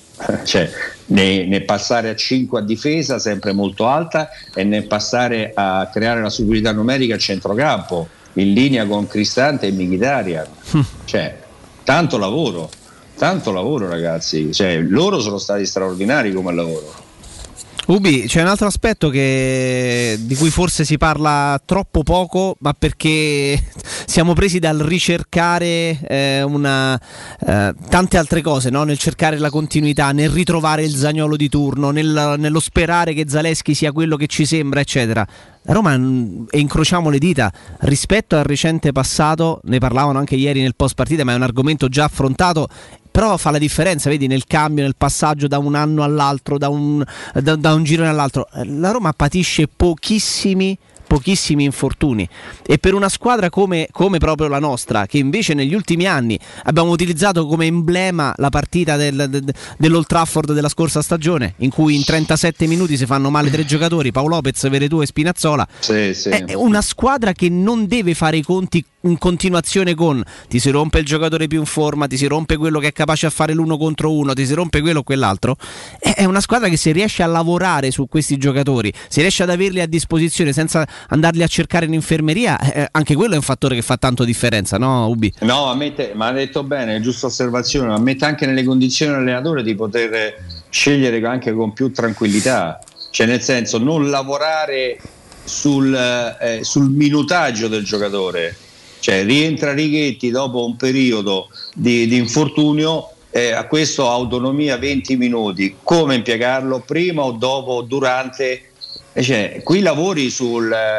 nel passare a 5 a difesa sempre molto alta e nel passare a creare la superiorità numerica a centrocampo in linea con Cristante e Mkhitaryan, tanto lavoro ragazzi, loro sono stati straordinari come lavoro.
Ubi, c'è un altro aspetto di cui forse si parla troppo poco, ma perché siamo presi dal ricercare tante altre cose, no? Nel cercare la continuità, nel ritrovare il Zaniolo di turno, nello sperare che Zalewski sia quello che ci sembra, eccetera. La Roma, e incrociamo le dita, rispetto al recente passato, ne parlavano anche ieri nel post partita, ma è un argomento già affrontato, però fa la differenza, vedi, nel cambio, nel passaggio da un anno all'altro, da un girone all'altro. La Roma patisce pochissimi infortuni, e per una squadra come proprio la nostra, che invece negli ultimi anni abbiamo utilizzato come emblema la partita dell'Old Trafford della scorsa stagione, in cui in 37 minuti si fanno male 3 giocatori, Paolo Lopez, Veretù e Spinazzola. È una squadra che non deve fare i conti in continuazione con ti si rompe il giocatore più in forma, ti si rompe quello che è capace a fare l'1 contro 1, ti si rompe quello o quell'altro. È una squadra che, se riesce a lavorare su questi giocatori, se riesce ad averli a disposizione senza andarli a cercare in infermeria, anche quello è un fattore che fa tanto differenza, no Ubi?
No, ma ha detto bene, giusta osservazione, ma mette anche nelle condizioni l'allenatore di poter scegliere anche con più tranquillità, nel senso, non lavorare sul minutaggio del giocatore. Rientra Righetti dopo un periodo di infortunio, a questo autonomia 20 minuti, come impiegarlo prima o dopo o durante, qui lavori su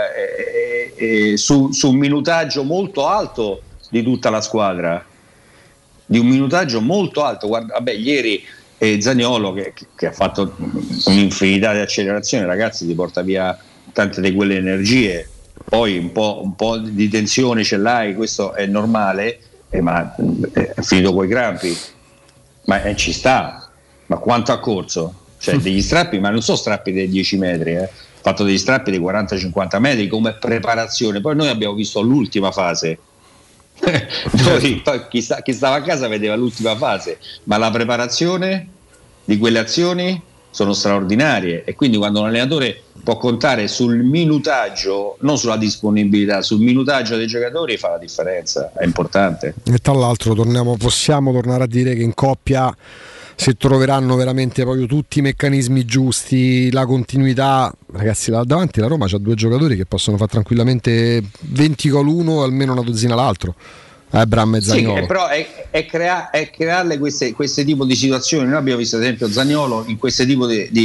un minutaggio molto alto di tutta la squadra, di un minutaggio molto alto. Ieri Zaniolo che ha fatto un'infinità di accelerazioni, ragazzi, ti porta via tante di quelle energie. Poi un po' di tensione ce l'hai, questo è normale, ma è finito coi crampi. Ma ci sta, ma quanto ha corso? Cioè degli strappi, ma non sono strappi dei 10 metri, ha fatto degli strappi dei 40-50 metri come preparazione. Poi noi abbiamo visto l'ultima fase. Poi chi stava a casa vedeva l'ultima fase, ma la preparazione di quelle azioni sono straordinarie, e quindi quando un allenatore può contare sul minutaggio, non sulla disponibilità, sul minutaggio dei giocatori, fa la differenza, è importante.
E tra l'altro possiamo tornare a dire che in coppia, se troveranno veramente proprio tutti i meccanismi giusti, la continuità, ragazzi, là davanti la Roma c'ha 2 giocatori che possono fare tranquillamente 20 gol uno, almeno una dozzina l'altro. Bram e Zaniolo.
Sì, però è crearle queste tipo di situazioni. Noi abbiamo visto ad esempio Zaniolo in questo tipo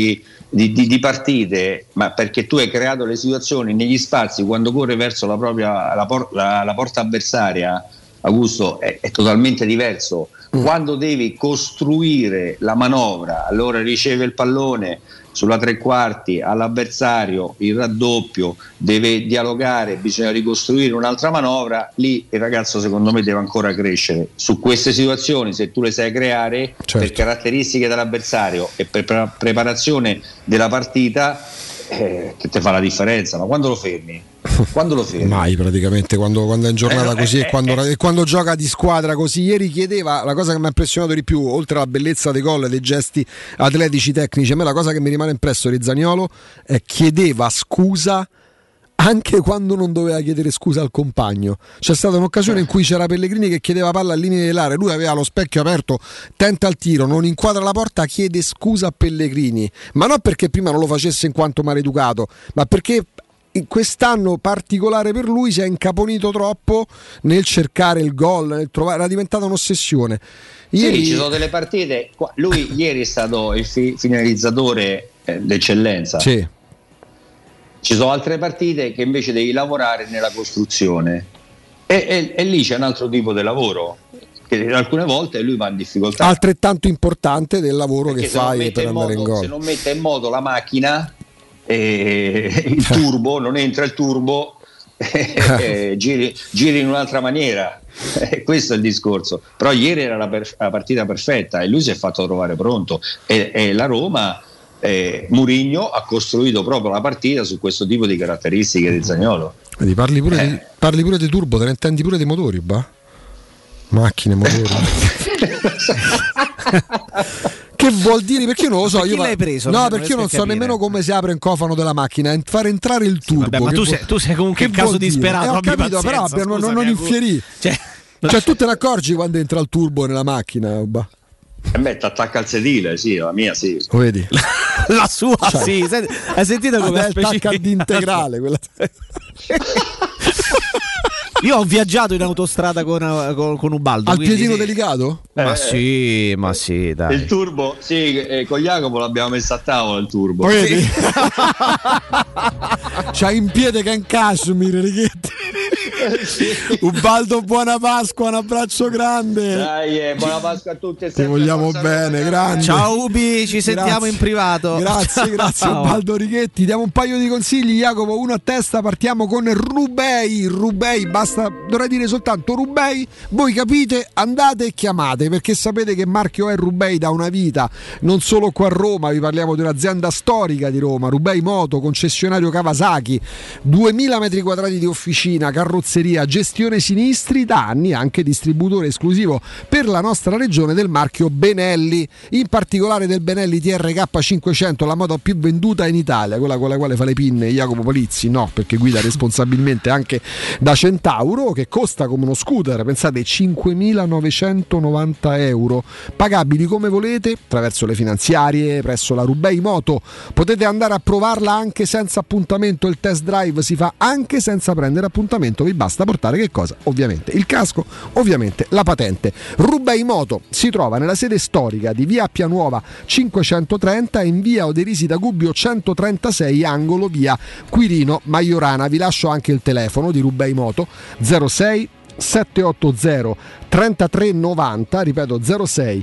di partite, ma perché tu hai creato le situazioni negli spazi quando corre verso la propria la porta avversaria. Augusto, è totalmente diverso. Quando devi costruire la manovra, allora riceve il pallone sulla tre quarti all'avversario, il raddoppio, deve dialogare, bisogna ricostruire un'altra manovra, lì il ragazzo secondo me deve ancora crescere. Su queste situazioni, se tu le sai creare, certo, per caratteristiche dell'avversario e per preparazione della partita, che ti fa la differenza. Ma quando lo fermi? Quando lo fermi? Mai,
praticamente, quando è in giornata così e quando gioca di squadra così. Ieri chiedeva, la cosa che mi ha impressionato di più, oltre alla bellezza dei gol e dei gesti atletici tecnici, a me la cosa che mi rimane impresso di Zaniolo è chiedeva scusa anche quando non doveva chiedere scusa al compagno. C'è stata un'occasione in cui c'era Pellegrini che chiedeva palla a linea dell'area, lui aveva lo specchio aperto, tenta il tiro, non inquadra la porta, chiede scusa a Pellegrini, ma non perché prima non lo facesse in quanto maleducato, ma perché in quest'anno particolare per lui si è incaponito troppo nel cercare il gol, nel trovare, era diventata un'ossessione.
Ieri ci sono delle partite, lui ieri è stato il finalizzatore d'eccellenza. Sì. Ci sono altre partite che invece devi lavorare nella costruzione e lì c'è un altro tipo di lavoro che alcune volte lui va in difficoltà.
Altrettanto importante del lavoro che fai per andare in gol.
Se non mette in moto la macchina, il turbo, non entra il turbo, giri in un'altra maniera. Questo è il discorso. Però ieri era la partita perfetta e lui si è fatto trovare pronto e la Roma... Mourinho ha costruito proprio la partita su questo tipo di caratteristiche di Zaniolo.
Vedi, parli pure di turbo, te ne intendi pure dei motori, macchine, motori. Che vuol dire? Perché io non lo so. Io
l'hai preso?
No, perché io non so nemmeno come si apre il cofano della macchina, far entrare il turbo.
Vabbè, ma tu sei comunque il caso disperato.
Ho capito, però non infierì. Cioè tu te ne accorgi quando entra il turbo nella macchina?
Ti attacca al sedile, sì, la mia sì.
Lo vedi?
La sua sì. Hai sentito come
attacca ad integrale quella.
Io ho viaggiato in autostrada con Ubaldo.
Al piedino delicato?
Ma sì, dai.
Il turbo, sì, con Jacopo l'abbiamo messo a tavola il turbo.
Vedi? C'ha in piede che è in Kashmir, Righetti. Ubaldo, buona Pasqua, un abbraccio grande.
Dai, buona Pasqua a tutti.
Ti vogliamo bene, grande.
Ciao Ubi, ci sentiamo in privato.
Grazie Ubaldo Righetti. Diamo un paio di consigli, Jacopo, uno a testa. Partiamo con Rubei, basta, dovrei dire soltanto Rubei. Voi capite, andate e chiamate, perché sapete che marchio è Rubei da una vita, non solo qua a Roma. Vi parliamo di un'azienda storica di Roma, Rubei Moto, concessionario Kawasaki, 2000 metri quadrati di officina, carrozzeria, gestione sinistri, da anni anche distributore esclusivo per la nostra regione del marchio Benelli, in particolare del Benelli TRK 500, la moto più venduta in Italia, quella con la quale fa le pinne Jacopo Polizzi, no, perché guida responsabilmente anche da Centauro, che costa come uno scooter, pensate, 5.990 euro, pagabili come volete attraverso le finanziarie presso la Rubei Moto. Potete andare a provarla anche senza appuntamento, il test drive si fa anche senza prendere appuntamento, vi basta portare che cosa? Ovviamente il casco, ovviamente la patente. Rubei Moto si trova nella sede storica di via Appia Nuova 530 e in via Oderisi da Gubbio 136 angolo via Quirino Maiorana. Vi lascio anche il telefono di Rubei Moto 06 780 3390, ripeto 06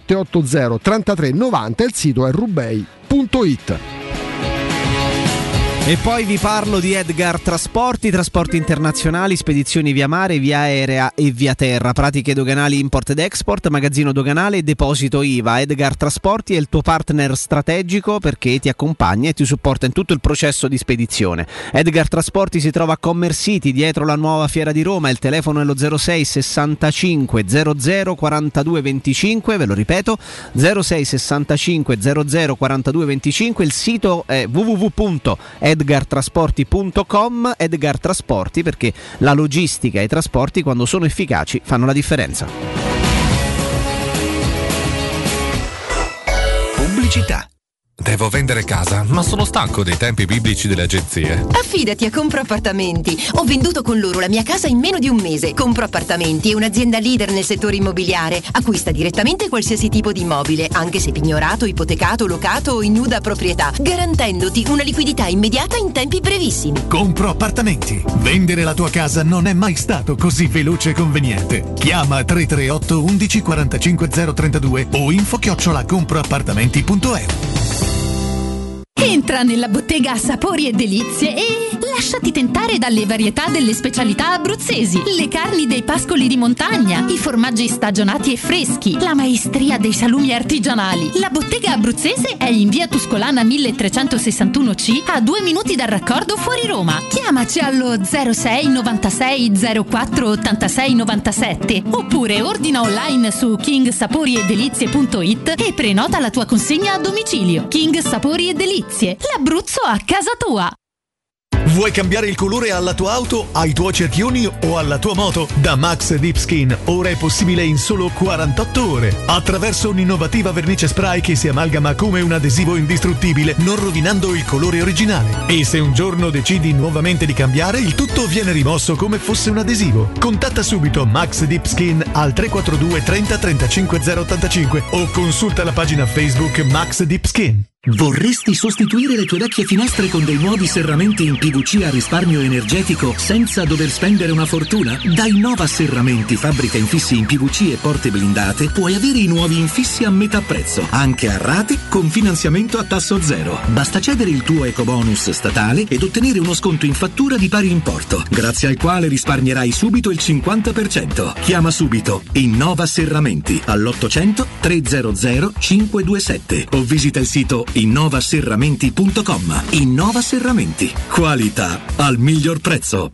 780 3390, il sito è rubei.it.
E poi vi parlo di Edgar Trasporti, trasporti internazionali, spedizioni via mare, via aerea e via terra, pratiche doganali import ed export, magazzino doganale e deposito IVA. Edgar Trasporti è il tuo partner strategico perché ti accompagna e ti supporta in tutto il processo di spedizione. Edgar Trasporti si trova a Commerce City, dietro la nuova Fiera di Roma, il telefono è lo 06 65 00 42 25, ve lo ripeto, 06 65 00 42 25, il sito è www.edgartrasporti.com. Edgar Trasporti, perché la logistica e i trasporti, quando sono efficaci, fanno la differenza.
Pubblicità. Devo vendere casa, ma sono stanco dei tempi biblici delle agenzie.
Affidati a Compro Appartamenti. Ho venduto con loro la mia casa in meno di un mese. Compro Appartamenti è un'azienda leader nel settore immobiliare. Acquista direttamente qualsiasi tipo di immobile, anche se pignorato, ipotecato, locato o in nuda proprietà, garantendoti una liquidità immediata in tempi brevissimi.
Compro Appartamenti. Vendere la tua casa non è mai stato così veloce e conveniente. Chiama 338 11 45 032 o info@comproappartamenti.eu.
Entra nella bottega Sapori e Delizie e lasciati tentare dalle varietà delle specialità abruzzesi, le carni dei pascoli di montagna, i formaggi stagionati e freschi, la maestria dei salumi artigianali. La bottega abruzzese è in via Tuscolana 1361C, a 2 minuti dal raccordo fuori Roma. Chiamaci allo 06 96 04 86 97 oppure ordina online su kingsaporiedelizie.it e prenota la tua consegna a domicilio. King Sapori e Delizie, l'Abruzzo a casa tua.
Vuoi cambiare il colore alla tua auto, ai tuoi cerchioni o alla tua moto? Da Max Deep Skin ora è possibile in solo 48 ore attraverso un'innovativa vernice spray che si amalgama come un adesivo indistruttibile, non rovinando il colore originale. E se un giorno decidi nuovamente di cambiare, il tutto viene rimosso come fosse un adesivo. Contatta subito Max Deep Skin al 342 30 35 085 o consulta la pagina Facebook Max Deep Skin.
Vorresti sostituire le tue vecchie finestre con dei nuovi serramenti in PVC a risparmio energetico senza dover spendere una fortuna? Da Innova Serramenti, fabbrica infissi in PVC e porte blindate, puoi avere i nuovi infissi a metà prezzo, anche a rate con finanziamento a tasso zero. Basta cedere il tuo ecobonus statale ed ottenere uno sconto in fattura di pari importo, grazie al quale risparmierai subito il 50%. Chiama subito Innova Serramenti all'800 300 527 o visita il sito innovaserramenti.com. Innova Serramenti, qualità al miglior prezzo.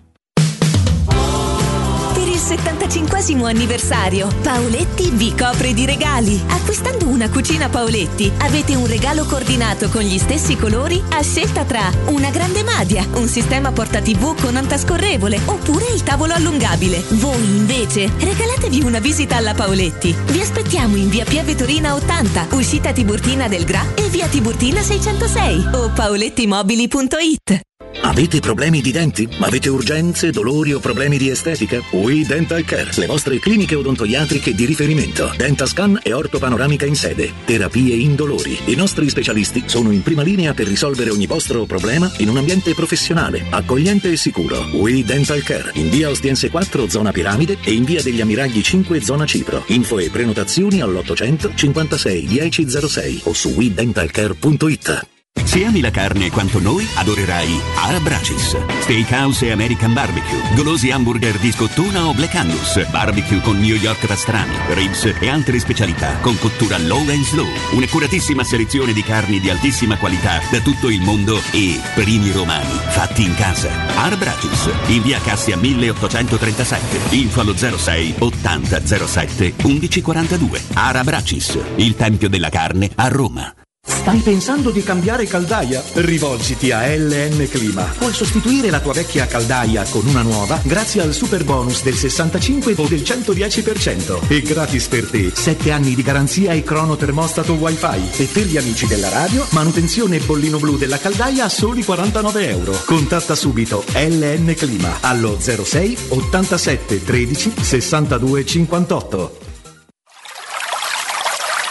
Per il 75esimo anniversario, Paoletti vi copre di regali. Acquistando una cucina Paoletti, avete un regalo coordinato con gli stessi colori a scelta tra una grande madia, un sistema porta TV con antascorrevole oppure il tavolo allungabile. Voi invece regalatevi una visita alla Paoletti. Vi aspettiamo in via Pieve Torina 80, uscita Tiburtina del Gra e via Tiburtina 606 o paolettimobili.it.
Avete problemi di denti? Avete urgenze, dolori o problemi di estetica? We Dental Care, le vostre cliniche odontoiatriche di riferimento. Dentascan e ortopanoramica in sede. Terapie indolori. I nostri specialisti sono in prima linea per risolvere ogni vostro problema in un ambiente professionale, accogliente e sicuro. We Dental Care, in via Ostiense 4, zona Piramide e in via degli Ammiragli 5, zona Cipro. Info e prenotazioni all'800 56 1006 o su wedentalcare.it.
Se ami la carne quanto noi, adorerai Arabracis. Steakhouse e American Barbecue, golosi hamburger di scottuna o Black Angus, barbecue con New York pastrami, ribs e altre specialità con cottura low and slow. Un'accuratissima selezione di carni di altissima qualità da tutto il mondo e primi romani fatti in casa. Arabracis, in via Cassia 1837. Info allo 06 80 07 1142. Arabracis, il tempio della carne a Roma.
Stai pensando di cambiare caldaia? Rivolgiti a LN Clima. Puoi sostituire la tua vecchia caldaia con una nuova grazie al super bonus del 65 o del 110%. E gratis per te 7 anni di garanzia e crono termostato wifi. E per gli amici della radio, manutenzione bollino blu della caldaia a soli 49 euro. Contatta subito LN Clima allo 06 87 13 62 58.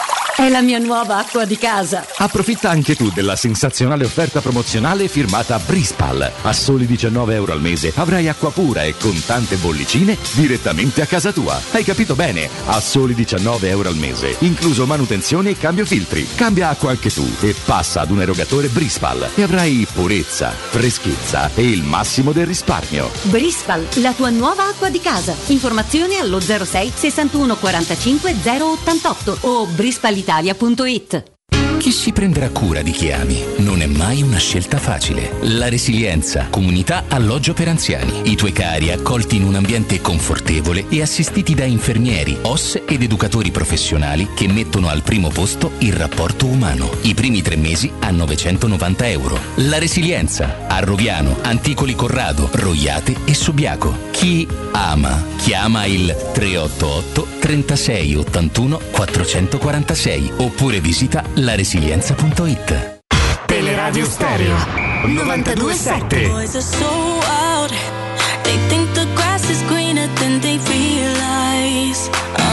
È la mia nuova acqua di casa.
Approfitta anche tu della sensazionale offerta promozionale firmata Brispal. A soli 19 euro al mese avrai acqua pura e con tante bollicine direttamente a casa tua. Hai capito bene? A soli 19 euro al mese, incluso manutenzione e cambio filtri. Cambia acqua anche tu e passa ad un erogatore Brispal e avrai purezza, freschezza e il massimo del risparmio.
Brispal, la tua nuova acqua di casa. Informazioni allo 06 61 45 088 o brispalitalia.it.
Chi si prenderà cura di chi ami? Non è mai una scelta facile. La Resilienza, comunità alloggio per anziani. I tuoi cari accolti in un ambiente confortevole e assistiti da infermieri, OS ed educatori professionali che mettono al primo posto il rapporto umano. I primi 3 mesi a 990 euro. La Resilienza, a Roviano, Anticoli Corrado, Roiate e Subiaco. Chi ama, chiama il 388 36 81 446 oppure visita laresilienza.it.
Teleradio Stereo 92.7.
Boys are so wild. They think the grass is greener than they realize.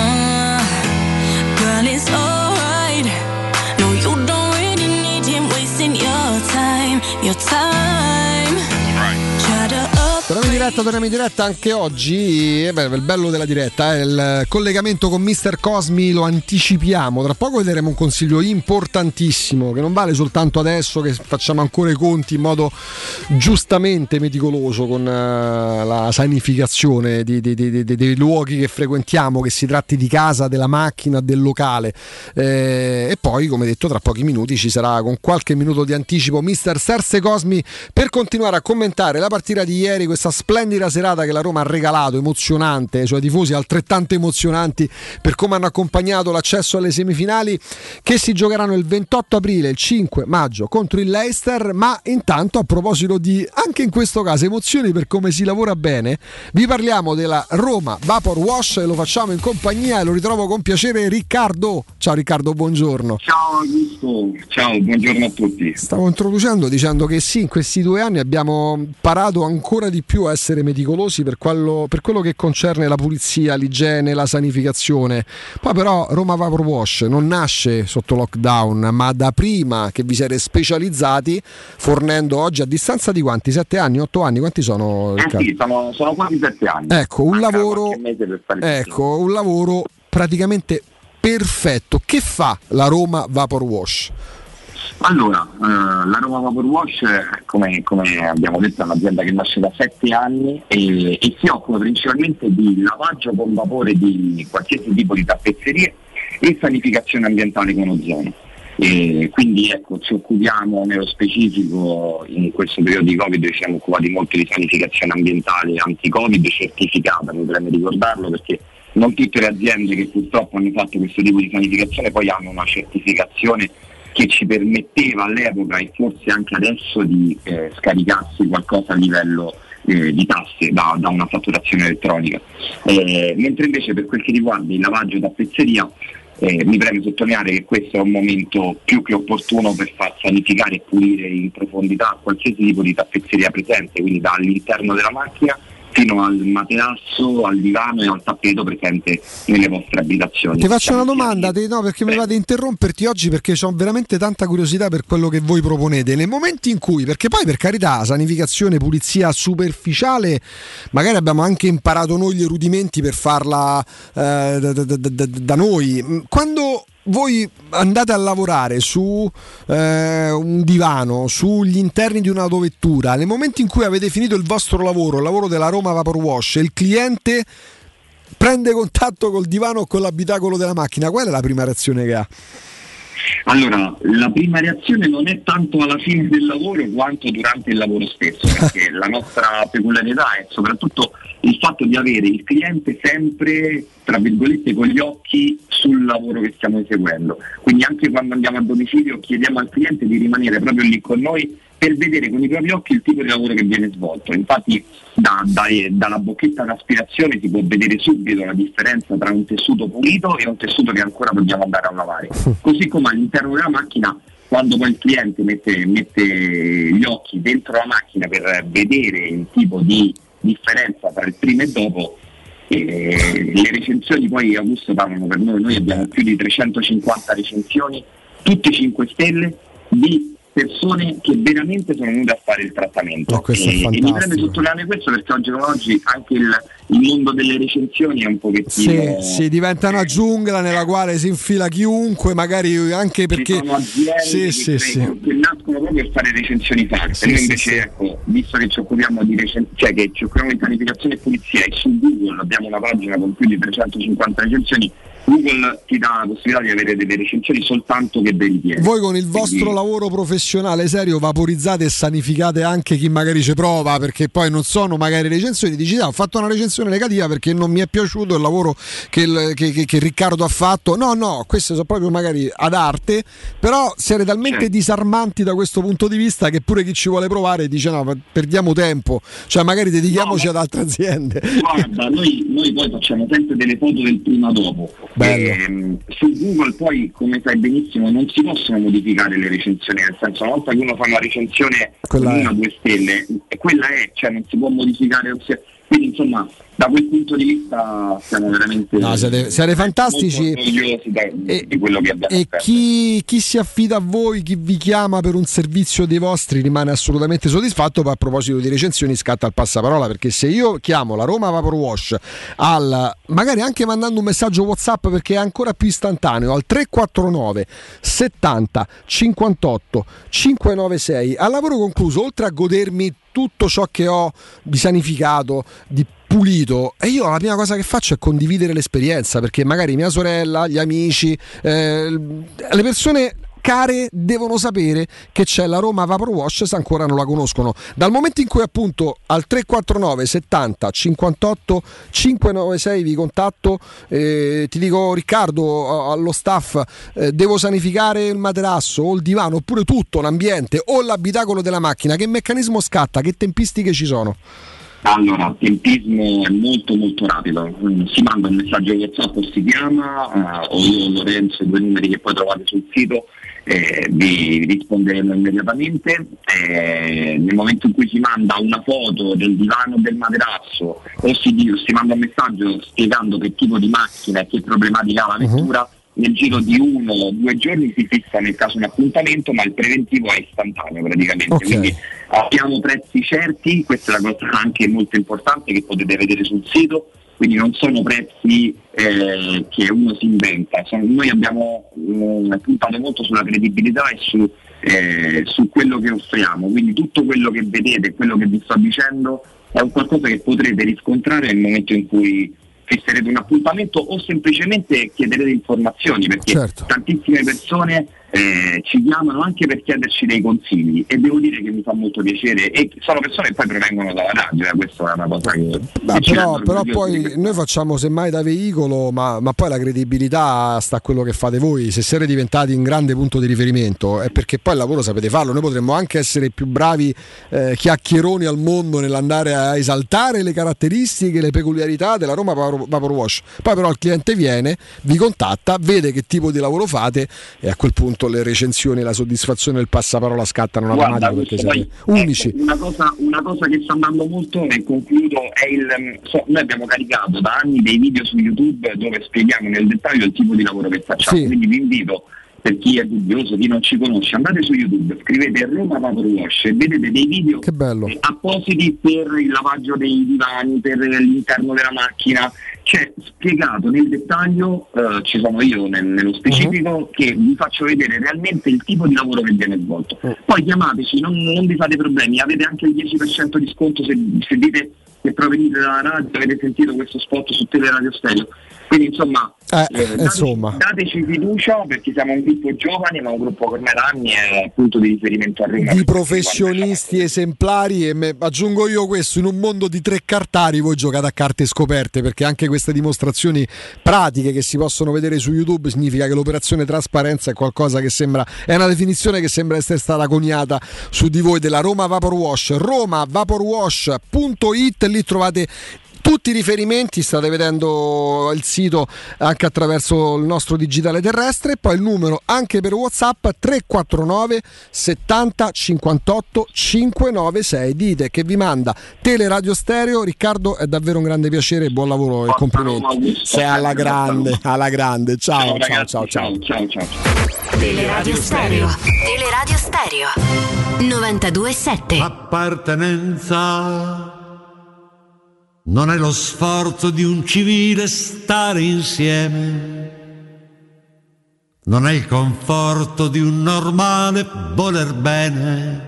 Girl, it's alright. No, you don't really need him wasting your time. Your time. Try to
Torniamo in diretta anche oggi. Il bello della diretta è il collegamento con Mister Cosmi, lo anticipiamo. Tra poco vedremo un consiglio importantissimo che non vale soltanto adesso che facciamo ancora i conti in modo giustamente meticoloso con la sanificazione dei luoghi che frequentiamo, che si tratti di casa, della macchina, del locale. E poi, come detto, tra pochi minuti ci sarà con qualche minuto di anticipo Mister Serse Cosmi per continuare a commentare la partita di ieri, questa splendida serata che la Roma ha regalato, emozionante ai suoi tifosi, altrettanto emozionanti per come hanno accompagnato l'accesso alle semifinali che si giocheranno il 28 aprile, il 5 maggio contro il Leicester. Ma intanto, a proposito di, anche in questo caso, emozioni per come si lavora bene, vi parliamo della Roma Vapor Wash e lo facciamo in compagnia, e lo ritrovo con piacere, Riccardo. Ciao Riccardo, buongiorno.
Ciao Augusto, ciao, buongiorno a tutti.
Stavo introducendo dicendo che sì, in questi 2 anni abbiamo imparato ancora di più a essere meticolosi per quello che concerne la pulizia, l'igiene, la sanificazione. Poi però Roma Vapor Wash non nasce sotto lockdown, ma da prima che vi siete specializzati, fornendo oggi a distanza di quanti? 7 anni, 8 anni? Quanti sono?
Sì, sono quasi 7 anni.
Ecco, un lavoro praticamente perfetto. Che fa la Roma Vapor Wash?
Allora, la Roma Vapor Wash, come abbiamo detto, è un'azienda che nasce da 7 anni e si occupa principalmente di lavaggio con vapore di qualsiasi tipo di tappezzerie e sanificazione ambientale con ozono. E quindi ecco, ci occupiamo nello specifico, in questo periodo di Covid ci siamo occupati molto di sanificazione ambientale anti-Covid certificata, mi preme ricordarlo, perché non tutte le aziende che purtroppo hanno fatto questo tipo di sanificazione poi hanno una certificazione che ci permetteva all'epoca e forse anche adesso di scaricarsi qualcosa a livello di tasse da una fatturazione elettronica. Mentre invece per quel che riguarda il lavaggio tappezzeria, mi preme sottolineare che questo è un momento più che opportuno per far sanificare e pulire in profondità qualsiasi tipo di tappezzeria presente, quindi dall'interno della macchina fino al materasso, al divano e al tappeto presente nelle vostre abitazioni.
Ti faccio una domanda, perché mi vado a interromperti oggi, perché ho veramente tanta curiosità per quello che voi proponete. Nel momento in cui, perché poi per carità, sanificazione, pulizia superficiale, magari abbiamo anche imparato noi gli rudimenti per farla da noi. Quando voi andate a lavorare su un divano, sugli interni di un'autovettura, nel momento in cui avete finito il vostro lavoro, il lavoro della Roma Vapor Wash, il cliente prende contatto col divano o con l'abitacolo della macchina, qual è la prima reazione che ha?
Allora, la prima reazione non è tanto alla fine del lavoro quanto durante il lavoro stesso, perché la nostra peculiarità è soprattutto il fatto di avere il cliente sempre, tra virgolette, con gli occhi sul lavoro che stiamo eseguendo. Quindi anche quando andiamo a domicilio chiediamo al cliente di rimanere proprio lì con noi per vedere con i propri occhi il tipo di lavoro che viene svolto. Infatti dalla bocchetta d'aspirazione si può vedere subito la differenza tra un tessuto pulito e un tessuto che ancora dobbiamo andare a lavare. Così come all'interno della macchina, quando poi il cliente mette gli occhi dentro la macchina per vedere il tipo di differenza tra il prima e dopo, le recensioni poi, Augusto, parlano per noi abbiamo più di 350 recensioni, tutte 5 stelle, di persone che veramente sono venute a fare il trattamento, e mi preme sottolineare questo perché oggi come oggi anche il mondo delle recensioni è un pochettino
si diventa una giungla nella quale si infila chiunque, magari anche perché
ci sono aziende che nascono proprio per fare recensioni false. Noi invece ecco, visto che ci occupiamo di che ci occupiamo di pianificazione e pulizia, e su Google abbiamo una pagina con più di 350 recensioni, Google ti dà la possibilità di avere delle recensioni soltanto che veritiere.
Voi con il vostro lavoro professionale serio vaporizzate e sanificate anche chi magari ci prova, perché poi non sono magari recensioni, dici ho fatto una recensione negativa perché non mi è piaciuto il lavoro che Riccardo ha fatto. No, queste sono proprio magari ad arte, però siete talmente disarmanti da questo punto di vista che pure chi ci vuole provare dice no, perdiamo tempo, cioè magari dedichiamoci ad altre aziende.
Guarda, noi poi facciamo sempre delle foto del prima dopo. Su Google poi, come sai benissimo, non si possono modificare le recensioni, nel senso, una volta che uno fa una recensione con 1 o 2 stelle, quella è, cioè non si può modificare, quindi insomma da quel punto di vista siamo veramente
siete fantastici,
orgogliosi di quello che abbiamo
e chi si affida a voi, chi vi chiama per un servizio dei vostri rimane assolutamente soddisfatto. Ma a proposito di recensioni scatta il passaparola, perché se io chiamo la Roma Vapor Wash magari anche mandando un messaggio WhatsApp, perché è ancora più istantaneo, al 349 70 58 596, al lavoro concluso, oltre a godermi tutto ciò che ho di sanificato, di pulito, e io la prima cosa che faccio è condividere l'esperienza, perché magari mia sorella, gli amici, le persone care devono sapere che c'è la Roma Vapor Wash se ancora non la conoscono. Dal momento in cui appunto al 349 70 58 596 vi contatto, ti dico Riccardo, allo staff, devo sanificare il materasso o il divano oppure tutto l'ambiente o l'abitacolo della macchina, che meccanismo scatta, che tempistiche ci sono?
Allora, il tempismo è molto molto rapido, si manda un messaggio WhatsApp o si chiama, o io Lorenzo, 2 numeri che poi trovate sul sito, vi risponderemo immediatamente. Nel momento in cui si manda una foto del divano o del materasso, o si manda un messaggio spiegando che tipo di macchina e che problematica ha la vettura, nel giro di 1 o 2 giorni si fissa nel caso un appuntamento, ma il preventivo è istantaneo praticamente. Quindi abbiamo prezzi certi, questa è la cosa anche molto importante che potete vedere sul sito, quindi non sono prezzi che uno si inventa, noi abbiamo puntato molto sulla credibilità e su quello che offriamo, quindi tutto quello che vedete, quello che vi sto dicendo è un qualcosa che potrete riscontrare nel momento in cui fisserete un appuntamento o semplicemente chiederete informazioni, perché tantissime persone ci chiamano anche per chiederci dei consigli, e devo dire che mi fa molto piacere, e sono persone che poi provengono dalla radio, questa è una cosa che
però poi noi facciamo semmai da veicolo, ma poi la credibilità sta a quello che fate voi. Se siete diventati un grande punto di riferimento è perché poi il lavoro sapete farlo. Noi potremmo anche essere più bravi chiacchieroni al mondo nell'andare a esaltare le caratteristiche, le peculiarità della Roma Vapor Wash, poi però il cliente viene, vi contatta, vede che tipo di lavoro fate, e a quel punto le recensioni e la soddisfazione del passaparola scattano in automatico, perché siete unici.
Una cosa che sta andando molto, e concludo, è noi abbiamo caricato da anni dei video su YouTube dove spieghiamo nel dettaglio il tipo di lavoro che facciamo, quindi vi invito, per chi è dubbioso, chi non ci conosce, andate su YouTube, scrivete Roma Vapor Wash e vedete dei video appositi per il lavaggio dei divani, per l'interno della macchina, c'è spiegato nel dettaglio, ci sono io nello specifico, che vi faccio vedere realmente il tipo di lavoro che viene svolto. Poi chiamateci, non vi fate problemi, avete anche il 10% di sconto se dite che provenite dalla radio, avete sentito questo spot su Teleradio Stereo. Quindi insomma, dateci fiducia, perché siamo un gruppo giovane, ma un gruppo che ormai da anni è punto di riferimento a Roma,
di professionisti esemplari. E aggiungo io questo: in un mondo di 3 cartari voi giocate a carte scoperte, perché anche queste dimostrazioni pratiche che si possono vedere su YouTube significa che l'operazione trasparenza è qualcosa che è una definizione che sembra essere stata coniata su di voi, della Roma Vapor Wash. RomaVaporWash.it, lì trovate tutti i riferimenti, state vedendo il sito anche attraverso il nostro digitale terrestre, poi il numero anche per WhatsApp 349 70 58 596. Dite che vi manda Teleradio Stereo. Riccardo, è davvero un grande piacere, buon lavoro e complimenti. Sei alla grande, alla grande. Ciao.
Teleradio Stereo. Teleradio Stereo 92.7.
Appartenenza non è lo sforzo di un civile stare insieme, non è il conforto di un normale voler bene.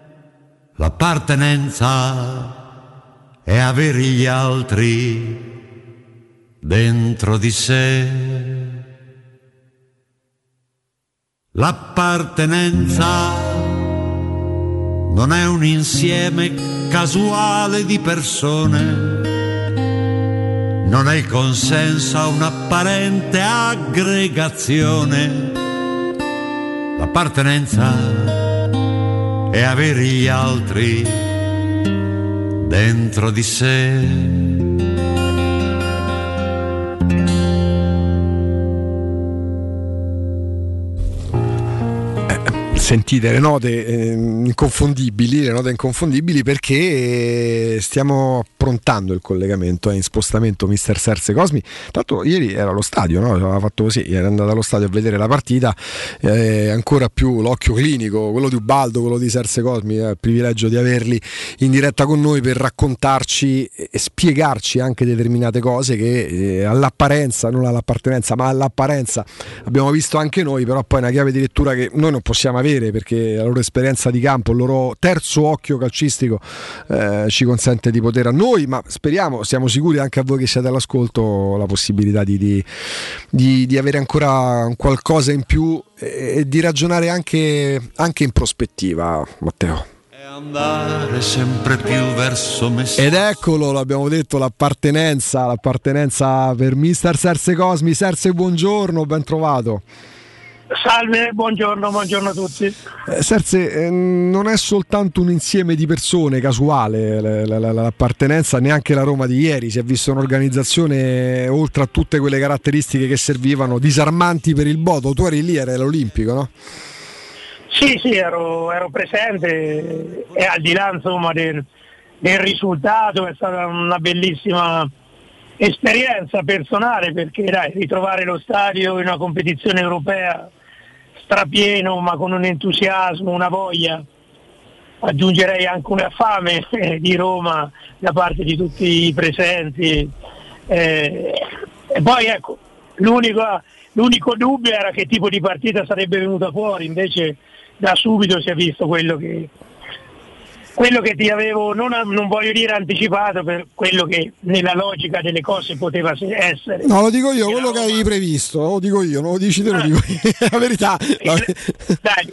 L'appartenenza è avere gli altri dentro di sé. L'appartenenza non è un insieme casuale di persone, non è il consenso a un'apparente aggregazione. L'appartenenza è avere gli altri dentro di sé.
Sentite le note inconfondibili, perché stiamo approntando il collegamento, è in spostamento mister Serse Cosmi. Tanto ieri era allo stadio, no? Aveva fatto così, era andato allo stadio a vedere la partita, ancora più l'occhio clinico, quello di Ubaldo, quello di Serse Cosmi, il privilegio di averli in diretta con noi per raccontarci e spiegarci anche determinate cose che all'apparenza, non all'appartenenza ma all'apparenza abbiamo visto anche noi, però poi è una chiave di lettura che noi non possiamo avere, perché la loro esperienza di campo, il loro terzo occhio calcistico ci consente di poter a noi, ma speriamo, siamo sicuri anche a voi che siete all'ascolto, la possibilità di avere ancora qualcosa in più e di ragionare anche in prospettiva, Matteo.
Andare sempre più verso me stesso.
Ed eccolo, l'abbiamo detto, l'appartenenza per mister Serse Cosmi. Serse, buongiorno, ben trovato.
Salve, buongiorno a tutti.
Serse, non è soltanto un insieme di persone casuale l'appartenenza, neanche la Roma di ieri, si è visto un'organizzazione oltre a tutte quelle caratteristiche che servivano, disarmanti per il Bodo. Tu eri lì, eri all'Olimpico, no?
Sì, ero presente, e al di là insomma del risultato è stata una bellissima esperienza personale, perché ritrovare lo stadio in una competizione europea strapieno, ma con un entusiasmo, una voglia, aggiungerei anche una fame di Roma da parte di tutti i presenti, e poi ecco, l'unico dubbio era che tipo di partita sarebbe venuta fuori, invece da subito si è visto quello che ti avevo, non voglio dire anticipato, per quello che nella logica delle cose poteva essere.
No, lo dico io, quello che avevi previsto, lo dico io, non lo dici te, lo dico io. La verità.
Dai,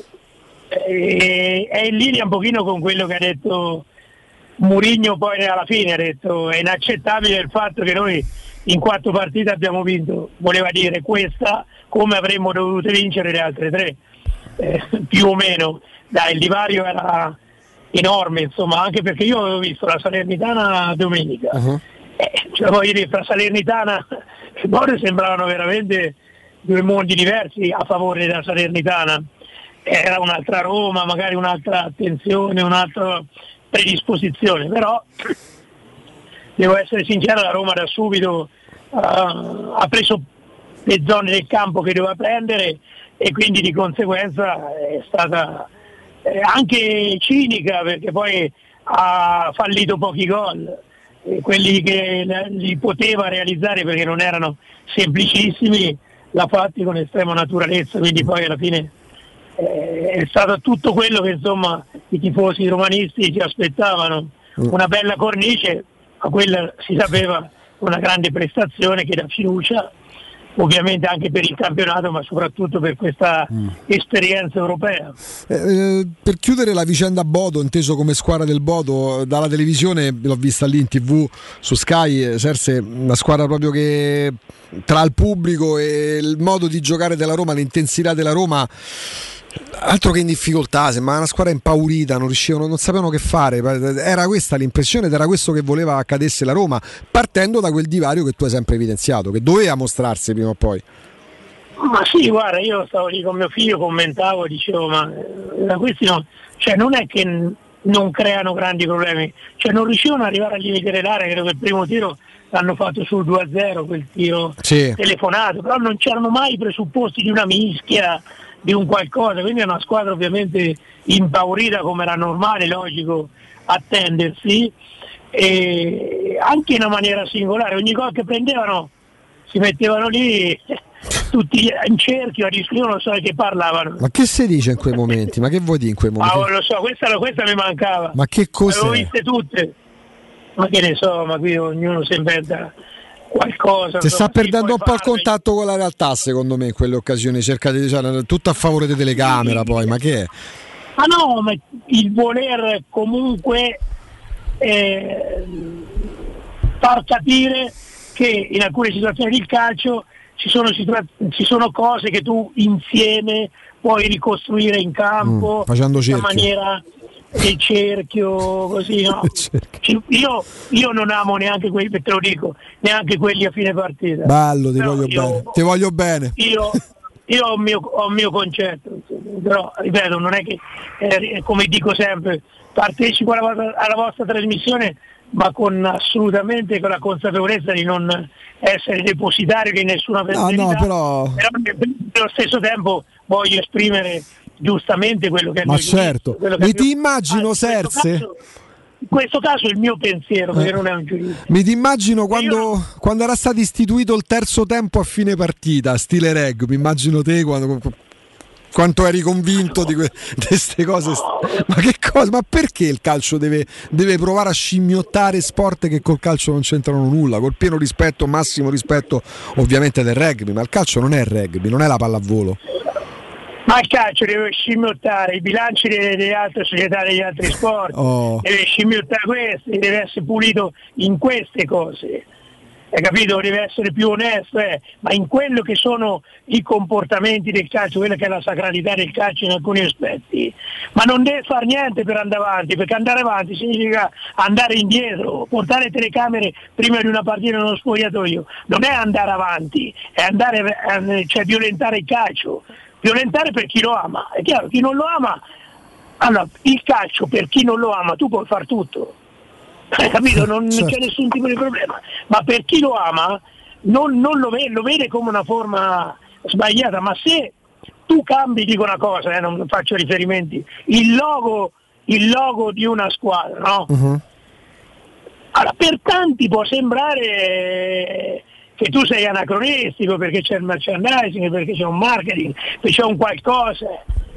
è in linea un pochino con quello che ha detto Mourinho poi alla fine, ha detto è inaccettabile il fatto che noi in 4 partite abbiamo vinto, voleva dire questa come avremmo dovuto vincere le altre 3, più o meno. Dai, il divario era enorme, insomma, anche perché io avevo visto la Salernitana domenica, voglio dire, fra Salernitana e Bodo sembravano veramente due mondi diversi a favore della Salernitana. Era un'altra Roma, magari un'altra attenzione, un'altra predisposizione, però devo essere sincero, la Roma da subito ha preso le zone del campo che doveva prendere, e quindi di conseguenza è stata anche cinica, perché poi ha fallito pochi gol, quelli che li poteva realizzare, perché non erano semplicissimi, l'ha fatti con estrema naturalezza, quindi poi alla fine è stato tutto quello che insomma i tifosi romanisti si aspettavano, una bella cornice, ma quella si sapeva una grande prestazione che dà fiducia ovviamente anche per il campionato, ma soprattutto per questa esperienza europea.
Per chiudere la vicenda Bodo, inteso come squadra del Bodo, dalla televisione l'ho vista lì in TV su Sky, Serse, una squadra proprio che tra il pubblico e il modo di giocare della Roma, l'intensità della Roma Altro che in difficoltà, sembrava una squadra impaurita, non riuscivano, non sapevano che fare. Era questa l'impressione ed era questo che voleva accadesse la Roma, partendo da quel divario che tu hai sempre evidenziato, che doveva mostrarsi prima o poi.
Ma sì, guarda, io stavo lì con mio figlio, commentavo, dicevo, ma questi non è che non creano grandi problemi, cioè non riuscivano ad arrivare al limite dell'area. Credo che il primo tiro l'hanno fatto sul 2-0, quel tiro telefonato, però non c'erano mai i presupposti di una mischia, di un qualcosa, quindi è una squadra ovviamente impaurita, come era normale, logico attendersi, e anche in una maniera singolare. Ogni gol che prendevano si mettevano lì tutti in cerchio, io non so che parlavano.
Ma che si dice in quei momenti? Ma che vuoi dire in quei momenti?
Lo so, questa mi mancava.
Ma che cos'è?
Avevo viste tutte, ma che ne so, ma qui ognuno si inventa qualcosa.
Si sta perdendo un po' il contatto con la realtà, secondo me, in quelle occasioni. Cerca di tutto a favore di telecamera, poi, ma che è?
Ma no, ma il voler comunque far capire che in alcune situazioni del calcio ci sono cose che tu insieme puoi ricostruire in campo,
facendo
in
cerchio.
Maniera del cerchio, così, no? Io non amo neanche quelli, te lo dico, neanche quelli a fine partita.
Bello, ti voglio bene.
Io ho il mio concetto, però ripeto, non è che come dico sempre, partecipo alla vostra trasmissione, ma assolutamente con la consapevolezza di non essere depositario di nessuna personalità,
però
allo stesso tempo voglio esprimere giustamente quello che è il mio
certo.
giudizio,
ti immagino Serse
in questo caso il mio pensiero, perché non è un giudizio.
Mi ti immagino quando era stato istituito il terzo tempo a fine partita, stile rugby, immagino te quanto eri convinto di queste cose. Ma che cosa? Ma perché il calcio deve provare a scimmiottare sport che col calcio non c'entrano nulla? Col pieno rispetto, massimo rispetto ovviamente del rugby, ma il calcio non è il rugby, non è la pallavolo.
Ma il calcio deve scimmiottare i bilanci delle altre società, degli altri sport, deve scimmiottare questi, deve essere pulito in queste cose. Hai capito? Deve essere più onesto, ma in quello che sono i comportamenti del calcio, quella che è la sacralità del calcio in alcuni aspetti, ma non deve fare niente per andare avanti, perché andare avanti significa andare indietro, portare telecamere prima di una partita nello spogliatoio, non è andare avanti, è violentare il calcio, violentare per chi lo ama. È chiaro, chi non lo ama, allora il calcio per chi non lo ama tu puoi far tutto. Hai capito? Non c'è nessun tipo di problema, ma per chi lo ama non lo vede come una forma sbagliata. Ma se tu cambi, dico una cosa, non faccio riferimenti, il logo di una squadra, no? Uh-huh. Allora, per tanti può sembrare che tu sei anacronistico perché c'è il merchandising, perché c'è un marketing, perché c'è un qualcosa,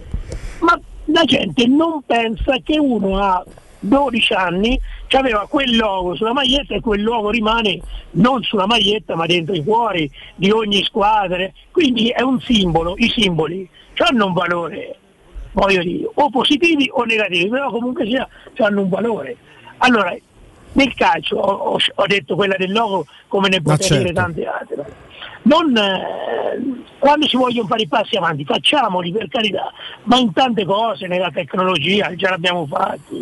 ma la gente non pensa che uno ha 12 anni aveva quel logo sulla maglietta e quel logo rimane non sulla maglietta ma dentro i cuori di ogni squadra, quindi è un simbolo. I simboli hanno un valore, voglio dire, o positivi o negativi, però comunque sia hanno un valore. Allora nel calcio ho detto quella del logo, come ne potrei dire tante altre. Quando si vogliono fare i passi avanti facciamoli, per carità, ma in tante cose, nella tecnologia già l'abbiamo fatti,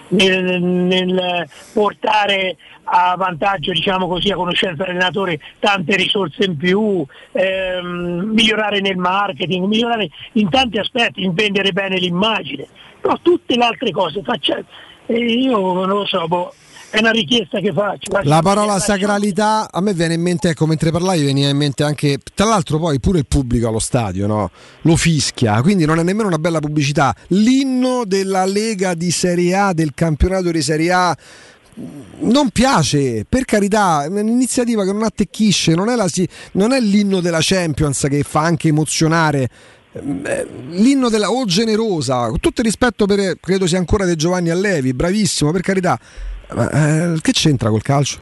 nel portare a vantaggio, diciamo così, a conoscenza dell'allenatore tante risorse in più, migliorare nel marketing, migliorare in tanti aspetti, in vendere bene l'immagine, però tutte le altre cose io non lo so, è una richiesta che faccio.
La parola sacralità a me viene in mente, ecco, mentre parlavi veniva in mente anche, tra l'altro poi pure il pubblico allo stadio, no? Lo fischia, quindi non è nemmeno una bella pubblicità. L'inno della Lega di Serie A, del campionato di Serie A, non piace, per carità, è un'iniziativa che non attecchisce, non è l'inno della Champions che fa anche emozionare. L'inno della generosa, con tutto il rispetto credo sia ancora di Giovanni Allevi, bravissimo, per carità. Che c'entra col calcio?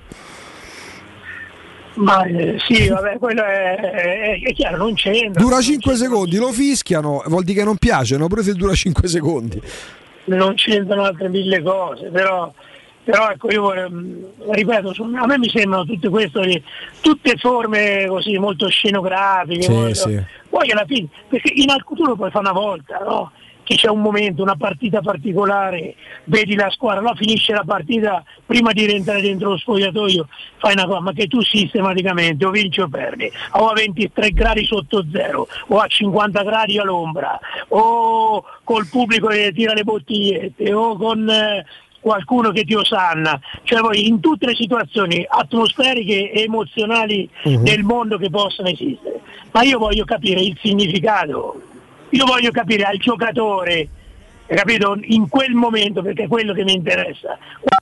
Ma sì, vabbè, quello è chiaro, non c'entra.
Dura 5 secondi, lo fischiano, vuol dire che non piace, no? Pure se dura 5 secondi.
Non c'entrano altre mille cose, però ecco, io ripeto, a me mi sembrano tutte forme così molto scenografiche, poi alla fine, perché in alcuni lo puoi fare una volta, no? Che c'è un momento, una partita particolare, vedi la squadra, no? Finisce la partita, prima di rientrare dentro lo spogliatoio fai una cosa, ma che tu sistematicamente o vinci o perdi, o a 23 gradi sotto zero, o a 50 gradi all'ombra, o col pubblico che tira le bottigliette, o con qualcuno che ti osanna, cioè voi in tutte le situazioni atmosferiche e emozionali del mondo che possono esistere. Ma io voglio capire il significato, io voglio capire al giocatore, capito, in quel momento, perché è quello che mi interessa,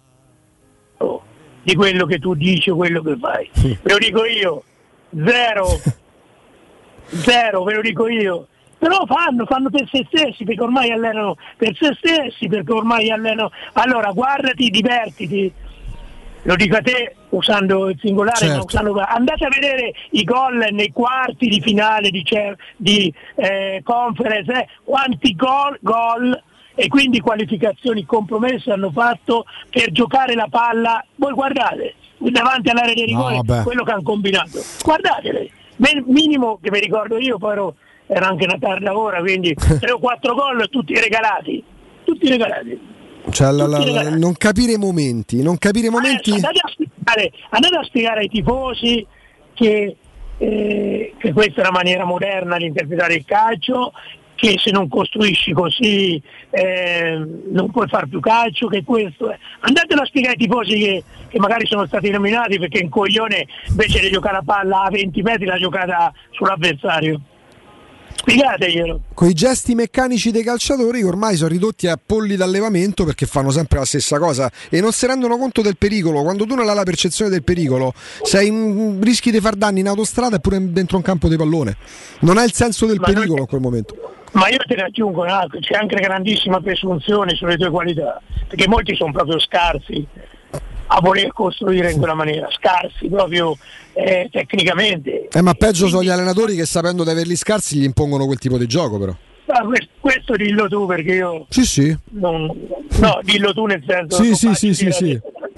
di quello che tu dici o quello che fai. Ve lo dico io, zero, ve lo dico io. Però fanno per se stessi, perché ormai allenano per se stessi, perché ormai allenano. Allora guardati, divertiti, lo dico a te usando il singolare,
certo.
Ma usando, andate a vedere i gol nei quarti di finale di conference, quanti gol e quindi qualificazioni compromesse hanno fatto per giocare la palla. Voi guardate davanti all'area di rigore quello che hanno combinato, guardatele, minimo che mi ricordo io, poi era anche una tarda ora, quindi 3 o 4 gol tutti regalati.
Cioè, non capire i momenti.
Andate a spiegare ai tifosi che questa è una maniera moderna di interpretare il calcio, che se non costruisci così non puoi far più calcio, che questo è. Andatelo a spiegare ai tifosi che magari sono stati nominati perché un coglione invece di giocare a palla a 20 metri l'ha giocata sull'avversario. Spiegateglielo.
Con i gesti meccanici dei calciatori che ormai sono ridotti a polli d'allevamento, perché fanno sempre la stessa cosa e non si rendono conto del pericolo. Quando tu non hai la percezione del pericolo, rischi di far danni in autostrada e pure dentro un campo di pallone. Non hai il senso del pericolo in quel momento.
Ma io te ne aggiungo un altro, c'è anche grandissima presunzione sulle tue qualità, perché molti sono proprio scarsi a voler costruire in quella maniera, scarsi proprio tecnicamente.
Ma peggio sono gli allenatori che, sapendo di averli scarsi, gli impongono quel tipo di gioco, però.
Questo dillo tu, perché io
sì.
No, dillo tu nel senso
sì.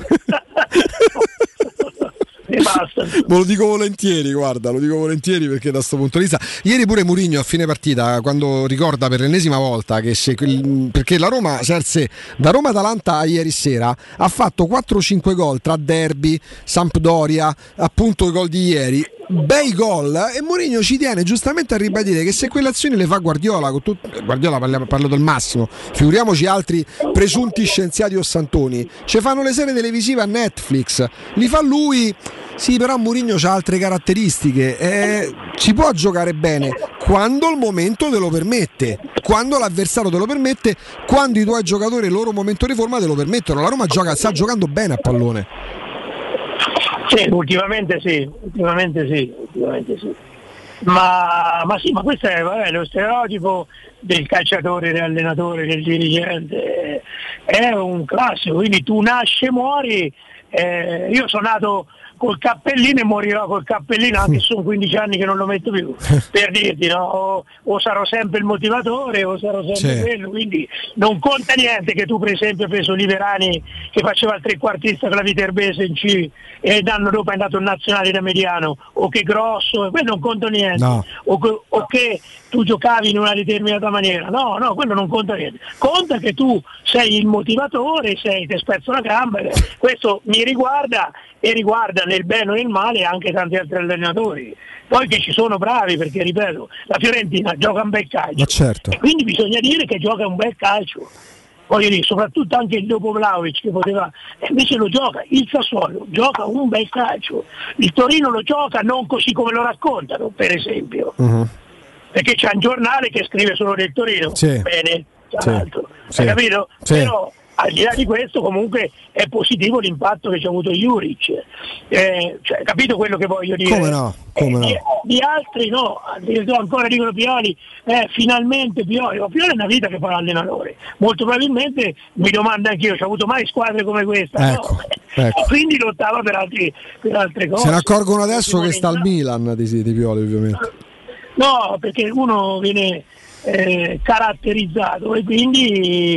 Basta.
Me lo dico volentieri, guarda, perché da sto punto di vista ieri pure Mourinho a fine partita, quando ricorda per l'ennesima volta che perché la Roma da Roma-Atalanta ieri sera ha fatto 4-5 gol tra derby, Sampdoria, appunto i gol di ieri, bei gol, e Mourinho ci tiene giustamente a ribadire che se quelle azioni le fa Guardiola, parlo del massimo, figuriamoci altri presunti scienziati o santoni, ci fanno le serie televisive a Netflix, li fa lui. Sì, però Mourinho ha altre caratteristiche, ci può giocare bene quando il momento te lo permette, quando l'avversario te lo permette, quando i tuoi giocatori il loro momento di forma te lo permettono. La Roma sta giocando bene a pallone.
Sì, ultimamente sì. Ma questo è lo stereotipo del calciatore, dell'allenatore, del dirigente, è un classico, quindi tu nasci e muori. Io sono nato col cappellino e morirò col cappellino, anche se sono 15 anni che non lo metto più, per dirti, no? O sarò sempre il motivatore o sarò sempre quello, quindi non conta niente che tu per esempio hai preso Liverani che faceva il trequartista con la Viterbese in C e l'anno dopo è andato in nazionale da mediano, o che Grosso, quello non conta niente, no. o che tu giocavi in una determinata maniera, no, quello non conta niente, conta che tu sei il motivatore, ti spezzo la gamba, questo mi riguarda e riguarda nel bene o nel male anche tanti altri allenatori, poi che ci sono bravi, perché ripeto, la Fiorentina gioca un bel calcio,
certo.
E quindi bisogna dire che gioca un bel calcio, voglio dire, soprattutto anche il dopo Vlahovic che poteva, invece lo gioca, il Sassuolo gioca un bel calcio, il Torino lo gioca non così come lo raccontano, per esempio, perché c'è un giornale che scrive solo del Torino, bene, tra l'altro, hai capito? Però al di là di questo comunque è positivo l'impatto che ci ha avuto Juric, capito quello che voglio dire?
Come no?
Di altri no, ancora dicono Pioli, finalmente Pioli, ma Pioli è una vita che fa l'allenatore, molto probabilmente mi domando anch'io, c'ho avuto mai squadre come questa,
ecco.
E quindi lottava per altre cose.
Se ne accorgono adesso che sta al Milan di Pioli, ovviamente.
No, perché uno viene caratterizzato e quindi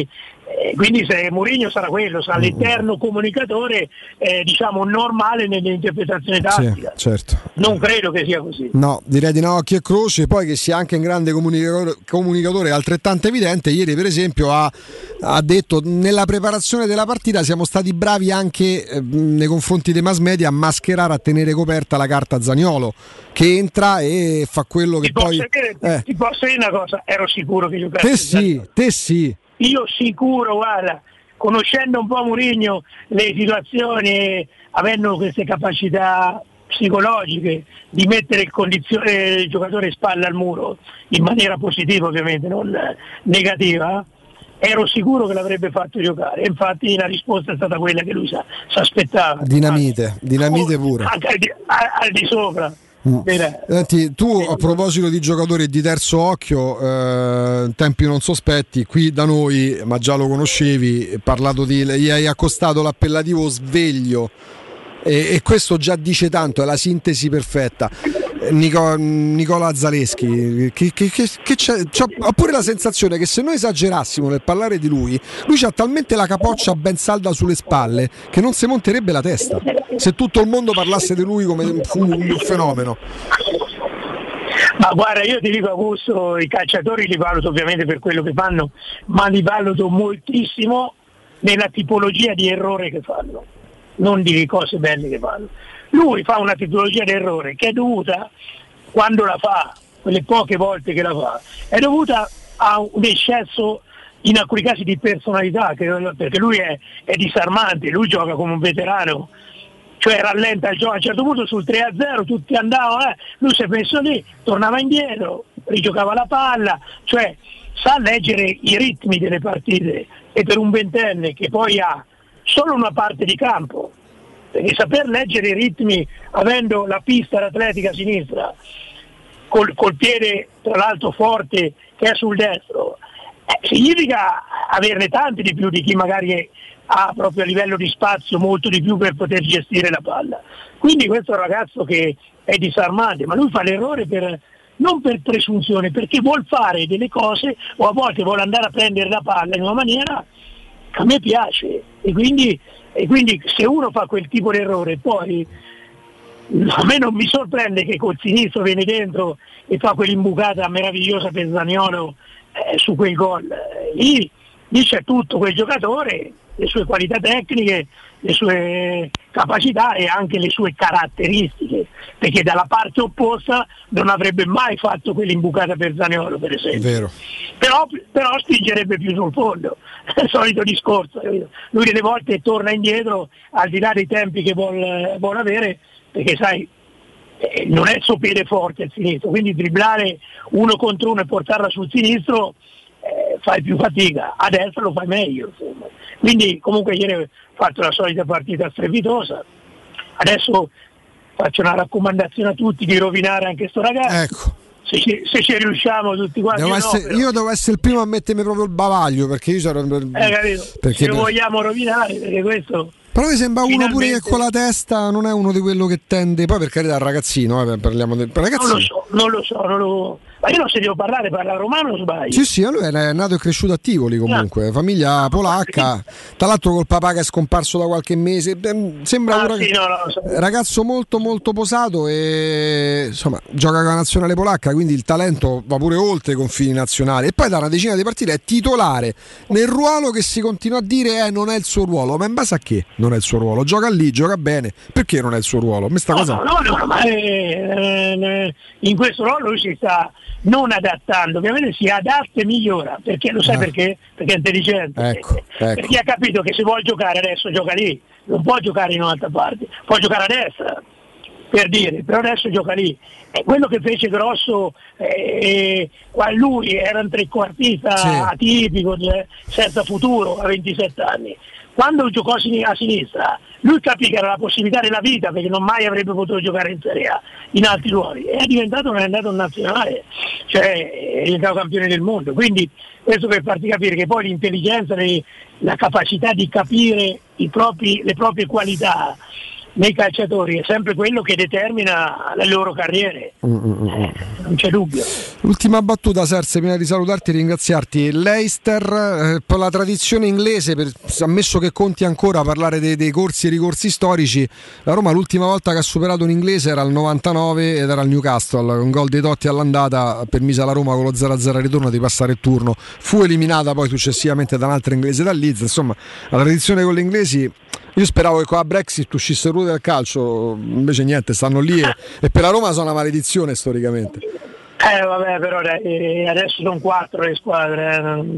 Quindi se Mourinho sarà quello, sarà l'eterno comunicatore diciamo normale nell'interpretazione tattica.
Sì, certo.
Non credo che sia così.
No, direi di no, occhi e croce. Poi che sia anche un grande comunicatore è altrettanto evidente. Ieri per esempio ha detto nella preparazione della partita siamo stati bravi anche nei confronti dei mass media a mascherare, a tenere coperta la carta Zaniolo, che entra e fa quello che
Ti posso dire una cosa, ero sicuro che giocasse.
Te sì.
Io sicuro, guarda, conoscendo un po' Mourinho, le situazioni, avendo queste capacità psicologiche di mettere il giocatore spalle al muro in maniera positiva, ovviamente, non negativa, ero sicuro che l'avrebbe fatto giocare. Infatti la risposta è stata quella che lui si aspettava.
Dinamite pure.
Anche al di sopra.
Senti, tu a proposito di giocatori di terzo occhio, tempi non sospetti, qui da noi, ma già lo conoscevi, gli hai accostato l'appellativo sveglio e questo già dice tanto, è la sintesi perfetta. Nicola Zaleschi, che ho pure la sensazione che se noi esagerassimo nel parlare di lui c'ha talmente la capoccia ben salda sulle spalle che non si monterebbe la testa se tutto il mondo parlasse di lui come un fenomeno.
Ma guarda, io ti dico, Augusto, i calciatori li valuto ovviamente per quello che fanno, ma li valuto moltissimo nella tipologia di errore che fanno, non di cose belle che fanno. Lui fa una tipologia di errore che è dovuta, quando la fa, quelle poche volte che la fa, è dovuta a un eccesso in alcuni casi di personalità, perché lui è disarmante, lui gioca come un veterano, cioè rallenta il gioco. A un certo punto sul 3-0 tutti andavano, lui si è messo lì, tornava indietro, rigiocava la palla, cioè sa leggere i ritmi delle partite, e per un ventenne che poi ha solo una parte di campo, perché saper leggere i ritmi avendo la pista atletica a sinistra col piede tra l'altro forte che è sul destro, significa averne tanti di più di chi magari ha proprio a livello di spazio molto di più per poter gestire la palla. Quindi questo è un ragazzo che è disarmante, ma lui fa l'errore non per presunzione, perché vuol fare delle cose o a volte vuole andare a prendere la palla in una maniera che a me piace, e quindi se uno fa quel tipo di errore, poi a me non mi sorprende che col sinistro viene dentro e fa quell'imbucata meravigliosa per Zaniolo su quel gol. Lì c'è tutto quel giocatore, le sue qualità tecniche, le sue capacità e anche le sue caratteristiche, perché dalla parte opposta non avrebbe mai fatto quell'imbucata per Zaniolo, per esempio.
Vero.
Però spingerebbe più sul fondo, è il solito discorso. Lui delle volte torna indietro al di là dei tempi che vuol avere, perché sai, non è il suo piede forte il sinistro, quindi dribblare uno contro uno e portarla sul sinistro fai più fatica, a destra lo fai meglio, insomma. Quindi comunque ieri ho fatto la solita partita strepitosa. Adesso faccio una raccomandazione a tutti di rovinare anche sto ragazzo.
Ecco.
Se ci riusciamo tutti quanti.
Io devo essere il primo a mettermi proprio il bavaglio, perché io sarò
capito? Se lo vogliamo rovinare, perché questo.
Però mi sembra uno pure che con la testa non è uno di quello che tende. Poi per carità, ragazzino, parliamo del ragazzino.
Non lo so. Ma io non se devo parla romano o sbaglio?
Sì, lui è nato e cresciuto a Tivoli comunque, famiglia polacca, tra l'altro col papà che è scomparso da qualche mese, sembra un ragazzo molto molto posato e insomma gioca con la nazionale polacca, quindi il talento va pure oltre i confini nazionali, e poi da una decina di partite è titolare nel ruolo che si continua a dire non è il suo ruolo, ma in base a che non è il suo ruolo? Gioca lì, gioca bene, perché non è il suo ruolo?
No, ma in questo ruolo lui si sta non adattando, ovviamente si adatta e migliora, perché lo sai perché? Perché è intelligente,
ecco.
Perché ha capito che se vuole giocare adesso gioca lì, non può giocare in un'altra parte, può giocare a destra, per dire, però adesso gioca lì. E quello che fece Grosso, lui era un trequartista atipico, senza futuro, a 27 anni. Quando giocò a sinistra, lui capì che era la possibilità della vita, perché non mai avrebbe potuto giocare in Serie A in altri ruoli, e è andato un nazionale, cioè è diventato campione del mondo. Quindi questo per farti capire che poi l'intelligenza, la capacità di capire le proprie qualità nei calciatori è sempre quello che determina le loro carriere, non c'è dubbio.
Ultima battuta, Serse, prima di salutarti e ringraziarti. Leicester, per la tradizione inglese, ammesso che conti ancora parlare dei corsi e ricorsi storici, la Roma l'ultima volta che ha superato un inglese era il 99 ed era il Newcastle, un gol dei Totti all'andata permise alla Roma con lo 0-0 al ritorno di passare il turno, fu eliminata poi successivamente da un altro inglese, da Leeds. Insomma, la tradizione con gli inglesi, io speravo che con la Brexit uscisse il del calcio, invece niente, stanno lì e per la Roma sono una maledizione storicamente.
Vabbè, però adesso sono 4 le squadre,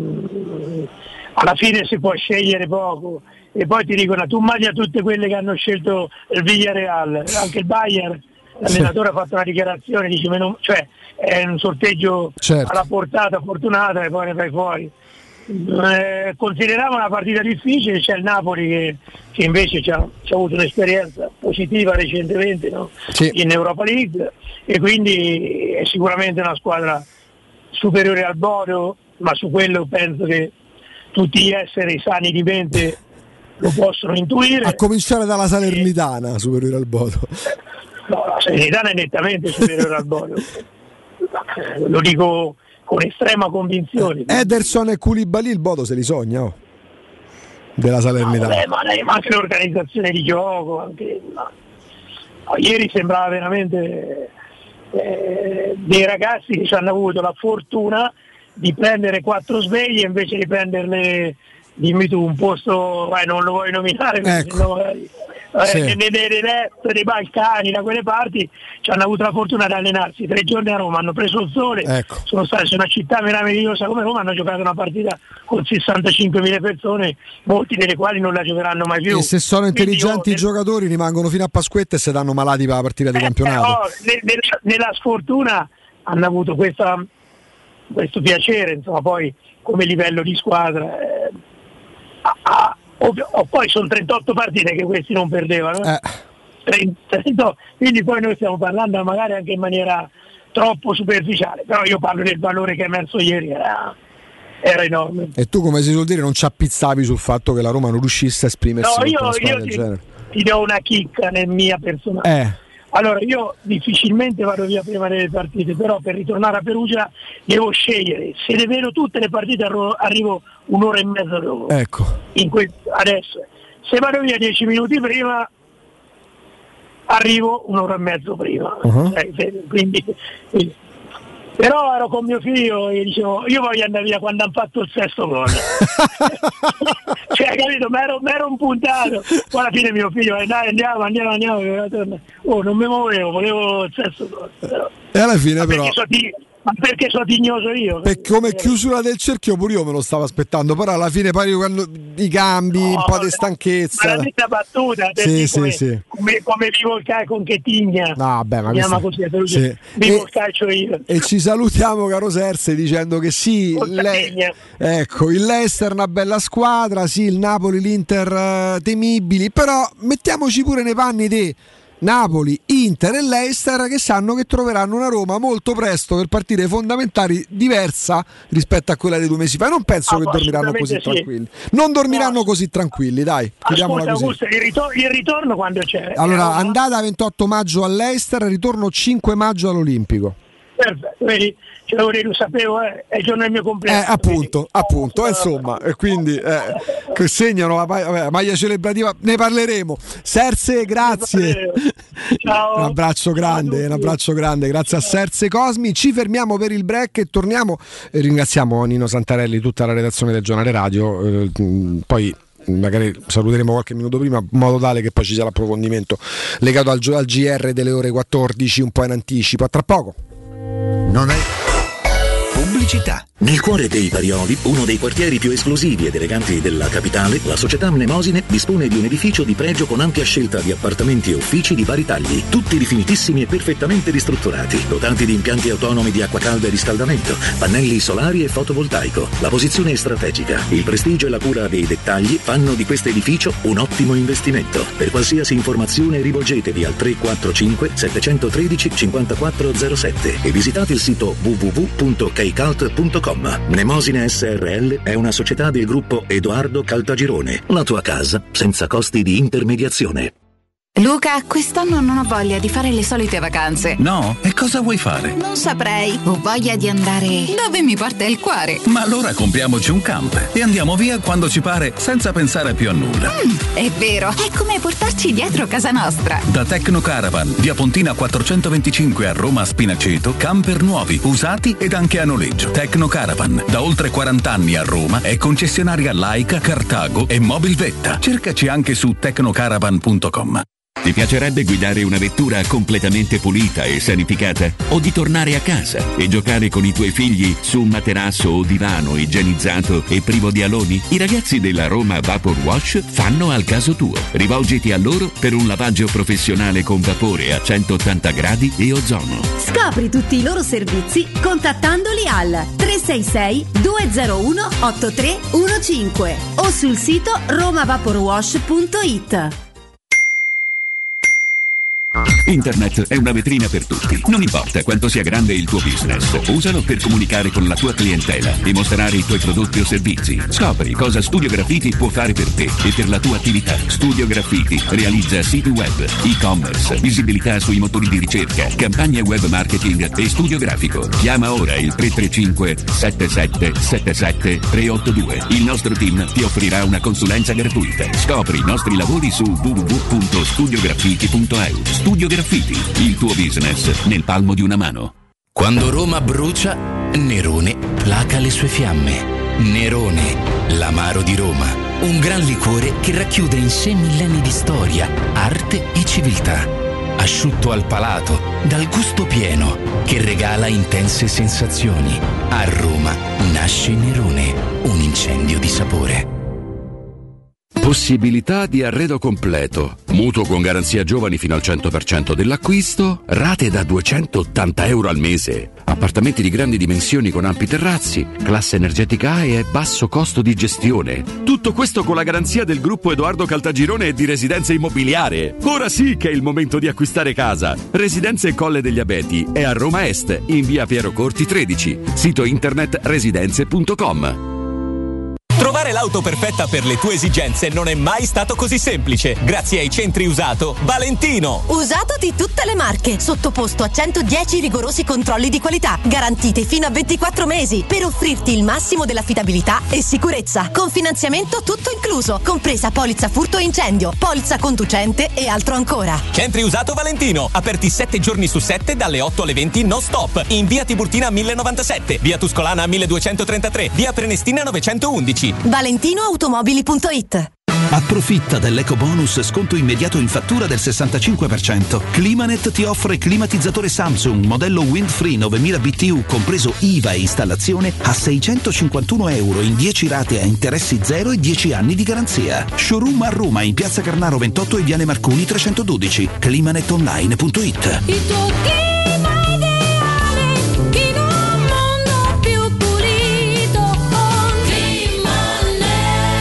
alla fine si può scegliere poco, e poi ti dicono, tu mangia tutte quelle che hanno scelto il Villarreal, anche il Bayern, l'allenatore ha fatto una dichiarazione, dice cioè è un sorteggio alla portata fortunata e poi ne fai fuori. Consideravo una partita difficile, c'è il Napoli che invece ci ha avuto un'esperienza positiva recentemente, no? In Europa League, e quindi è sicuramente una squadra superiore al Bodo, ma su quello penso che tutti gli esseri sani di mente lo possono intuire,
a cominciare dalla Salernitana superiore al Bodo.
No, la Salernitana è nettamente superiore al Bodo, lo dico con estrema convinzione.
Ederson e Koulibaly il Bodo se li sogna della Salernitana.
Ma anche l'organizzazione di gioco, ieri sembrava veramente dei ragazzi che ci hanno avuto la fortuna di prendere 4 sveglie invece di prenderle, dimmi tu, un posto, non lo vuoi nominare,
ecco.
Nell'est dei Balcani, da quelle parti, ci hanno avuto la fortuna di allenarsi 3 giorni a Roma, hanno preso il sole, sono stati in una città meravigliosa come Roma, hanno giocato una partita con 65.000 persone, molti delle quali non la giocheranno mai più.
E se sono intelligenti i giocatori rimangono fino a Pasquetta e si danno malati per la partita di campionato.
Nella sfortuna hanno avuto questo piacere, insomma, poi come livello di squadra poi sono 38 partite che questi non perdevano, 38, quindi poi noi stiamo parlando magari anche in maniera troppo superficiale, però io parlo del valore che è emerso ieri, era enorme.
E tu, come si suol dire, non ci appizzavi sul fatto che la Roma non riuscisse a esprimersi contro una squadra del genere?
Ti do una chicca nel mia personale. Allora, io difficilmente vado via prima delle partite, però per ritornare a Perugia devo scegliere. Se ne vedo tutte le partite arrivo un'ora e mezza dopo.
Ecco.
Adesso, se vado via 10 minuti prima, arrivo un'ora e mezzo prima. Quindi, però ero con mio figlio e dicevo, io voglio andare via quando hanno fatto il 6º gol. Cioè, capito? Mi ero impuntato. Poi alla fine mio figlio, dai, andiamo. Non mi muovevo, volevo il 6º gol. Però.
E alla fine però...
Perché sono tignoso io?
Perché come chiusura del cerchio pure io me lo stavo aspettando, però alla fine poi quando i cambi, un po' di stanchezza.
Ma la stessa battuta, come vivo il calcio con Chetigna.
No, beh, ma questa...
così, vivo il calcio io.
E ci salutiamo, caro Serse, dicendo che sì, il Leicester una bella squadra, sì, il Napoli, l'Inter temibili, però mettiamoci pure nei panni di Napoli, Inter e Leicester, che sanno che troveranno una Roma molto presto per partite fondamentali diversa rispetto a quella dei 2 mesi fa. Non penso che dormiranno così tranquilli. Non dormiranno così tranquilli, dai.
Ascolta, Augusto, il ritorno quando c'è?
Allora, andata 28 maggio all'Leicester, ritorno 5 maggio all'Olimpico.
Perfetto, vedi, lo sapevo, è il giorno del mio compleanno.
Appunto, insomma, e quindi segnano la maglia celebrativa, ne parleremo. Serse, grazie.
Ciao.
Un abbraccio grande, grazie a Serse Cosmi. Ci fermiamo per il break e torniamo. Ringraziamo Nino Santarelli, tutta la redazione del Giornale Radio. Poi magari saluteremo qualche minuto prima, in modo tale che poi ci sia l'approfondimento legato al GR delle ore 14, un po' in anticipo. A tra poco.
Non è
pubblicità. Nel cuore dei Parioli, uno dei quartieri più esclusivi ed eleganti della capitale, la società Mnemosine dispone di un edificio di pregio con ampia scelta di appartamenti e uffici di vari tagli, tutti rifinitissimi e perfettamente ristrutturati, dotati di impianti autonomi di acqua calda e riscaldamento, pannelli solari e fotovoltaico. La posizione è strategica, il prestigio e la cura dei dettagli fanno di questo edificio un ottimo investimento. Per qualsiasi informazione rivolgetevi al 345 713 5407 e visitate il sito www.kcult.com. Mnemosine SRL è una società del gruppo Edoardo Caltagirone. La tua casa senza costi di intermediazione.
Luca, quest'anno non ho voglia di fare le solite vacanze.
No? E cosa vuoi fare?
Non saprei. Ho voglia di andare dove mi porta il cuore.
Ma allora compriamoci un camper e andiamo via quando ci pare, senza pensare più a nulla.
È vero, è come portarci dietro casa nostra.
Da Tecno Caravan, via Pontina 425 a Roma Spinaceto, camper nuovi, usati ed anche a noleggio. Tecno Caravan, da oltre 40 anni a Roma, è concessionaria Laika, Cartago e Mobilvetta. Cercaci anche su tecnocaravan.com.
Ti piacerebbe guidare una vettura completamente pulita e sanificata? O di tornare a casa e giocare con i tuoi figli su un materasso o divano igienizzato e privo di aloni? I ragazzi della Roma Vapor Wash fanno al caso tuo. Rivolgiti a loro per un lavaggio professionale con vapore a 180 gradi e ozono.
Scopri tutti i loro servizi contattandoli al 366 201 8315 o sul sito romavaporwash.it.
Internet è una vetrina per tutti. Non importa quanto sia grande il tuo business, usalo per comunicare con la tua clientela e mostrare i tuoi prodotti o servizi. Scopri cosa Studio Graffiti può fare per te e per la tua attività. Studio Graffiti realizza siti web, e-commerce, visibilità sui motori di ricerca, campagne web marketing e studio grafico. Chiama ora il 335 77 77 382. Il nostro team ti offrirà una consulenza gratuita. Scopri i nostri lavori su www.studiograffiti.eu. Studio Graffiti, il tuo business nel palmo di una mano.
Quando Roma brucia, Nerone placa le sue fiamme. Nerone, l'amaro di Roma. Un gran liquore che racchiude in sé millenni di storia, arte e civiltà. Asciutto al palato, dal gusto pieno, che regala intense sensazioni. A Roma nasce Nerone, un incendio di sapore.
Possibilità di arredo completo, mutuo con garanzia giovani fino al 100% dell'acquisto, rate da €280 al mese, appartamenti di grandi dimensioni con ampi terrazzi, classe energetica A e basso costo di gestione. Tutto questo con la garanzia del gruppo Edoardo Caltagirone e di Residenza Immobiliare. Ora sì che è il momento di acquistare casa. Residenze Colle degli Abeti è a Roma Est, in via Piero Corti 13, sito internet residenze.com.
Trovare l'auto perfetta per le tue esigenze non è mai stato così semplice. Grazie ai centri usato Valentino.
Usato di tutte le marche, sottoposto a 110 rigorosi controlli di qualità, garantiti fino a 24 mesi, per offrirti il massimo dell'affidabilità e sicurezza. Con finanziamento tutto incluso, compresa polizza furto e incendio, polizza conducente e altro ancora.
Centri usato Valentino, aperti 7 giorni su 7 dalle 8 alle 20 non stop. In via Tiburtina 1097, via Tuscolana 1233, via Prenestina 911.
ValentinoAutomobili.it.
Approfitta dell'ecobonus sconto immediato in fattura del 65%. Climanet ti offre climatizzatore Samsung modello Windfree 9000 BTU compreso IVA e installazione a €651 in 10 rate a interessi zero e 10 anni di garanzia. Showroom a Roma in Piazza Carnaro 28 e Viale Marconi 312. Climanetonline.it.
Il tuo clima ideale in un mondo più pulito con Climanet.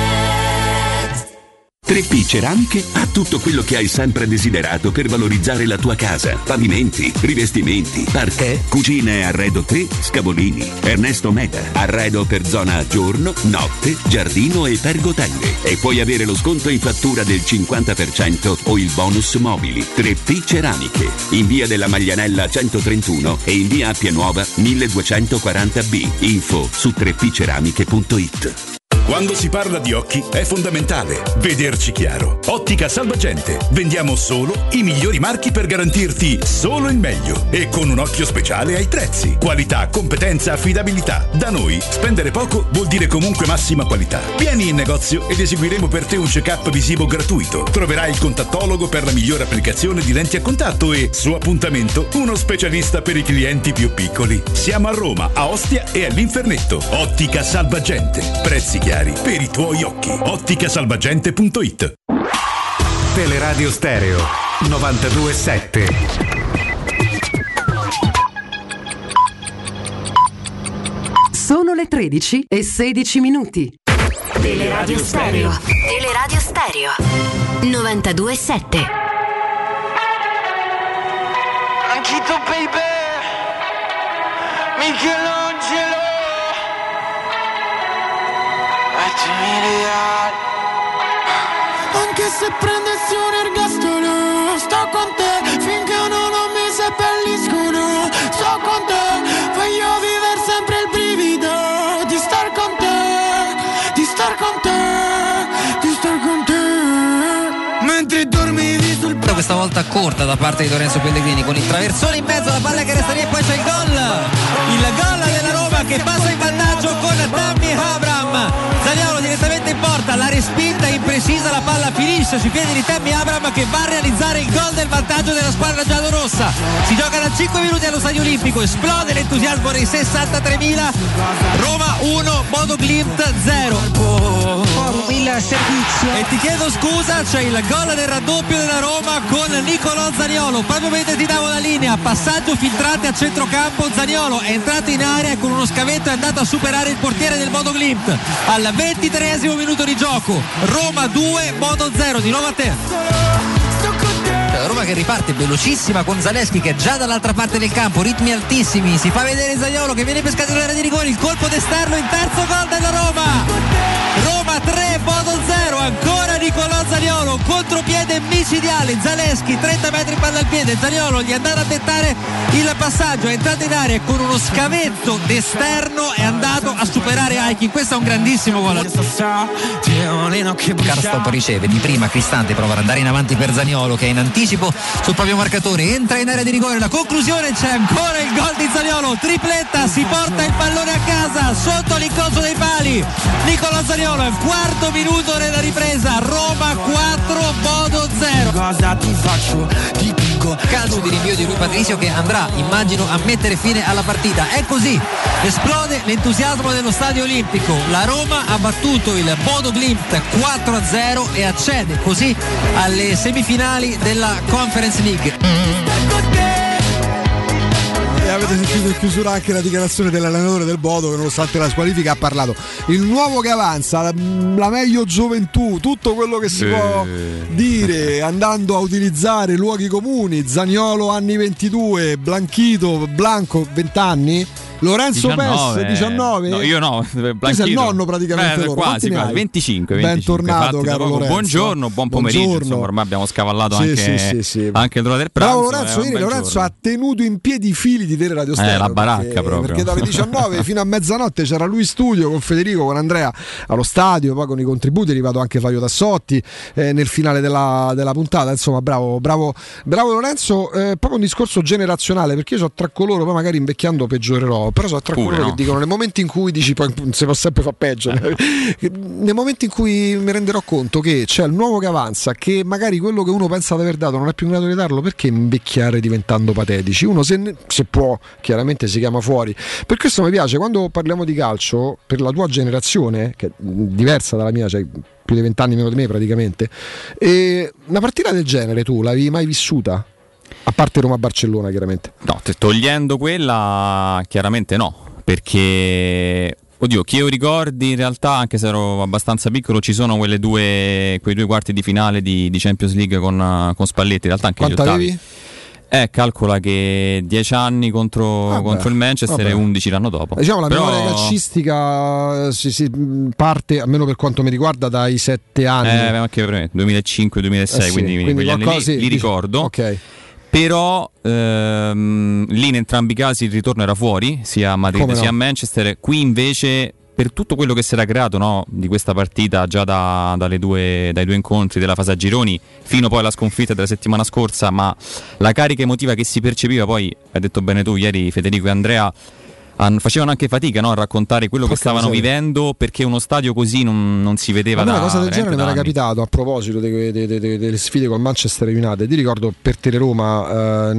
3P Ceramiche ha tutto quello che hai sempre desiderato per valorizzare la tua casa. Pavimenti, rivestimenti, parquet, cucine e arredo 3, Scavolini. Ernesto Meta, arredo per zona giorno, notte, giardino e pergotende. E puoi avere lo sconto in fattura del 50% o il bonus mobili. 3P Ceramiche, in via della Maglianella 131 e in via Appia Nuova 1240B. Info su 3pceramiche.it.
Quando si parla di occhi è fondamentale vederci chiaro. Ottica Salvagente. Vendiamo solo i migliori marchi per garantirti solo il meglio e con un occhio speciale ai prezzi. Qualità, competenza, affidabilità. Da noi spendere poco vuol dire comunque massima qualità. Vieni in negozio ed eseguiremo per te un check-up visivo gratuito. Troverai il contattologo per la migliore applicazione di lenti a contatto e, su appuntamento, uno specialista per i clienti più piccoli. Siamo a Roma, a Ostia e all'Infernetto. Ottica Salvagente. Prezzi chiari per i tuoi occhi. Otticasalvagente.it.
Teleradio Stereo 92.7.
Sono le 13:16.
Teleradio Stereo. Teleradio Stereo 92.7.
Anchito baby, Michelangelo, anche se prendessi un ergastolo
questa volta corta da parte di Lorenzo Pellegrini, con il traversone in mezzo, la palla che resta lì e poi c'è il gol della Roma che passa in vantaggio con Tammy Abraham. Zaniolo direttamente in porta, la respinta imprecisa, la palla finisce sui piedi di Tammy Abraham che va a realizzare il gol del vantaggio della squadra giallorossa. Si gioca da 5 minuti allo Stadio Olimpico, esplode l'entusiasmo dei 63.000. Roma 1, Bodo Glimt 0.
Il servizio.
E ti chiedo scusa, c'è il gol del raddoppio della Roma con Nicolò Zaniolo, proprio mentre ti davo la linea, passaggio filtrante a centrocampo, Zaniolo è entrato in area e con uno scavetto è andato a superare il portiere del Bodo Glimt al 23esimo minuto di gioco. Roma 2, Bodo 0. Di nuovo a te. La Roma che riparte velocissima con Zalewski che è già dall'altra parte del campo, ritmi altissimi, si fa vedere Zaniolo che viene pescato in area di rigore, il colpo d'esterno, il terzo gol della Roma 3, Bodo 0, ancora Nicolò Zaniolo, contropiede micidiale, Zalewski 30 metri in palla al piede, Zaniolo gli è andato a dettare il passaggio, è entrato in area e con uno scavetto d'esterno è andato a superare Aikin. Questo è un grandissimo gol. Carstop riceve di prima, Cristante prova ad andare in avanti per Zaniolo che è in anticipo sul proprio marcatore, entra in area di rigore, la conclusione, c'è ancora il gol di Zaniolo, tripletta, si porta il pallone a casa sotto l'incontro dei pali. Nicolò Zaniolo al quarto minuto della ripresa, Roma 4, Bodo 0.
Cosa ti faccio?
Calcio di rinvio di Rui Patricio che andrà, immagino, a mettere fine alla partita. È così, esplode l'entusiasmo dello Stadio Olimpico, la Roma ha battuto il Bodo Glimt 4-0 e accede così alle semifinali della Conference League.
E avete sentito in chiusura anche la dichiarazione dell'allenatore del Bodo che nonostante la squalifica ha parlato. Il nuovo che avanza, la meglio gioventù, tutto quello che si può dire, andando a utilizzare luoghi comuni. Zaniolo anni 22, Blanco 20 anni, Lorenzo
19,
Pes 19.
No, io no,
tu sei il nonno praticamente loro.
Quasi 25.
Bentornato caro Lorenzo.
Buongiorno, buon pomeriggio. Insomma, ormai abbiamo scavallato anche l'ora del pranzo.
Bravo Lorenzo, ieri Lorenzo ha tenuto in piedi i fili di Tele Radio Stereo.
La baracca proprio.
Perché dalle 19 fino a mezzanotte c'era lui in studio con Federico, con Andrea allo stadio, poi con i contributi è arrivato anche Fabio Tassotti nel finale della puntata. Insomma, bravo Lorenzo, proprio un discorso generazionale, perché io so tra coloro, poi magari invecchiando peggiorerò. Però so tra coloro che dicono nel momento in cui dici poi si può sempre far peggio, nel momento in cui mi renderò conto che c'è il nuovo che avanza, che magari quello che uno pensa di aver dato non è più in grado di darlo, perché invecchiare diventando patetici? Uno se può chiaramente si chiama fuori. Per questo mi piace quando parliamo di calcio, per la tua generazione che è diversa dalla mia, cioè più di 20 anni meno di me praticamente, e una partita del genere tu l'avevi mai vissuta? A parte Roma-Barcellona chiaramente.
No, togliendo quella chiaramente no, perché oddio, che io ricordi in realtà, anche se ero abbastanza piccolo, ci sono quei due quarti di finale di Champions League con Spalletti, in realtà anche
quanto
gli ottavi.
Avevi?
Calcola che 10 anni contro il Manchester e 11 l'anno dopo.
Diciamo la memoria calcistica si parte, almeno per quanto mi riguarda, dai 7 anni.
Anche per me, 2005-2006, quindi quegli anni li ricordo.
Ok.
Però lì in entrambi i casi il ritorno era fuori, sia a Madrid sia a Manchester. Qui invece, per tutto quello che si era creato, no, di questa partita già dai due incontri della fase a gironi fino poi alla sconfitta della settimana scorsa, ma la carica emotiva che si percepiva, poi hai detto bene tu ieri, Federico e Andrea, facevano anche fatica, no, a raccontare quello che stavano vivendo, perché uno stadio così non si vedeva da
una cosa del genere mi era
anni.
capitato a proposito delle sfide col Manchester United. Ti ricordo per Tele-Roma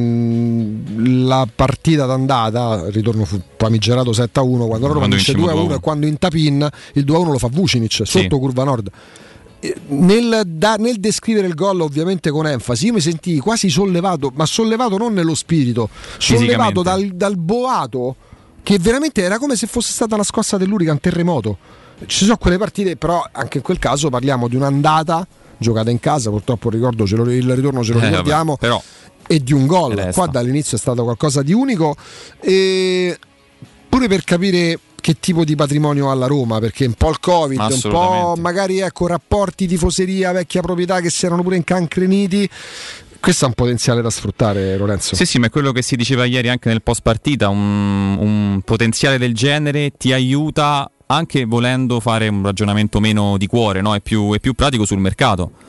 la partita d'andata, il ritorno fu famigerato 7-1 quando la Roma vince 2-1 e quando in Tapin il 2-1 lo fa Vucinic sotto curva nord. Nel descrivere il gol ovviamente con enfasi, io mi sentii quasi sollevato, ma sollevato non nello spirito, sollevato dal boato, che veramente era come se fosse stata una scossa dell'Hurricane, terremoto. Ci sono quelle partite, però anche in quel caso parliamo di un'andata giocata in casa, purtroppo il ritorno ce lo ricordiamo,
però,
e di un gol. Qua dall'inizio è stato qualcosa di unico, e pure per capire che tipo di patrimonio ha la Roma, perché un po' il Covid, un po' magari rapporti tifoseria, vecchia proprietà che si erano pure incancreniti. Questo è un potenziale da sfruttare, Lorenzo.
Sì, ma è quello che si diceva ieri anche nel post partita, un potenziale del genere ti aiuta anche volendo fare un ragionamento meno di cuore, no? È più pratico sul mercato,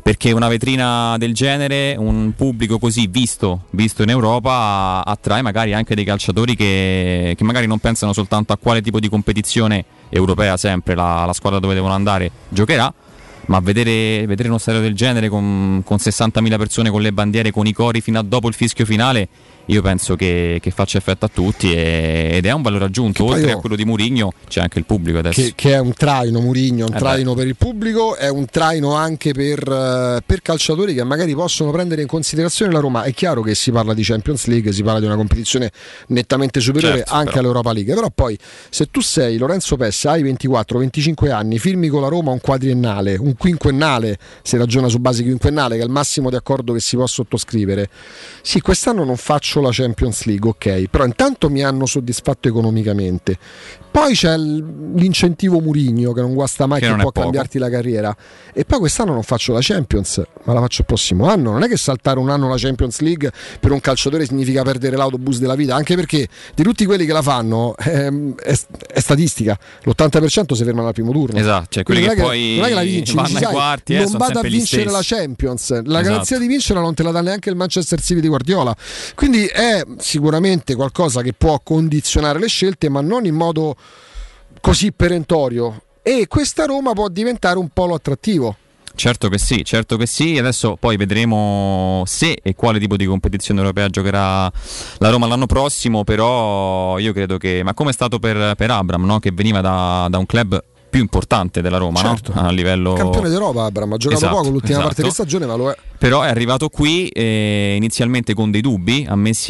perché una vetrina del genere, un pubblico così visto in Europa, attrae magari anche dei calciatori che magari non pensano soltanto a quale tipo di competizione europea, sempre la squadra dove devono andare giocherà, ma vedere uno stadio del genere con 60.000 persone, con le bandiere, con i cori fino a dopo il fischio finale, io penso che faccia effetto a tutti ed è un valore aggiunto. Oltre a quello di Mourinho c'è anche il pubblico adesso,
che è un traino. Mourinho è un traino per il pubblico, è un traino anche per calciatori che magari possono prendere in considerazione la Roma. È chiaro che si parla di Champions League, si parla di una competizione nettamente superiore, certo, anche all'Europa League, però poi se tu sei Lorenzo Pessa, hai 24-25 anni, firmi con la Roma un quadriennale, un quinquennale, si ragiona su base quinquennale, che è il massimo di accordo che si può sottoscrivere. Sì, quest'anno non faccio la Champions League, ok, però intanto mi hanno soddisfatto economicamente, poi c'è l'incentivo Mourinho che non guasta mai, che può cambiarti la carriera, e poi quest'anno non faccio la Champions, ma la faccio il prossimo anno. Non è che saltare un anno la Champions League per un calciatore significa perdere l'autobus della vita, anche perché di tutti quelli che la fanno è statistica, l'80% si fermano al primo turno.
Esatto, cioè quelli che poi
non è che la vinci,
vanno ai quarti,
non vado a vincere la Champions, la garanzia di vincere non te la dà neanche il Manchester City di Guardiola, quindi è sicuramente qualcosa che può condizionare le scelte, ma non in modo così perentorio, e questa Roma può diventare un polo attrattivo.
Certo che sì. Adesso poi vedremo se e quale tipo di competizione europea giocherà la Roma l'anno prossimo, però io credo che, ma come è stato per Abraham, no? Che veniva da un club più importante della Roma, certo, no? A livello
campione d'Europa. Abraham ha giocato poco l'ultima parte di stagione, ma lo è.
Però è arrivato qui inizialmente con dei dubbi ammessi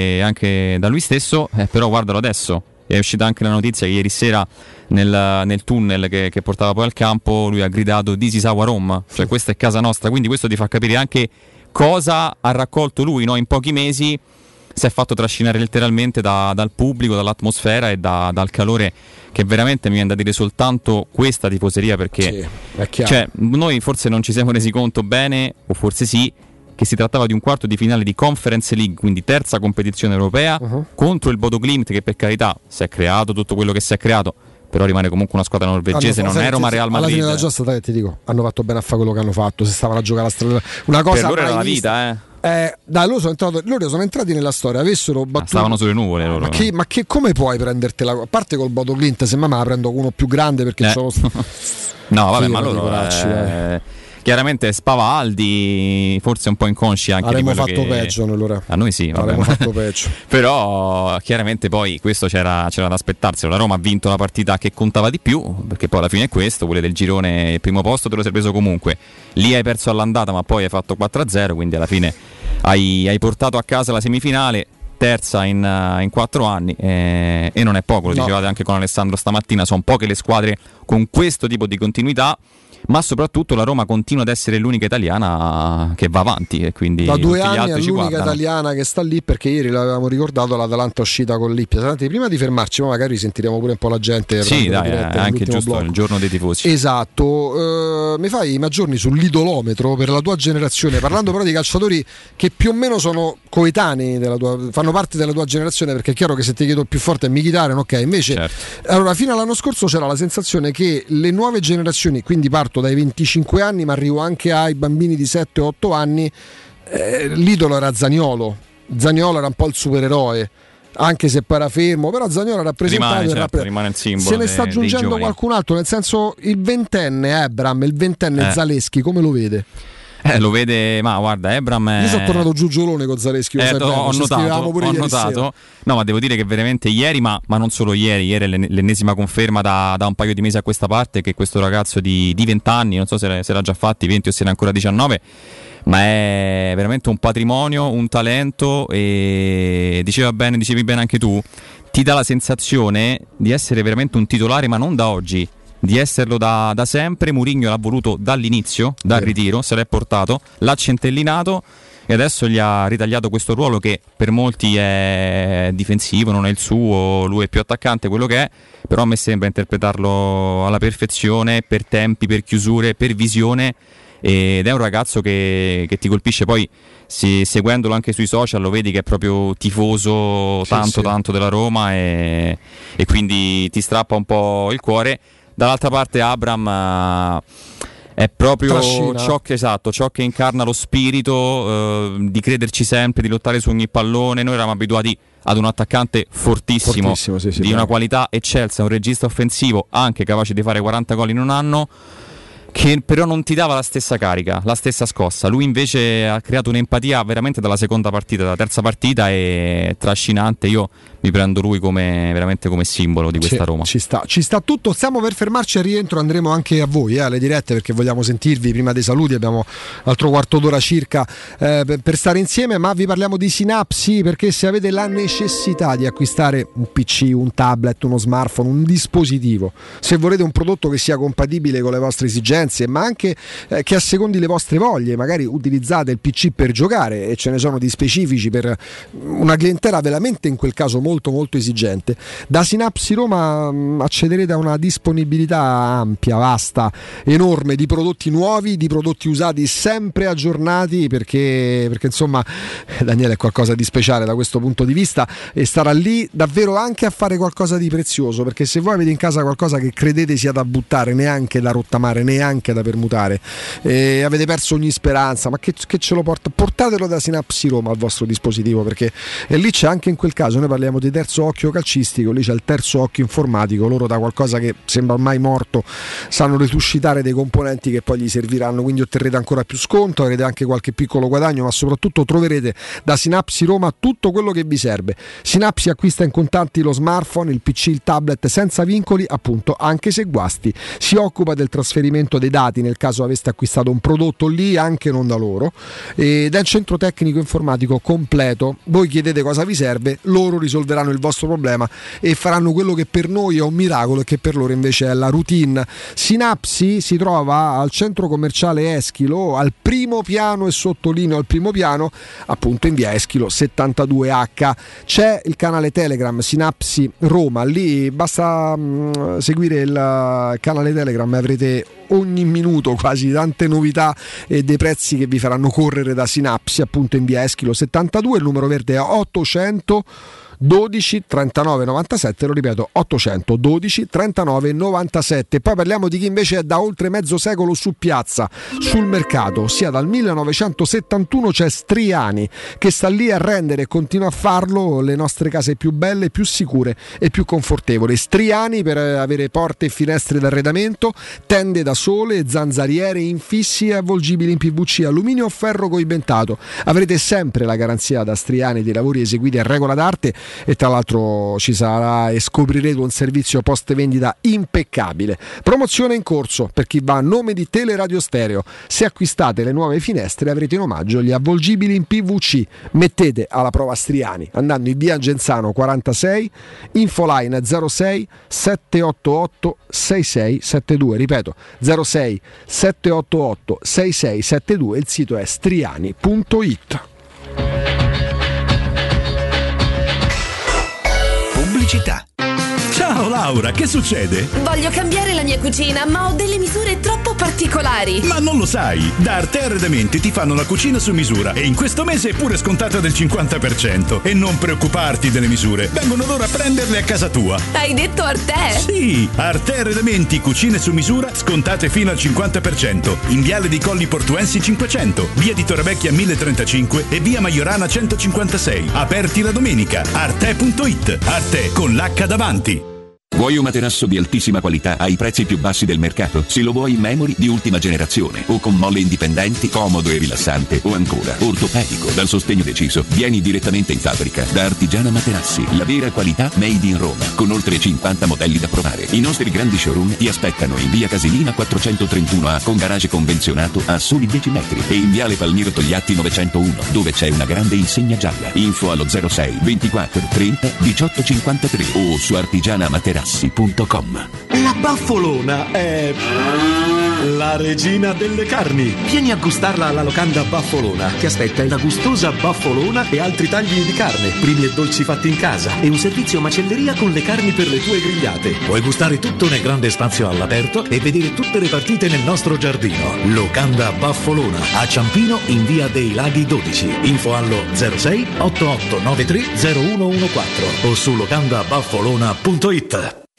anche da lui stesso, però guardalo adesso. È uscita anche la notizia che ieri sera nel tunnel che portava poi al campo lui ha gridato "This is our Rome", cioè questa è casa nostra. Quindi questo ti fa capire anche cosa ha raccolto lui, no? In pochi mesi si è fatto trascinare letteralmente dal pubblico, dall'atmosfera e dal calore, che veramente mi viene da dire soltanto questa tifoseria, perché
sì, è chiaro.
Cioè, noi forse non ci siamo resi conto bene, o forse sì, che si trattava di un quarto di finale di Conference League, quindi terza competizione europea, contro il Bodo Glimt, che per carità si è creato tutto quello che si è creato, però rimane comunque una squadra norvegese, non è Roma Real Madrid.
Alla fine della giostra, ti dico, hanno fatto bene a fare quello che hanno fatto, se stavano a giocare la strada, una cosa
per loro era la vita,
dai, loro sono entrati nella storia, avessero battuto,
stavano sulle nuvole loro.
Ma che come puoi prendertela? A parte col Bodo Glimt, semmai me la prendo uno più grande, perché
no, vabbè, ma loro chiaramente spavaldi, forse un po' inconsci anche
avremmo
di quello
fatto peggio allora.
A noi sì,
avremmo fatto peggio.
Però chiaramente poi questo c'era da aspettarsi. La Roma ha vinto la partita che contava di più, perché poi alla fine è questo, quelle del girone, il primo posto te lo sei preso comunque, lì hai perso all'andata ma poi hai fatto 4-0, quindi alla fine hai portato a casa la semifinale, terza in 4 anni, e non è poco, lo dicevate anche con Alessandro stamattina, sono poche le squadre con questo tipo di continuità, ma soprattutto la Roma continua ad essere l'unica italiana che va avanti, e quindi
da 2
gli
anni
altri
è l'unica italiana che sta lì, perché ieri l'avevamo ricordato, l'Atalanta è uscita con Lippi. Prima di fermarci, ma magari sentiremo pure un po' la gente.
Sì, dai, è anche giusto blocco. Il giorno dei tifosi.
Esatto. Mi fai i maggiorni sull'idolometro per la tua generazione, parlando però di calciatori che più o meno sono coetanei fanno parte della tua generazione, perché è chiaro che se ti chiedo il più forte è Mkhitaryan, ok, invece certo. Allora fino all'anno scorso c'era la sensazione che le nuove generazioni, quindi parto dai 25 anni ma arrivo anche ai bambini di 7-8 anni, l'idolo era Zaniolo era un po' il supereroe, anche se poi era fermo, però Zaniolo rappresentava,
rimane il simbolo.
Se ne sta aggiungendo qualcun altro, nel senso, il ventenne Ebram, il ventenne Zaleschi, come lo vede?
Lo vede, ma guarda, Ebram
io sono tornato giugiolone con Zaleschi,
ho notato. No, ma devo dire che veramente ieri, ma non solo ieri è l'ennesima conferma da un paio di mesi a questa parte che questo ragazzo di 20 anni, non so se l'ha già fatti 20 o se ne ha ancora 19, ma è veramente un patrimonio, un talento, e dicevi bene anche tu, ti dà la sensazione di essere veramente un titolare, ma non da oggi, di esserlo da sempre. Mourinho l'ha voluto dall'inizio, dal ritiro, se l'è portato, l'ha centellinato e adesso gli ha ritagliato questo ruolo che per molti è difensivo, non è il suo, lui è più attaccante, quello che è, però a me sembra interpretarlo alla perfezione, per tempi, per chiusure, per visione, ed è un ragazzo che ti colpisce. Poi seguendolo anche sui social lo vedi che è proprio tifoso tanto della Roma, e quindi ti strappa un po' il cuore. Dall'altra parte Abraham è proprio
Trascina.
ciò che incarna lo spirito di crederci sempre, di lottare su ogni pallone. Noi eravamo abituati ad un attaccante fortissimo
sì,
di una qualità eccelsa, un regista offensivo anche capace di fare 40 gol in un anno, che però non ti dava la stessa carica, la stessa scossa. Lui invece ha creato un'empatia veramente dalla seconda partita, dalla terza partita, è trascinante. Io mi prendo lui veramente come simbolo di questa Roma.
Ci sta tutto. Stiamo per fermarci, al rientro andremo anche a voi alle dirette, perché vogliamo sentirvi prima dei saluti. Abbiamo altro quarto d'ora circa per stare insieme, ma vi parliamo di Synapsi, perché se avete la necessità di acquistare un PC, un tablet, uno smartphone, un dispositivo, se volete un prodotto che sia compatibile con le vostre esigenze, ma anche che assecondi le vostre voglie, magari utilizzate il PC per giocare, e ce ne sono di specifici per una clientela veramente in quel caso molto esigente, da Synapsi Roma accederete a una disponibilità ampia, vasta, enorme di prodotti nuovi, di prodotti usati sempre aggiornati, perché insomma Daniele è qualcosa di speciale da questo punto di vista e starà lì davvero anche a fare qualcosa di prezioso, perché se voi avete in casa qualcosa che credete sia da buttare, neanche da rottamare, neanche da permutare, avete perso ogni speranza, ma che ce lo portatelo da Synapsi Roma al vostro dispositivo, perché lì c'è anche in quel caso, noi parliamo di terzo occhio calcistico, lì c'è il terzo occhio informatico. Loro da qualcosa che sembra ormai morto sanno resuscitare dei componenti che poi gli serviranno, quindi otterrete ancora più sconto, avrete anche qualche piccolo guadagno, ma soprattutto troverete da Synapsi Roma tutto quello che vi serve. Synapsi acquista in contanti lo smartphone, il PC, il tablet senza vincoli, appunto, anche se guasti. Si occupa del trasferimento dei dati nel caso aveste acquistato un prodotto lì anche non da loro, ed è un centro tecnico informatico completo. Voi chiedete cosa vi serve, loro risolveranno il vostro problema e faranno quello che per noi è un miracolo e che per loro invece è la routine. Synapsi si trova al centro commerciale Eschilo, al primo piano, e sottolineo al primo piano, appunto in via Eschilo 72H. C'è il canale Telegram Synapsi Roma, lì basta seguire il canale Telegram e avrete ogni minuto quasi tante novità e dei prezzi che vi faranno correre da Synapsi, appunto in via Eschilo 72. Il numero verde è 800 12 39 97, lo ripeto, 812 39 97. Poi parliamo di chi invece è da oltre mezzo secolo su piazza, sul mercato, ossia dal 1971 c'è Striani, che sta lì a rendere e continua a farlo le nostre case più belle, più sicure e più confortevoli. Striani per avere porte e finestre d'arredamento, tende da sole, zanzariere, infissi e avvolgibili in PVC, alluminio o ferro coibentato. Avrete sempre la garanzia da Striani dei lavori eseguiti a regola d'arte, e tra l'altro ci sarà e scoprirete un servizio post vendita impeccabile. Promozione in corso per chi va a nome di Teleradio Stereo: se acquistate le nuove finestre avrete in omaggio gli avvolgibili in PVC. Mettete alla prova Striani andando in via Genzano 46, infoline 06 788 6672, ripeto 06 788 6672, il sito è striani.it.
Pubblicità. Ciao Laura, che succede?
Voglio cambiare la mia cucina, ma ho delle misure troppo particolari.
Ma non lo sai, da Arte Arredamenti ti fanno la cucina su misura e in questo mese è pure scontata del 50%. E non preoccuparti delle misure, vengono loro a prenderle a casa tua.
Hai detto Arte?
Sì, Arte Arredamenti, cucine su misura scontate fino al 50%. In Viale dei Colli Portuensi 500, via di Torrevecchia 1035 e via Maiorana 156. Aperti la domenica. Arte.it. Arte con l'H davanti.
Vuoi un materasso di altissima qualità ai prezzi più bassi del mercato? Se lo vuoi in memory di ultima generazione o con molle indipendenti, comodo e rilassante, o ancora ortopedico dal sostegno deciso, vieni direttamente in fabbrica da Artigiana Materassi, la vera qualità made in Roma, con oltre 50 modelli da provare. I nostri grandi showroom ti aspettano in via Casilina 431A con garage convenzionato a soli 10 metri e in viale Palmiro Togliatti 901, dove c'è una grande insegna gialla. Info allo 06 24 30 18 53 o su artigianamaterassi.com.
La Baffolona è la regina delle carni. Vieni a gustarla alla locanda Baffolona. Ti aspetta una gustosa baffolona e altri tagli di carne, primi e dolci fatti in casa e un servizio macelleria con le carni per le tue grigliate. Puoi gustare tutto nel grande spazio all'aperto e vedere tutte le partite nel nostro giardino. Locanda Baffolona a Ciampino in via dei Laghi 12. Info allo 06 8893 0114 o su locandabaffolona.it.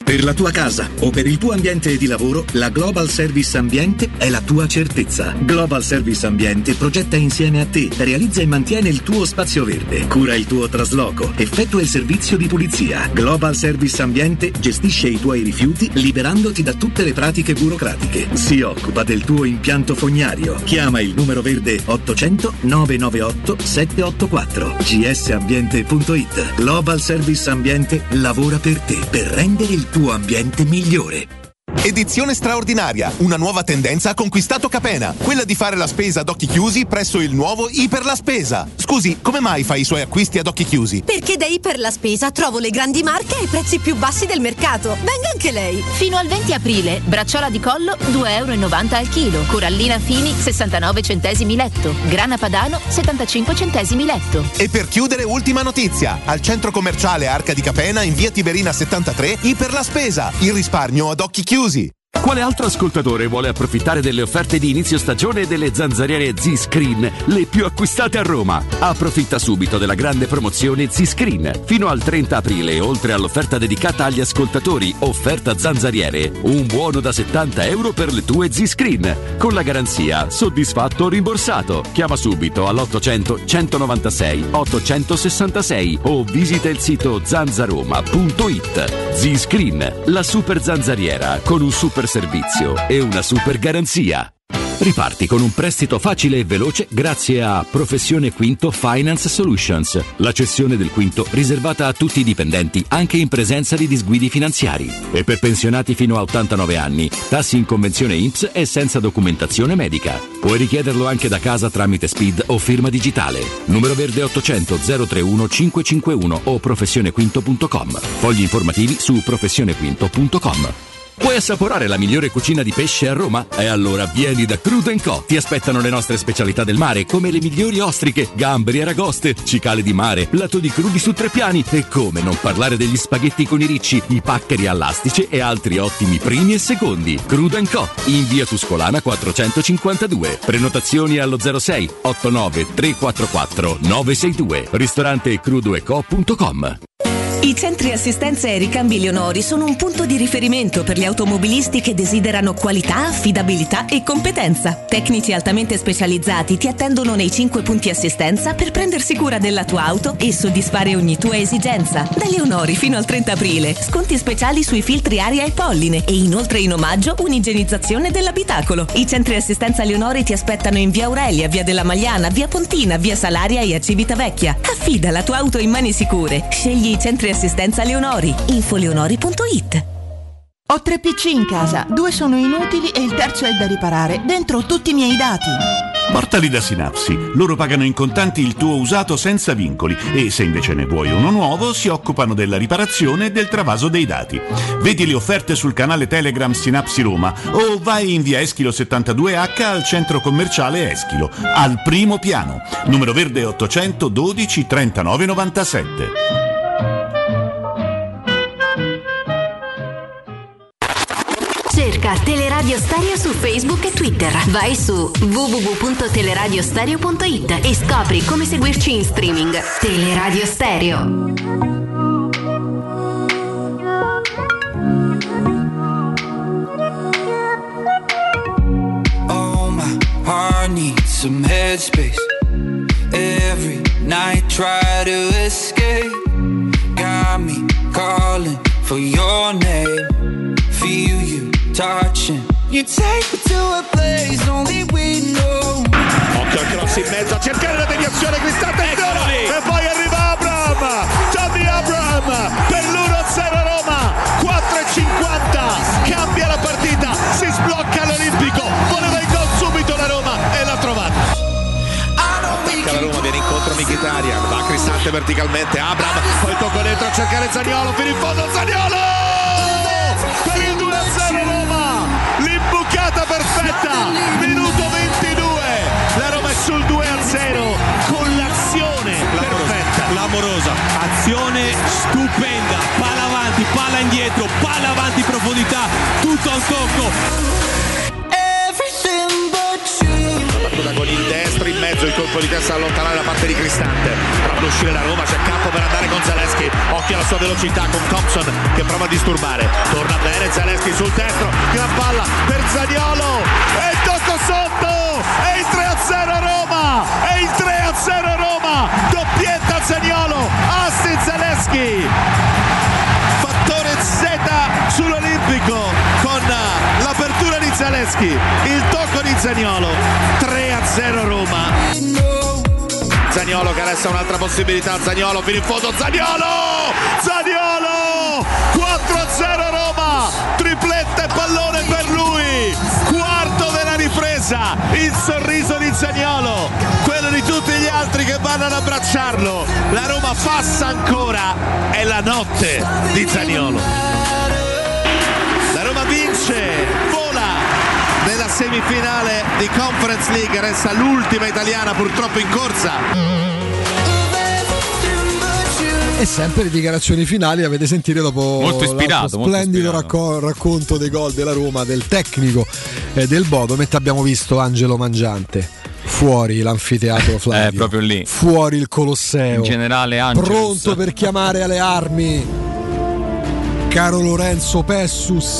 Per la tua casa o per il tuo ambiente di lavoro, la Global Service Ambiente è la tua certezza. Global Service Ambiente progetta insieme a te, realizza e mantiene il tuo spazio verde, cura il tuo trasloco, effettua il servizio di pulizia. Global Service Ambiente gestisce i tuoi rifiuti liberandoti da tutte le pratiche burocratiche. Si occupa del tuo impianto fognario. Chiama il numero verde 800 998 784. gsambiente.it. Global Service Ambiente lavora per te, per rendere il tuo ambiente migliore.
Edizione straordinaria, una nuova tendenza ha conquistato Capena, quella di fare la spesa ad occhi chiusi presso il nuovo Iper la Spesa. Scusi, come mai fa i suoi acquisti ad occhi chiusi?
Perché da Iper la Spesa trovo le grandi marche ai prezzi più bassi del mercato. Venga anche lei!
Fino al 20 aprile, bracciola di collo 2,90 € al chilo, corallina Fini 69 centesimi letto, grana padano 75 centesimi letto.
E per chiudere, ultima notizia, al centro commerciale Arca di Capena in via Tiberina 73, Iper la Spesa, il risparmio ad occhi chiusi.
Quale altro ascoltatore vuole approfittare delle offerte di inizio stagione delle zanzariere Z-Screen, le più acquistate a Roma? Approfitta subito della grande promozione Z-Screen. Fino al 30 aprile, oltre all'offerta dedicata agli ascoltatori, offerta zanzariere, un buono da 70 € per le tue Z-Screen, con la garanzia soddisfatto o rimborsato. Chiama subito all'800 196 866 o visita il sito zanzaroma.it. Z-Screen, la super zanzariera con un super servizio e una super garanzia. Riparti con un prestito facile e veloce grazie a Professione Quinto Finance Solutions, la cessione del quinto riservata a tutti i dipendenti anche in presenza di disguidi finanziari. E per pensionati fino a 89 anni, tassi in convenzione INPS e senza documentazione medica. Puoi richiederlo anche da casa tramite SPID o firma digitale. Numero verde 800 031 551 o professionequinto.com. Fogli informativi su professionequinto.com. Vuoi assaporare la migliore cucina di pesce a Roma? E allora vieni da Crudo & Co. Ti aspettano le nostre specialità del mare, come le migliori ostriche, gamberi, aragoste, cicale di mare, plato di crudi su 3 piani e come non parlare degli spaghetti con i ricci, i paccheri all'astice e altri ottimi primi e secondi. Crudo & Co. in via Tuscolana 452. Prenotazioni allo 06 89 344 962. Ristorante crudoeco.com.
I centri assistenza e ricambi Leonori sono un punto di riferimento per gli automobilisti che desiderano qualità, affidabilità e competenza. Tecnici altamente specializzati ti attendono nei 5 punti assistenza per prendersi cura della tua auto e soddisfare ogni tua esigenza. Da Leonori fino al 30 aprile, sconti speciali sui filtri aria e polline e inoltre in omaggio un'igienizzazione dell'abitacolo. I centri assistenza Leonori ti aspettano in via Aurelia, via della Magliana, via Pontina, via Salaria e a Civitavecchia. Affida la tua auto in mani sicure. Scegli i centri assistenza Leonori. Infoleonori.it.
Ho 3 PC in casa, 2 sono inutili e il terzo è da riparare. Dentro tutti i miei dati.
Portali da Synapsi. Loro pagano in contanti il tuo usato senza vincoli e se invece ne vuoi uno nuovo si occupano della riparazione e del travaso dei dati. Vedi le offerte sul canale Telegram Synapsi Roma o vai in via Eschilo 72H al centro commerciale Eschilo, al primo piano. Numero verde 812 39 97.
Cerca Teleradio Stereo su Facebook e Twitter. Vai su www.teleradiostereo.it e scopri come seguirci in streaming. Teleradio Stereo.
Oh, my heart needs some headspace. Every night try to escape. Got me calling for your name. Feel you touching. You take me to a place only we know.
Occhio al cross in mezzo a cercare la deviazione, Cristante e poi arriva Abraham, Tammy Abraham per l'1-0 Roma, 4:50, cambia la partita, si sblocca l'Olimpico, voleva il gol subito la Roma e l'ha trovato. Attacca la Roma, viene incontro Mkhitaryan, va Cristante verticalmente, Abraham, poi tocca dentro a cercare Zaniolo, fino in fondo Zaniolo! Per il 2-0 Roma, l'imbucata perfetta, minuto 22, la Roma è sul 2-0 con l'azione perfetta,
clamorosa, azione stupenda, palla avanti, palla indietro, palla avanti in profondità, tutto a un tocco.
battuta con con il destro in mezzo, il colpo di testa allontanare la parte di Cristante. Prova ad uscire da Roma, c'è campo per andare con Zalewski, occhio alla sua velocità con Thompson che prova a disturbare, torna bene Zalewski sul destro, gran palla per Zaniolo e il tocco sotto, e il 3-0 Roma, e il 3-0 Roma, doppietta Zaniolo, assist Zalewski, fattore Z sull'Olimpico con l'apertura di Zalewski, il tocco di Zaniolo, 3-0 Roma. Zaniolo che adesso ha un'altra possibilità, Zaniolo fino in fondo, Zaniolo 4-0 Roma, tripletta e pallone per lui, quarto della ripresa, il sorriso di Zaniolo, quello di tutti gli altri che vanno ad abbracciarlo, la Roma passa ancora, è la notte di Zaniolo, la Roma vince, vola nella semifinale di Conference League, resta l'ultima italiana purtroppo in corsa.
E sempre le dichiarazioni finali avete sentito dopo
molto ispirato,
splendido racconto dei gol della Roma, del tecnico del Bodo, mentre abbiamo visto Angelo Mangiante fuori l'anfiteatro Flavio,
proprio lì,
fuori il Colosseo,
in generale Angelus,
pronto per chiamare alle armi caro Lorenzo Pessus,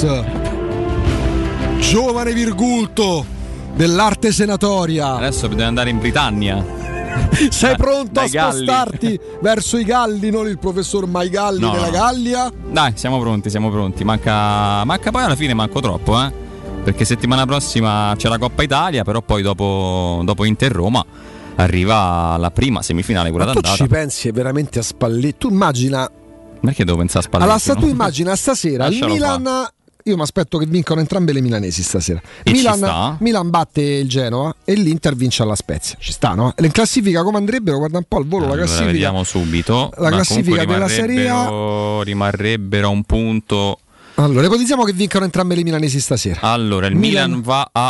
giovane virgulto dell'arte senatoria.
Adesso bisogna andare in Britannia.
Sei pronto a spostarti verso i Galli, non il professor Maigalli della Gallia?
Dai, siamo pronti. Manca poi alla fine manco troppo, perché settimana prossima c'è la Coppa Italia, però poi dopo Inter-Roma arriva la prima semifinale, quella d'andata.
Tu ci pensi veramente a Spalletti? Tu immagina...
Perché devo pensare a Spalletti?
Allora, tu immagina stasera il Milan... Io mi aspetto che vincano entrambe le milanesi stasera. Milan batte il Genoa e l'Inter vince alla Spezia. Ci sta, no? In classifica come andrebbero? Guarda un po' al volo la classifica.
La vediamo subito.
La classifica della Serie A.
Rimarrebbero a un punto.
Allora, ipotizziamo che vincano entrambe le milanesi stasera.
Allora, il Milan va a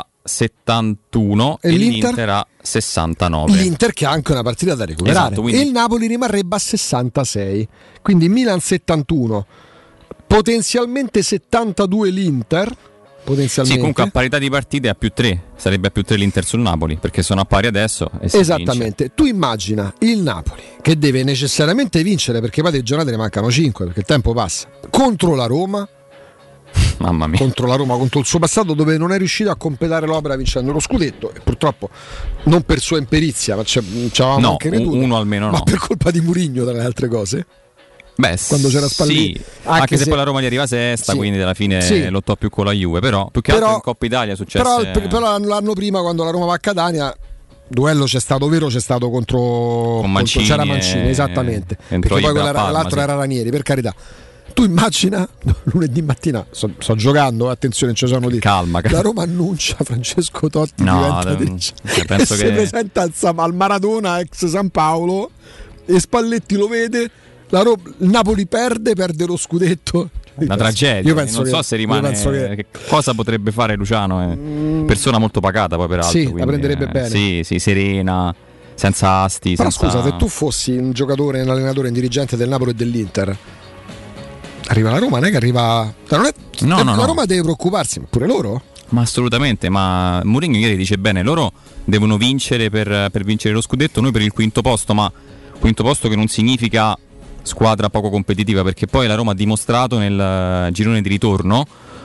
71 e l'Inter a 69.
L'Inter che ha anche una partita da recuperare.
Esatto, quindi...
E il Napoli rimarrebbe a 66. Quindi Milan 71. Potenzialmente 72 l'Inter. Potenzialmente.
Sì, comunque a parità di partite a più 3. Sarebbe a più 3 l'Inter sul Napoli, perché sono a pari adesso e
esattamente, vince. Tu immagina il Napoli che deve necessariamente vincere, perché poi le giornate ne mancano 5, perché il tempo passa, contro la Roma.
Mamma mia.
Contro la Roma, contro il suo passato, dove non è riuscito a completare l'opera vincendo lo scudetto, e purtroppo non per sua imperizia, ma c'avevamo anche creduto,
uno almeno
ma per colpa di Mourinho, tra le altre cose.
Beh,
quando c'era Spalletti,
sì, anche se poi la Roma gli arriva sesta, quindi alla fine lottò più con la Juve, però più che altro in Coppa Italia è successo.
Però l'anno prima, quando la Roma va a Catania, duello c'è stato contro
Mancini,
c'era Mancini, esattamente, perché poi l'altro era Ranieri, per carità. Tu immagina lunedì mattina, sto giocando, attenzione, ci sono lì.
Calma.
La Roma annuncia Francesco Totti diventa dirigente,
penso
che si presenta al Maradona ex San Paolo e Spalletti lo vede. Il Napoli perde lo scudetto.
Una tragedia. Io penso non so se rimane. Che cosa potrebbe fare Luciano? Persona molto pacata, poi peraltro.
Sì,
quindi,
la prenderebbe bene.
Sì, serena, senza asti.
Però scusa, se tu fossi un giocatore, un allenatore, un dirigente del Napoli e dell'Inter, arriva la Roma, non è che arriva. No. La Roma deve preoccuparsi, ma pure loro?
Ma assolutamente, ma Mourinho ieri dice bene, loro devono vincere per vincere lo scudetto, noi per il quinto posto, ma quinto posto che non significa squadra poco competitiva, perché poi la Roma ha dimostrato nel girone di ritorno,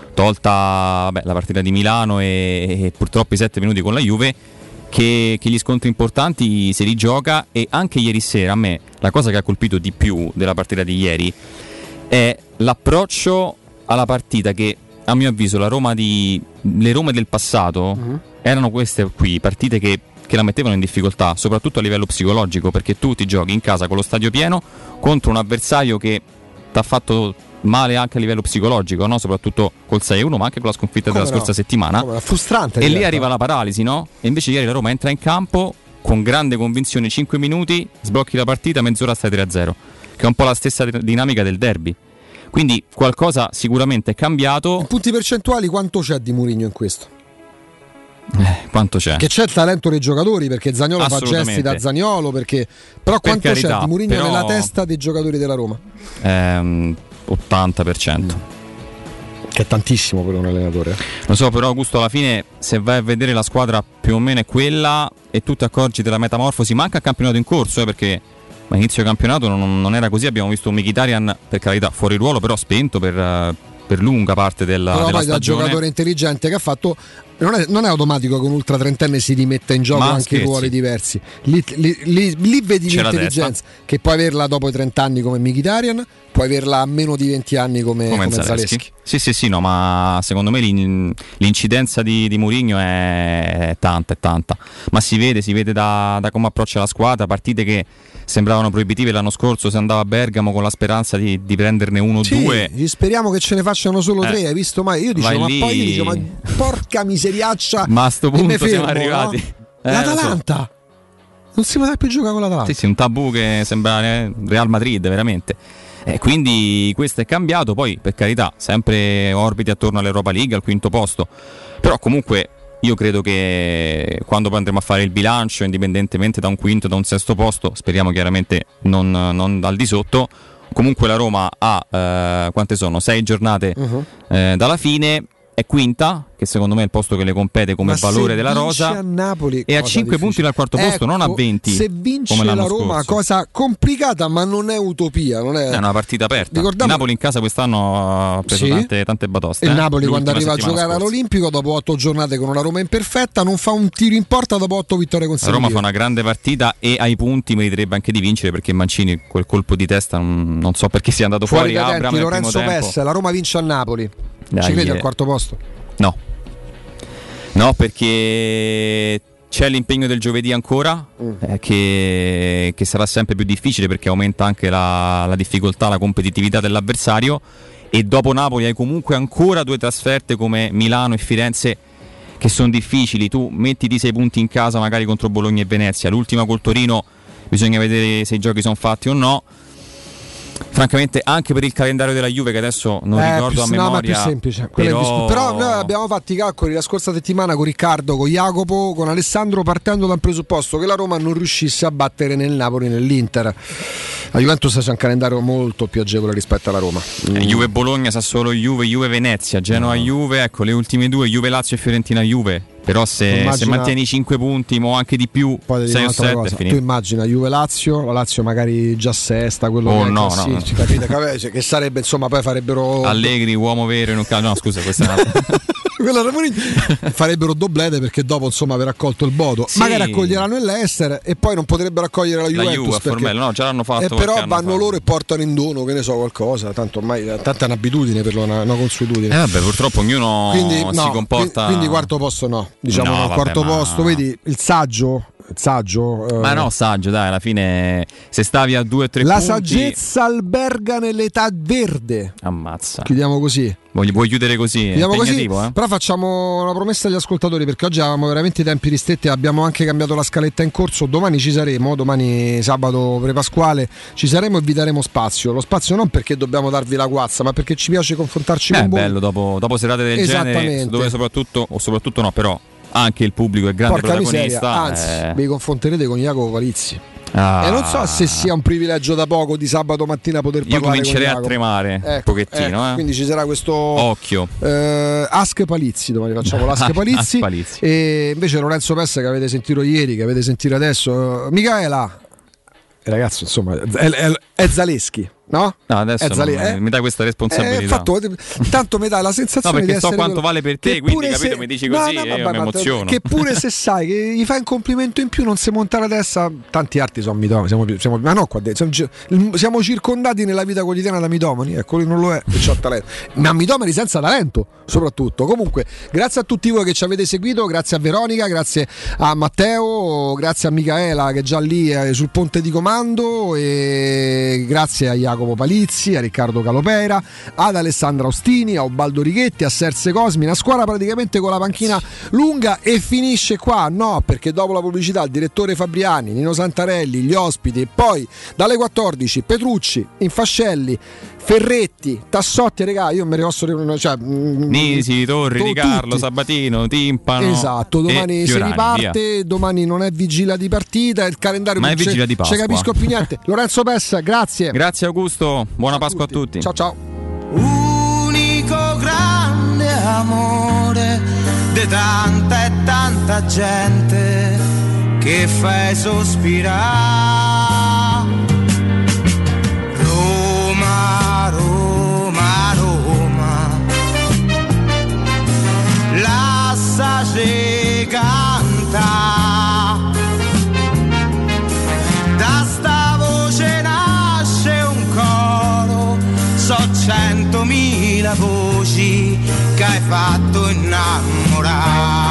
tolta la partita di Milano e purtroppo i 7 minuti con la Juve, che gli scontri importanti se li gioca. E anche ieri sera a me la cosa che ha colpito di più della partita di ieri è l'approccio alla partita, che a mio avviso le Rome del passato erano queste qui, partite che la mettevano in difficoltà, soprattutto a livello psicologico, perché tu ti giochi in casa con lo stadio pieno contro un avversario che ti ha fatto male anche a livello psicologico, no? Soprattutto col 6-1, ma anche con la sconfitta della scorsa settimana.
Frustrante.
E lì arriva la paralisi, no? E invece ieri la Roma entra in campo con grande convinzione, 5 minuti, sblocchi la partita, mezz'ora stai 3-0, che è un po' la stessa dinamica del derby. Quindi qualcosa sicuramente è cambiato.
In punti percentuali quanto c'è di Mourinho in questo?
Quanto c'è?
Che c'è il talento dei giocatori, perché Zaniolo fa gesti da Zaniolo, però quanto c'è di Mourinho nella testa dei giocatori della Roma?
80%.
Ok, che è tantissimo per un allenatore.
Lo so, però Augusto, alla fine se vai a vedere la squadra più o meno è quella e tu ti accorgi della metamorfosi, manca il campionato in corso, perché a inizio campionato non era così. Abbiamo visto un Mkhitaryan, per carità, fuori ruolo, però spento per lunga parte della
poi
stagione.
Da giocatore intelligente che ha fatto, non è automatico che un ultra trentenne si rimetta in gioco anche in ruoli diversi. Lì vedi l'intelligenza, che puoi averla dopo i 30 anni come Mkhitaryan, puoi averla a meno di 20 anni come Zaleschi.
Sì, no, ma secondo me l'incidenza di Mourinho è tanta. Ma si vede da come approccia la squadra, partite che sembravano proibitive l'anno scorso, si andava a Bergamo con la speranza di prenderne uno o due.
Speriamo che ce ne facciano solo 3, hai visto mai? Io dicevo, ma porca miseriaccia.
Ma a sto punto siamo arrivati.
No? L'Atalanta non si potrà più giocare con l'Atalanta.
Sì, un tabù che sembra Real Madrid, veramente. Quindi questo è cambiato. Poi, per carità, sempre orbiti attorno all'Europa League, al quinto posto. Però comunque io credo che quando poi andremo a fare il bilancio, indipendentemente da un quinto, da un sesto posto, speriamo chiaramente non dal di sotto, comunque la Roma ha quante sono? 6 giornate dalla fine, è quinta, che secondo me è il posto che le compete come valore della rosa,
a Napoli,
e a 5 punti dal quarto posto, non a 20.
Se vince
come
la Roma,
scorso.
Cosa complicata, ma non è utopia, non è
una partita aperta. Il Napoli in casa quest'anno ha preso tante batoste.
Il Napoli quando arriva a giocare all'Olimpico dopo 8 giornate con una Roma imperfetta non fa un tiro in porta dopo 8 vittorie consecutive.
La Roma fa una grande partita e ai punti meriterebbe anche di vincere, perché Mancini quel colpo di testa non so perché sia andato fuori. Abraham
Lorenzo Pes, la Roma vince a Napoli. Ci credi al quarto posto?
No, perché c'è l'impegno del giovedì ancora, che sarà sempre più difficile, perché aumenta anche la difficoltà, la competitività dell'avversario, e dopo Napoli hai comunque ancora 2 trasferte come Milano e Firenze che sono difficili. Tu mettiti 6 punti in casa magari contro Bologna e Venezia, l'ultima col Torino bisogna vedere se i giochi sono fatti o no. Francamente, anche per il calendario della Juve, che adesso non ricordo a memoria,
ma è più semplice. Però noi abbiamo fatto i calcoli la scorsa settimana con Riccardo, con Jacopo, con Alessandro, partendo dal presupposto che la Roma non riuscisse a battere nel Napoli, nell'Inter. La Juventus c'è un calendario molto più agevole rispetto alla Roma.
Juve Bologna, Sassuolo Juve Venezia, Genoa Juve, ecco le ultime 2, Juve Lazio e Fiorentina Juve. Però se mantieni 5 punti o anche di più, 6 o 7 è finito.
Tu immagina Juve Lazio, la Lazio magari già sesta, quello che
no,
capite, che sarebbe, insomma, poi farebbero
Allegri, uomo vero in un caso. No, scusa, questa è un'altra.
Farebbero doblete, perché dopo insomma aver raccolto il Bodo, magari accoglieranno il Leicester e poi non potrebbero accogliere la Juventus,
perché, no, già l'hanno fatto,
però vanno loro e portano in dono, che ne so, qualcosa, tanto ormai tanta è un'ababitudine per loro, una consuetudine.
Vabbè, purtroppo ognuno si comporta.
Quindi quarto posto quarto posto, vedi il saggio.
Ma no, saggio, dai, alla fine se stavi a 2 o 3
la
punti.
saggezza alberga nell'età verde.
Ammazza.
Chiudiamo così.
Vuoi chiudere così?
Però facciamo una promessa agli ascoltatori, perché oggi avevamo veramente i tempi ristretti, abbiamo anche cambiato la scaletta in corso. Domani ci saremo, domani sabato pre-pasquale ci saremo e vi daremo spazio. Lo spazio non perché dobbiamo darvi la guazza, ma perché ci piace confrontarci con voi.
È bello dopo serate del genere, dove soprattutto no, però anche il pubblico è grande protagonista.
Anzi, vi confronterete con Jacopo Palizzi. E non so se sia un privilegio da poco di sabato mattina poter parlare.
Io comincerei a tremare un pochettino.
Quindi ci sarà questo
occhio.
Ask Palizzi, domani facciamo l'Ask Palizzi. E invece Lorenzo Pessa, che avete sentito ieri, che avete sentito adesso, Micaela, ragazzi, insomma, è Zaleschi. No,
adesso mi dai questa responsabilità.
Tanto mi dai la sensazione
perché
di essere
quanto vale per te, quindi capito, mi dici così e io mi emoziono.
Che pure se sai che gli fai un complimento in più non si monta la testa. Tanti arti sono mitomani, ma no, qua dentro siamo circondati nella vita quotidiana da mitomani. Ecco, lui non lo è e c'ha talento, ma mitomani senza talento soprattutto. Comunque, grazie a tutti voi che ci avete seguito, grazie a Veronica, grazie a Matteo, grazie a Micaela che è già lì sul ponte di comando, e grazie a Jacopo Palizzi, a Riccardo Calopera, ad Alessandra Ostini, a Ubaldo Righetti, a Serse Cosmi. Una squadra praticamente con la panchina lunga, e finisce qua, no, perché dopo la pubblicità il direttore Fabriani, Nino Santarelli, gli ospiti, e poi dalle 14 Petrucci, Infascelli, Ferretti, Tassotti, regà, io mi riposso,
Nisi, Torri, Di Carlo, Sabatino, Timpano.
Esatto, domani si riparte,
via.
Domani non è vigilia di partita, il calendario
ma è vigilia di Pasqua.
Non capisco più niente. Lorenzo Pessa, grazie.
Grazie Augusto, buona Pasqua a tutti.
Ciao.
Unico grande
l'amore di tanta e tanta gente che fai sospirare. Roma, Roma, Roma, lasciaci cantare. Da sta voce nasce un coro, so 100.000 voci che hai fatto innamorare.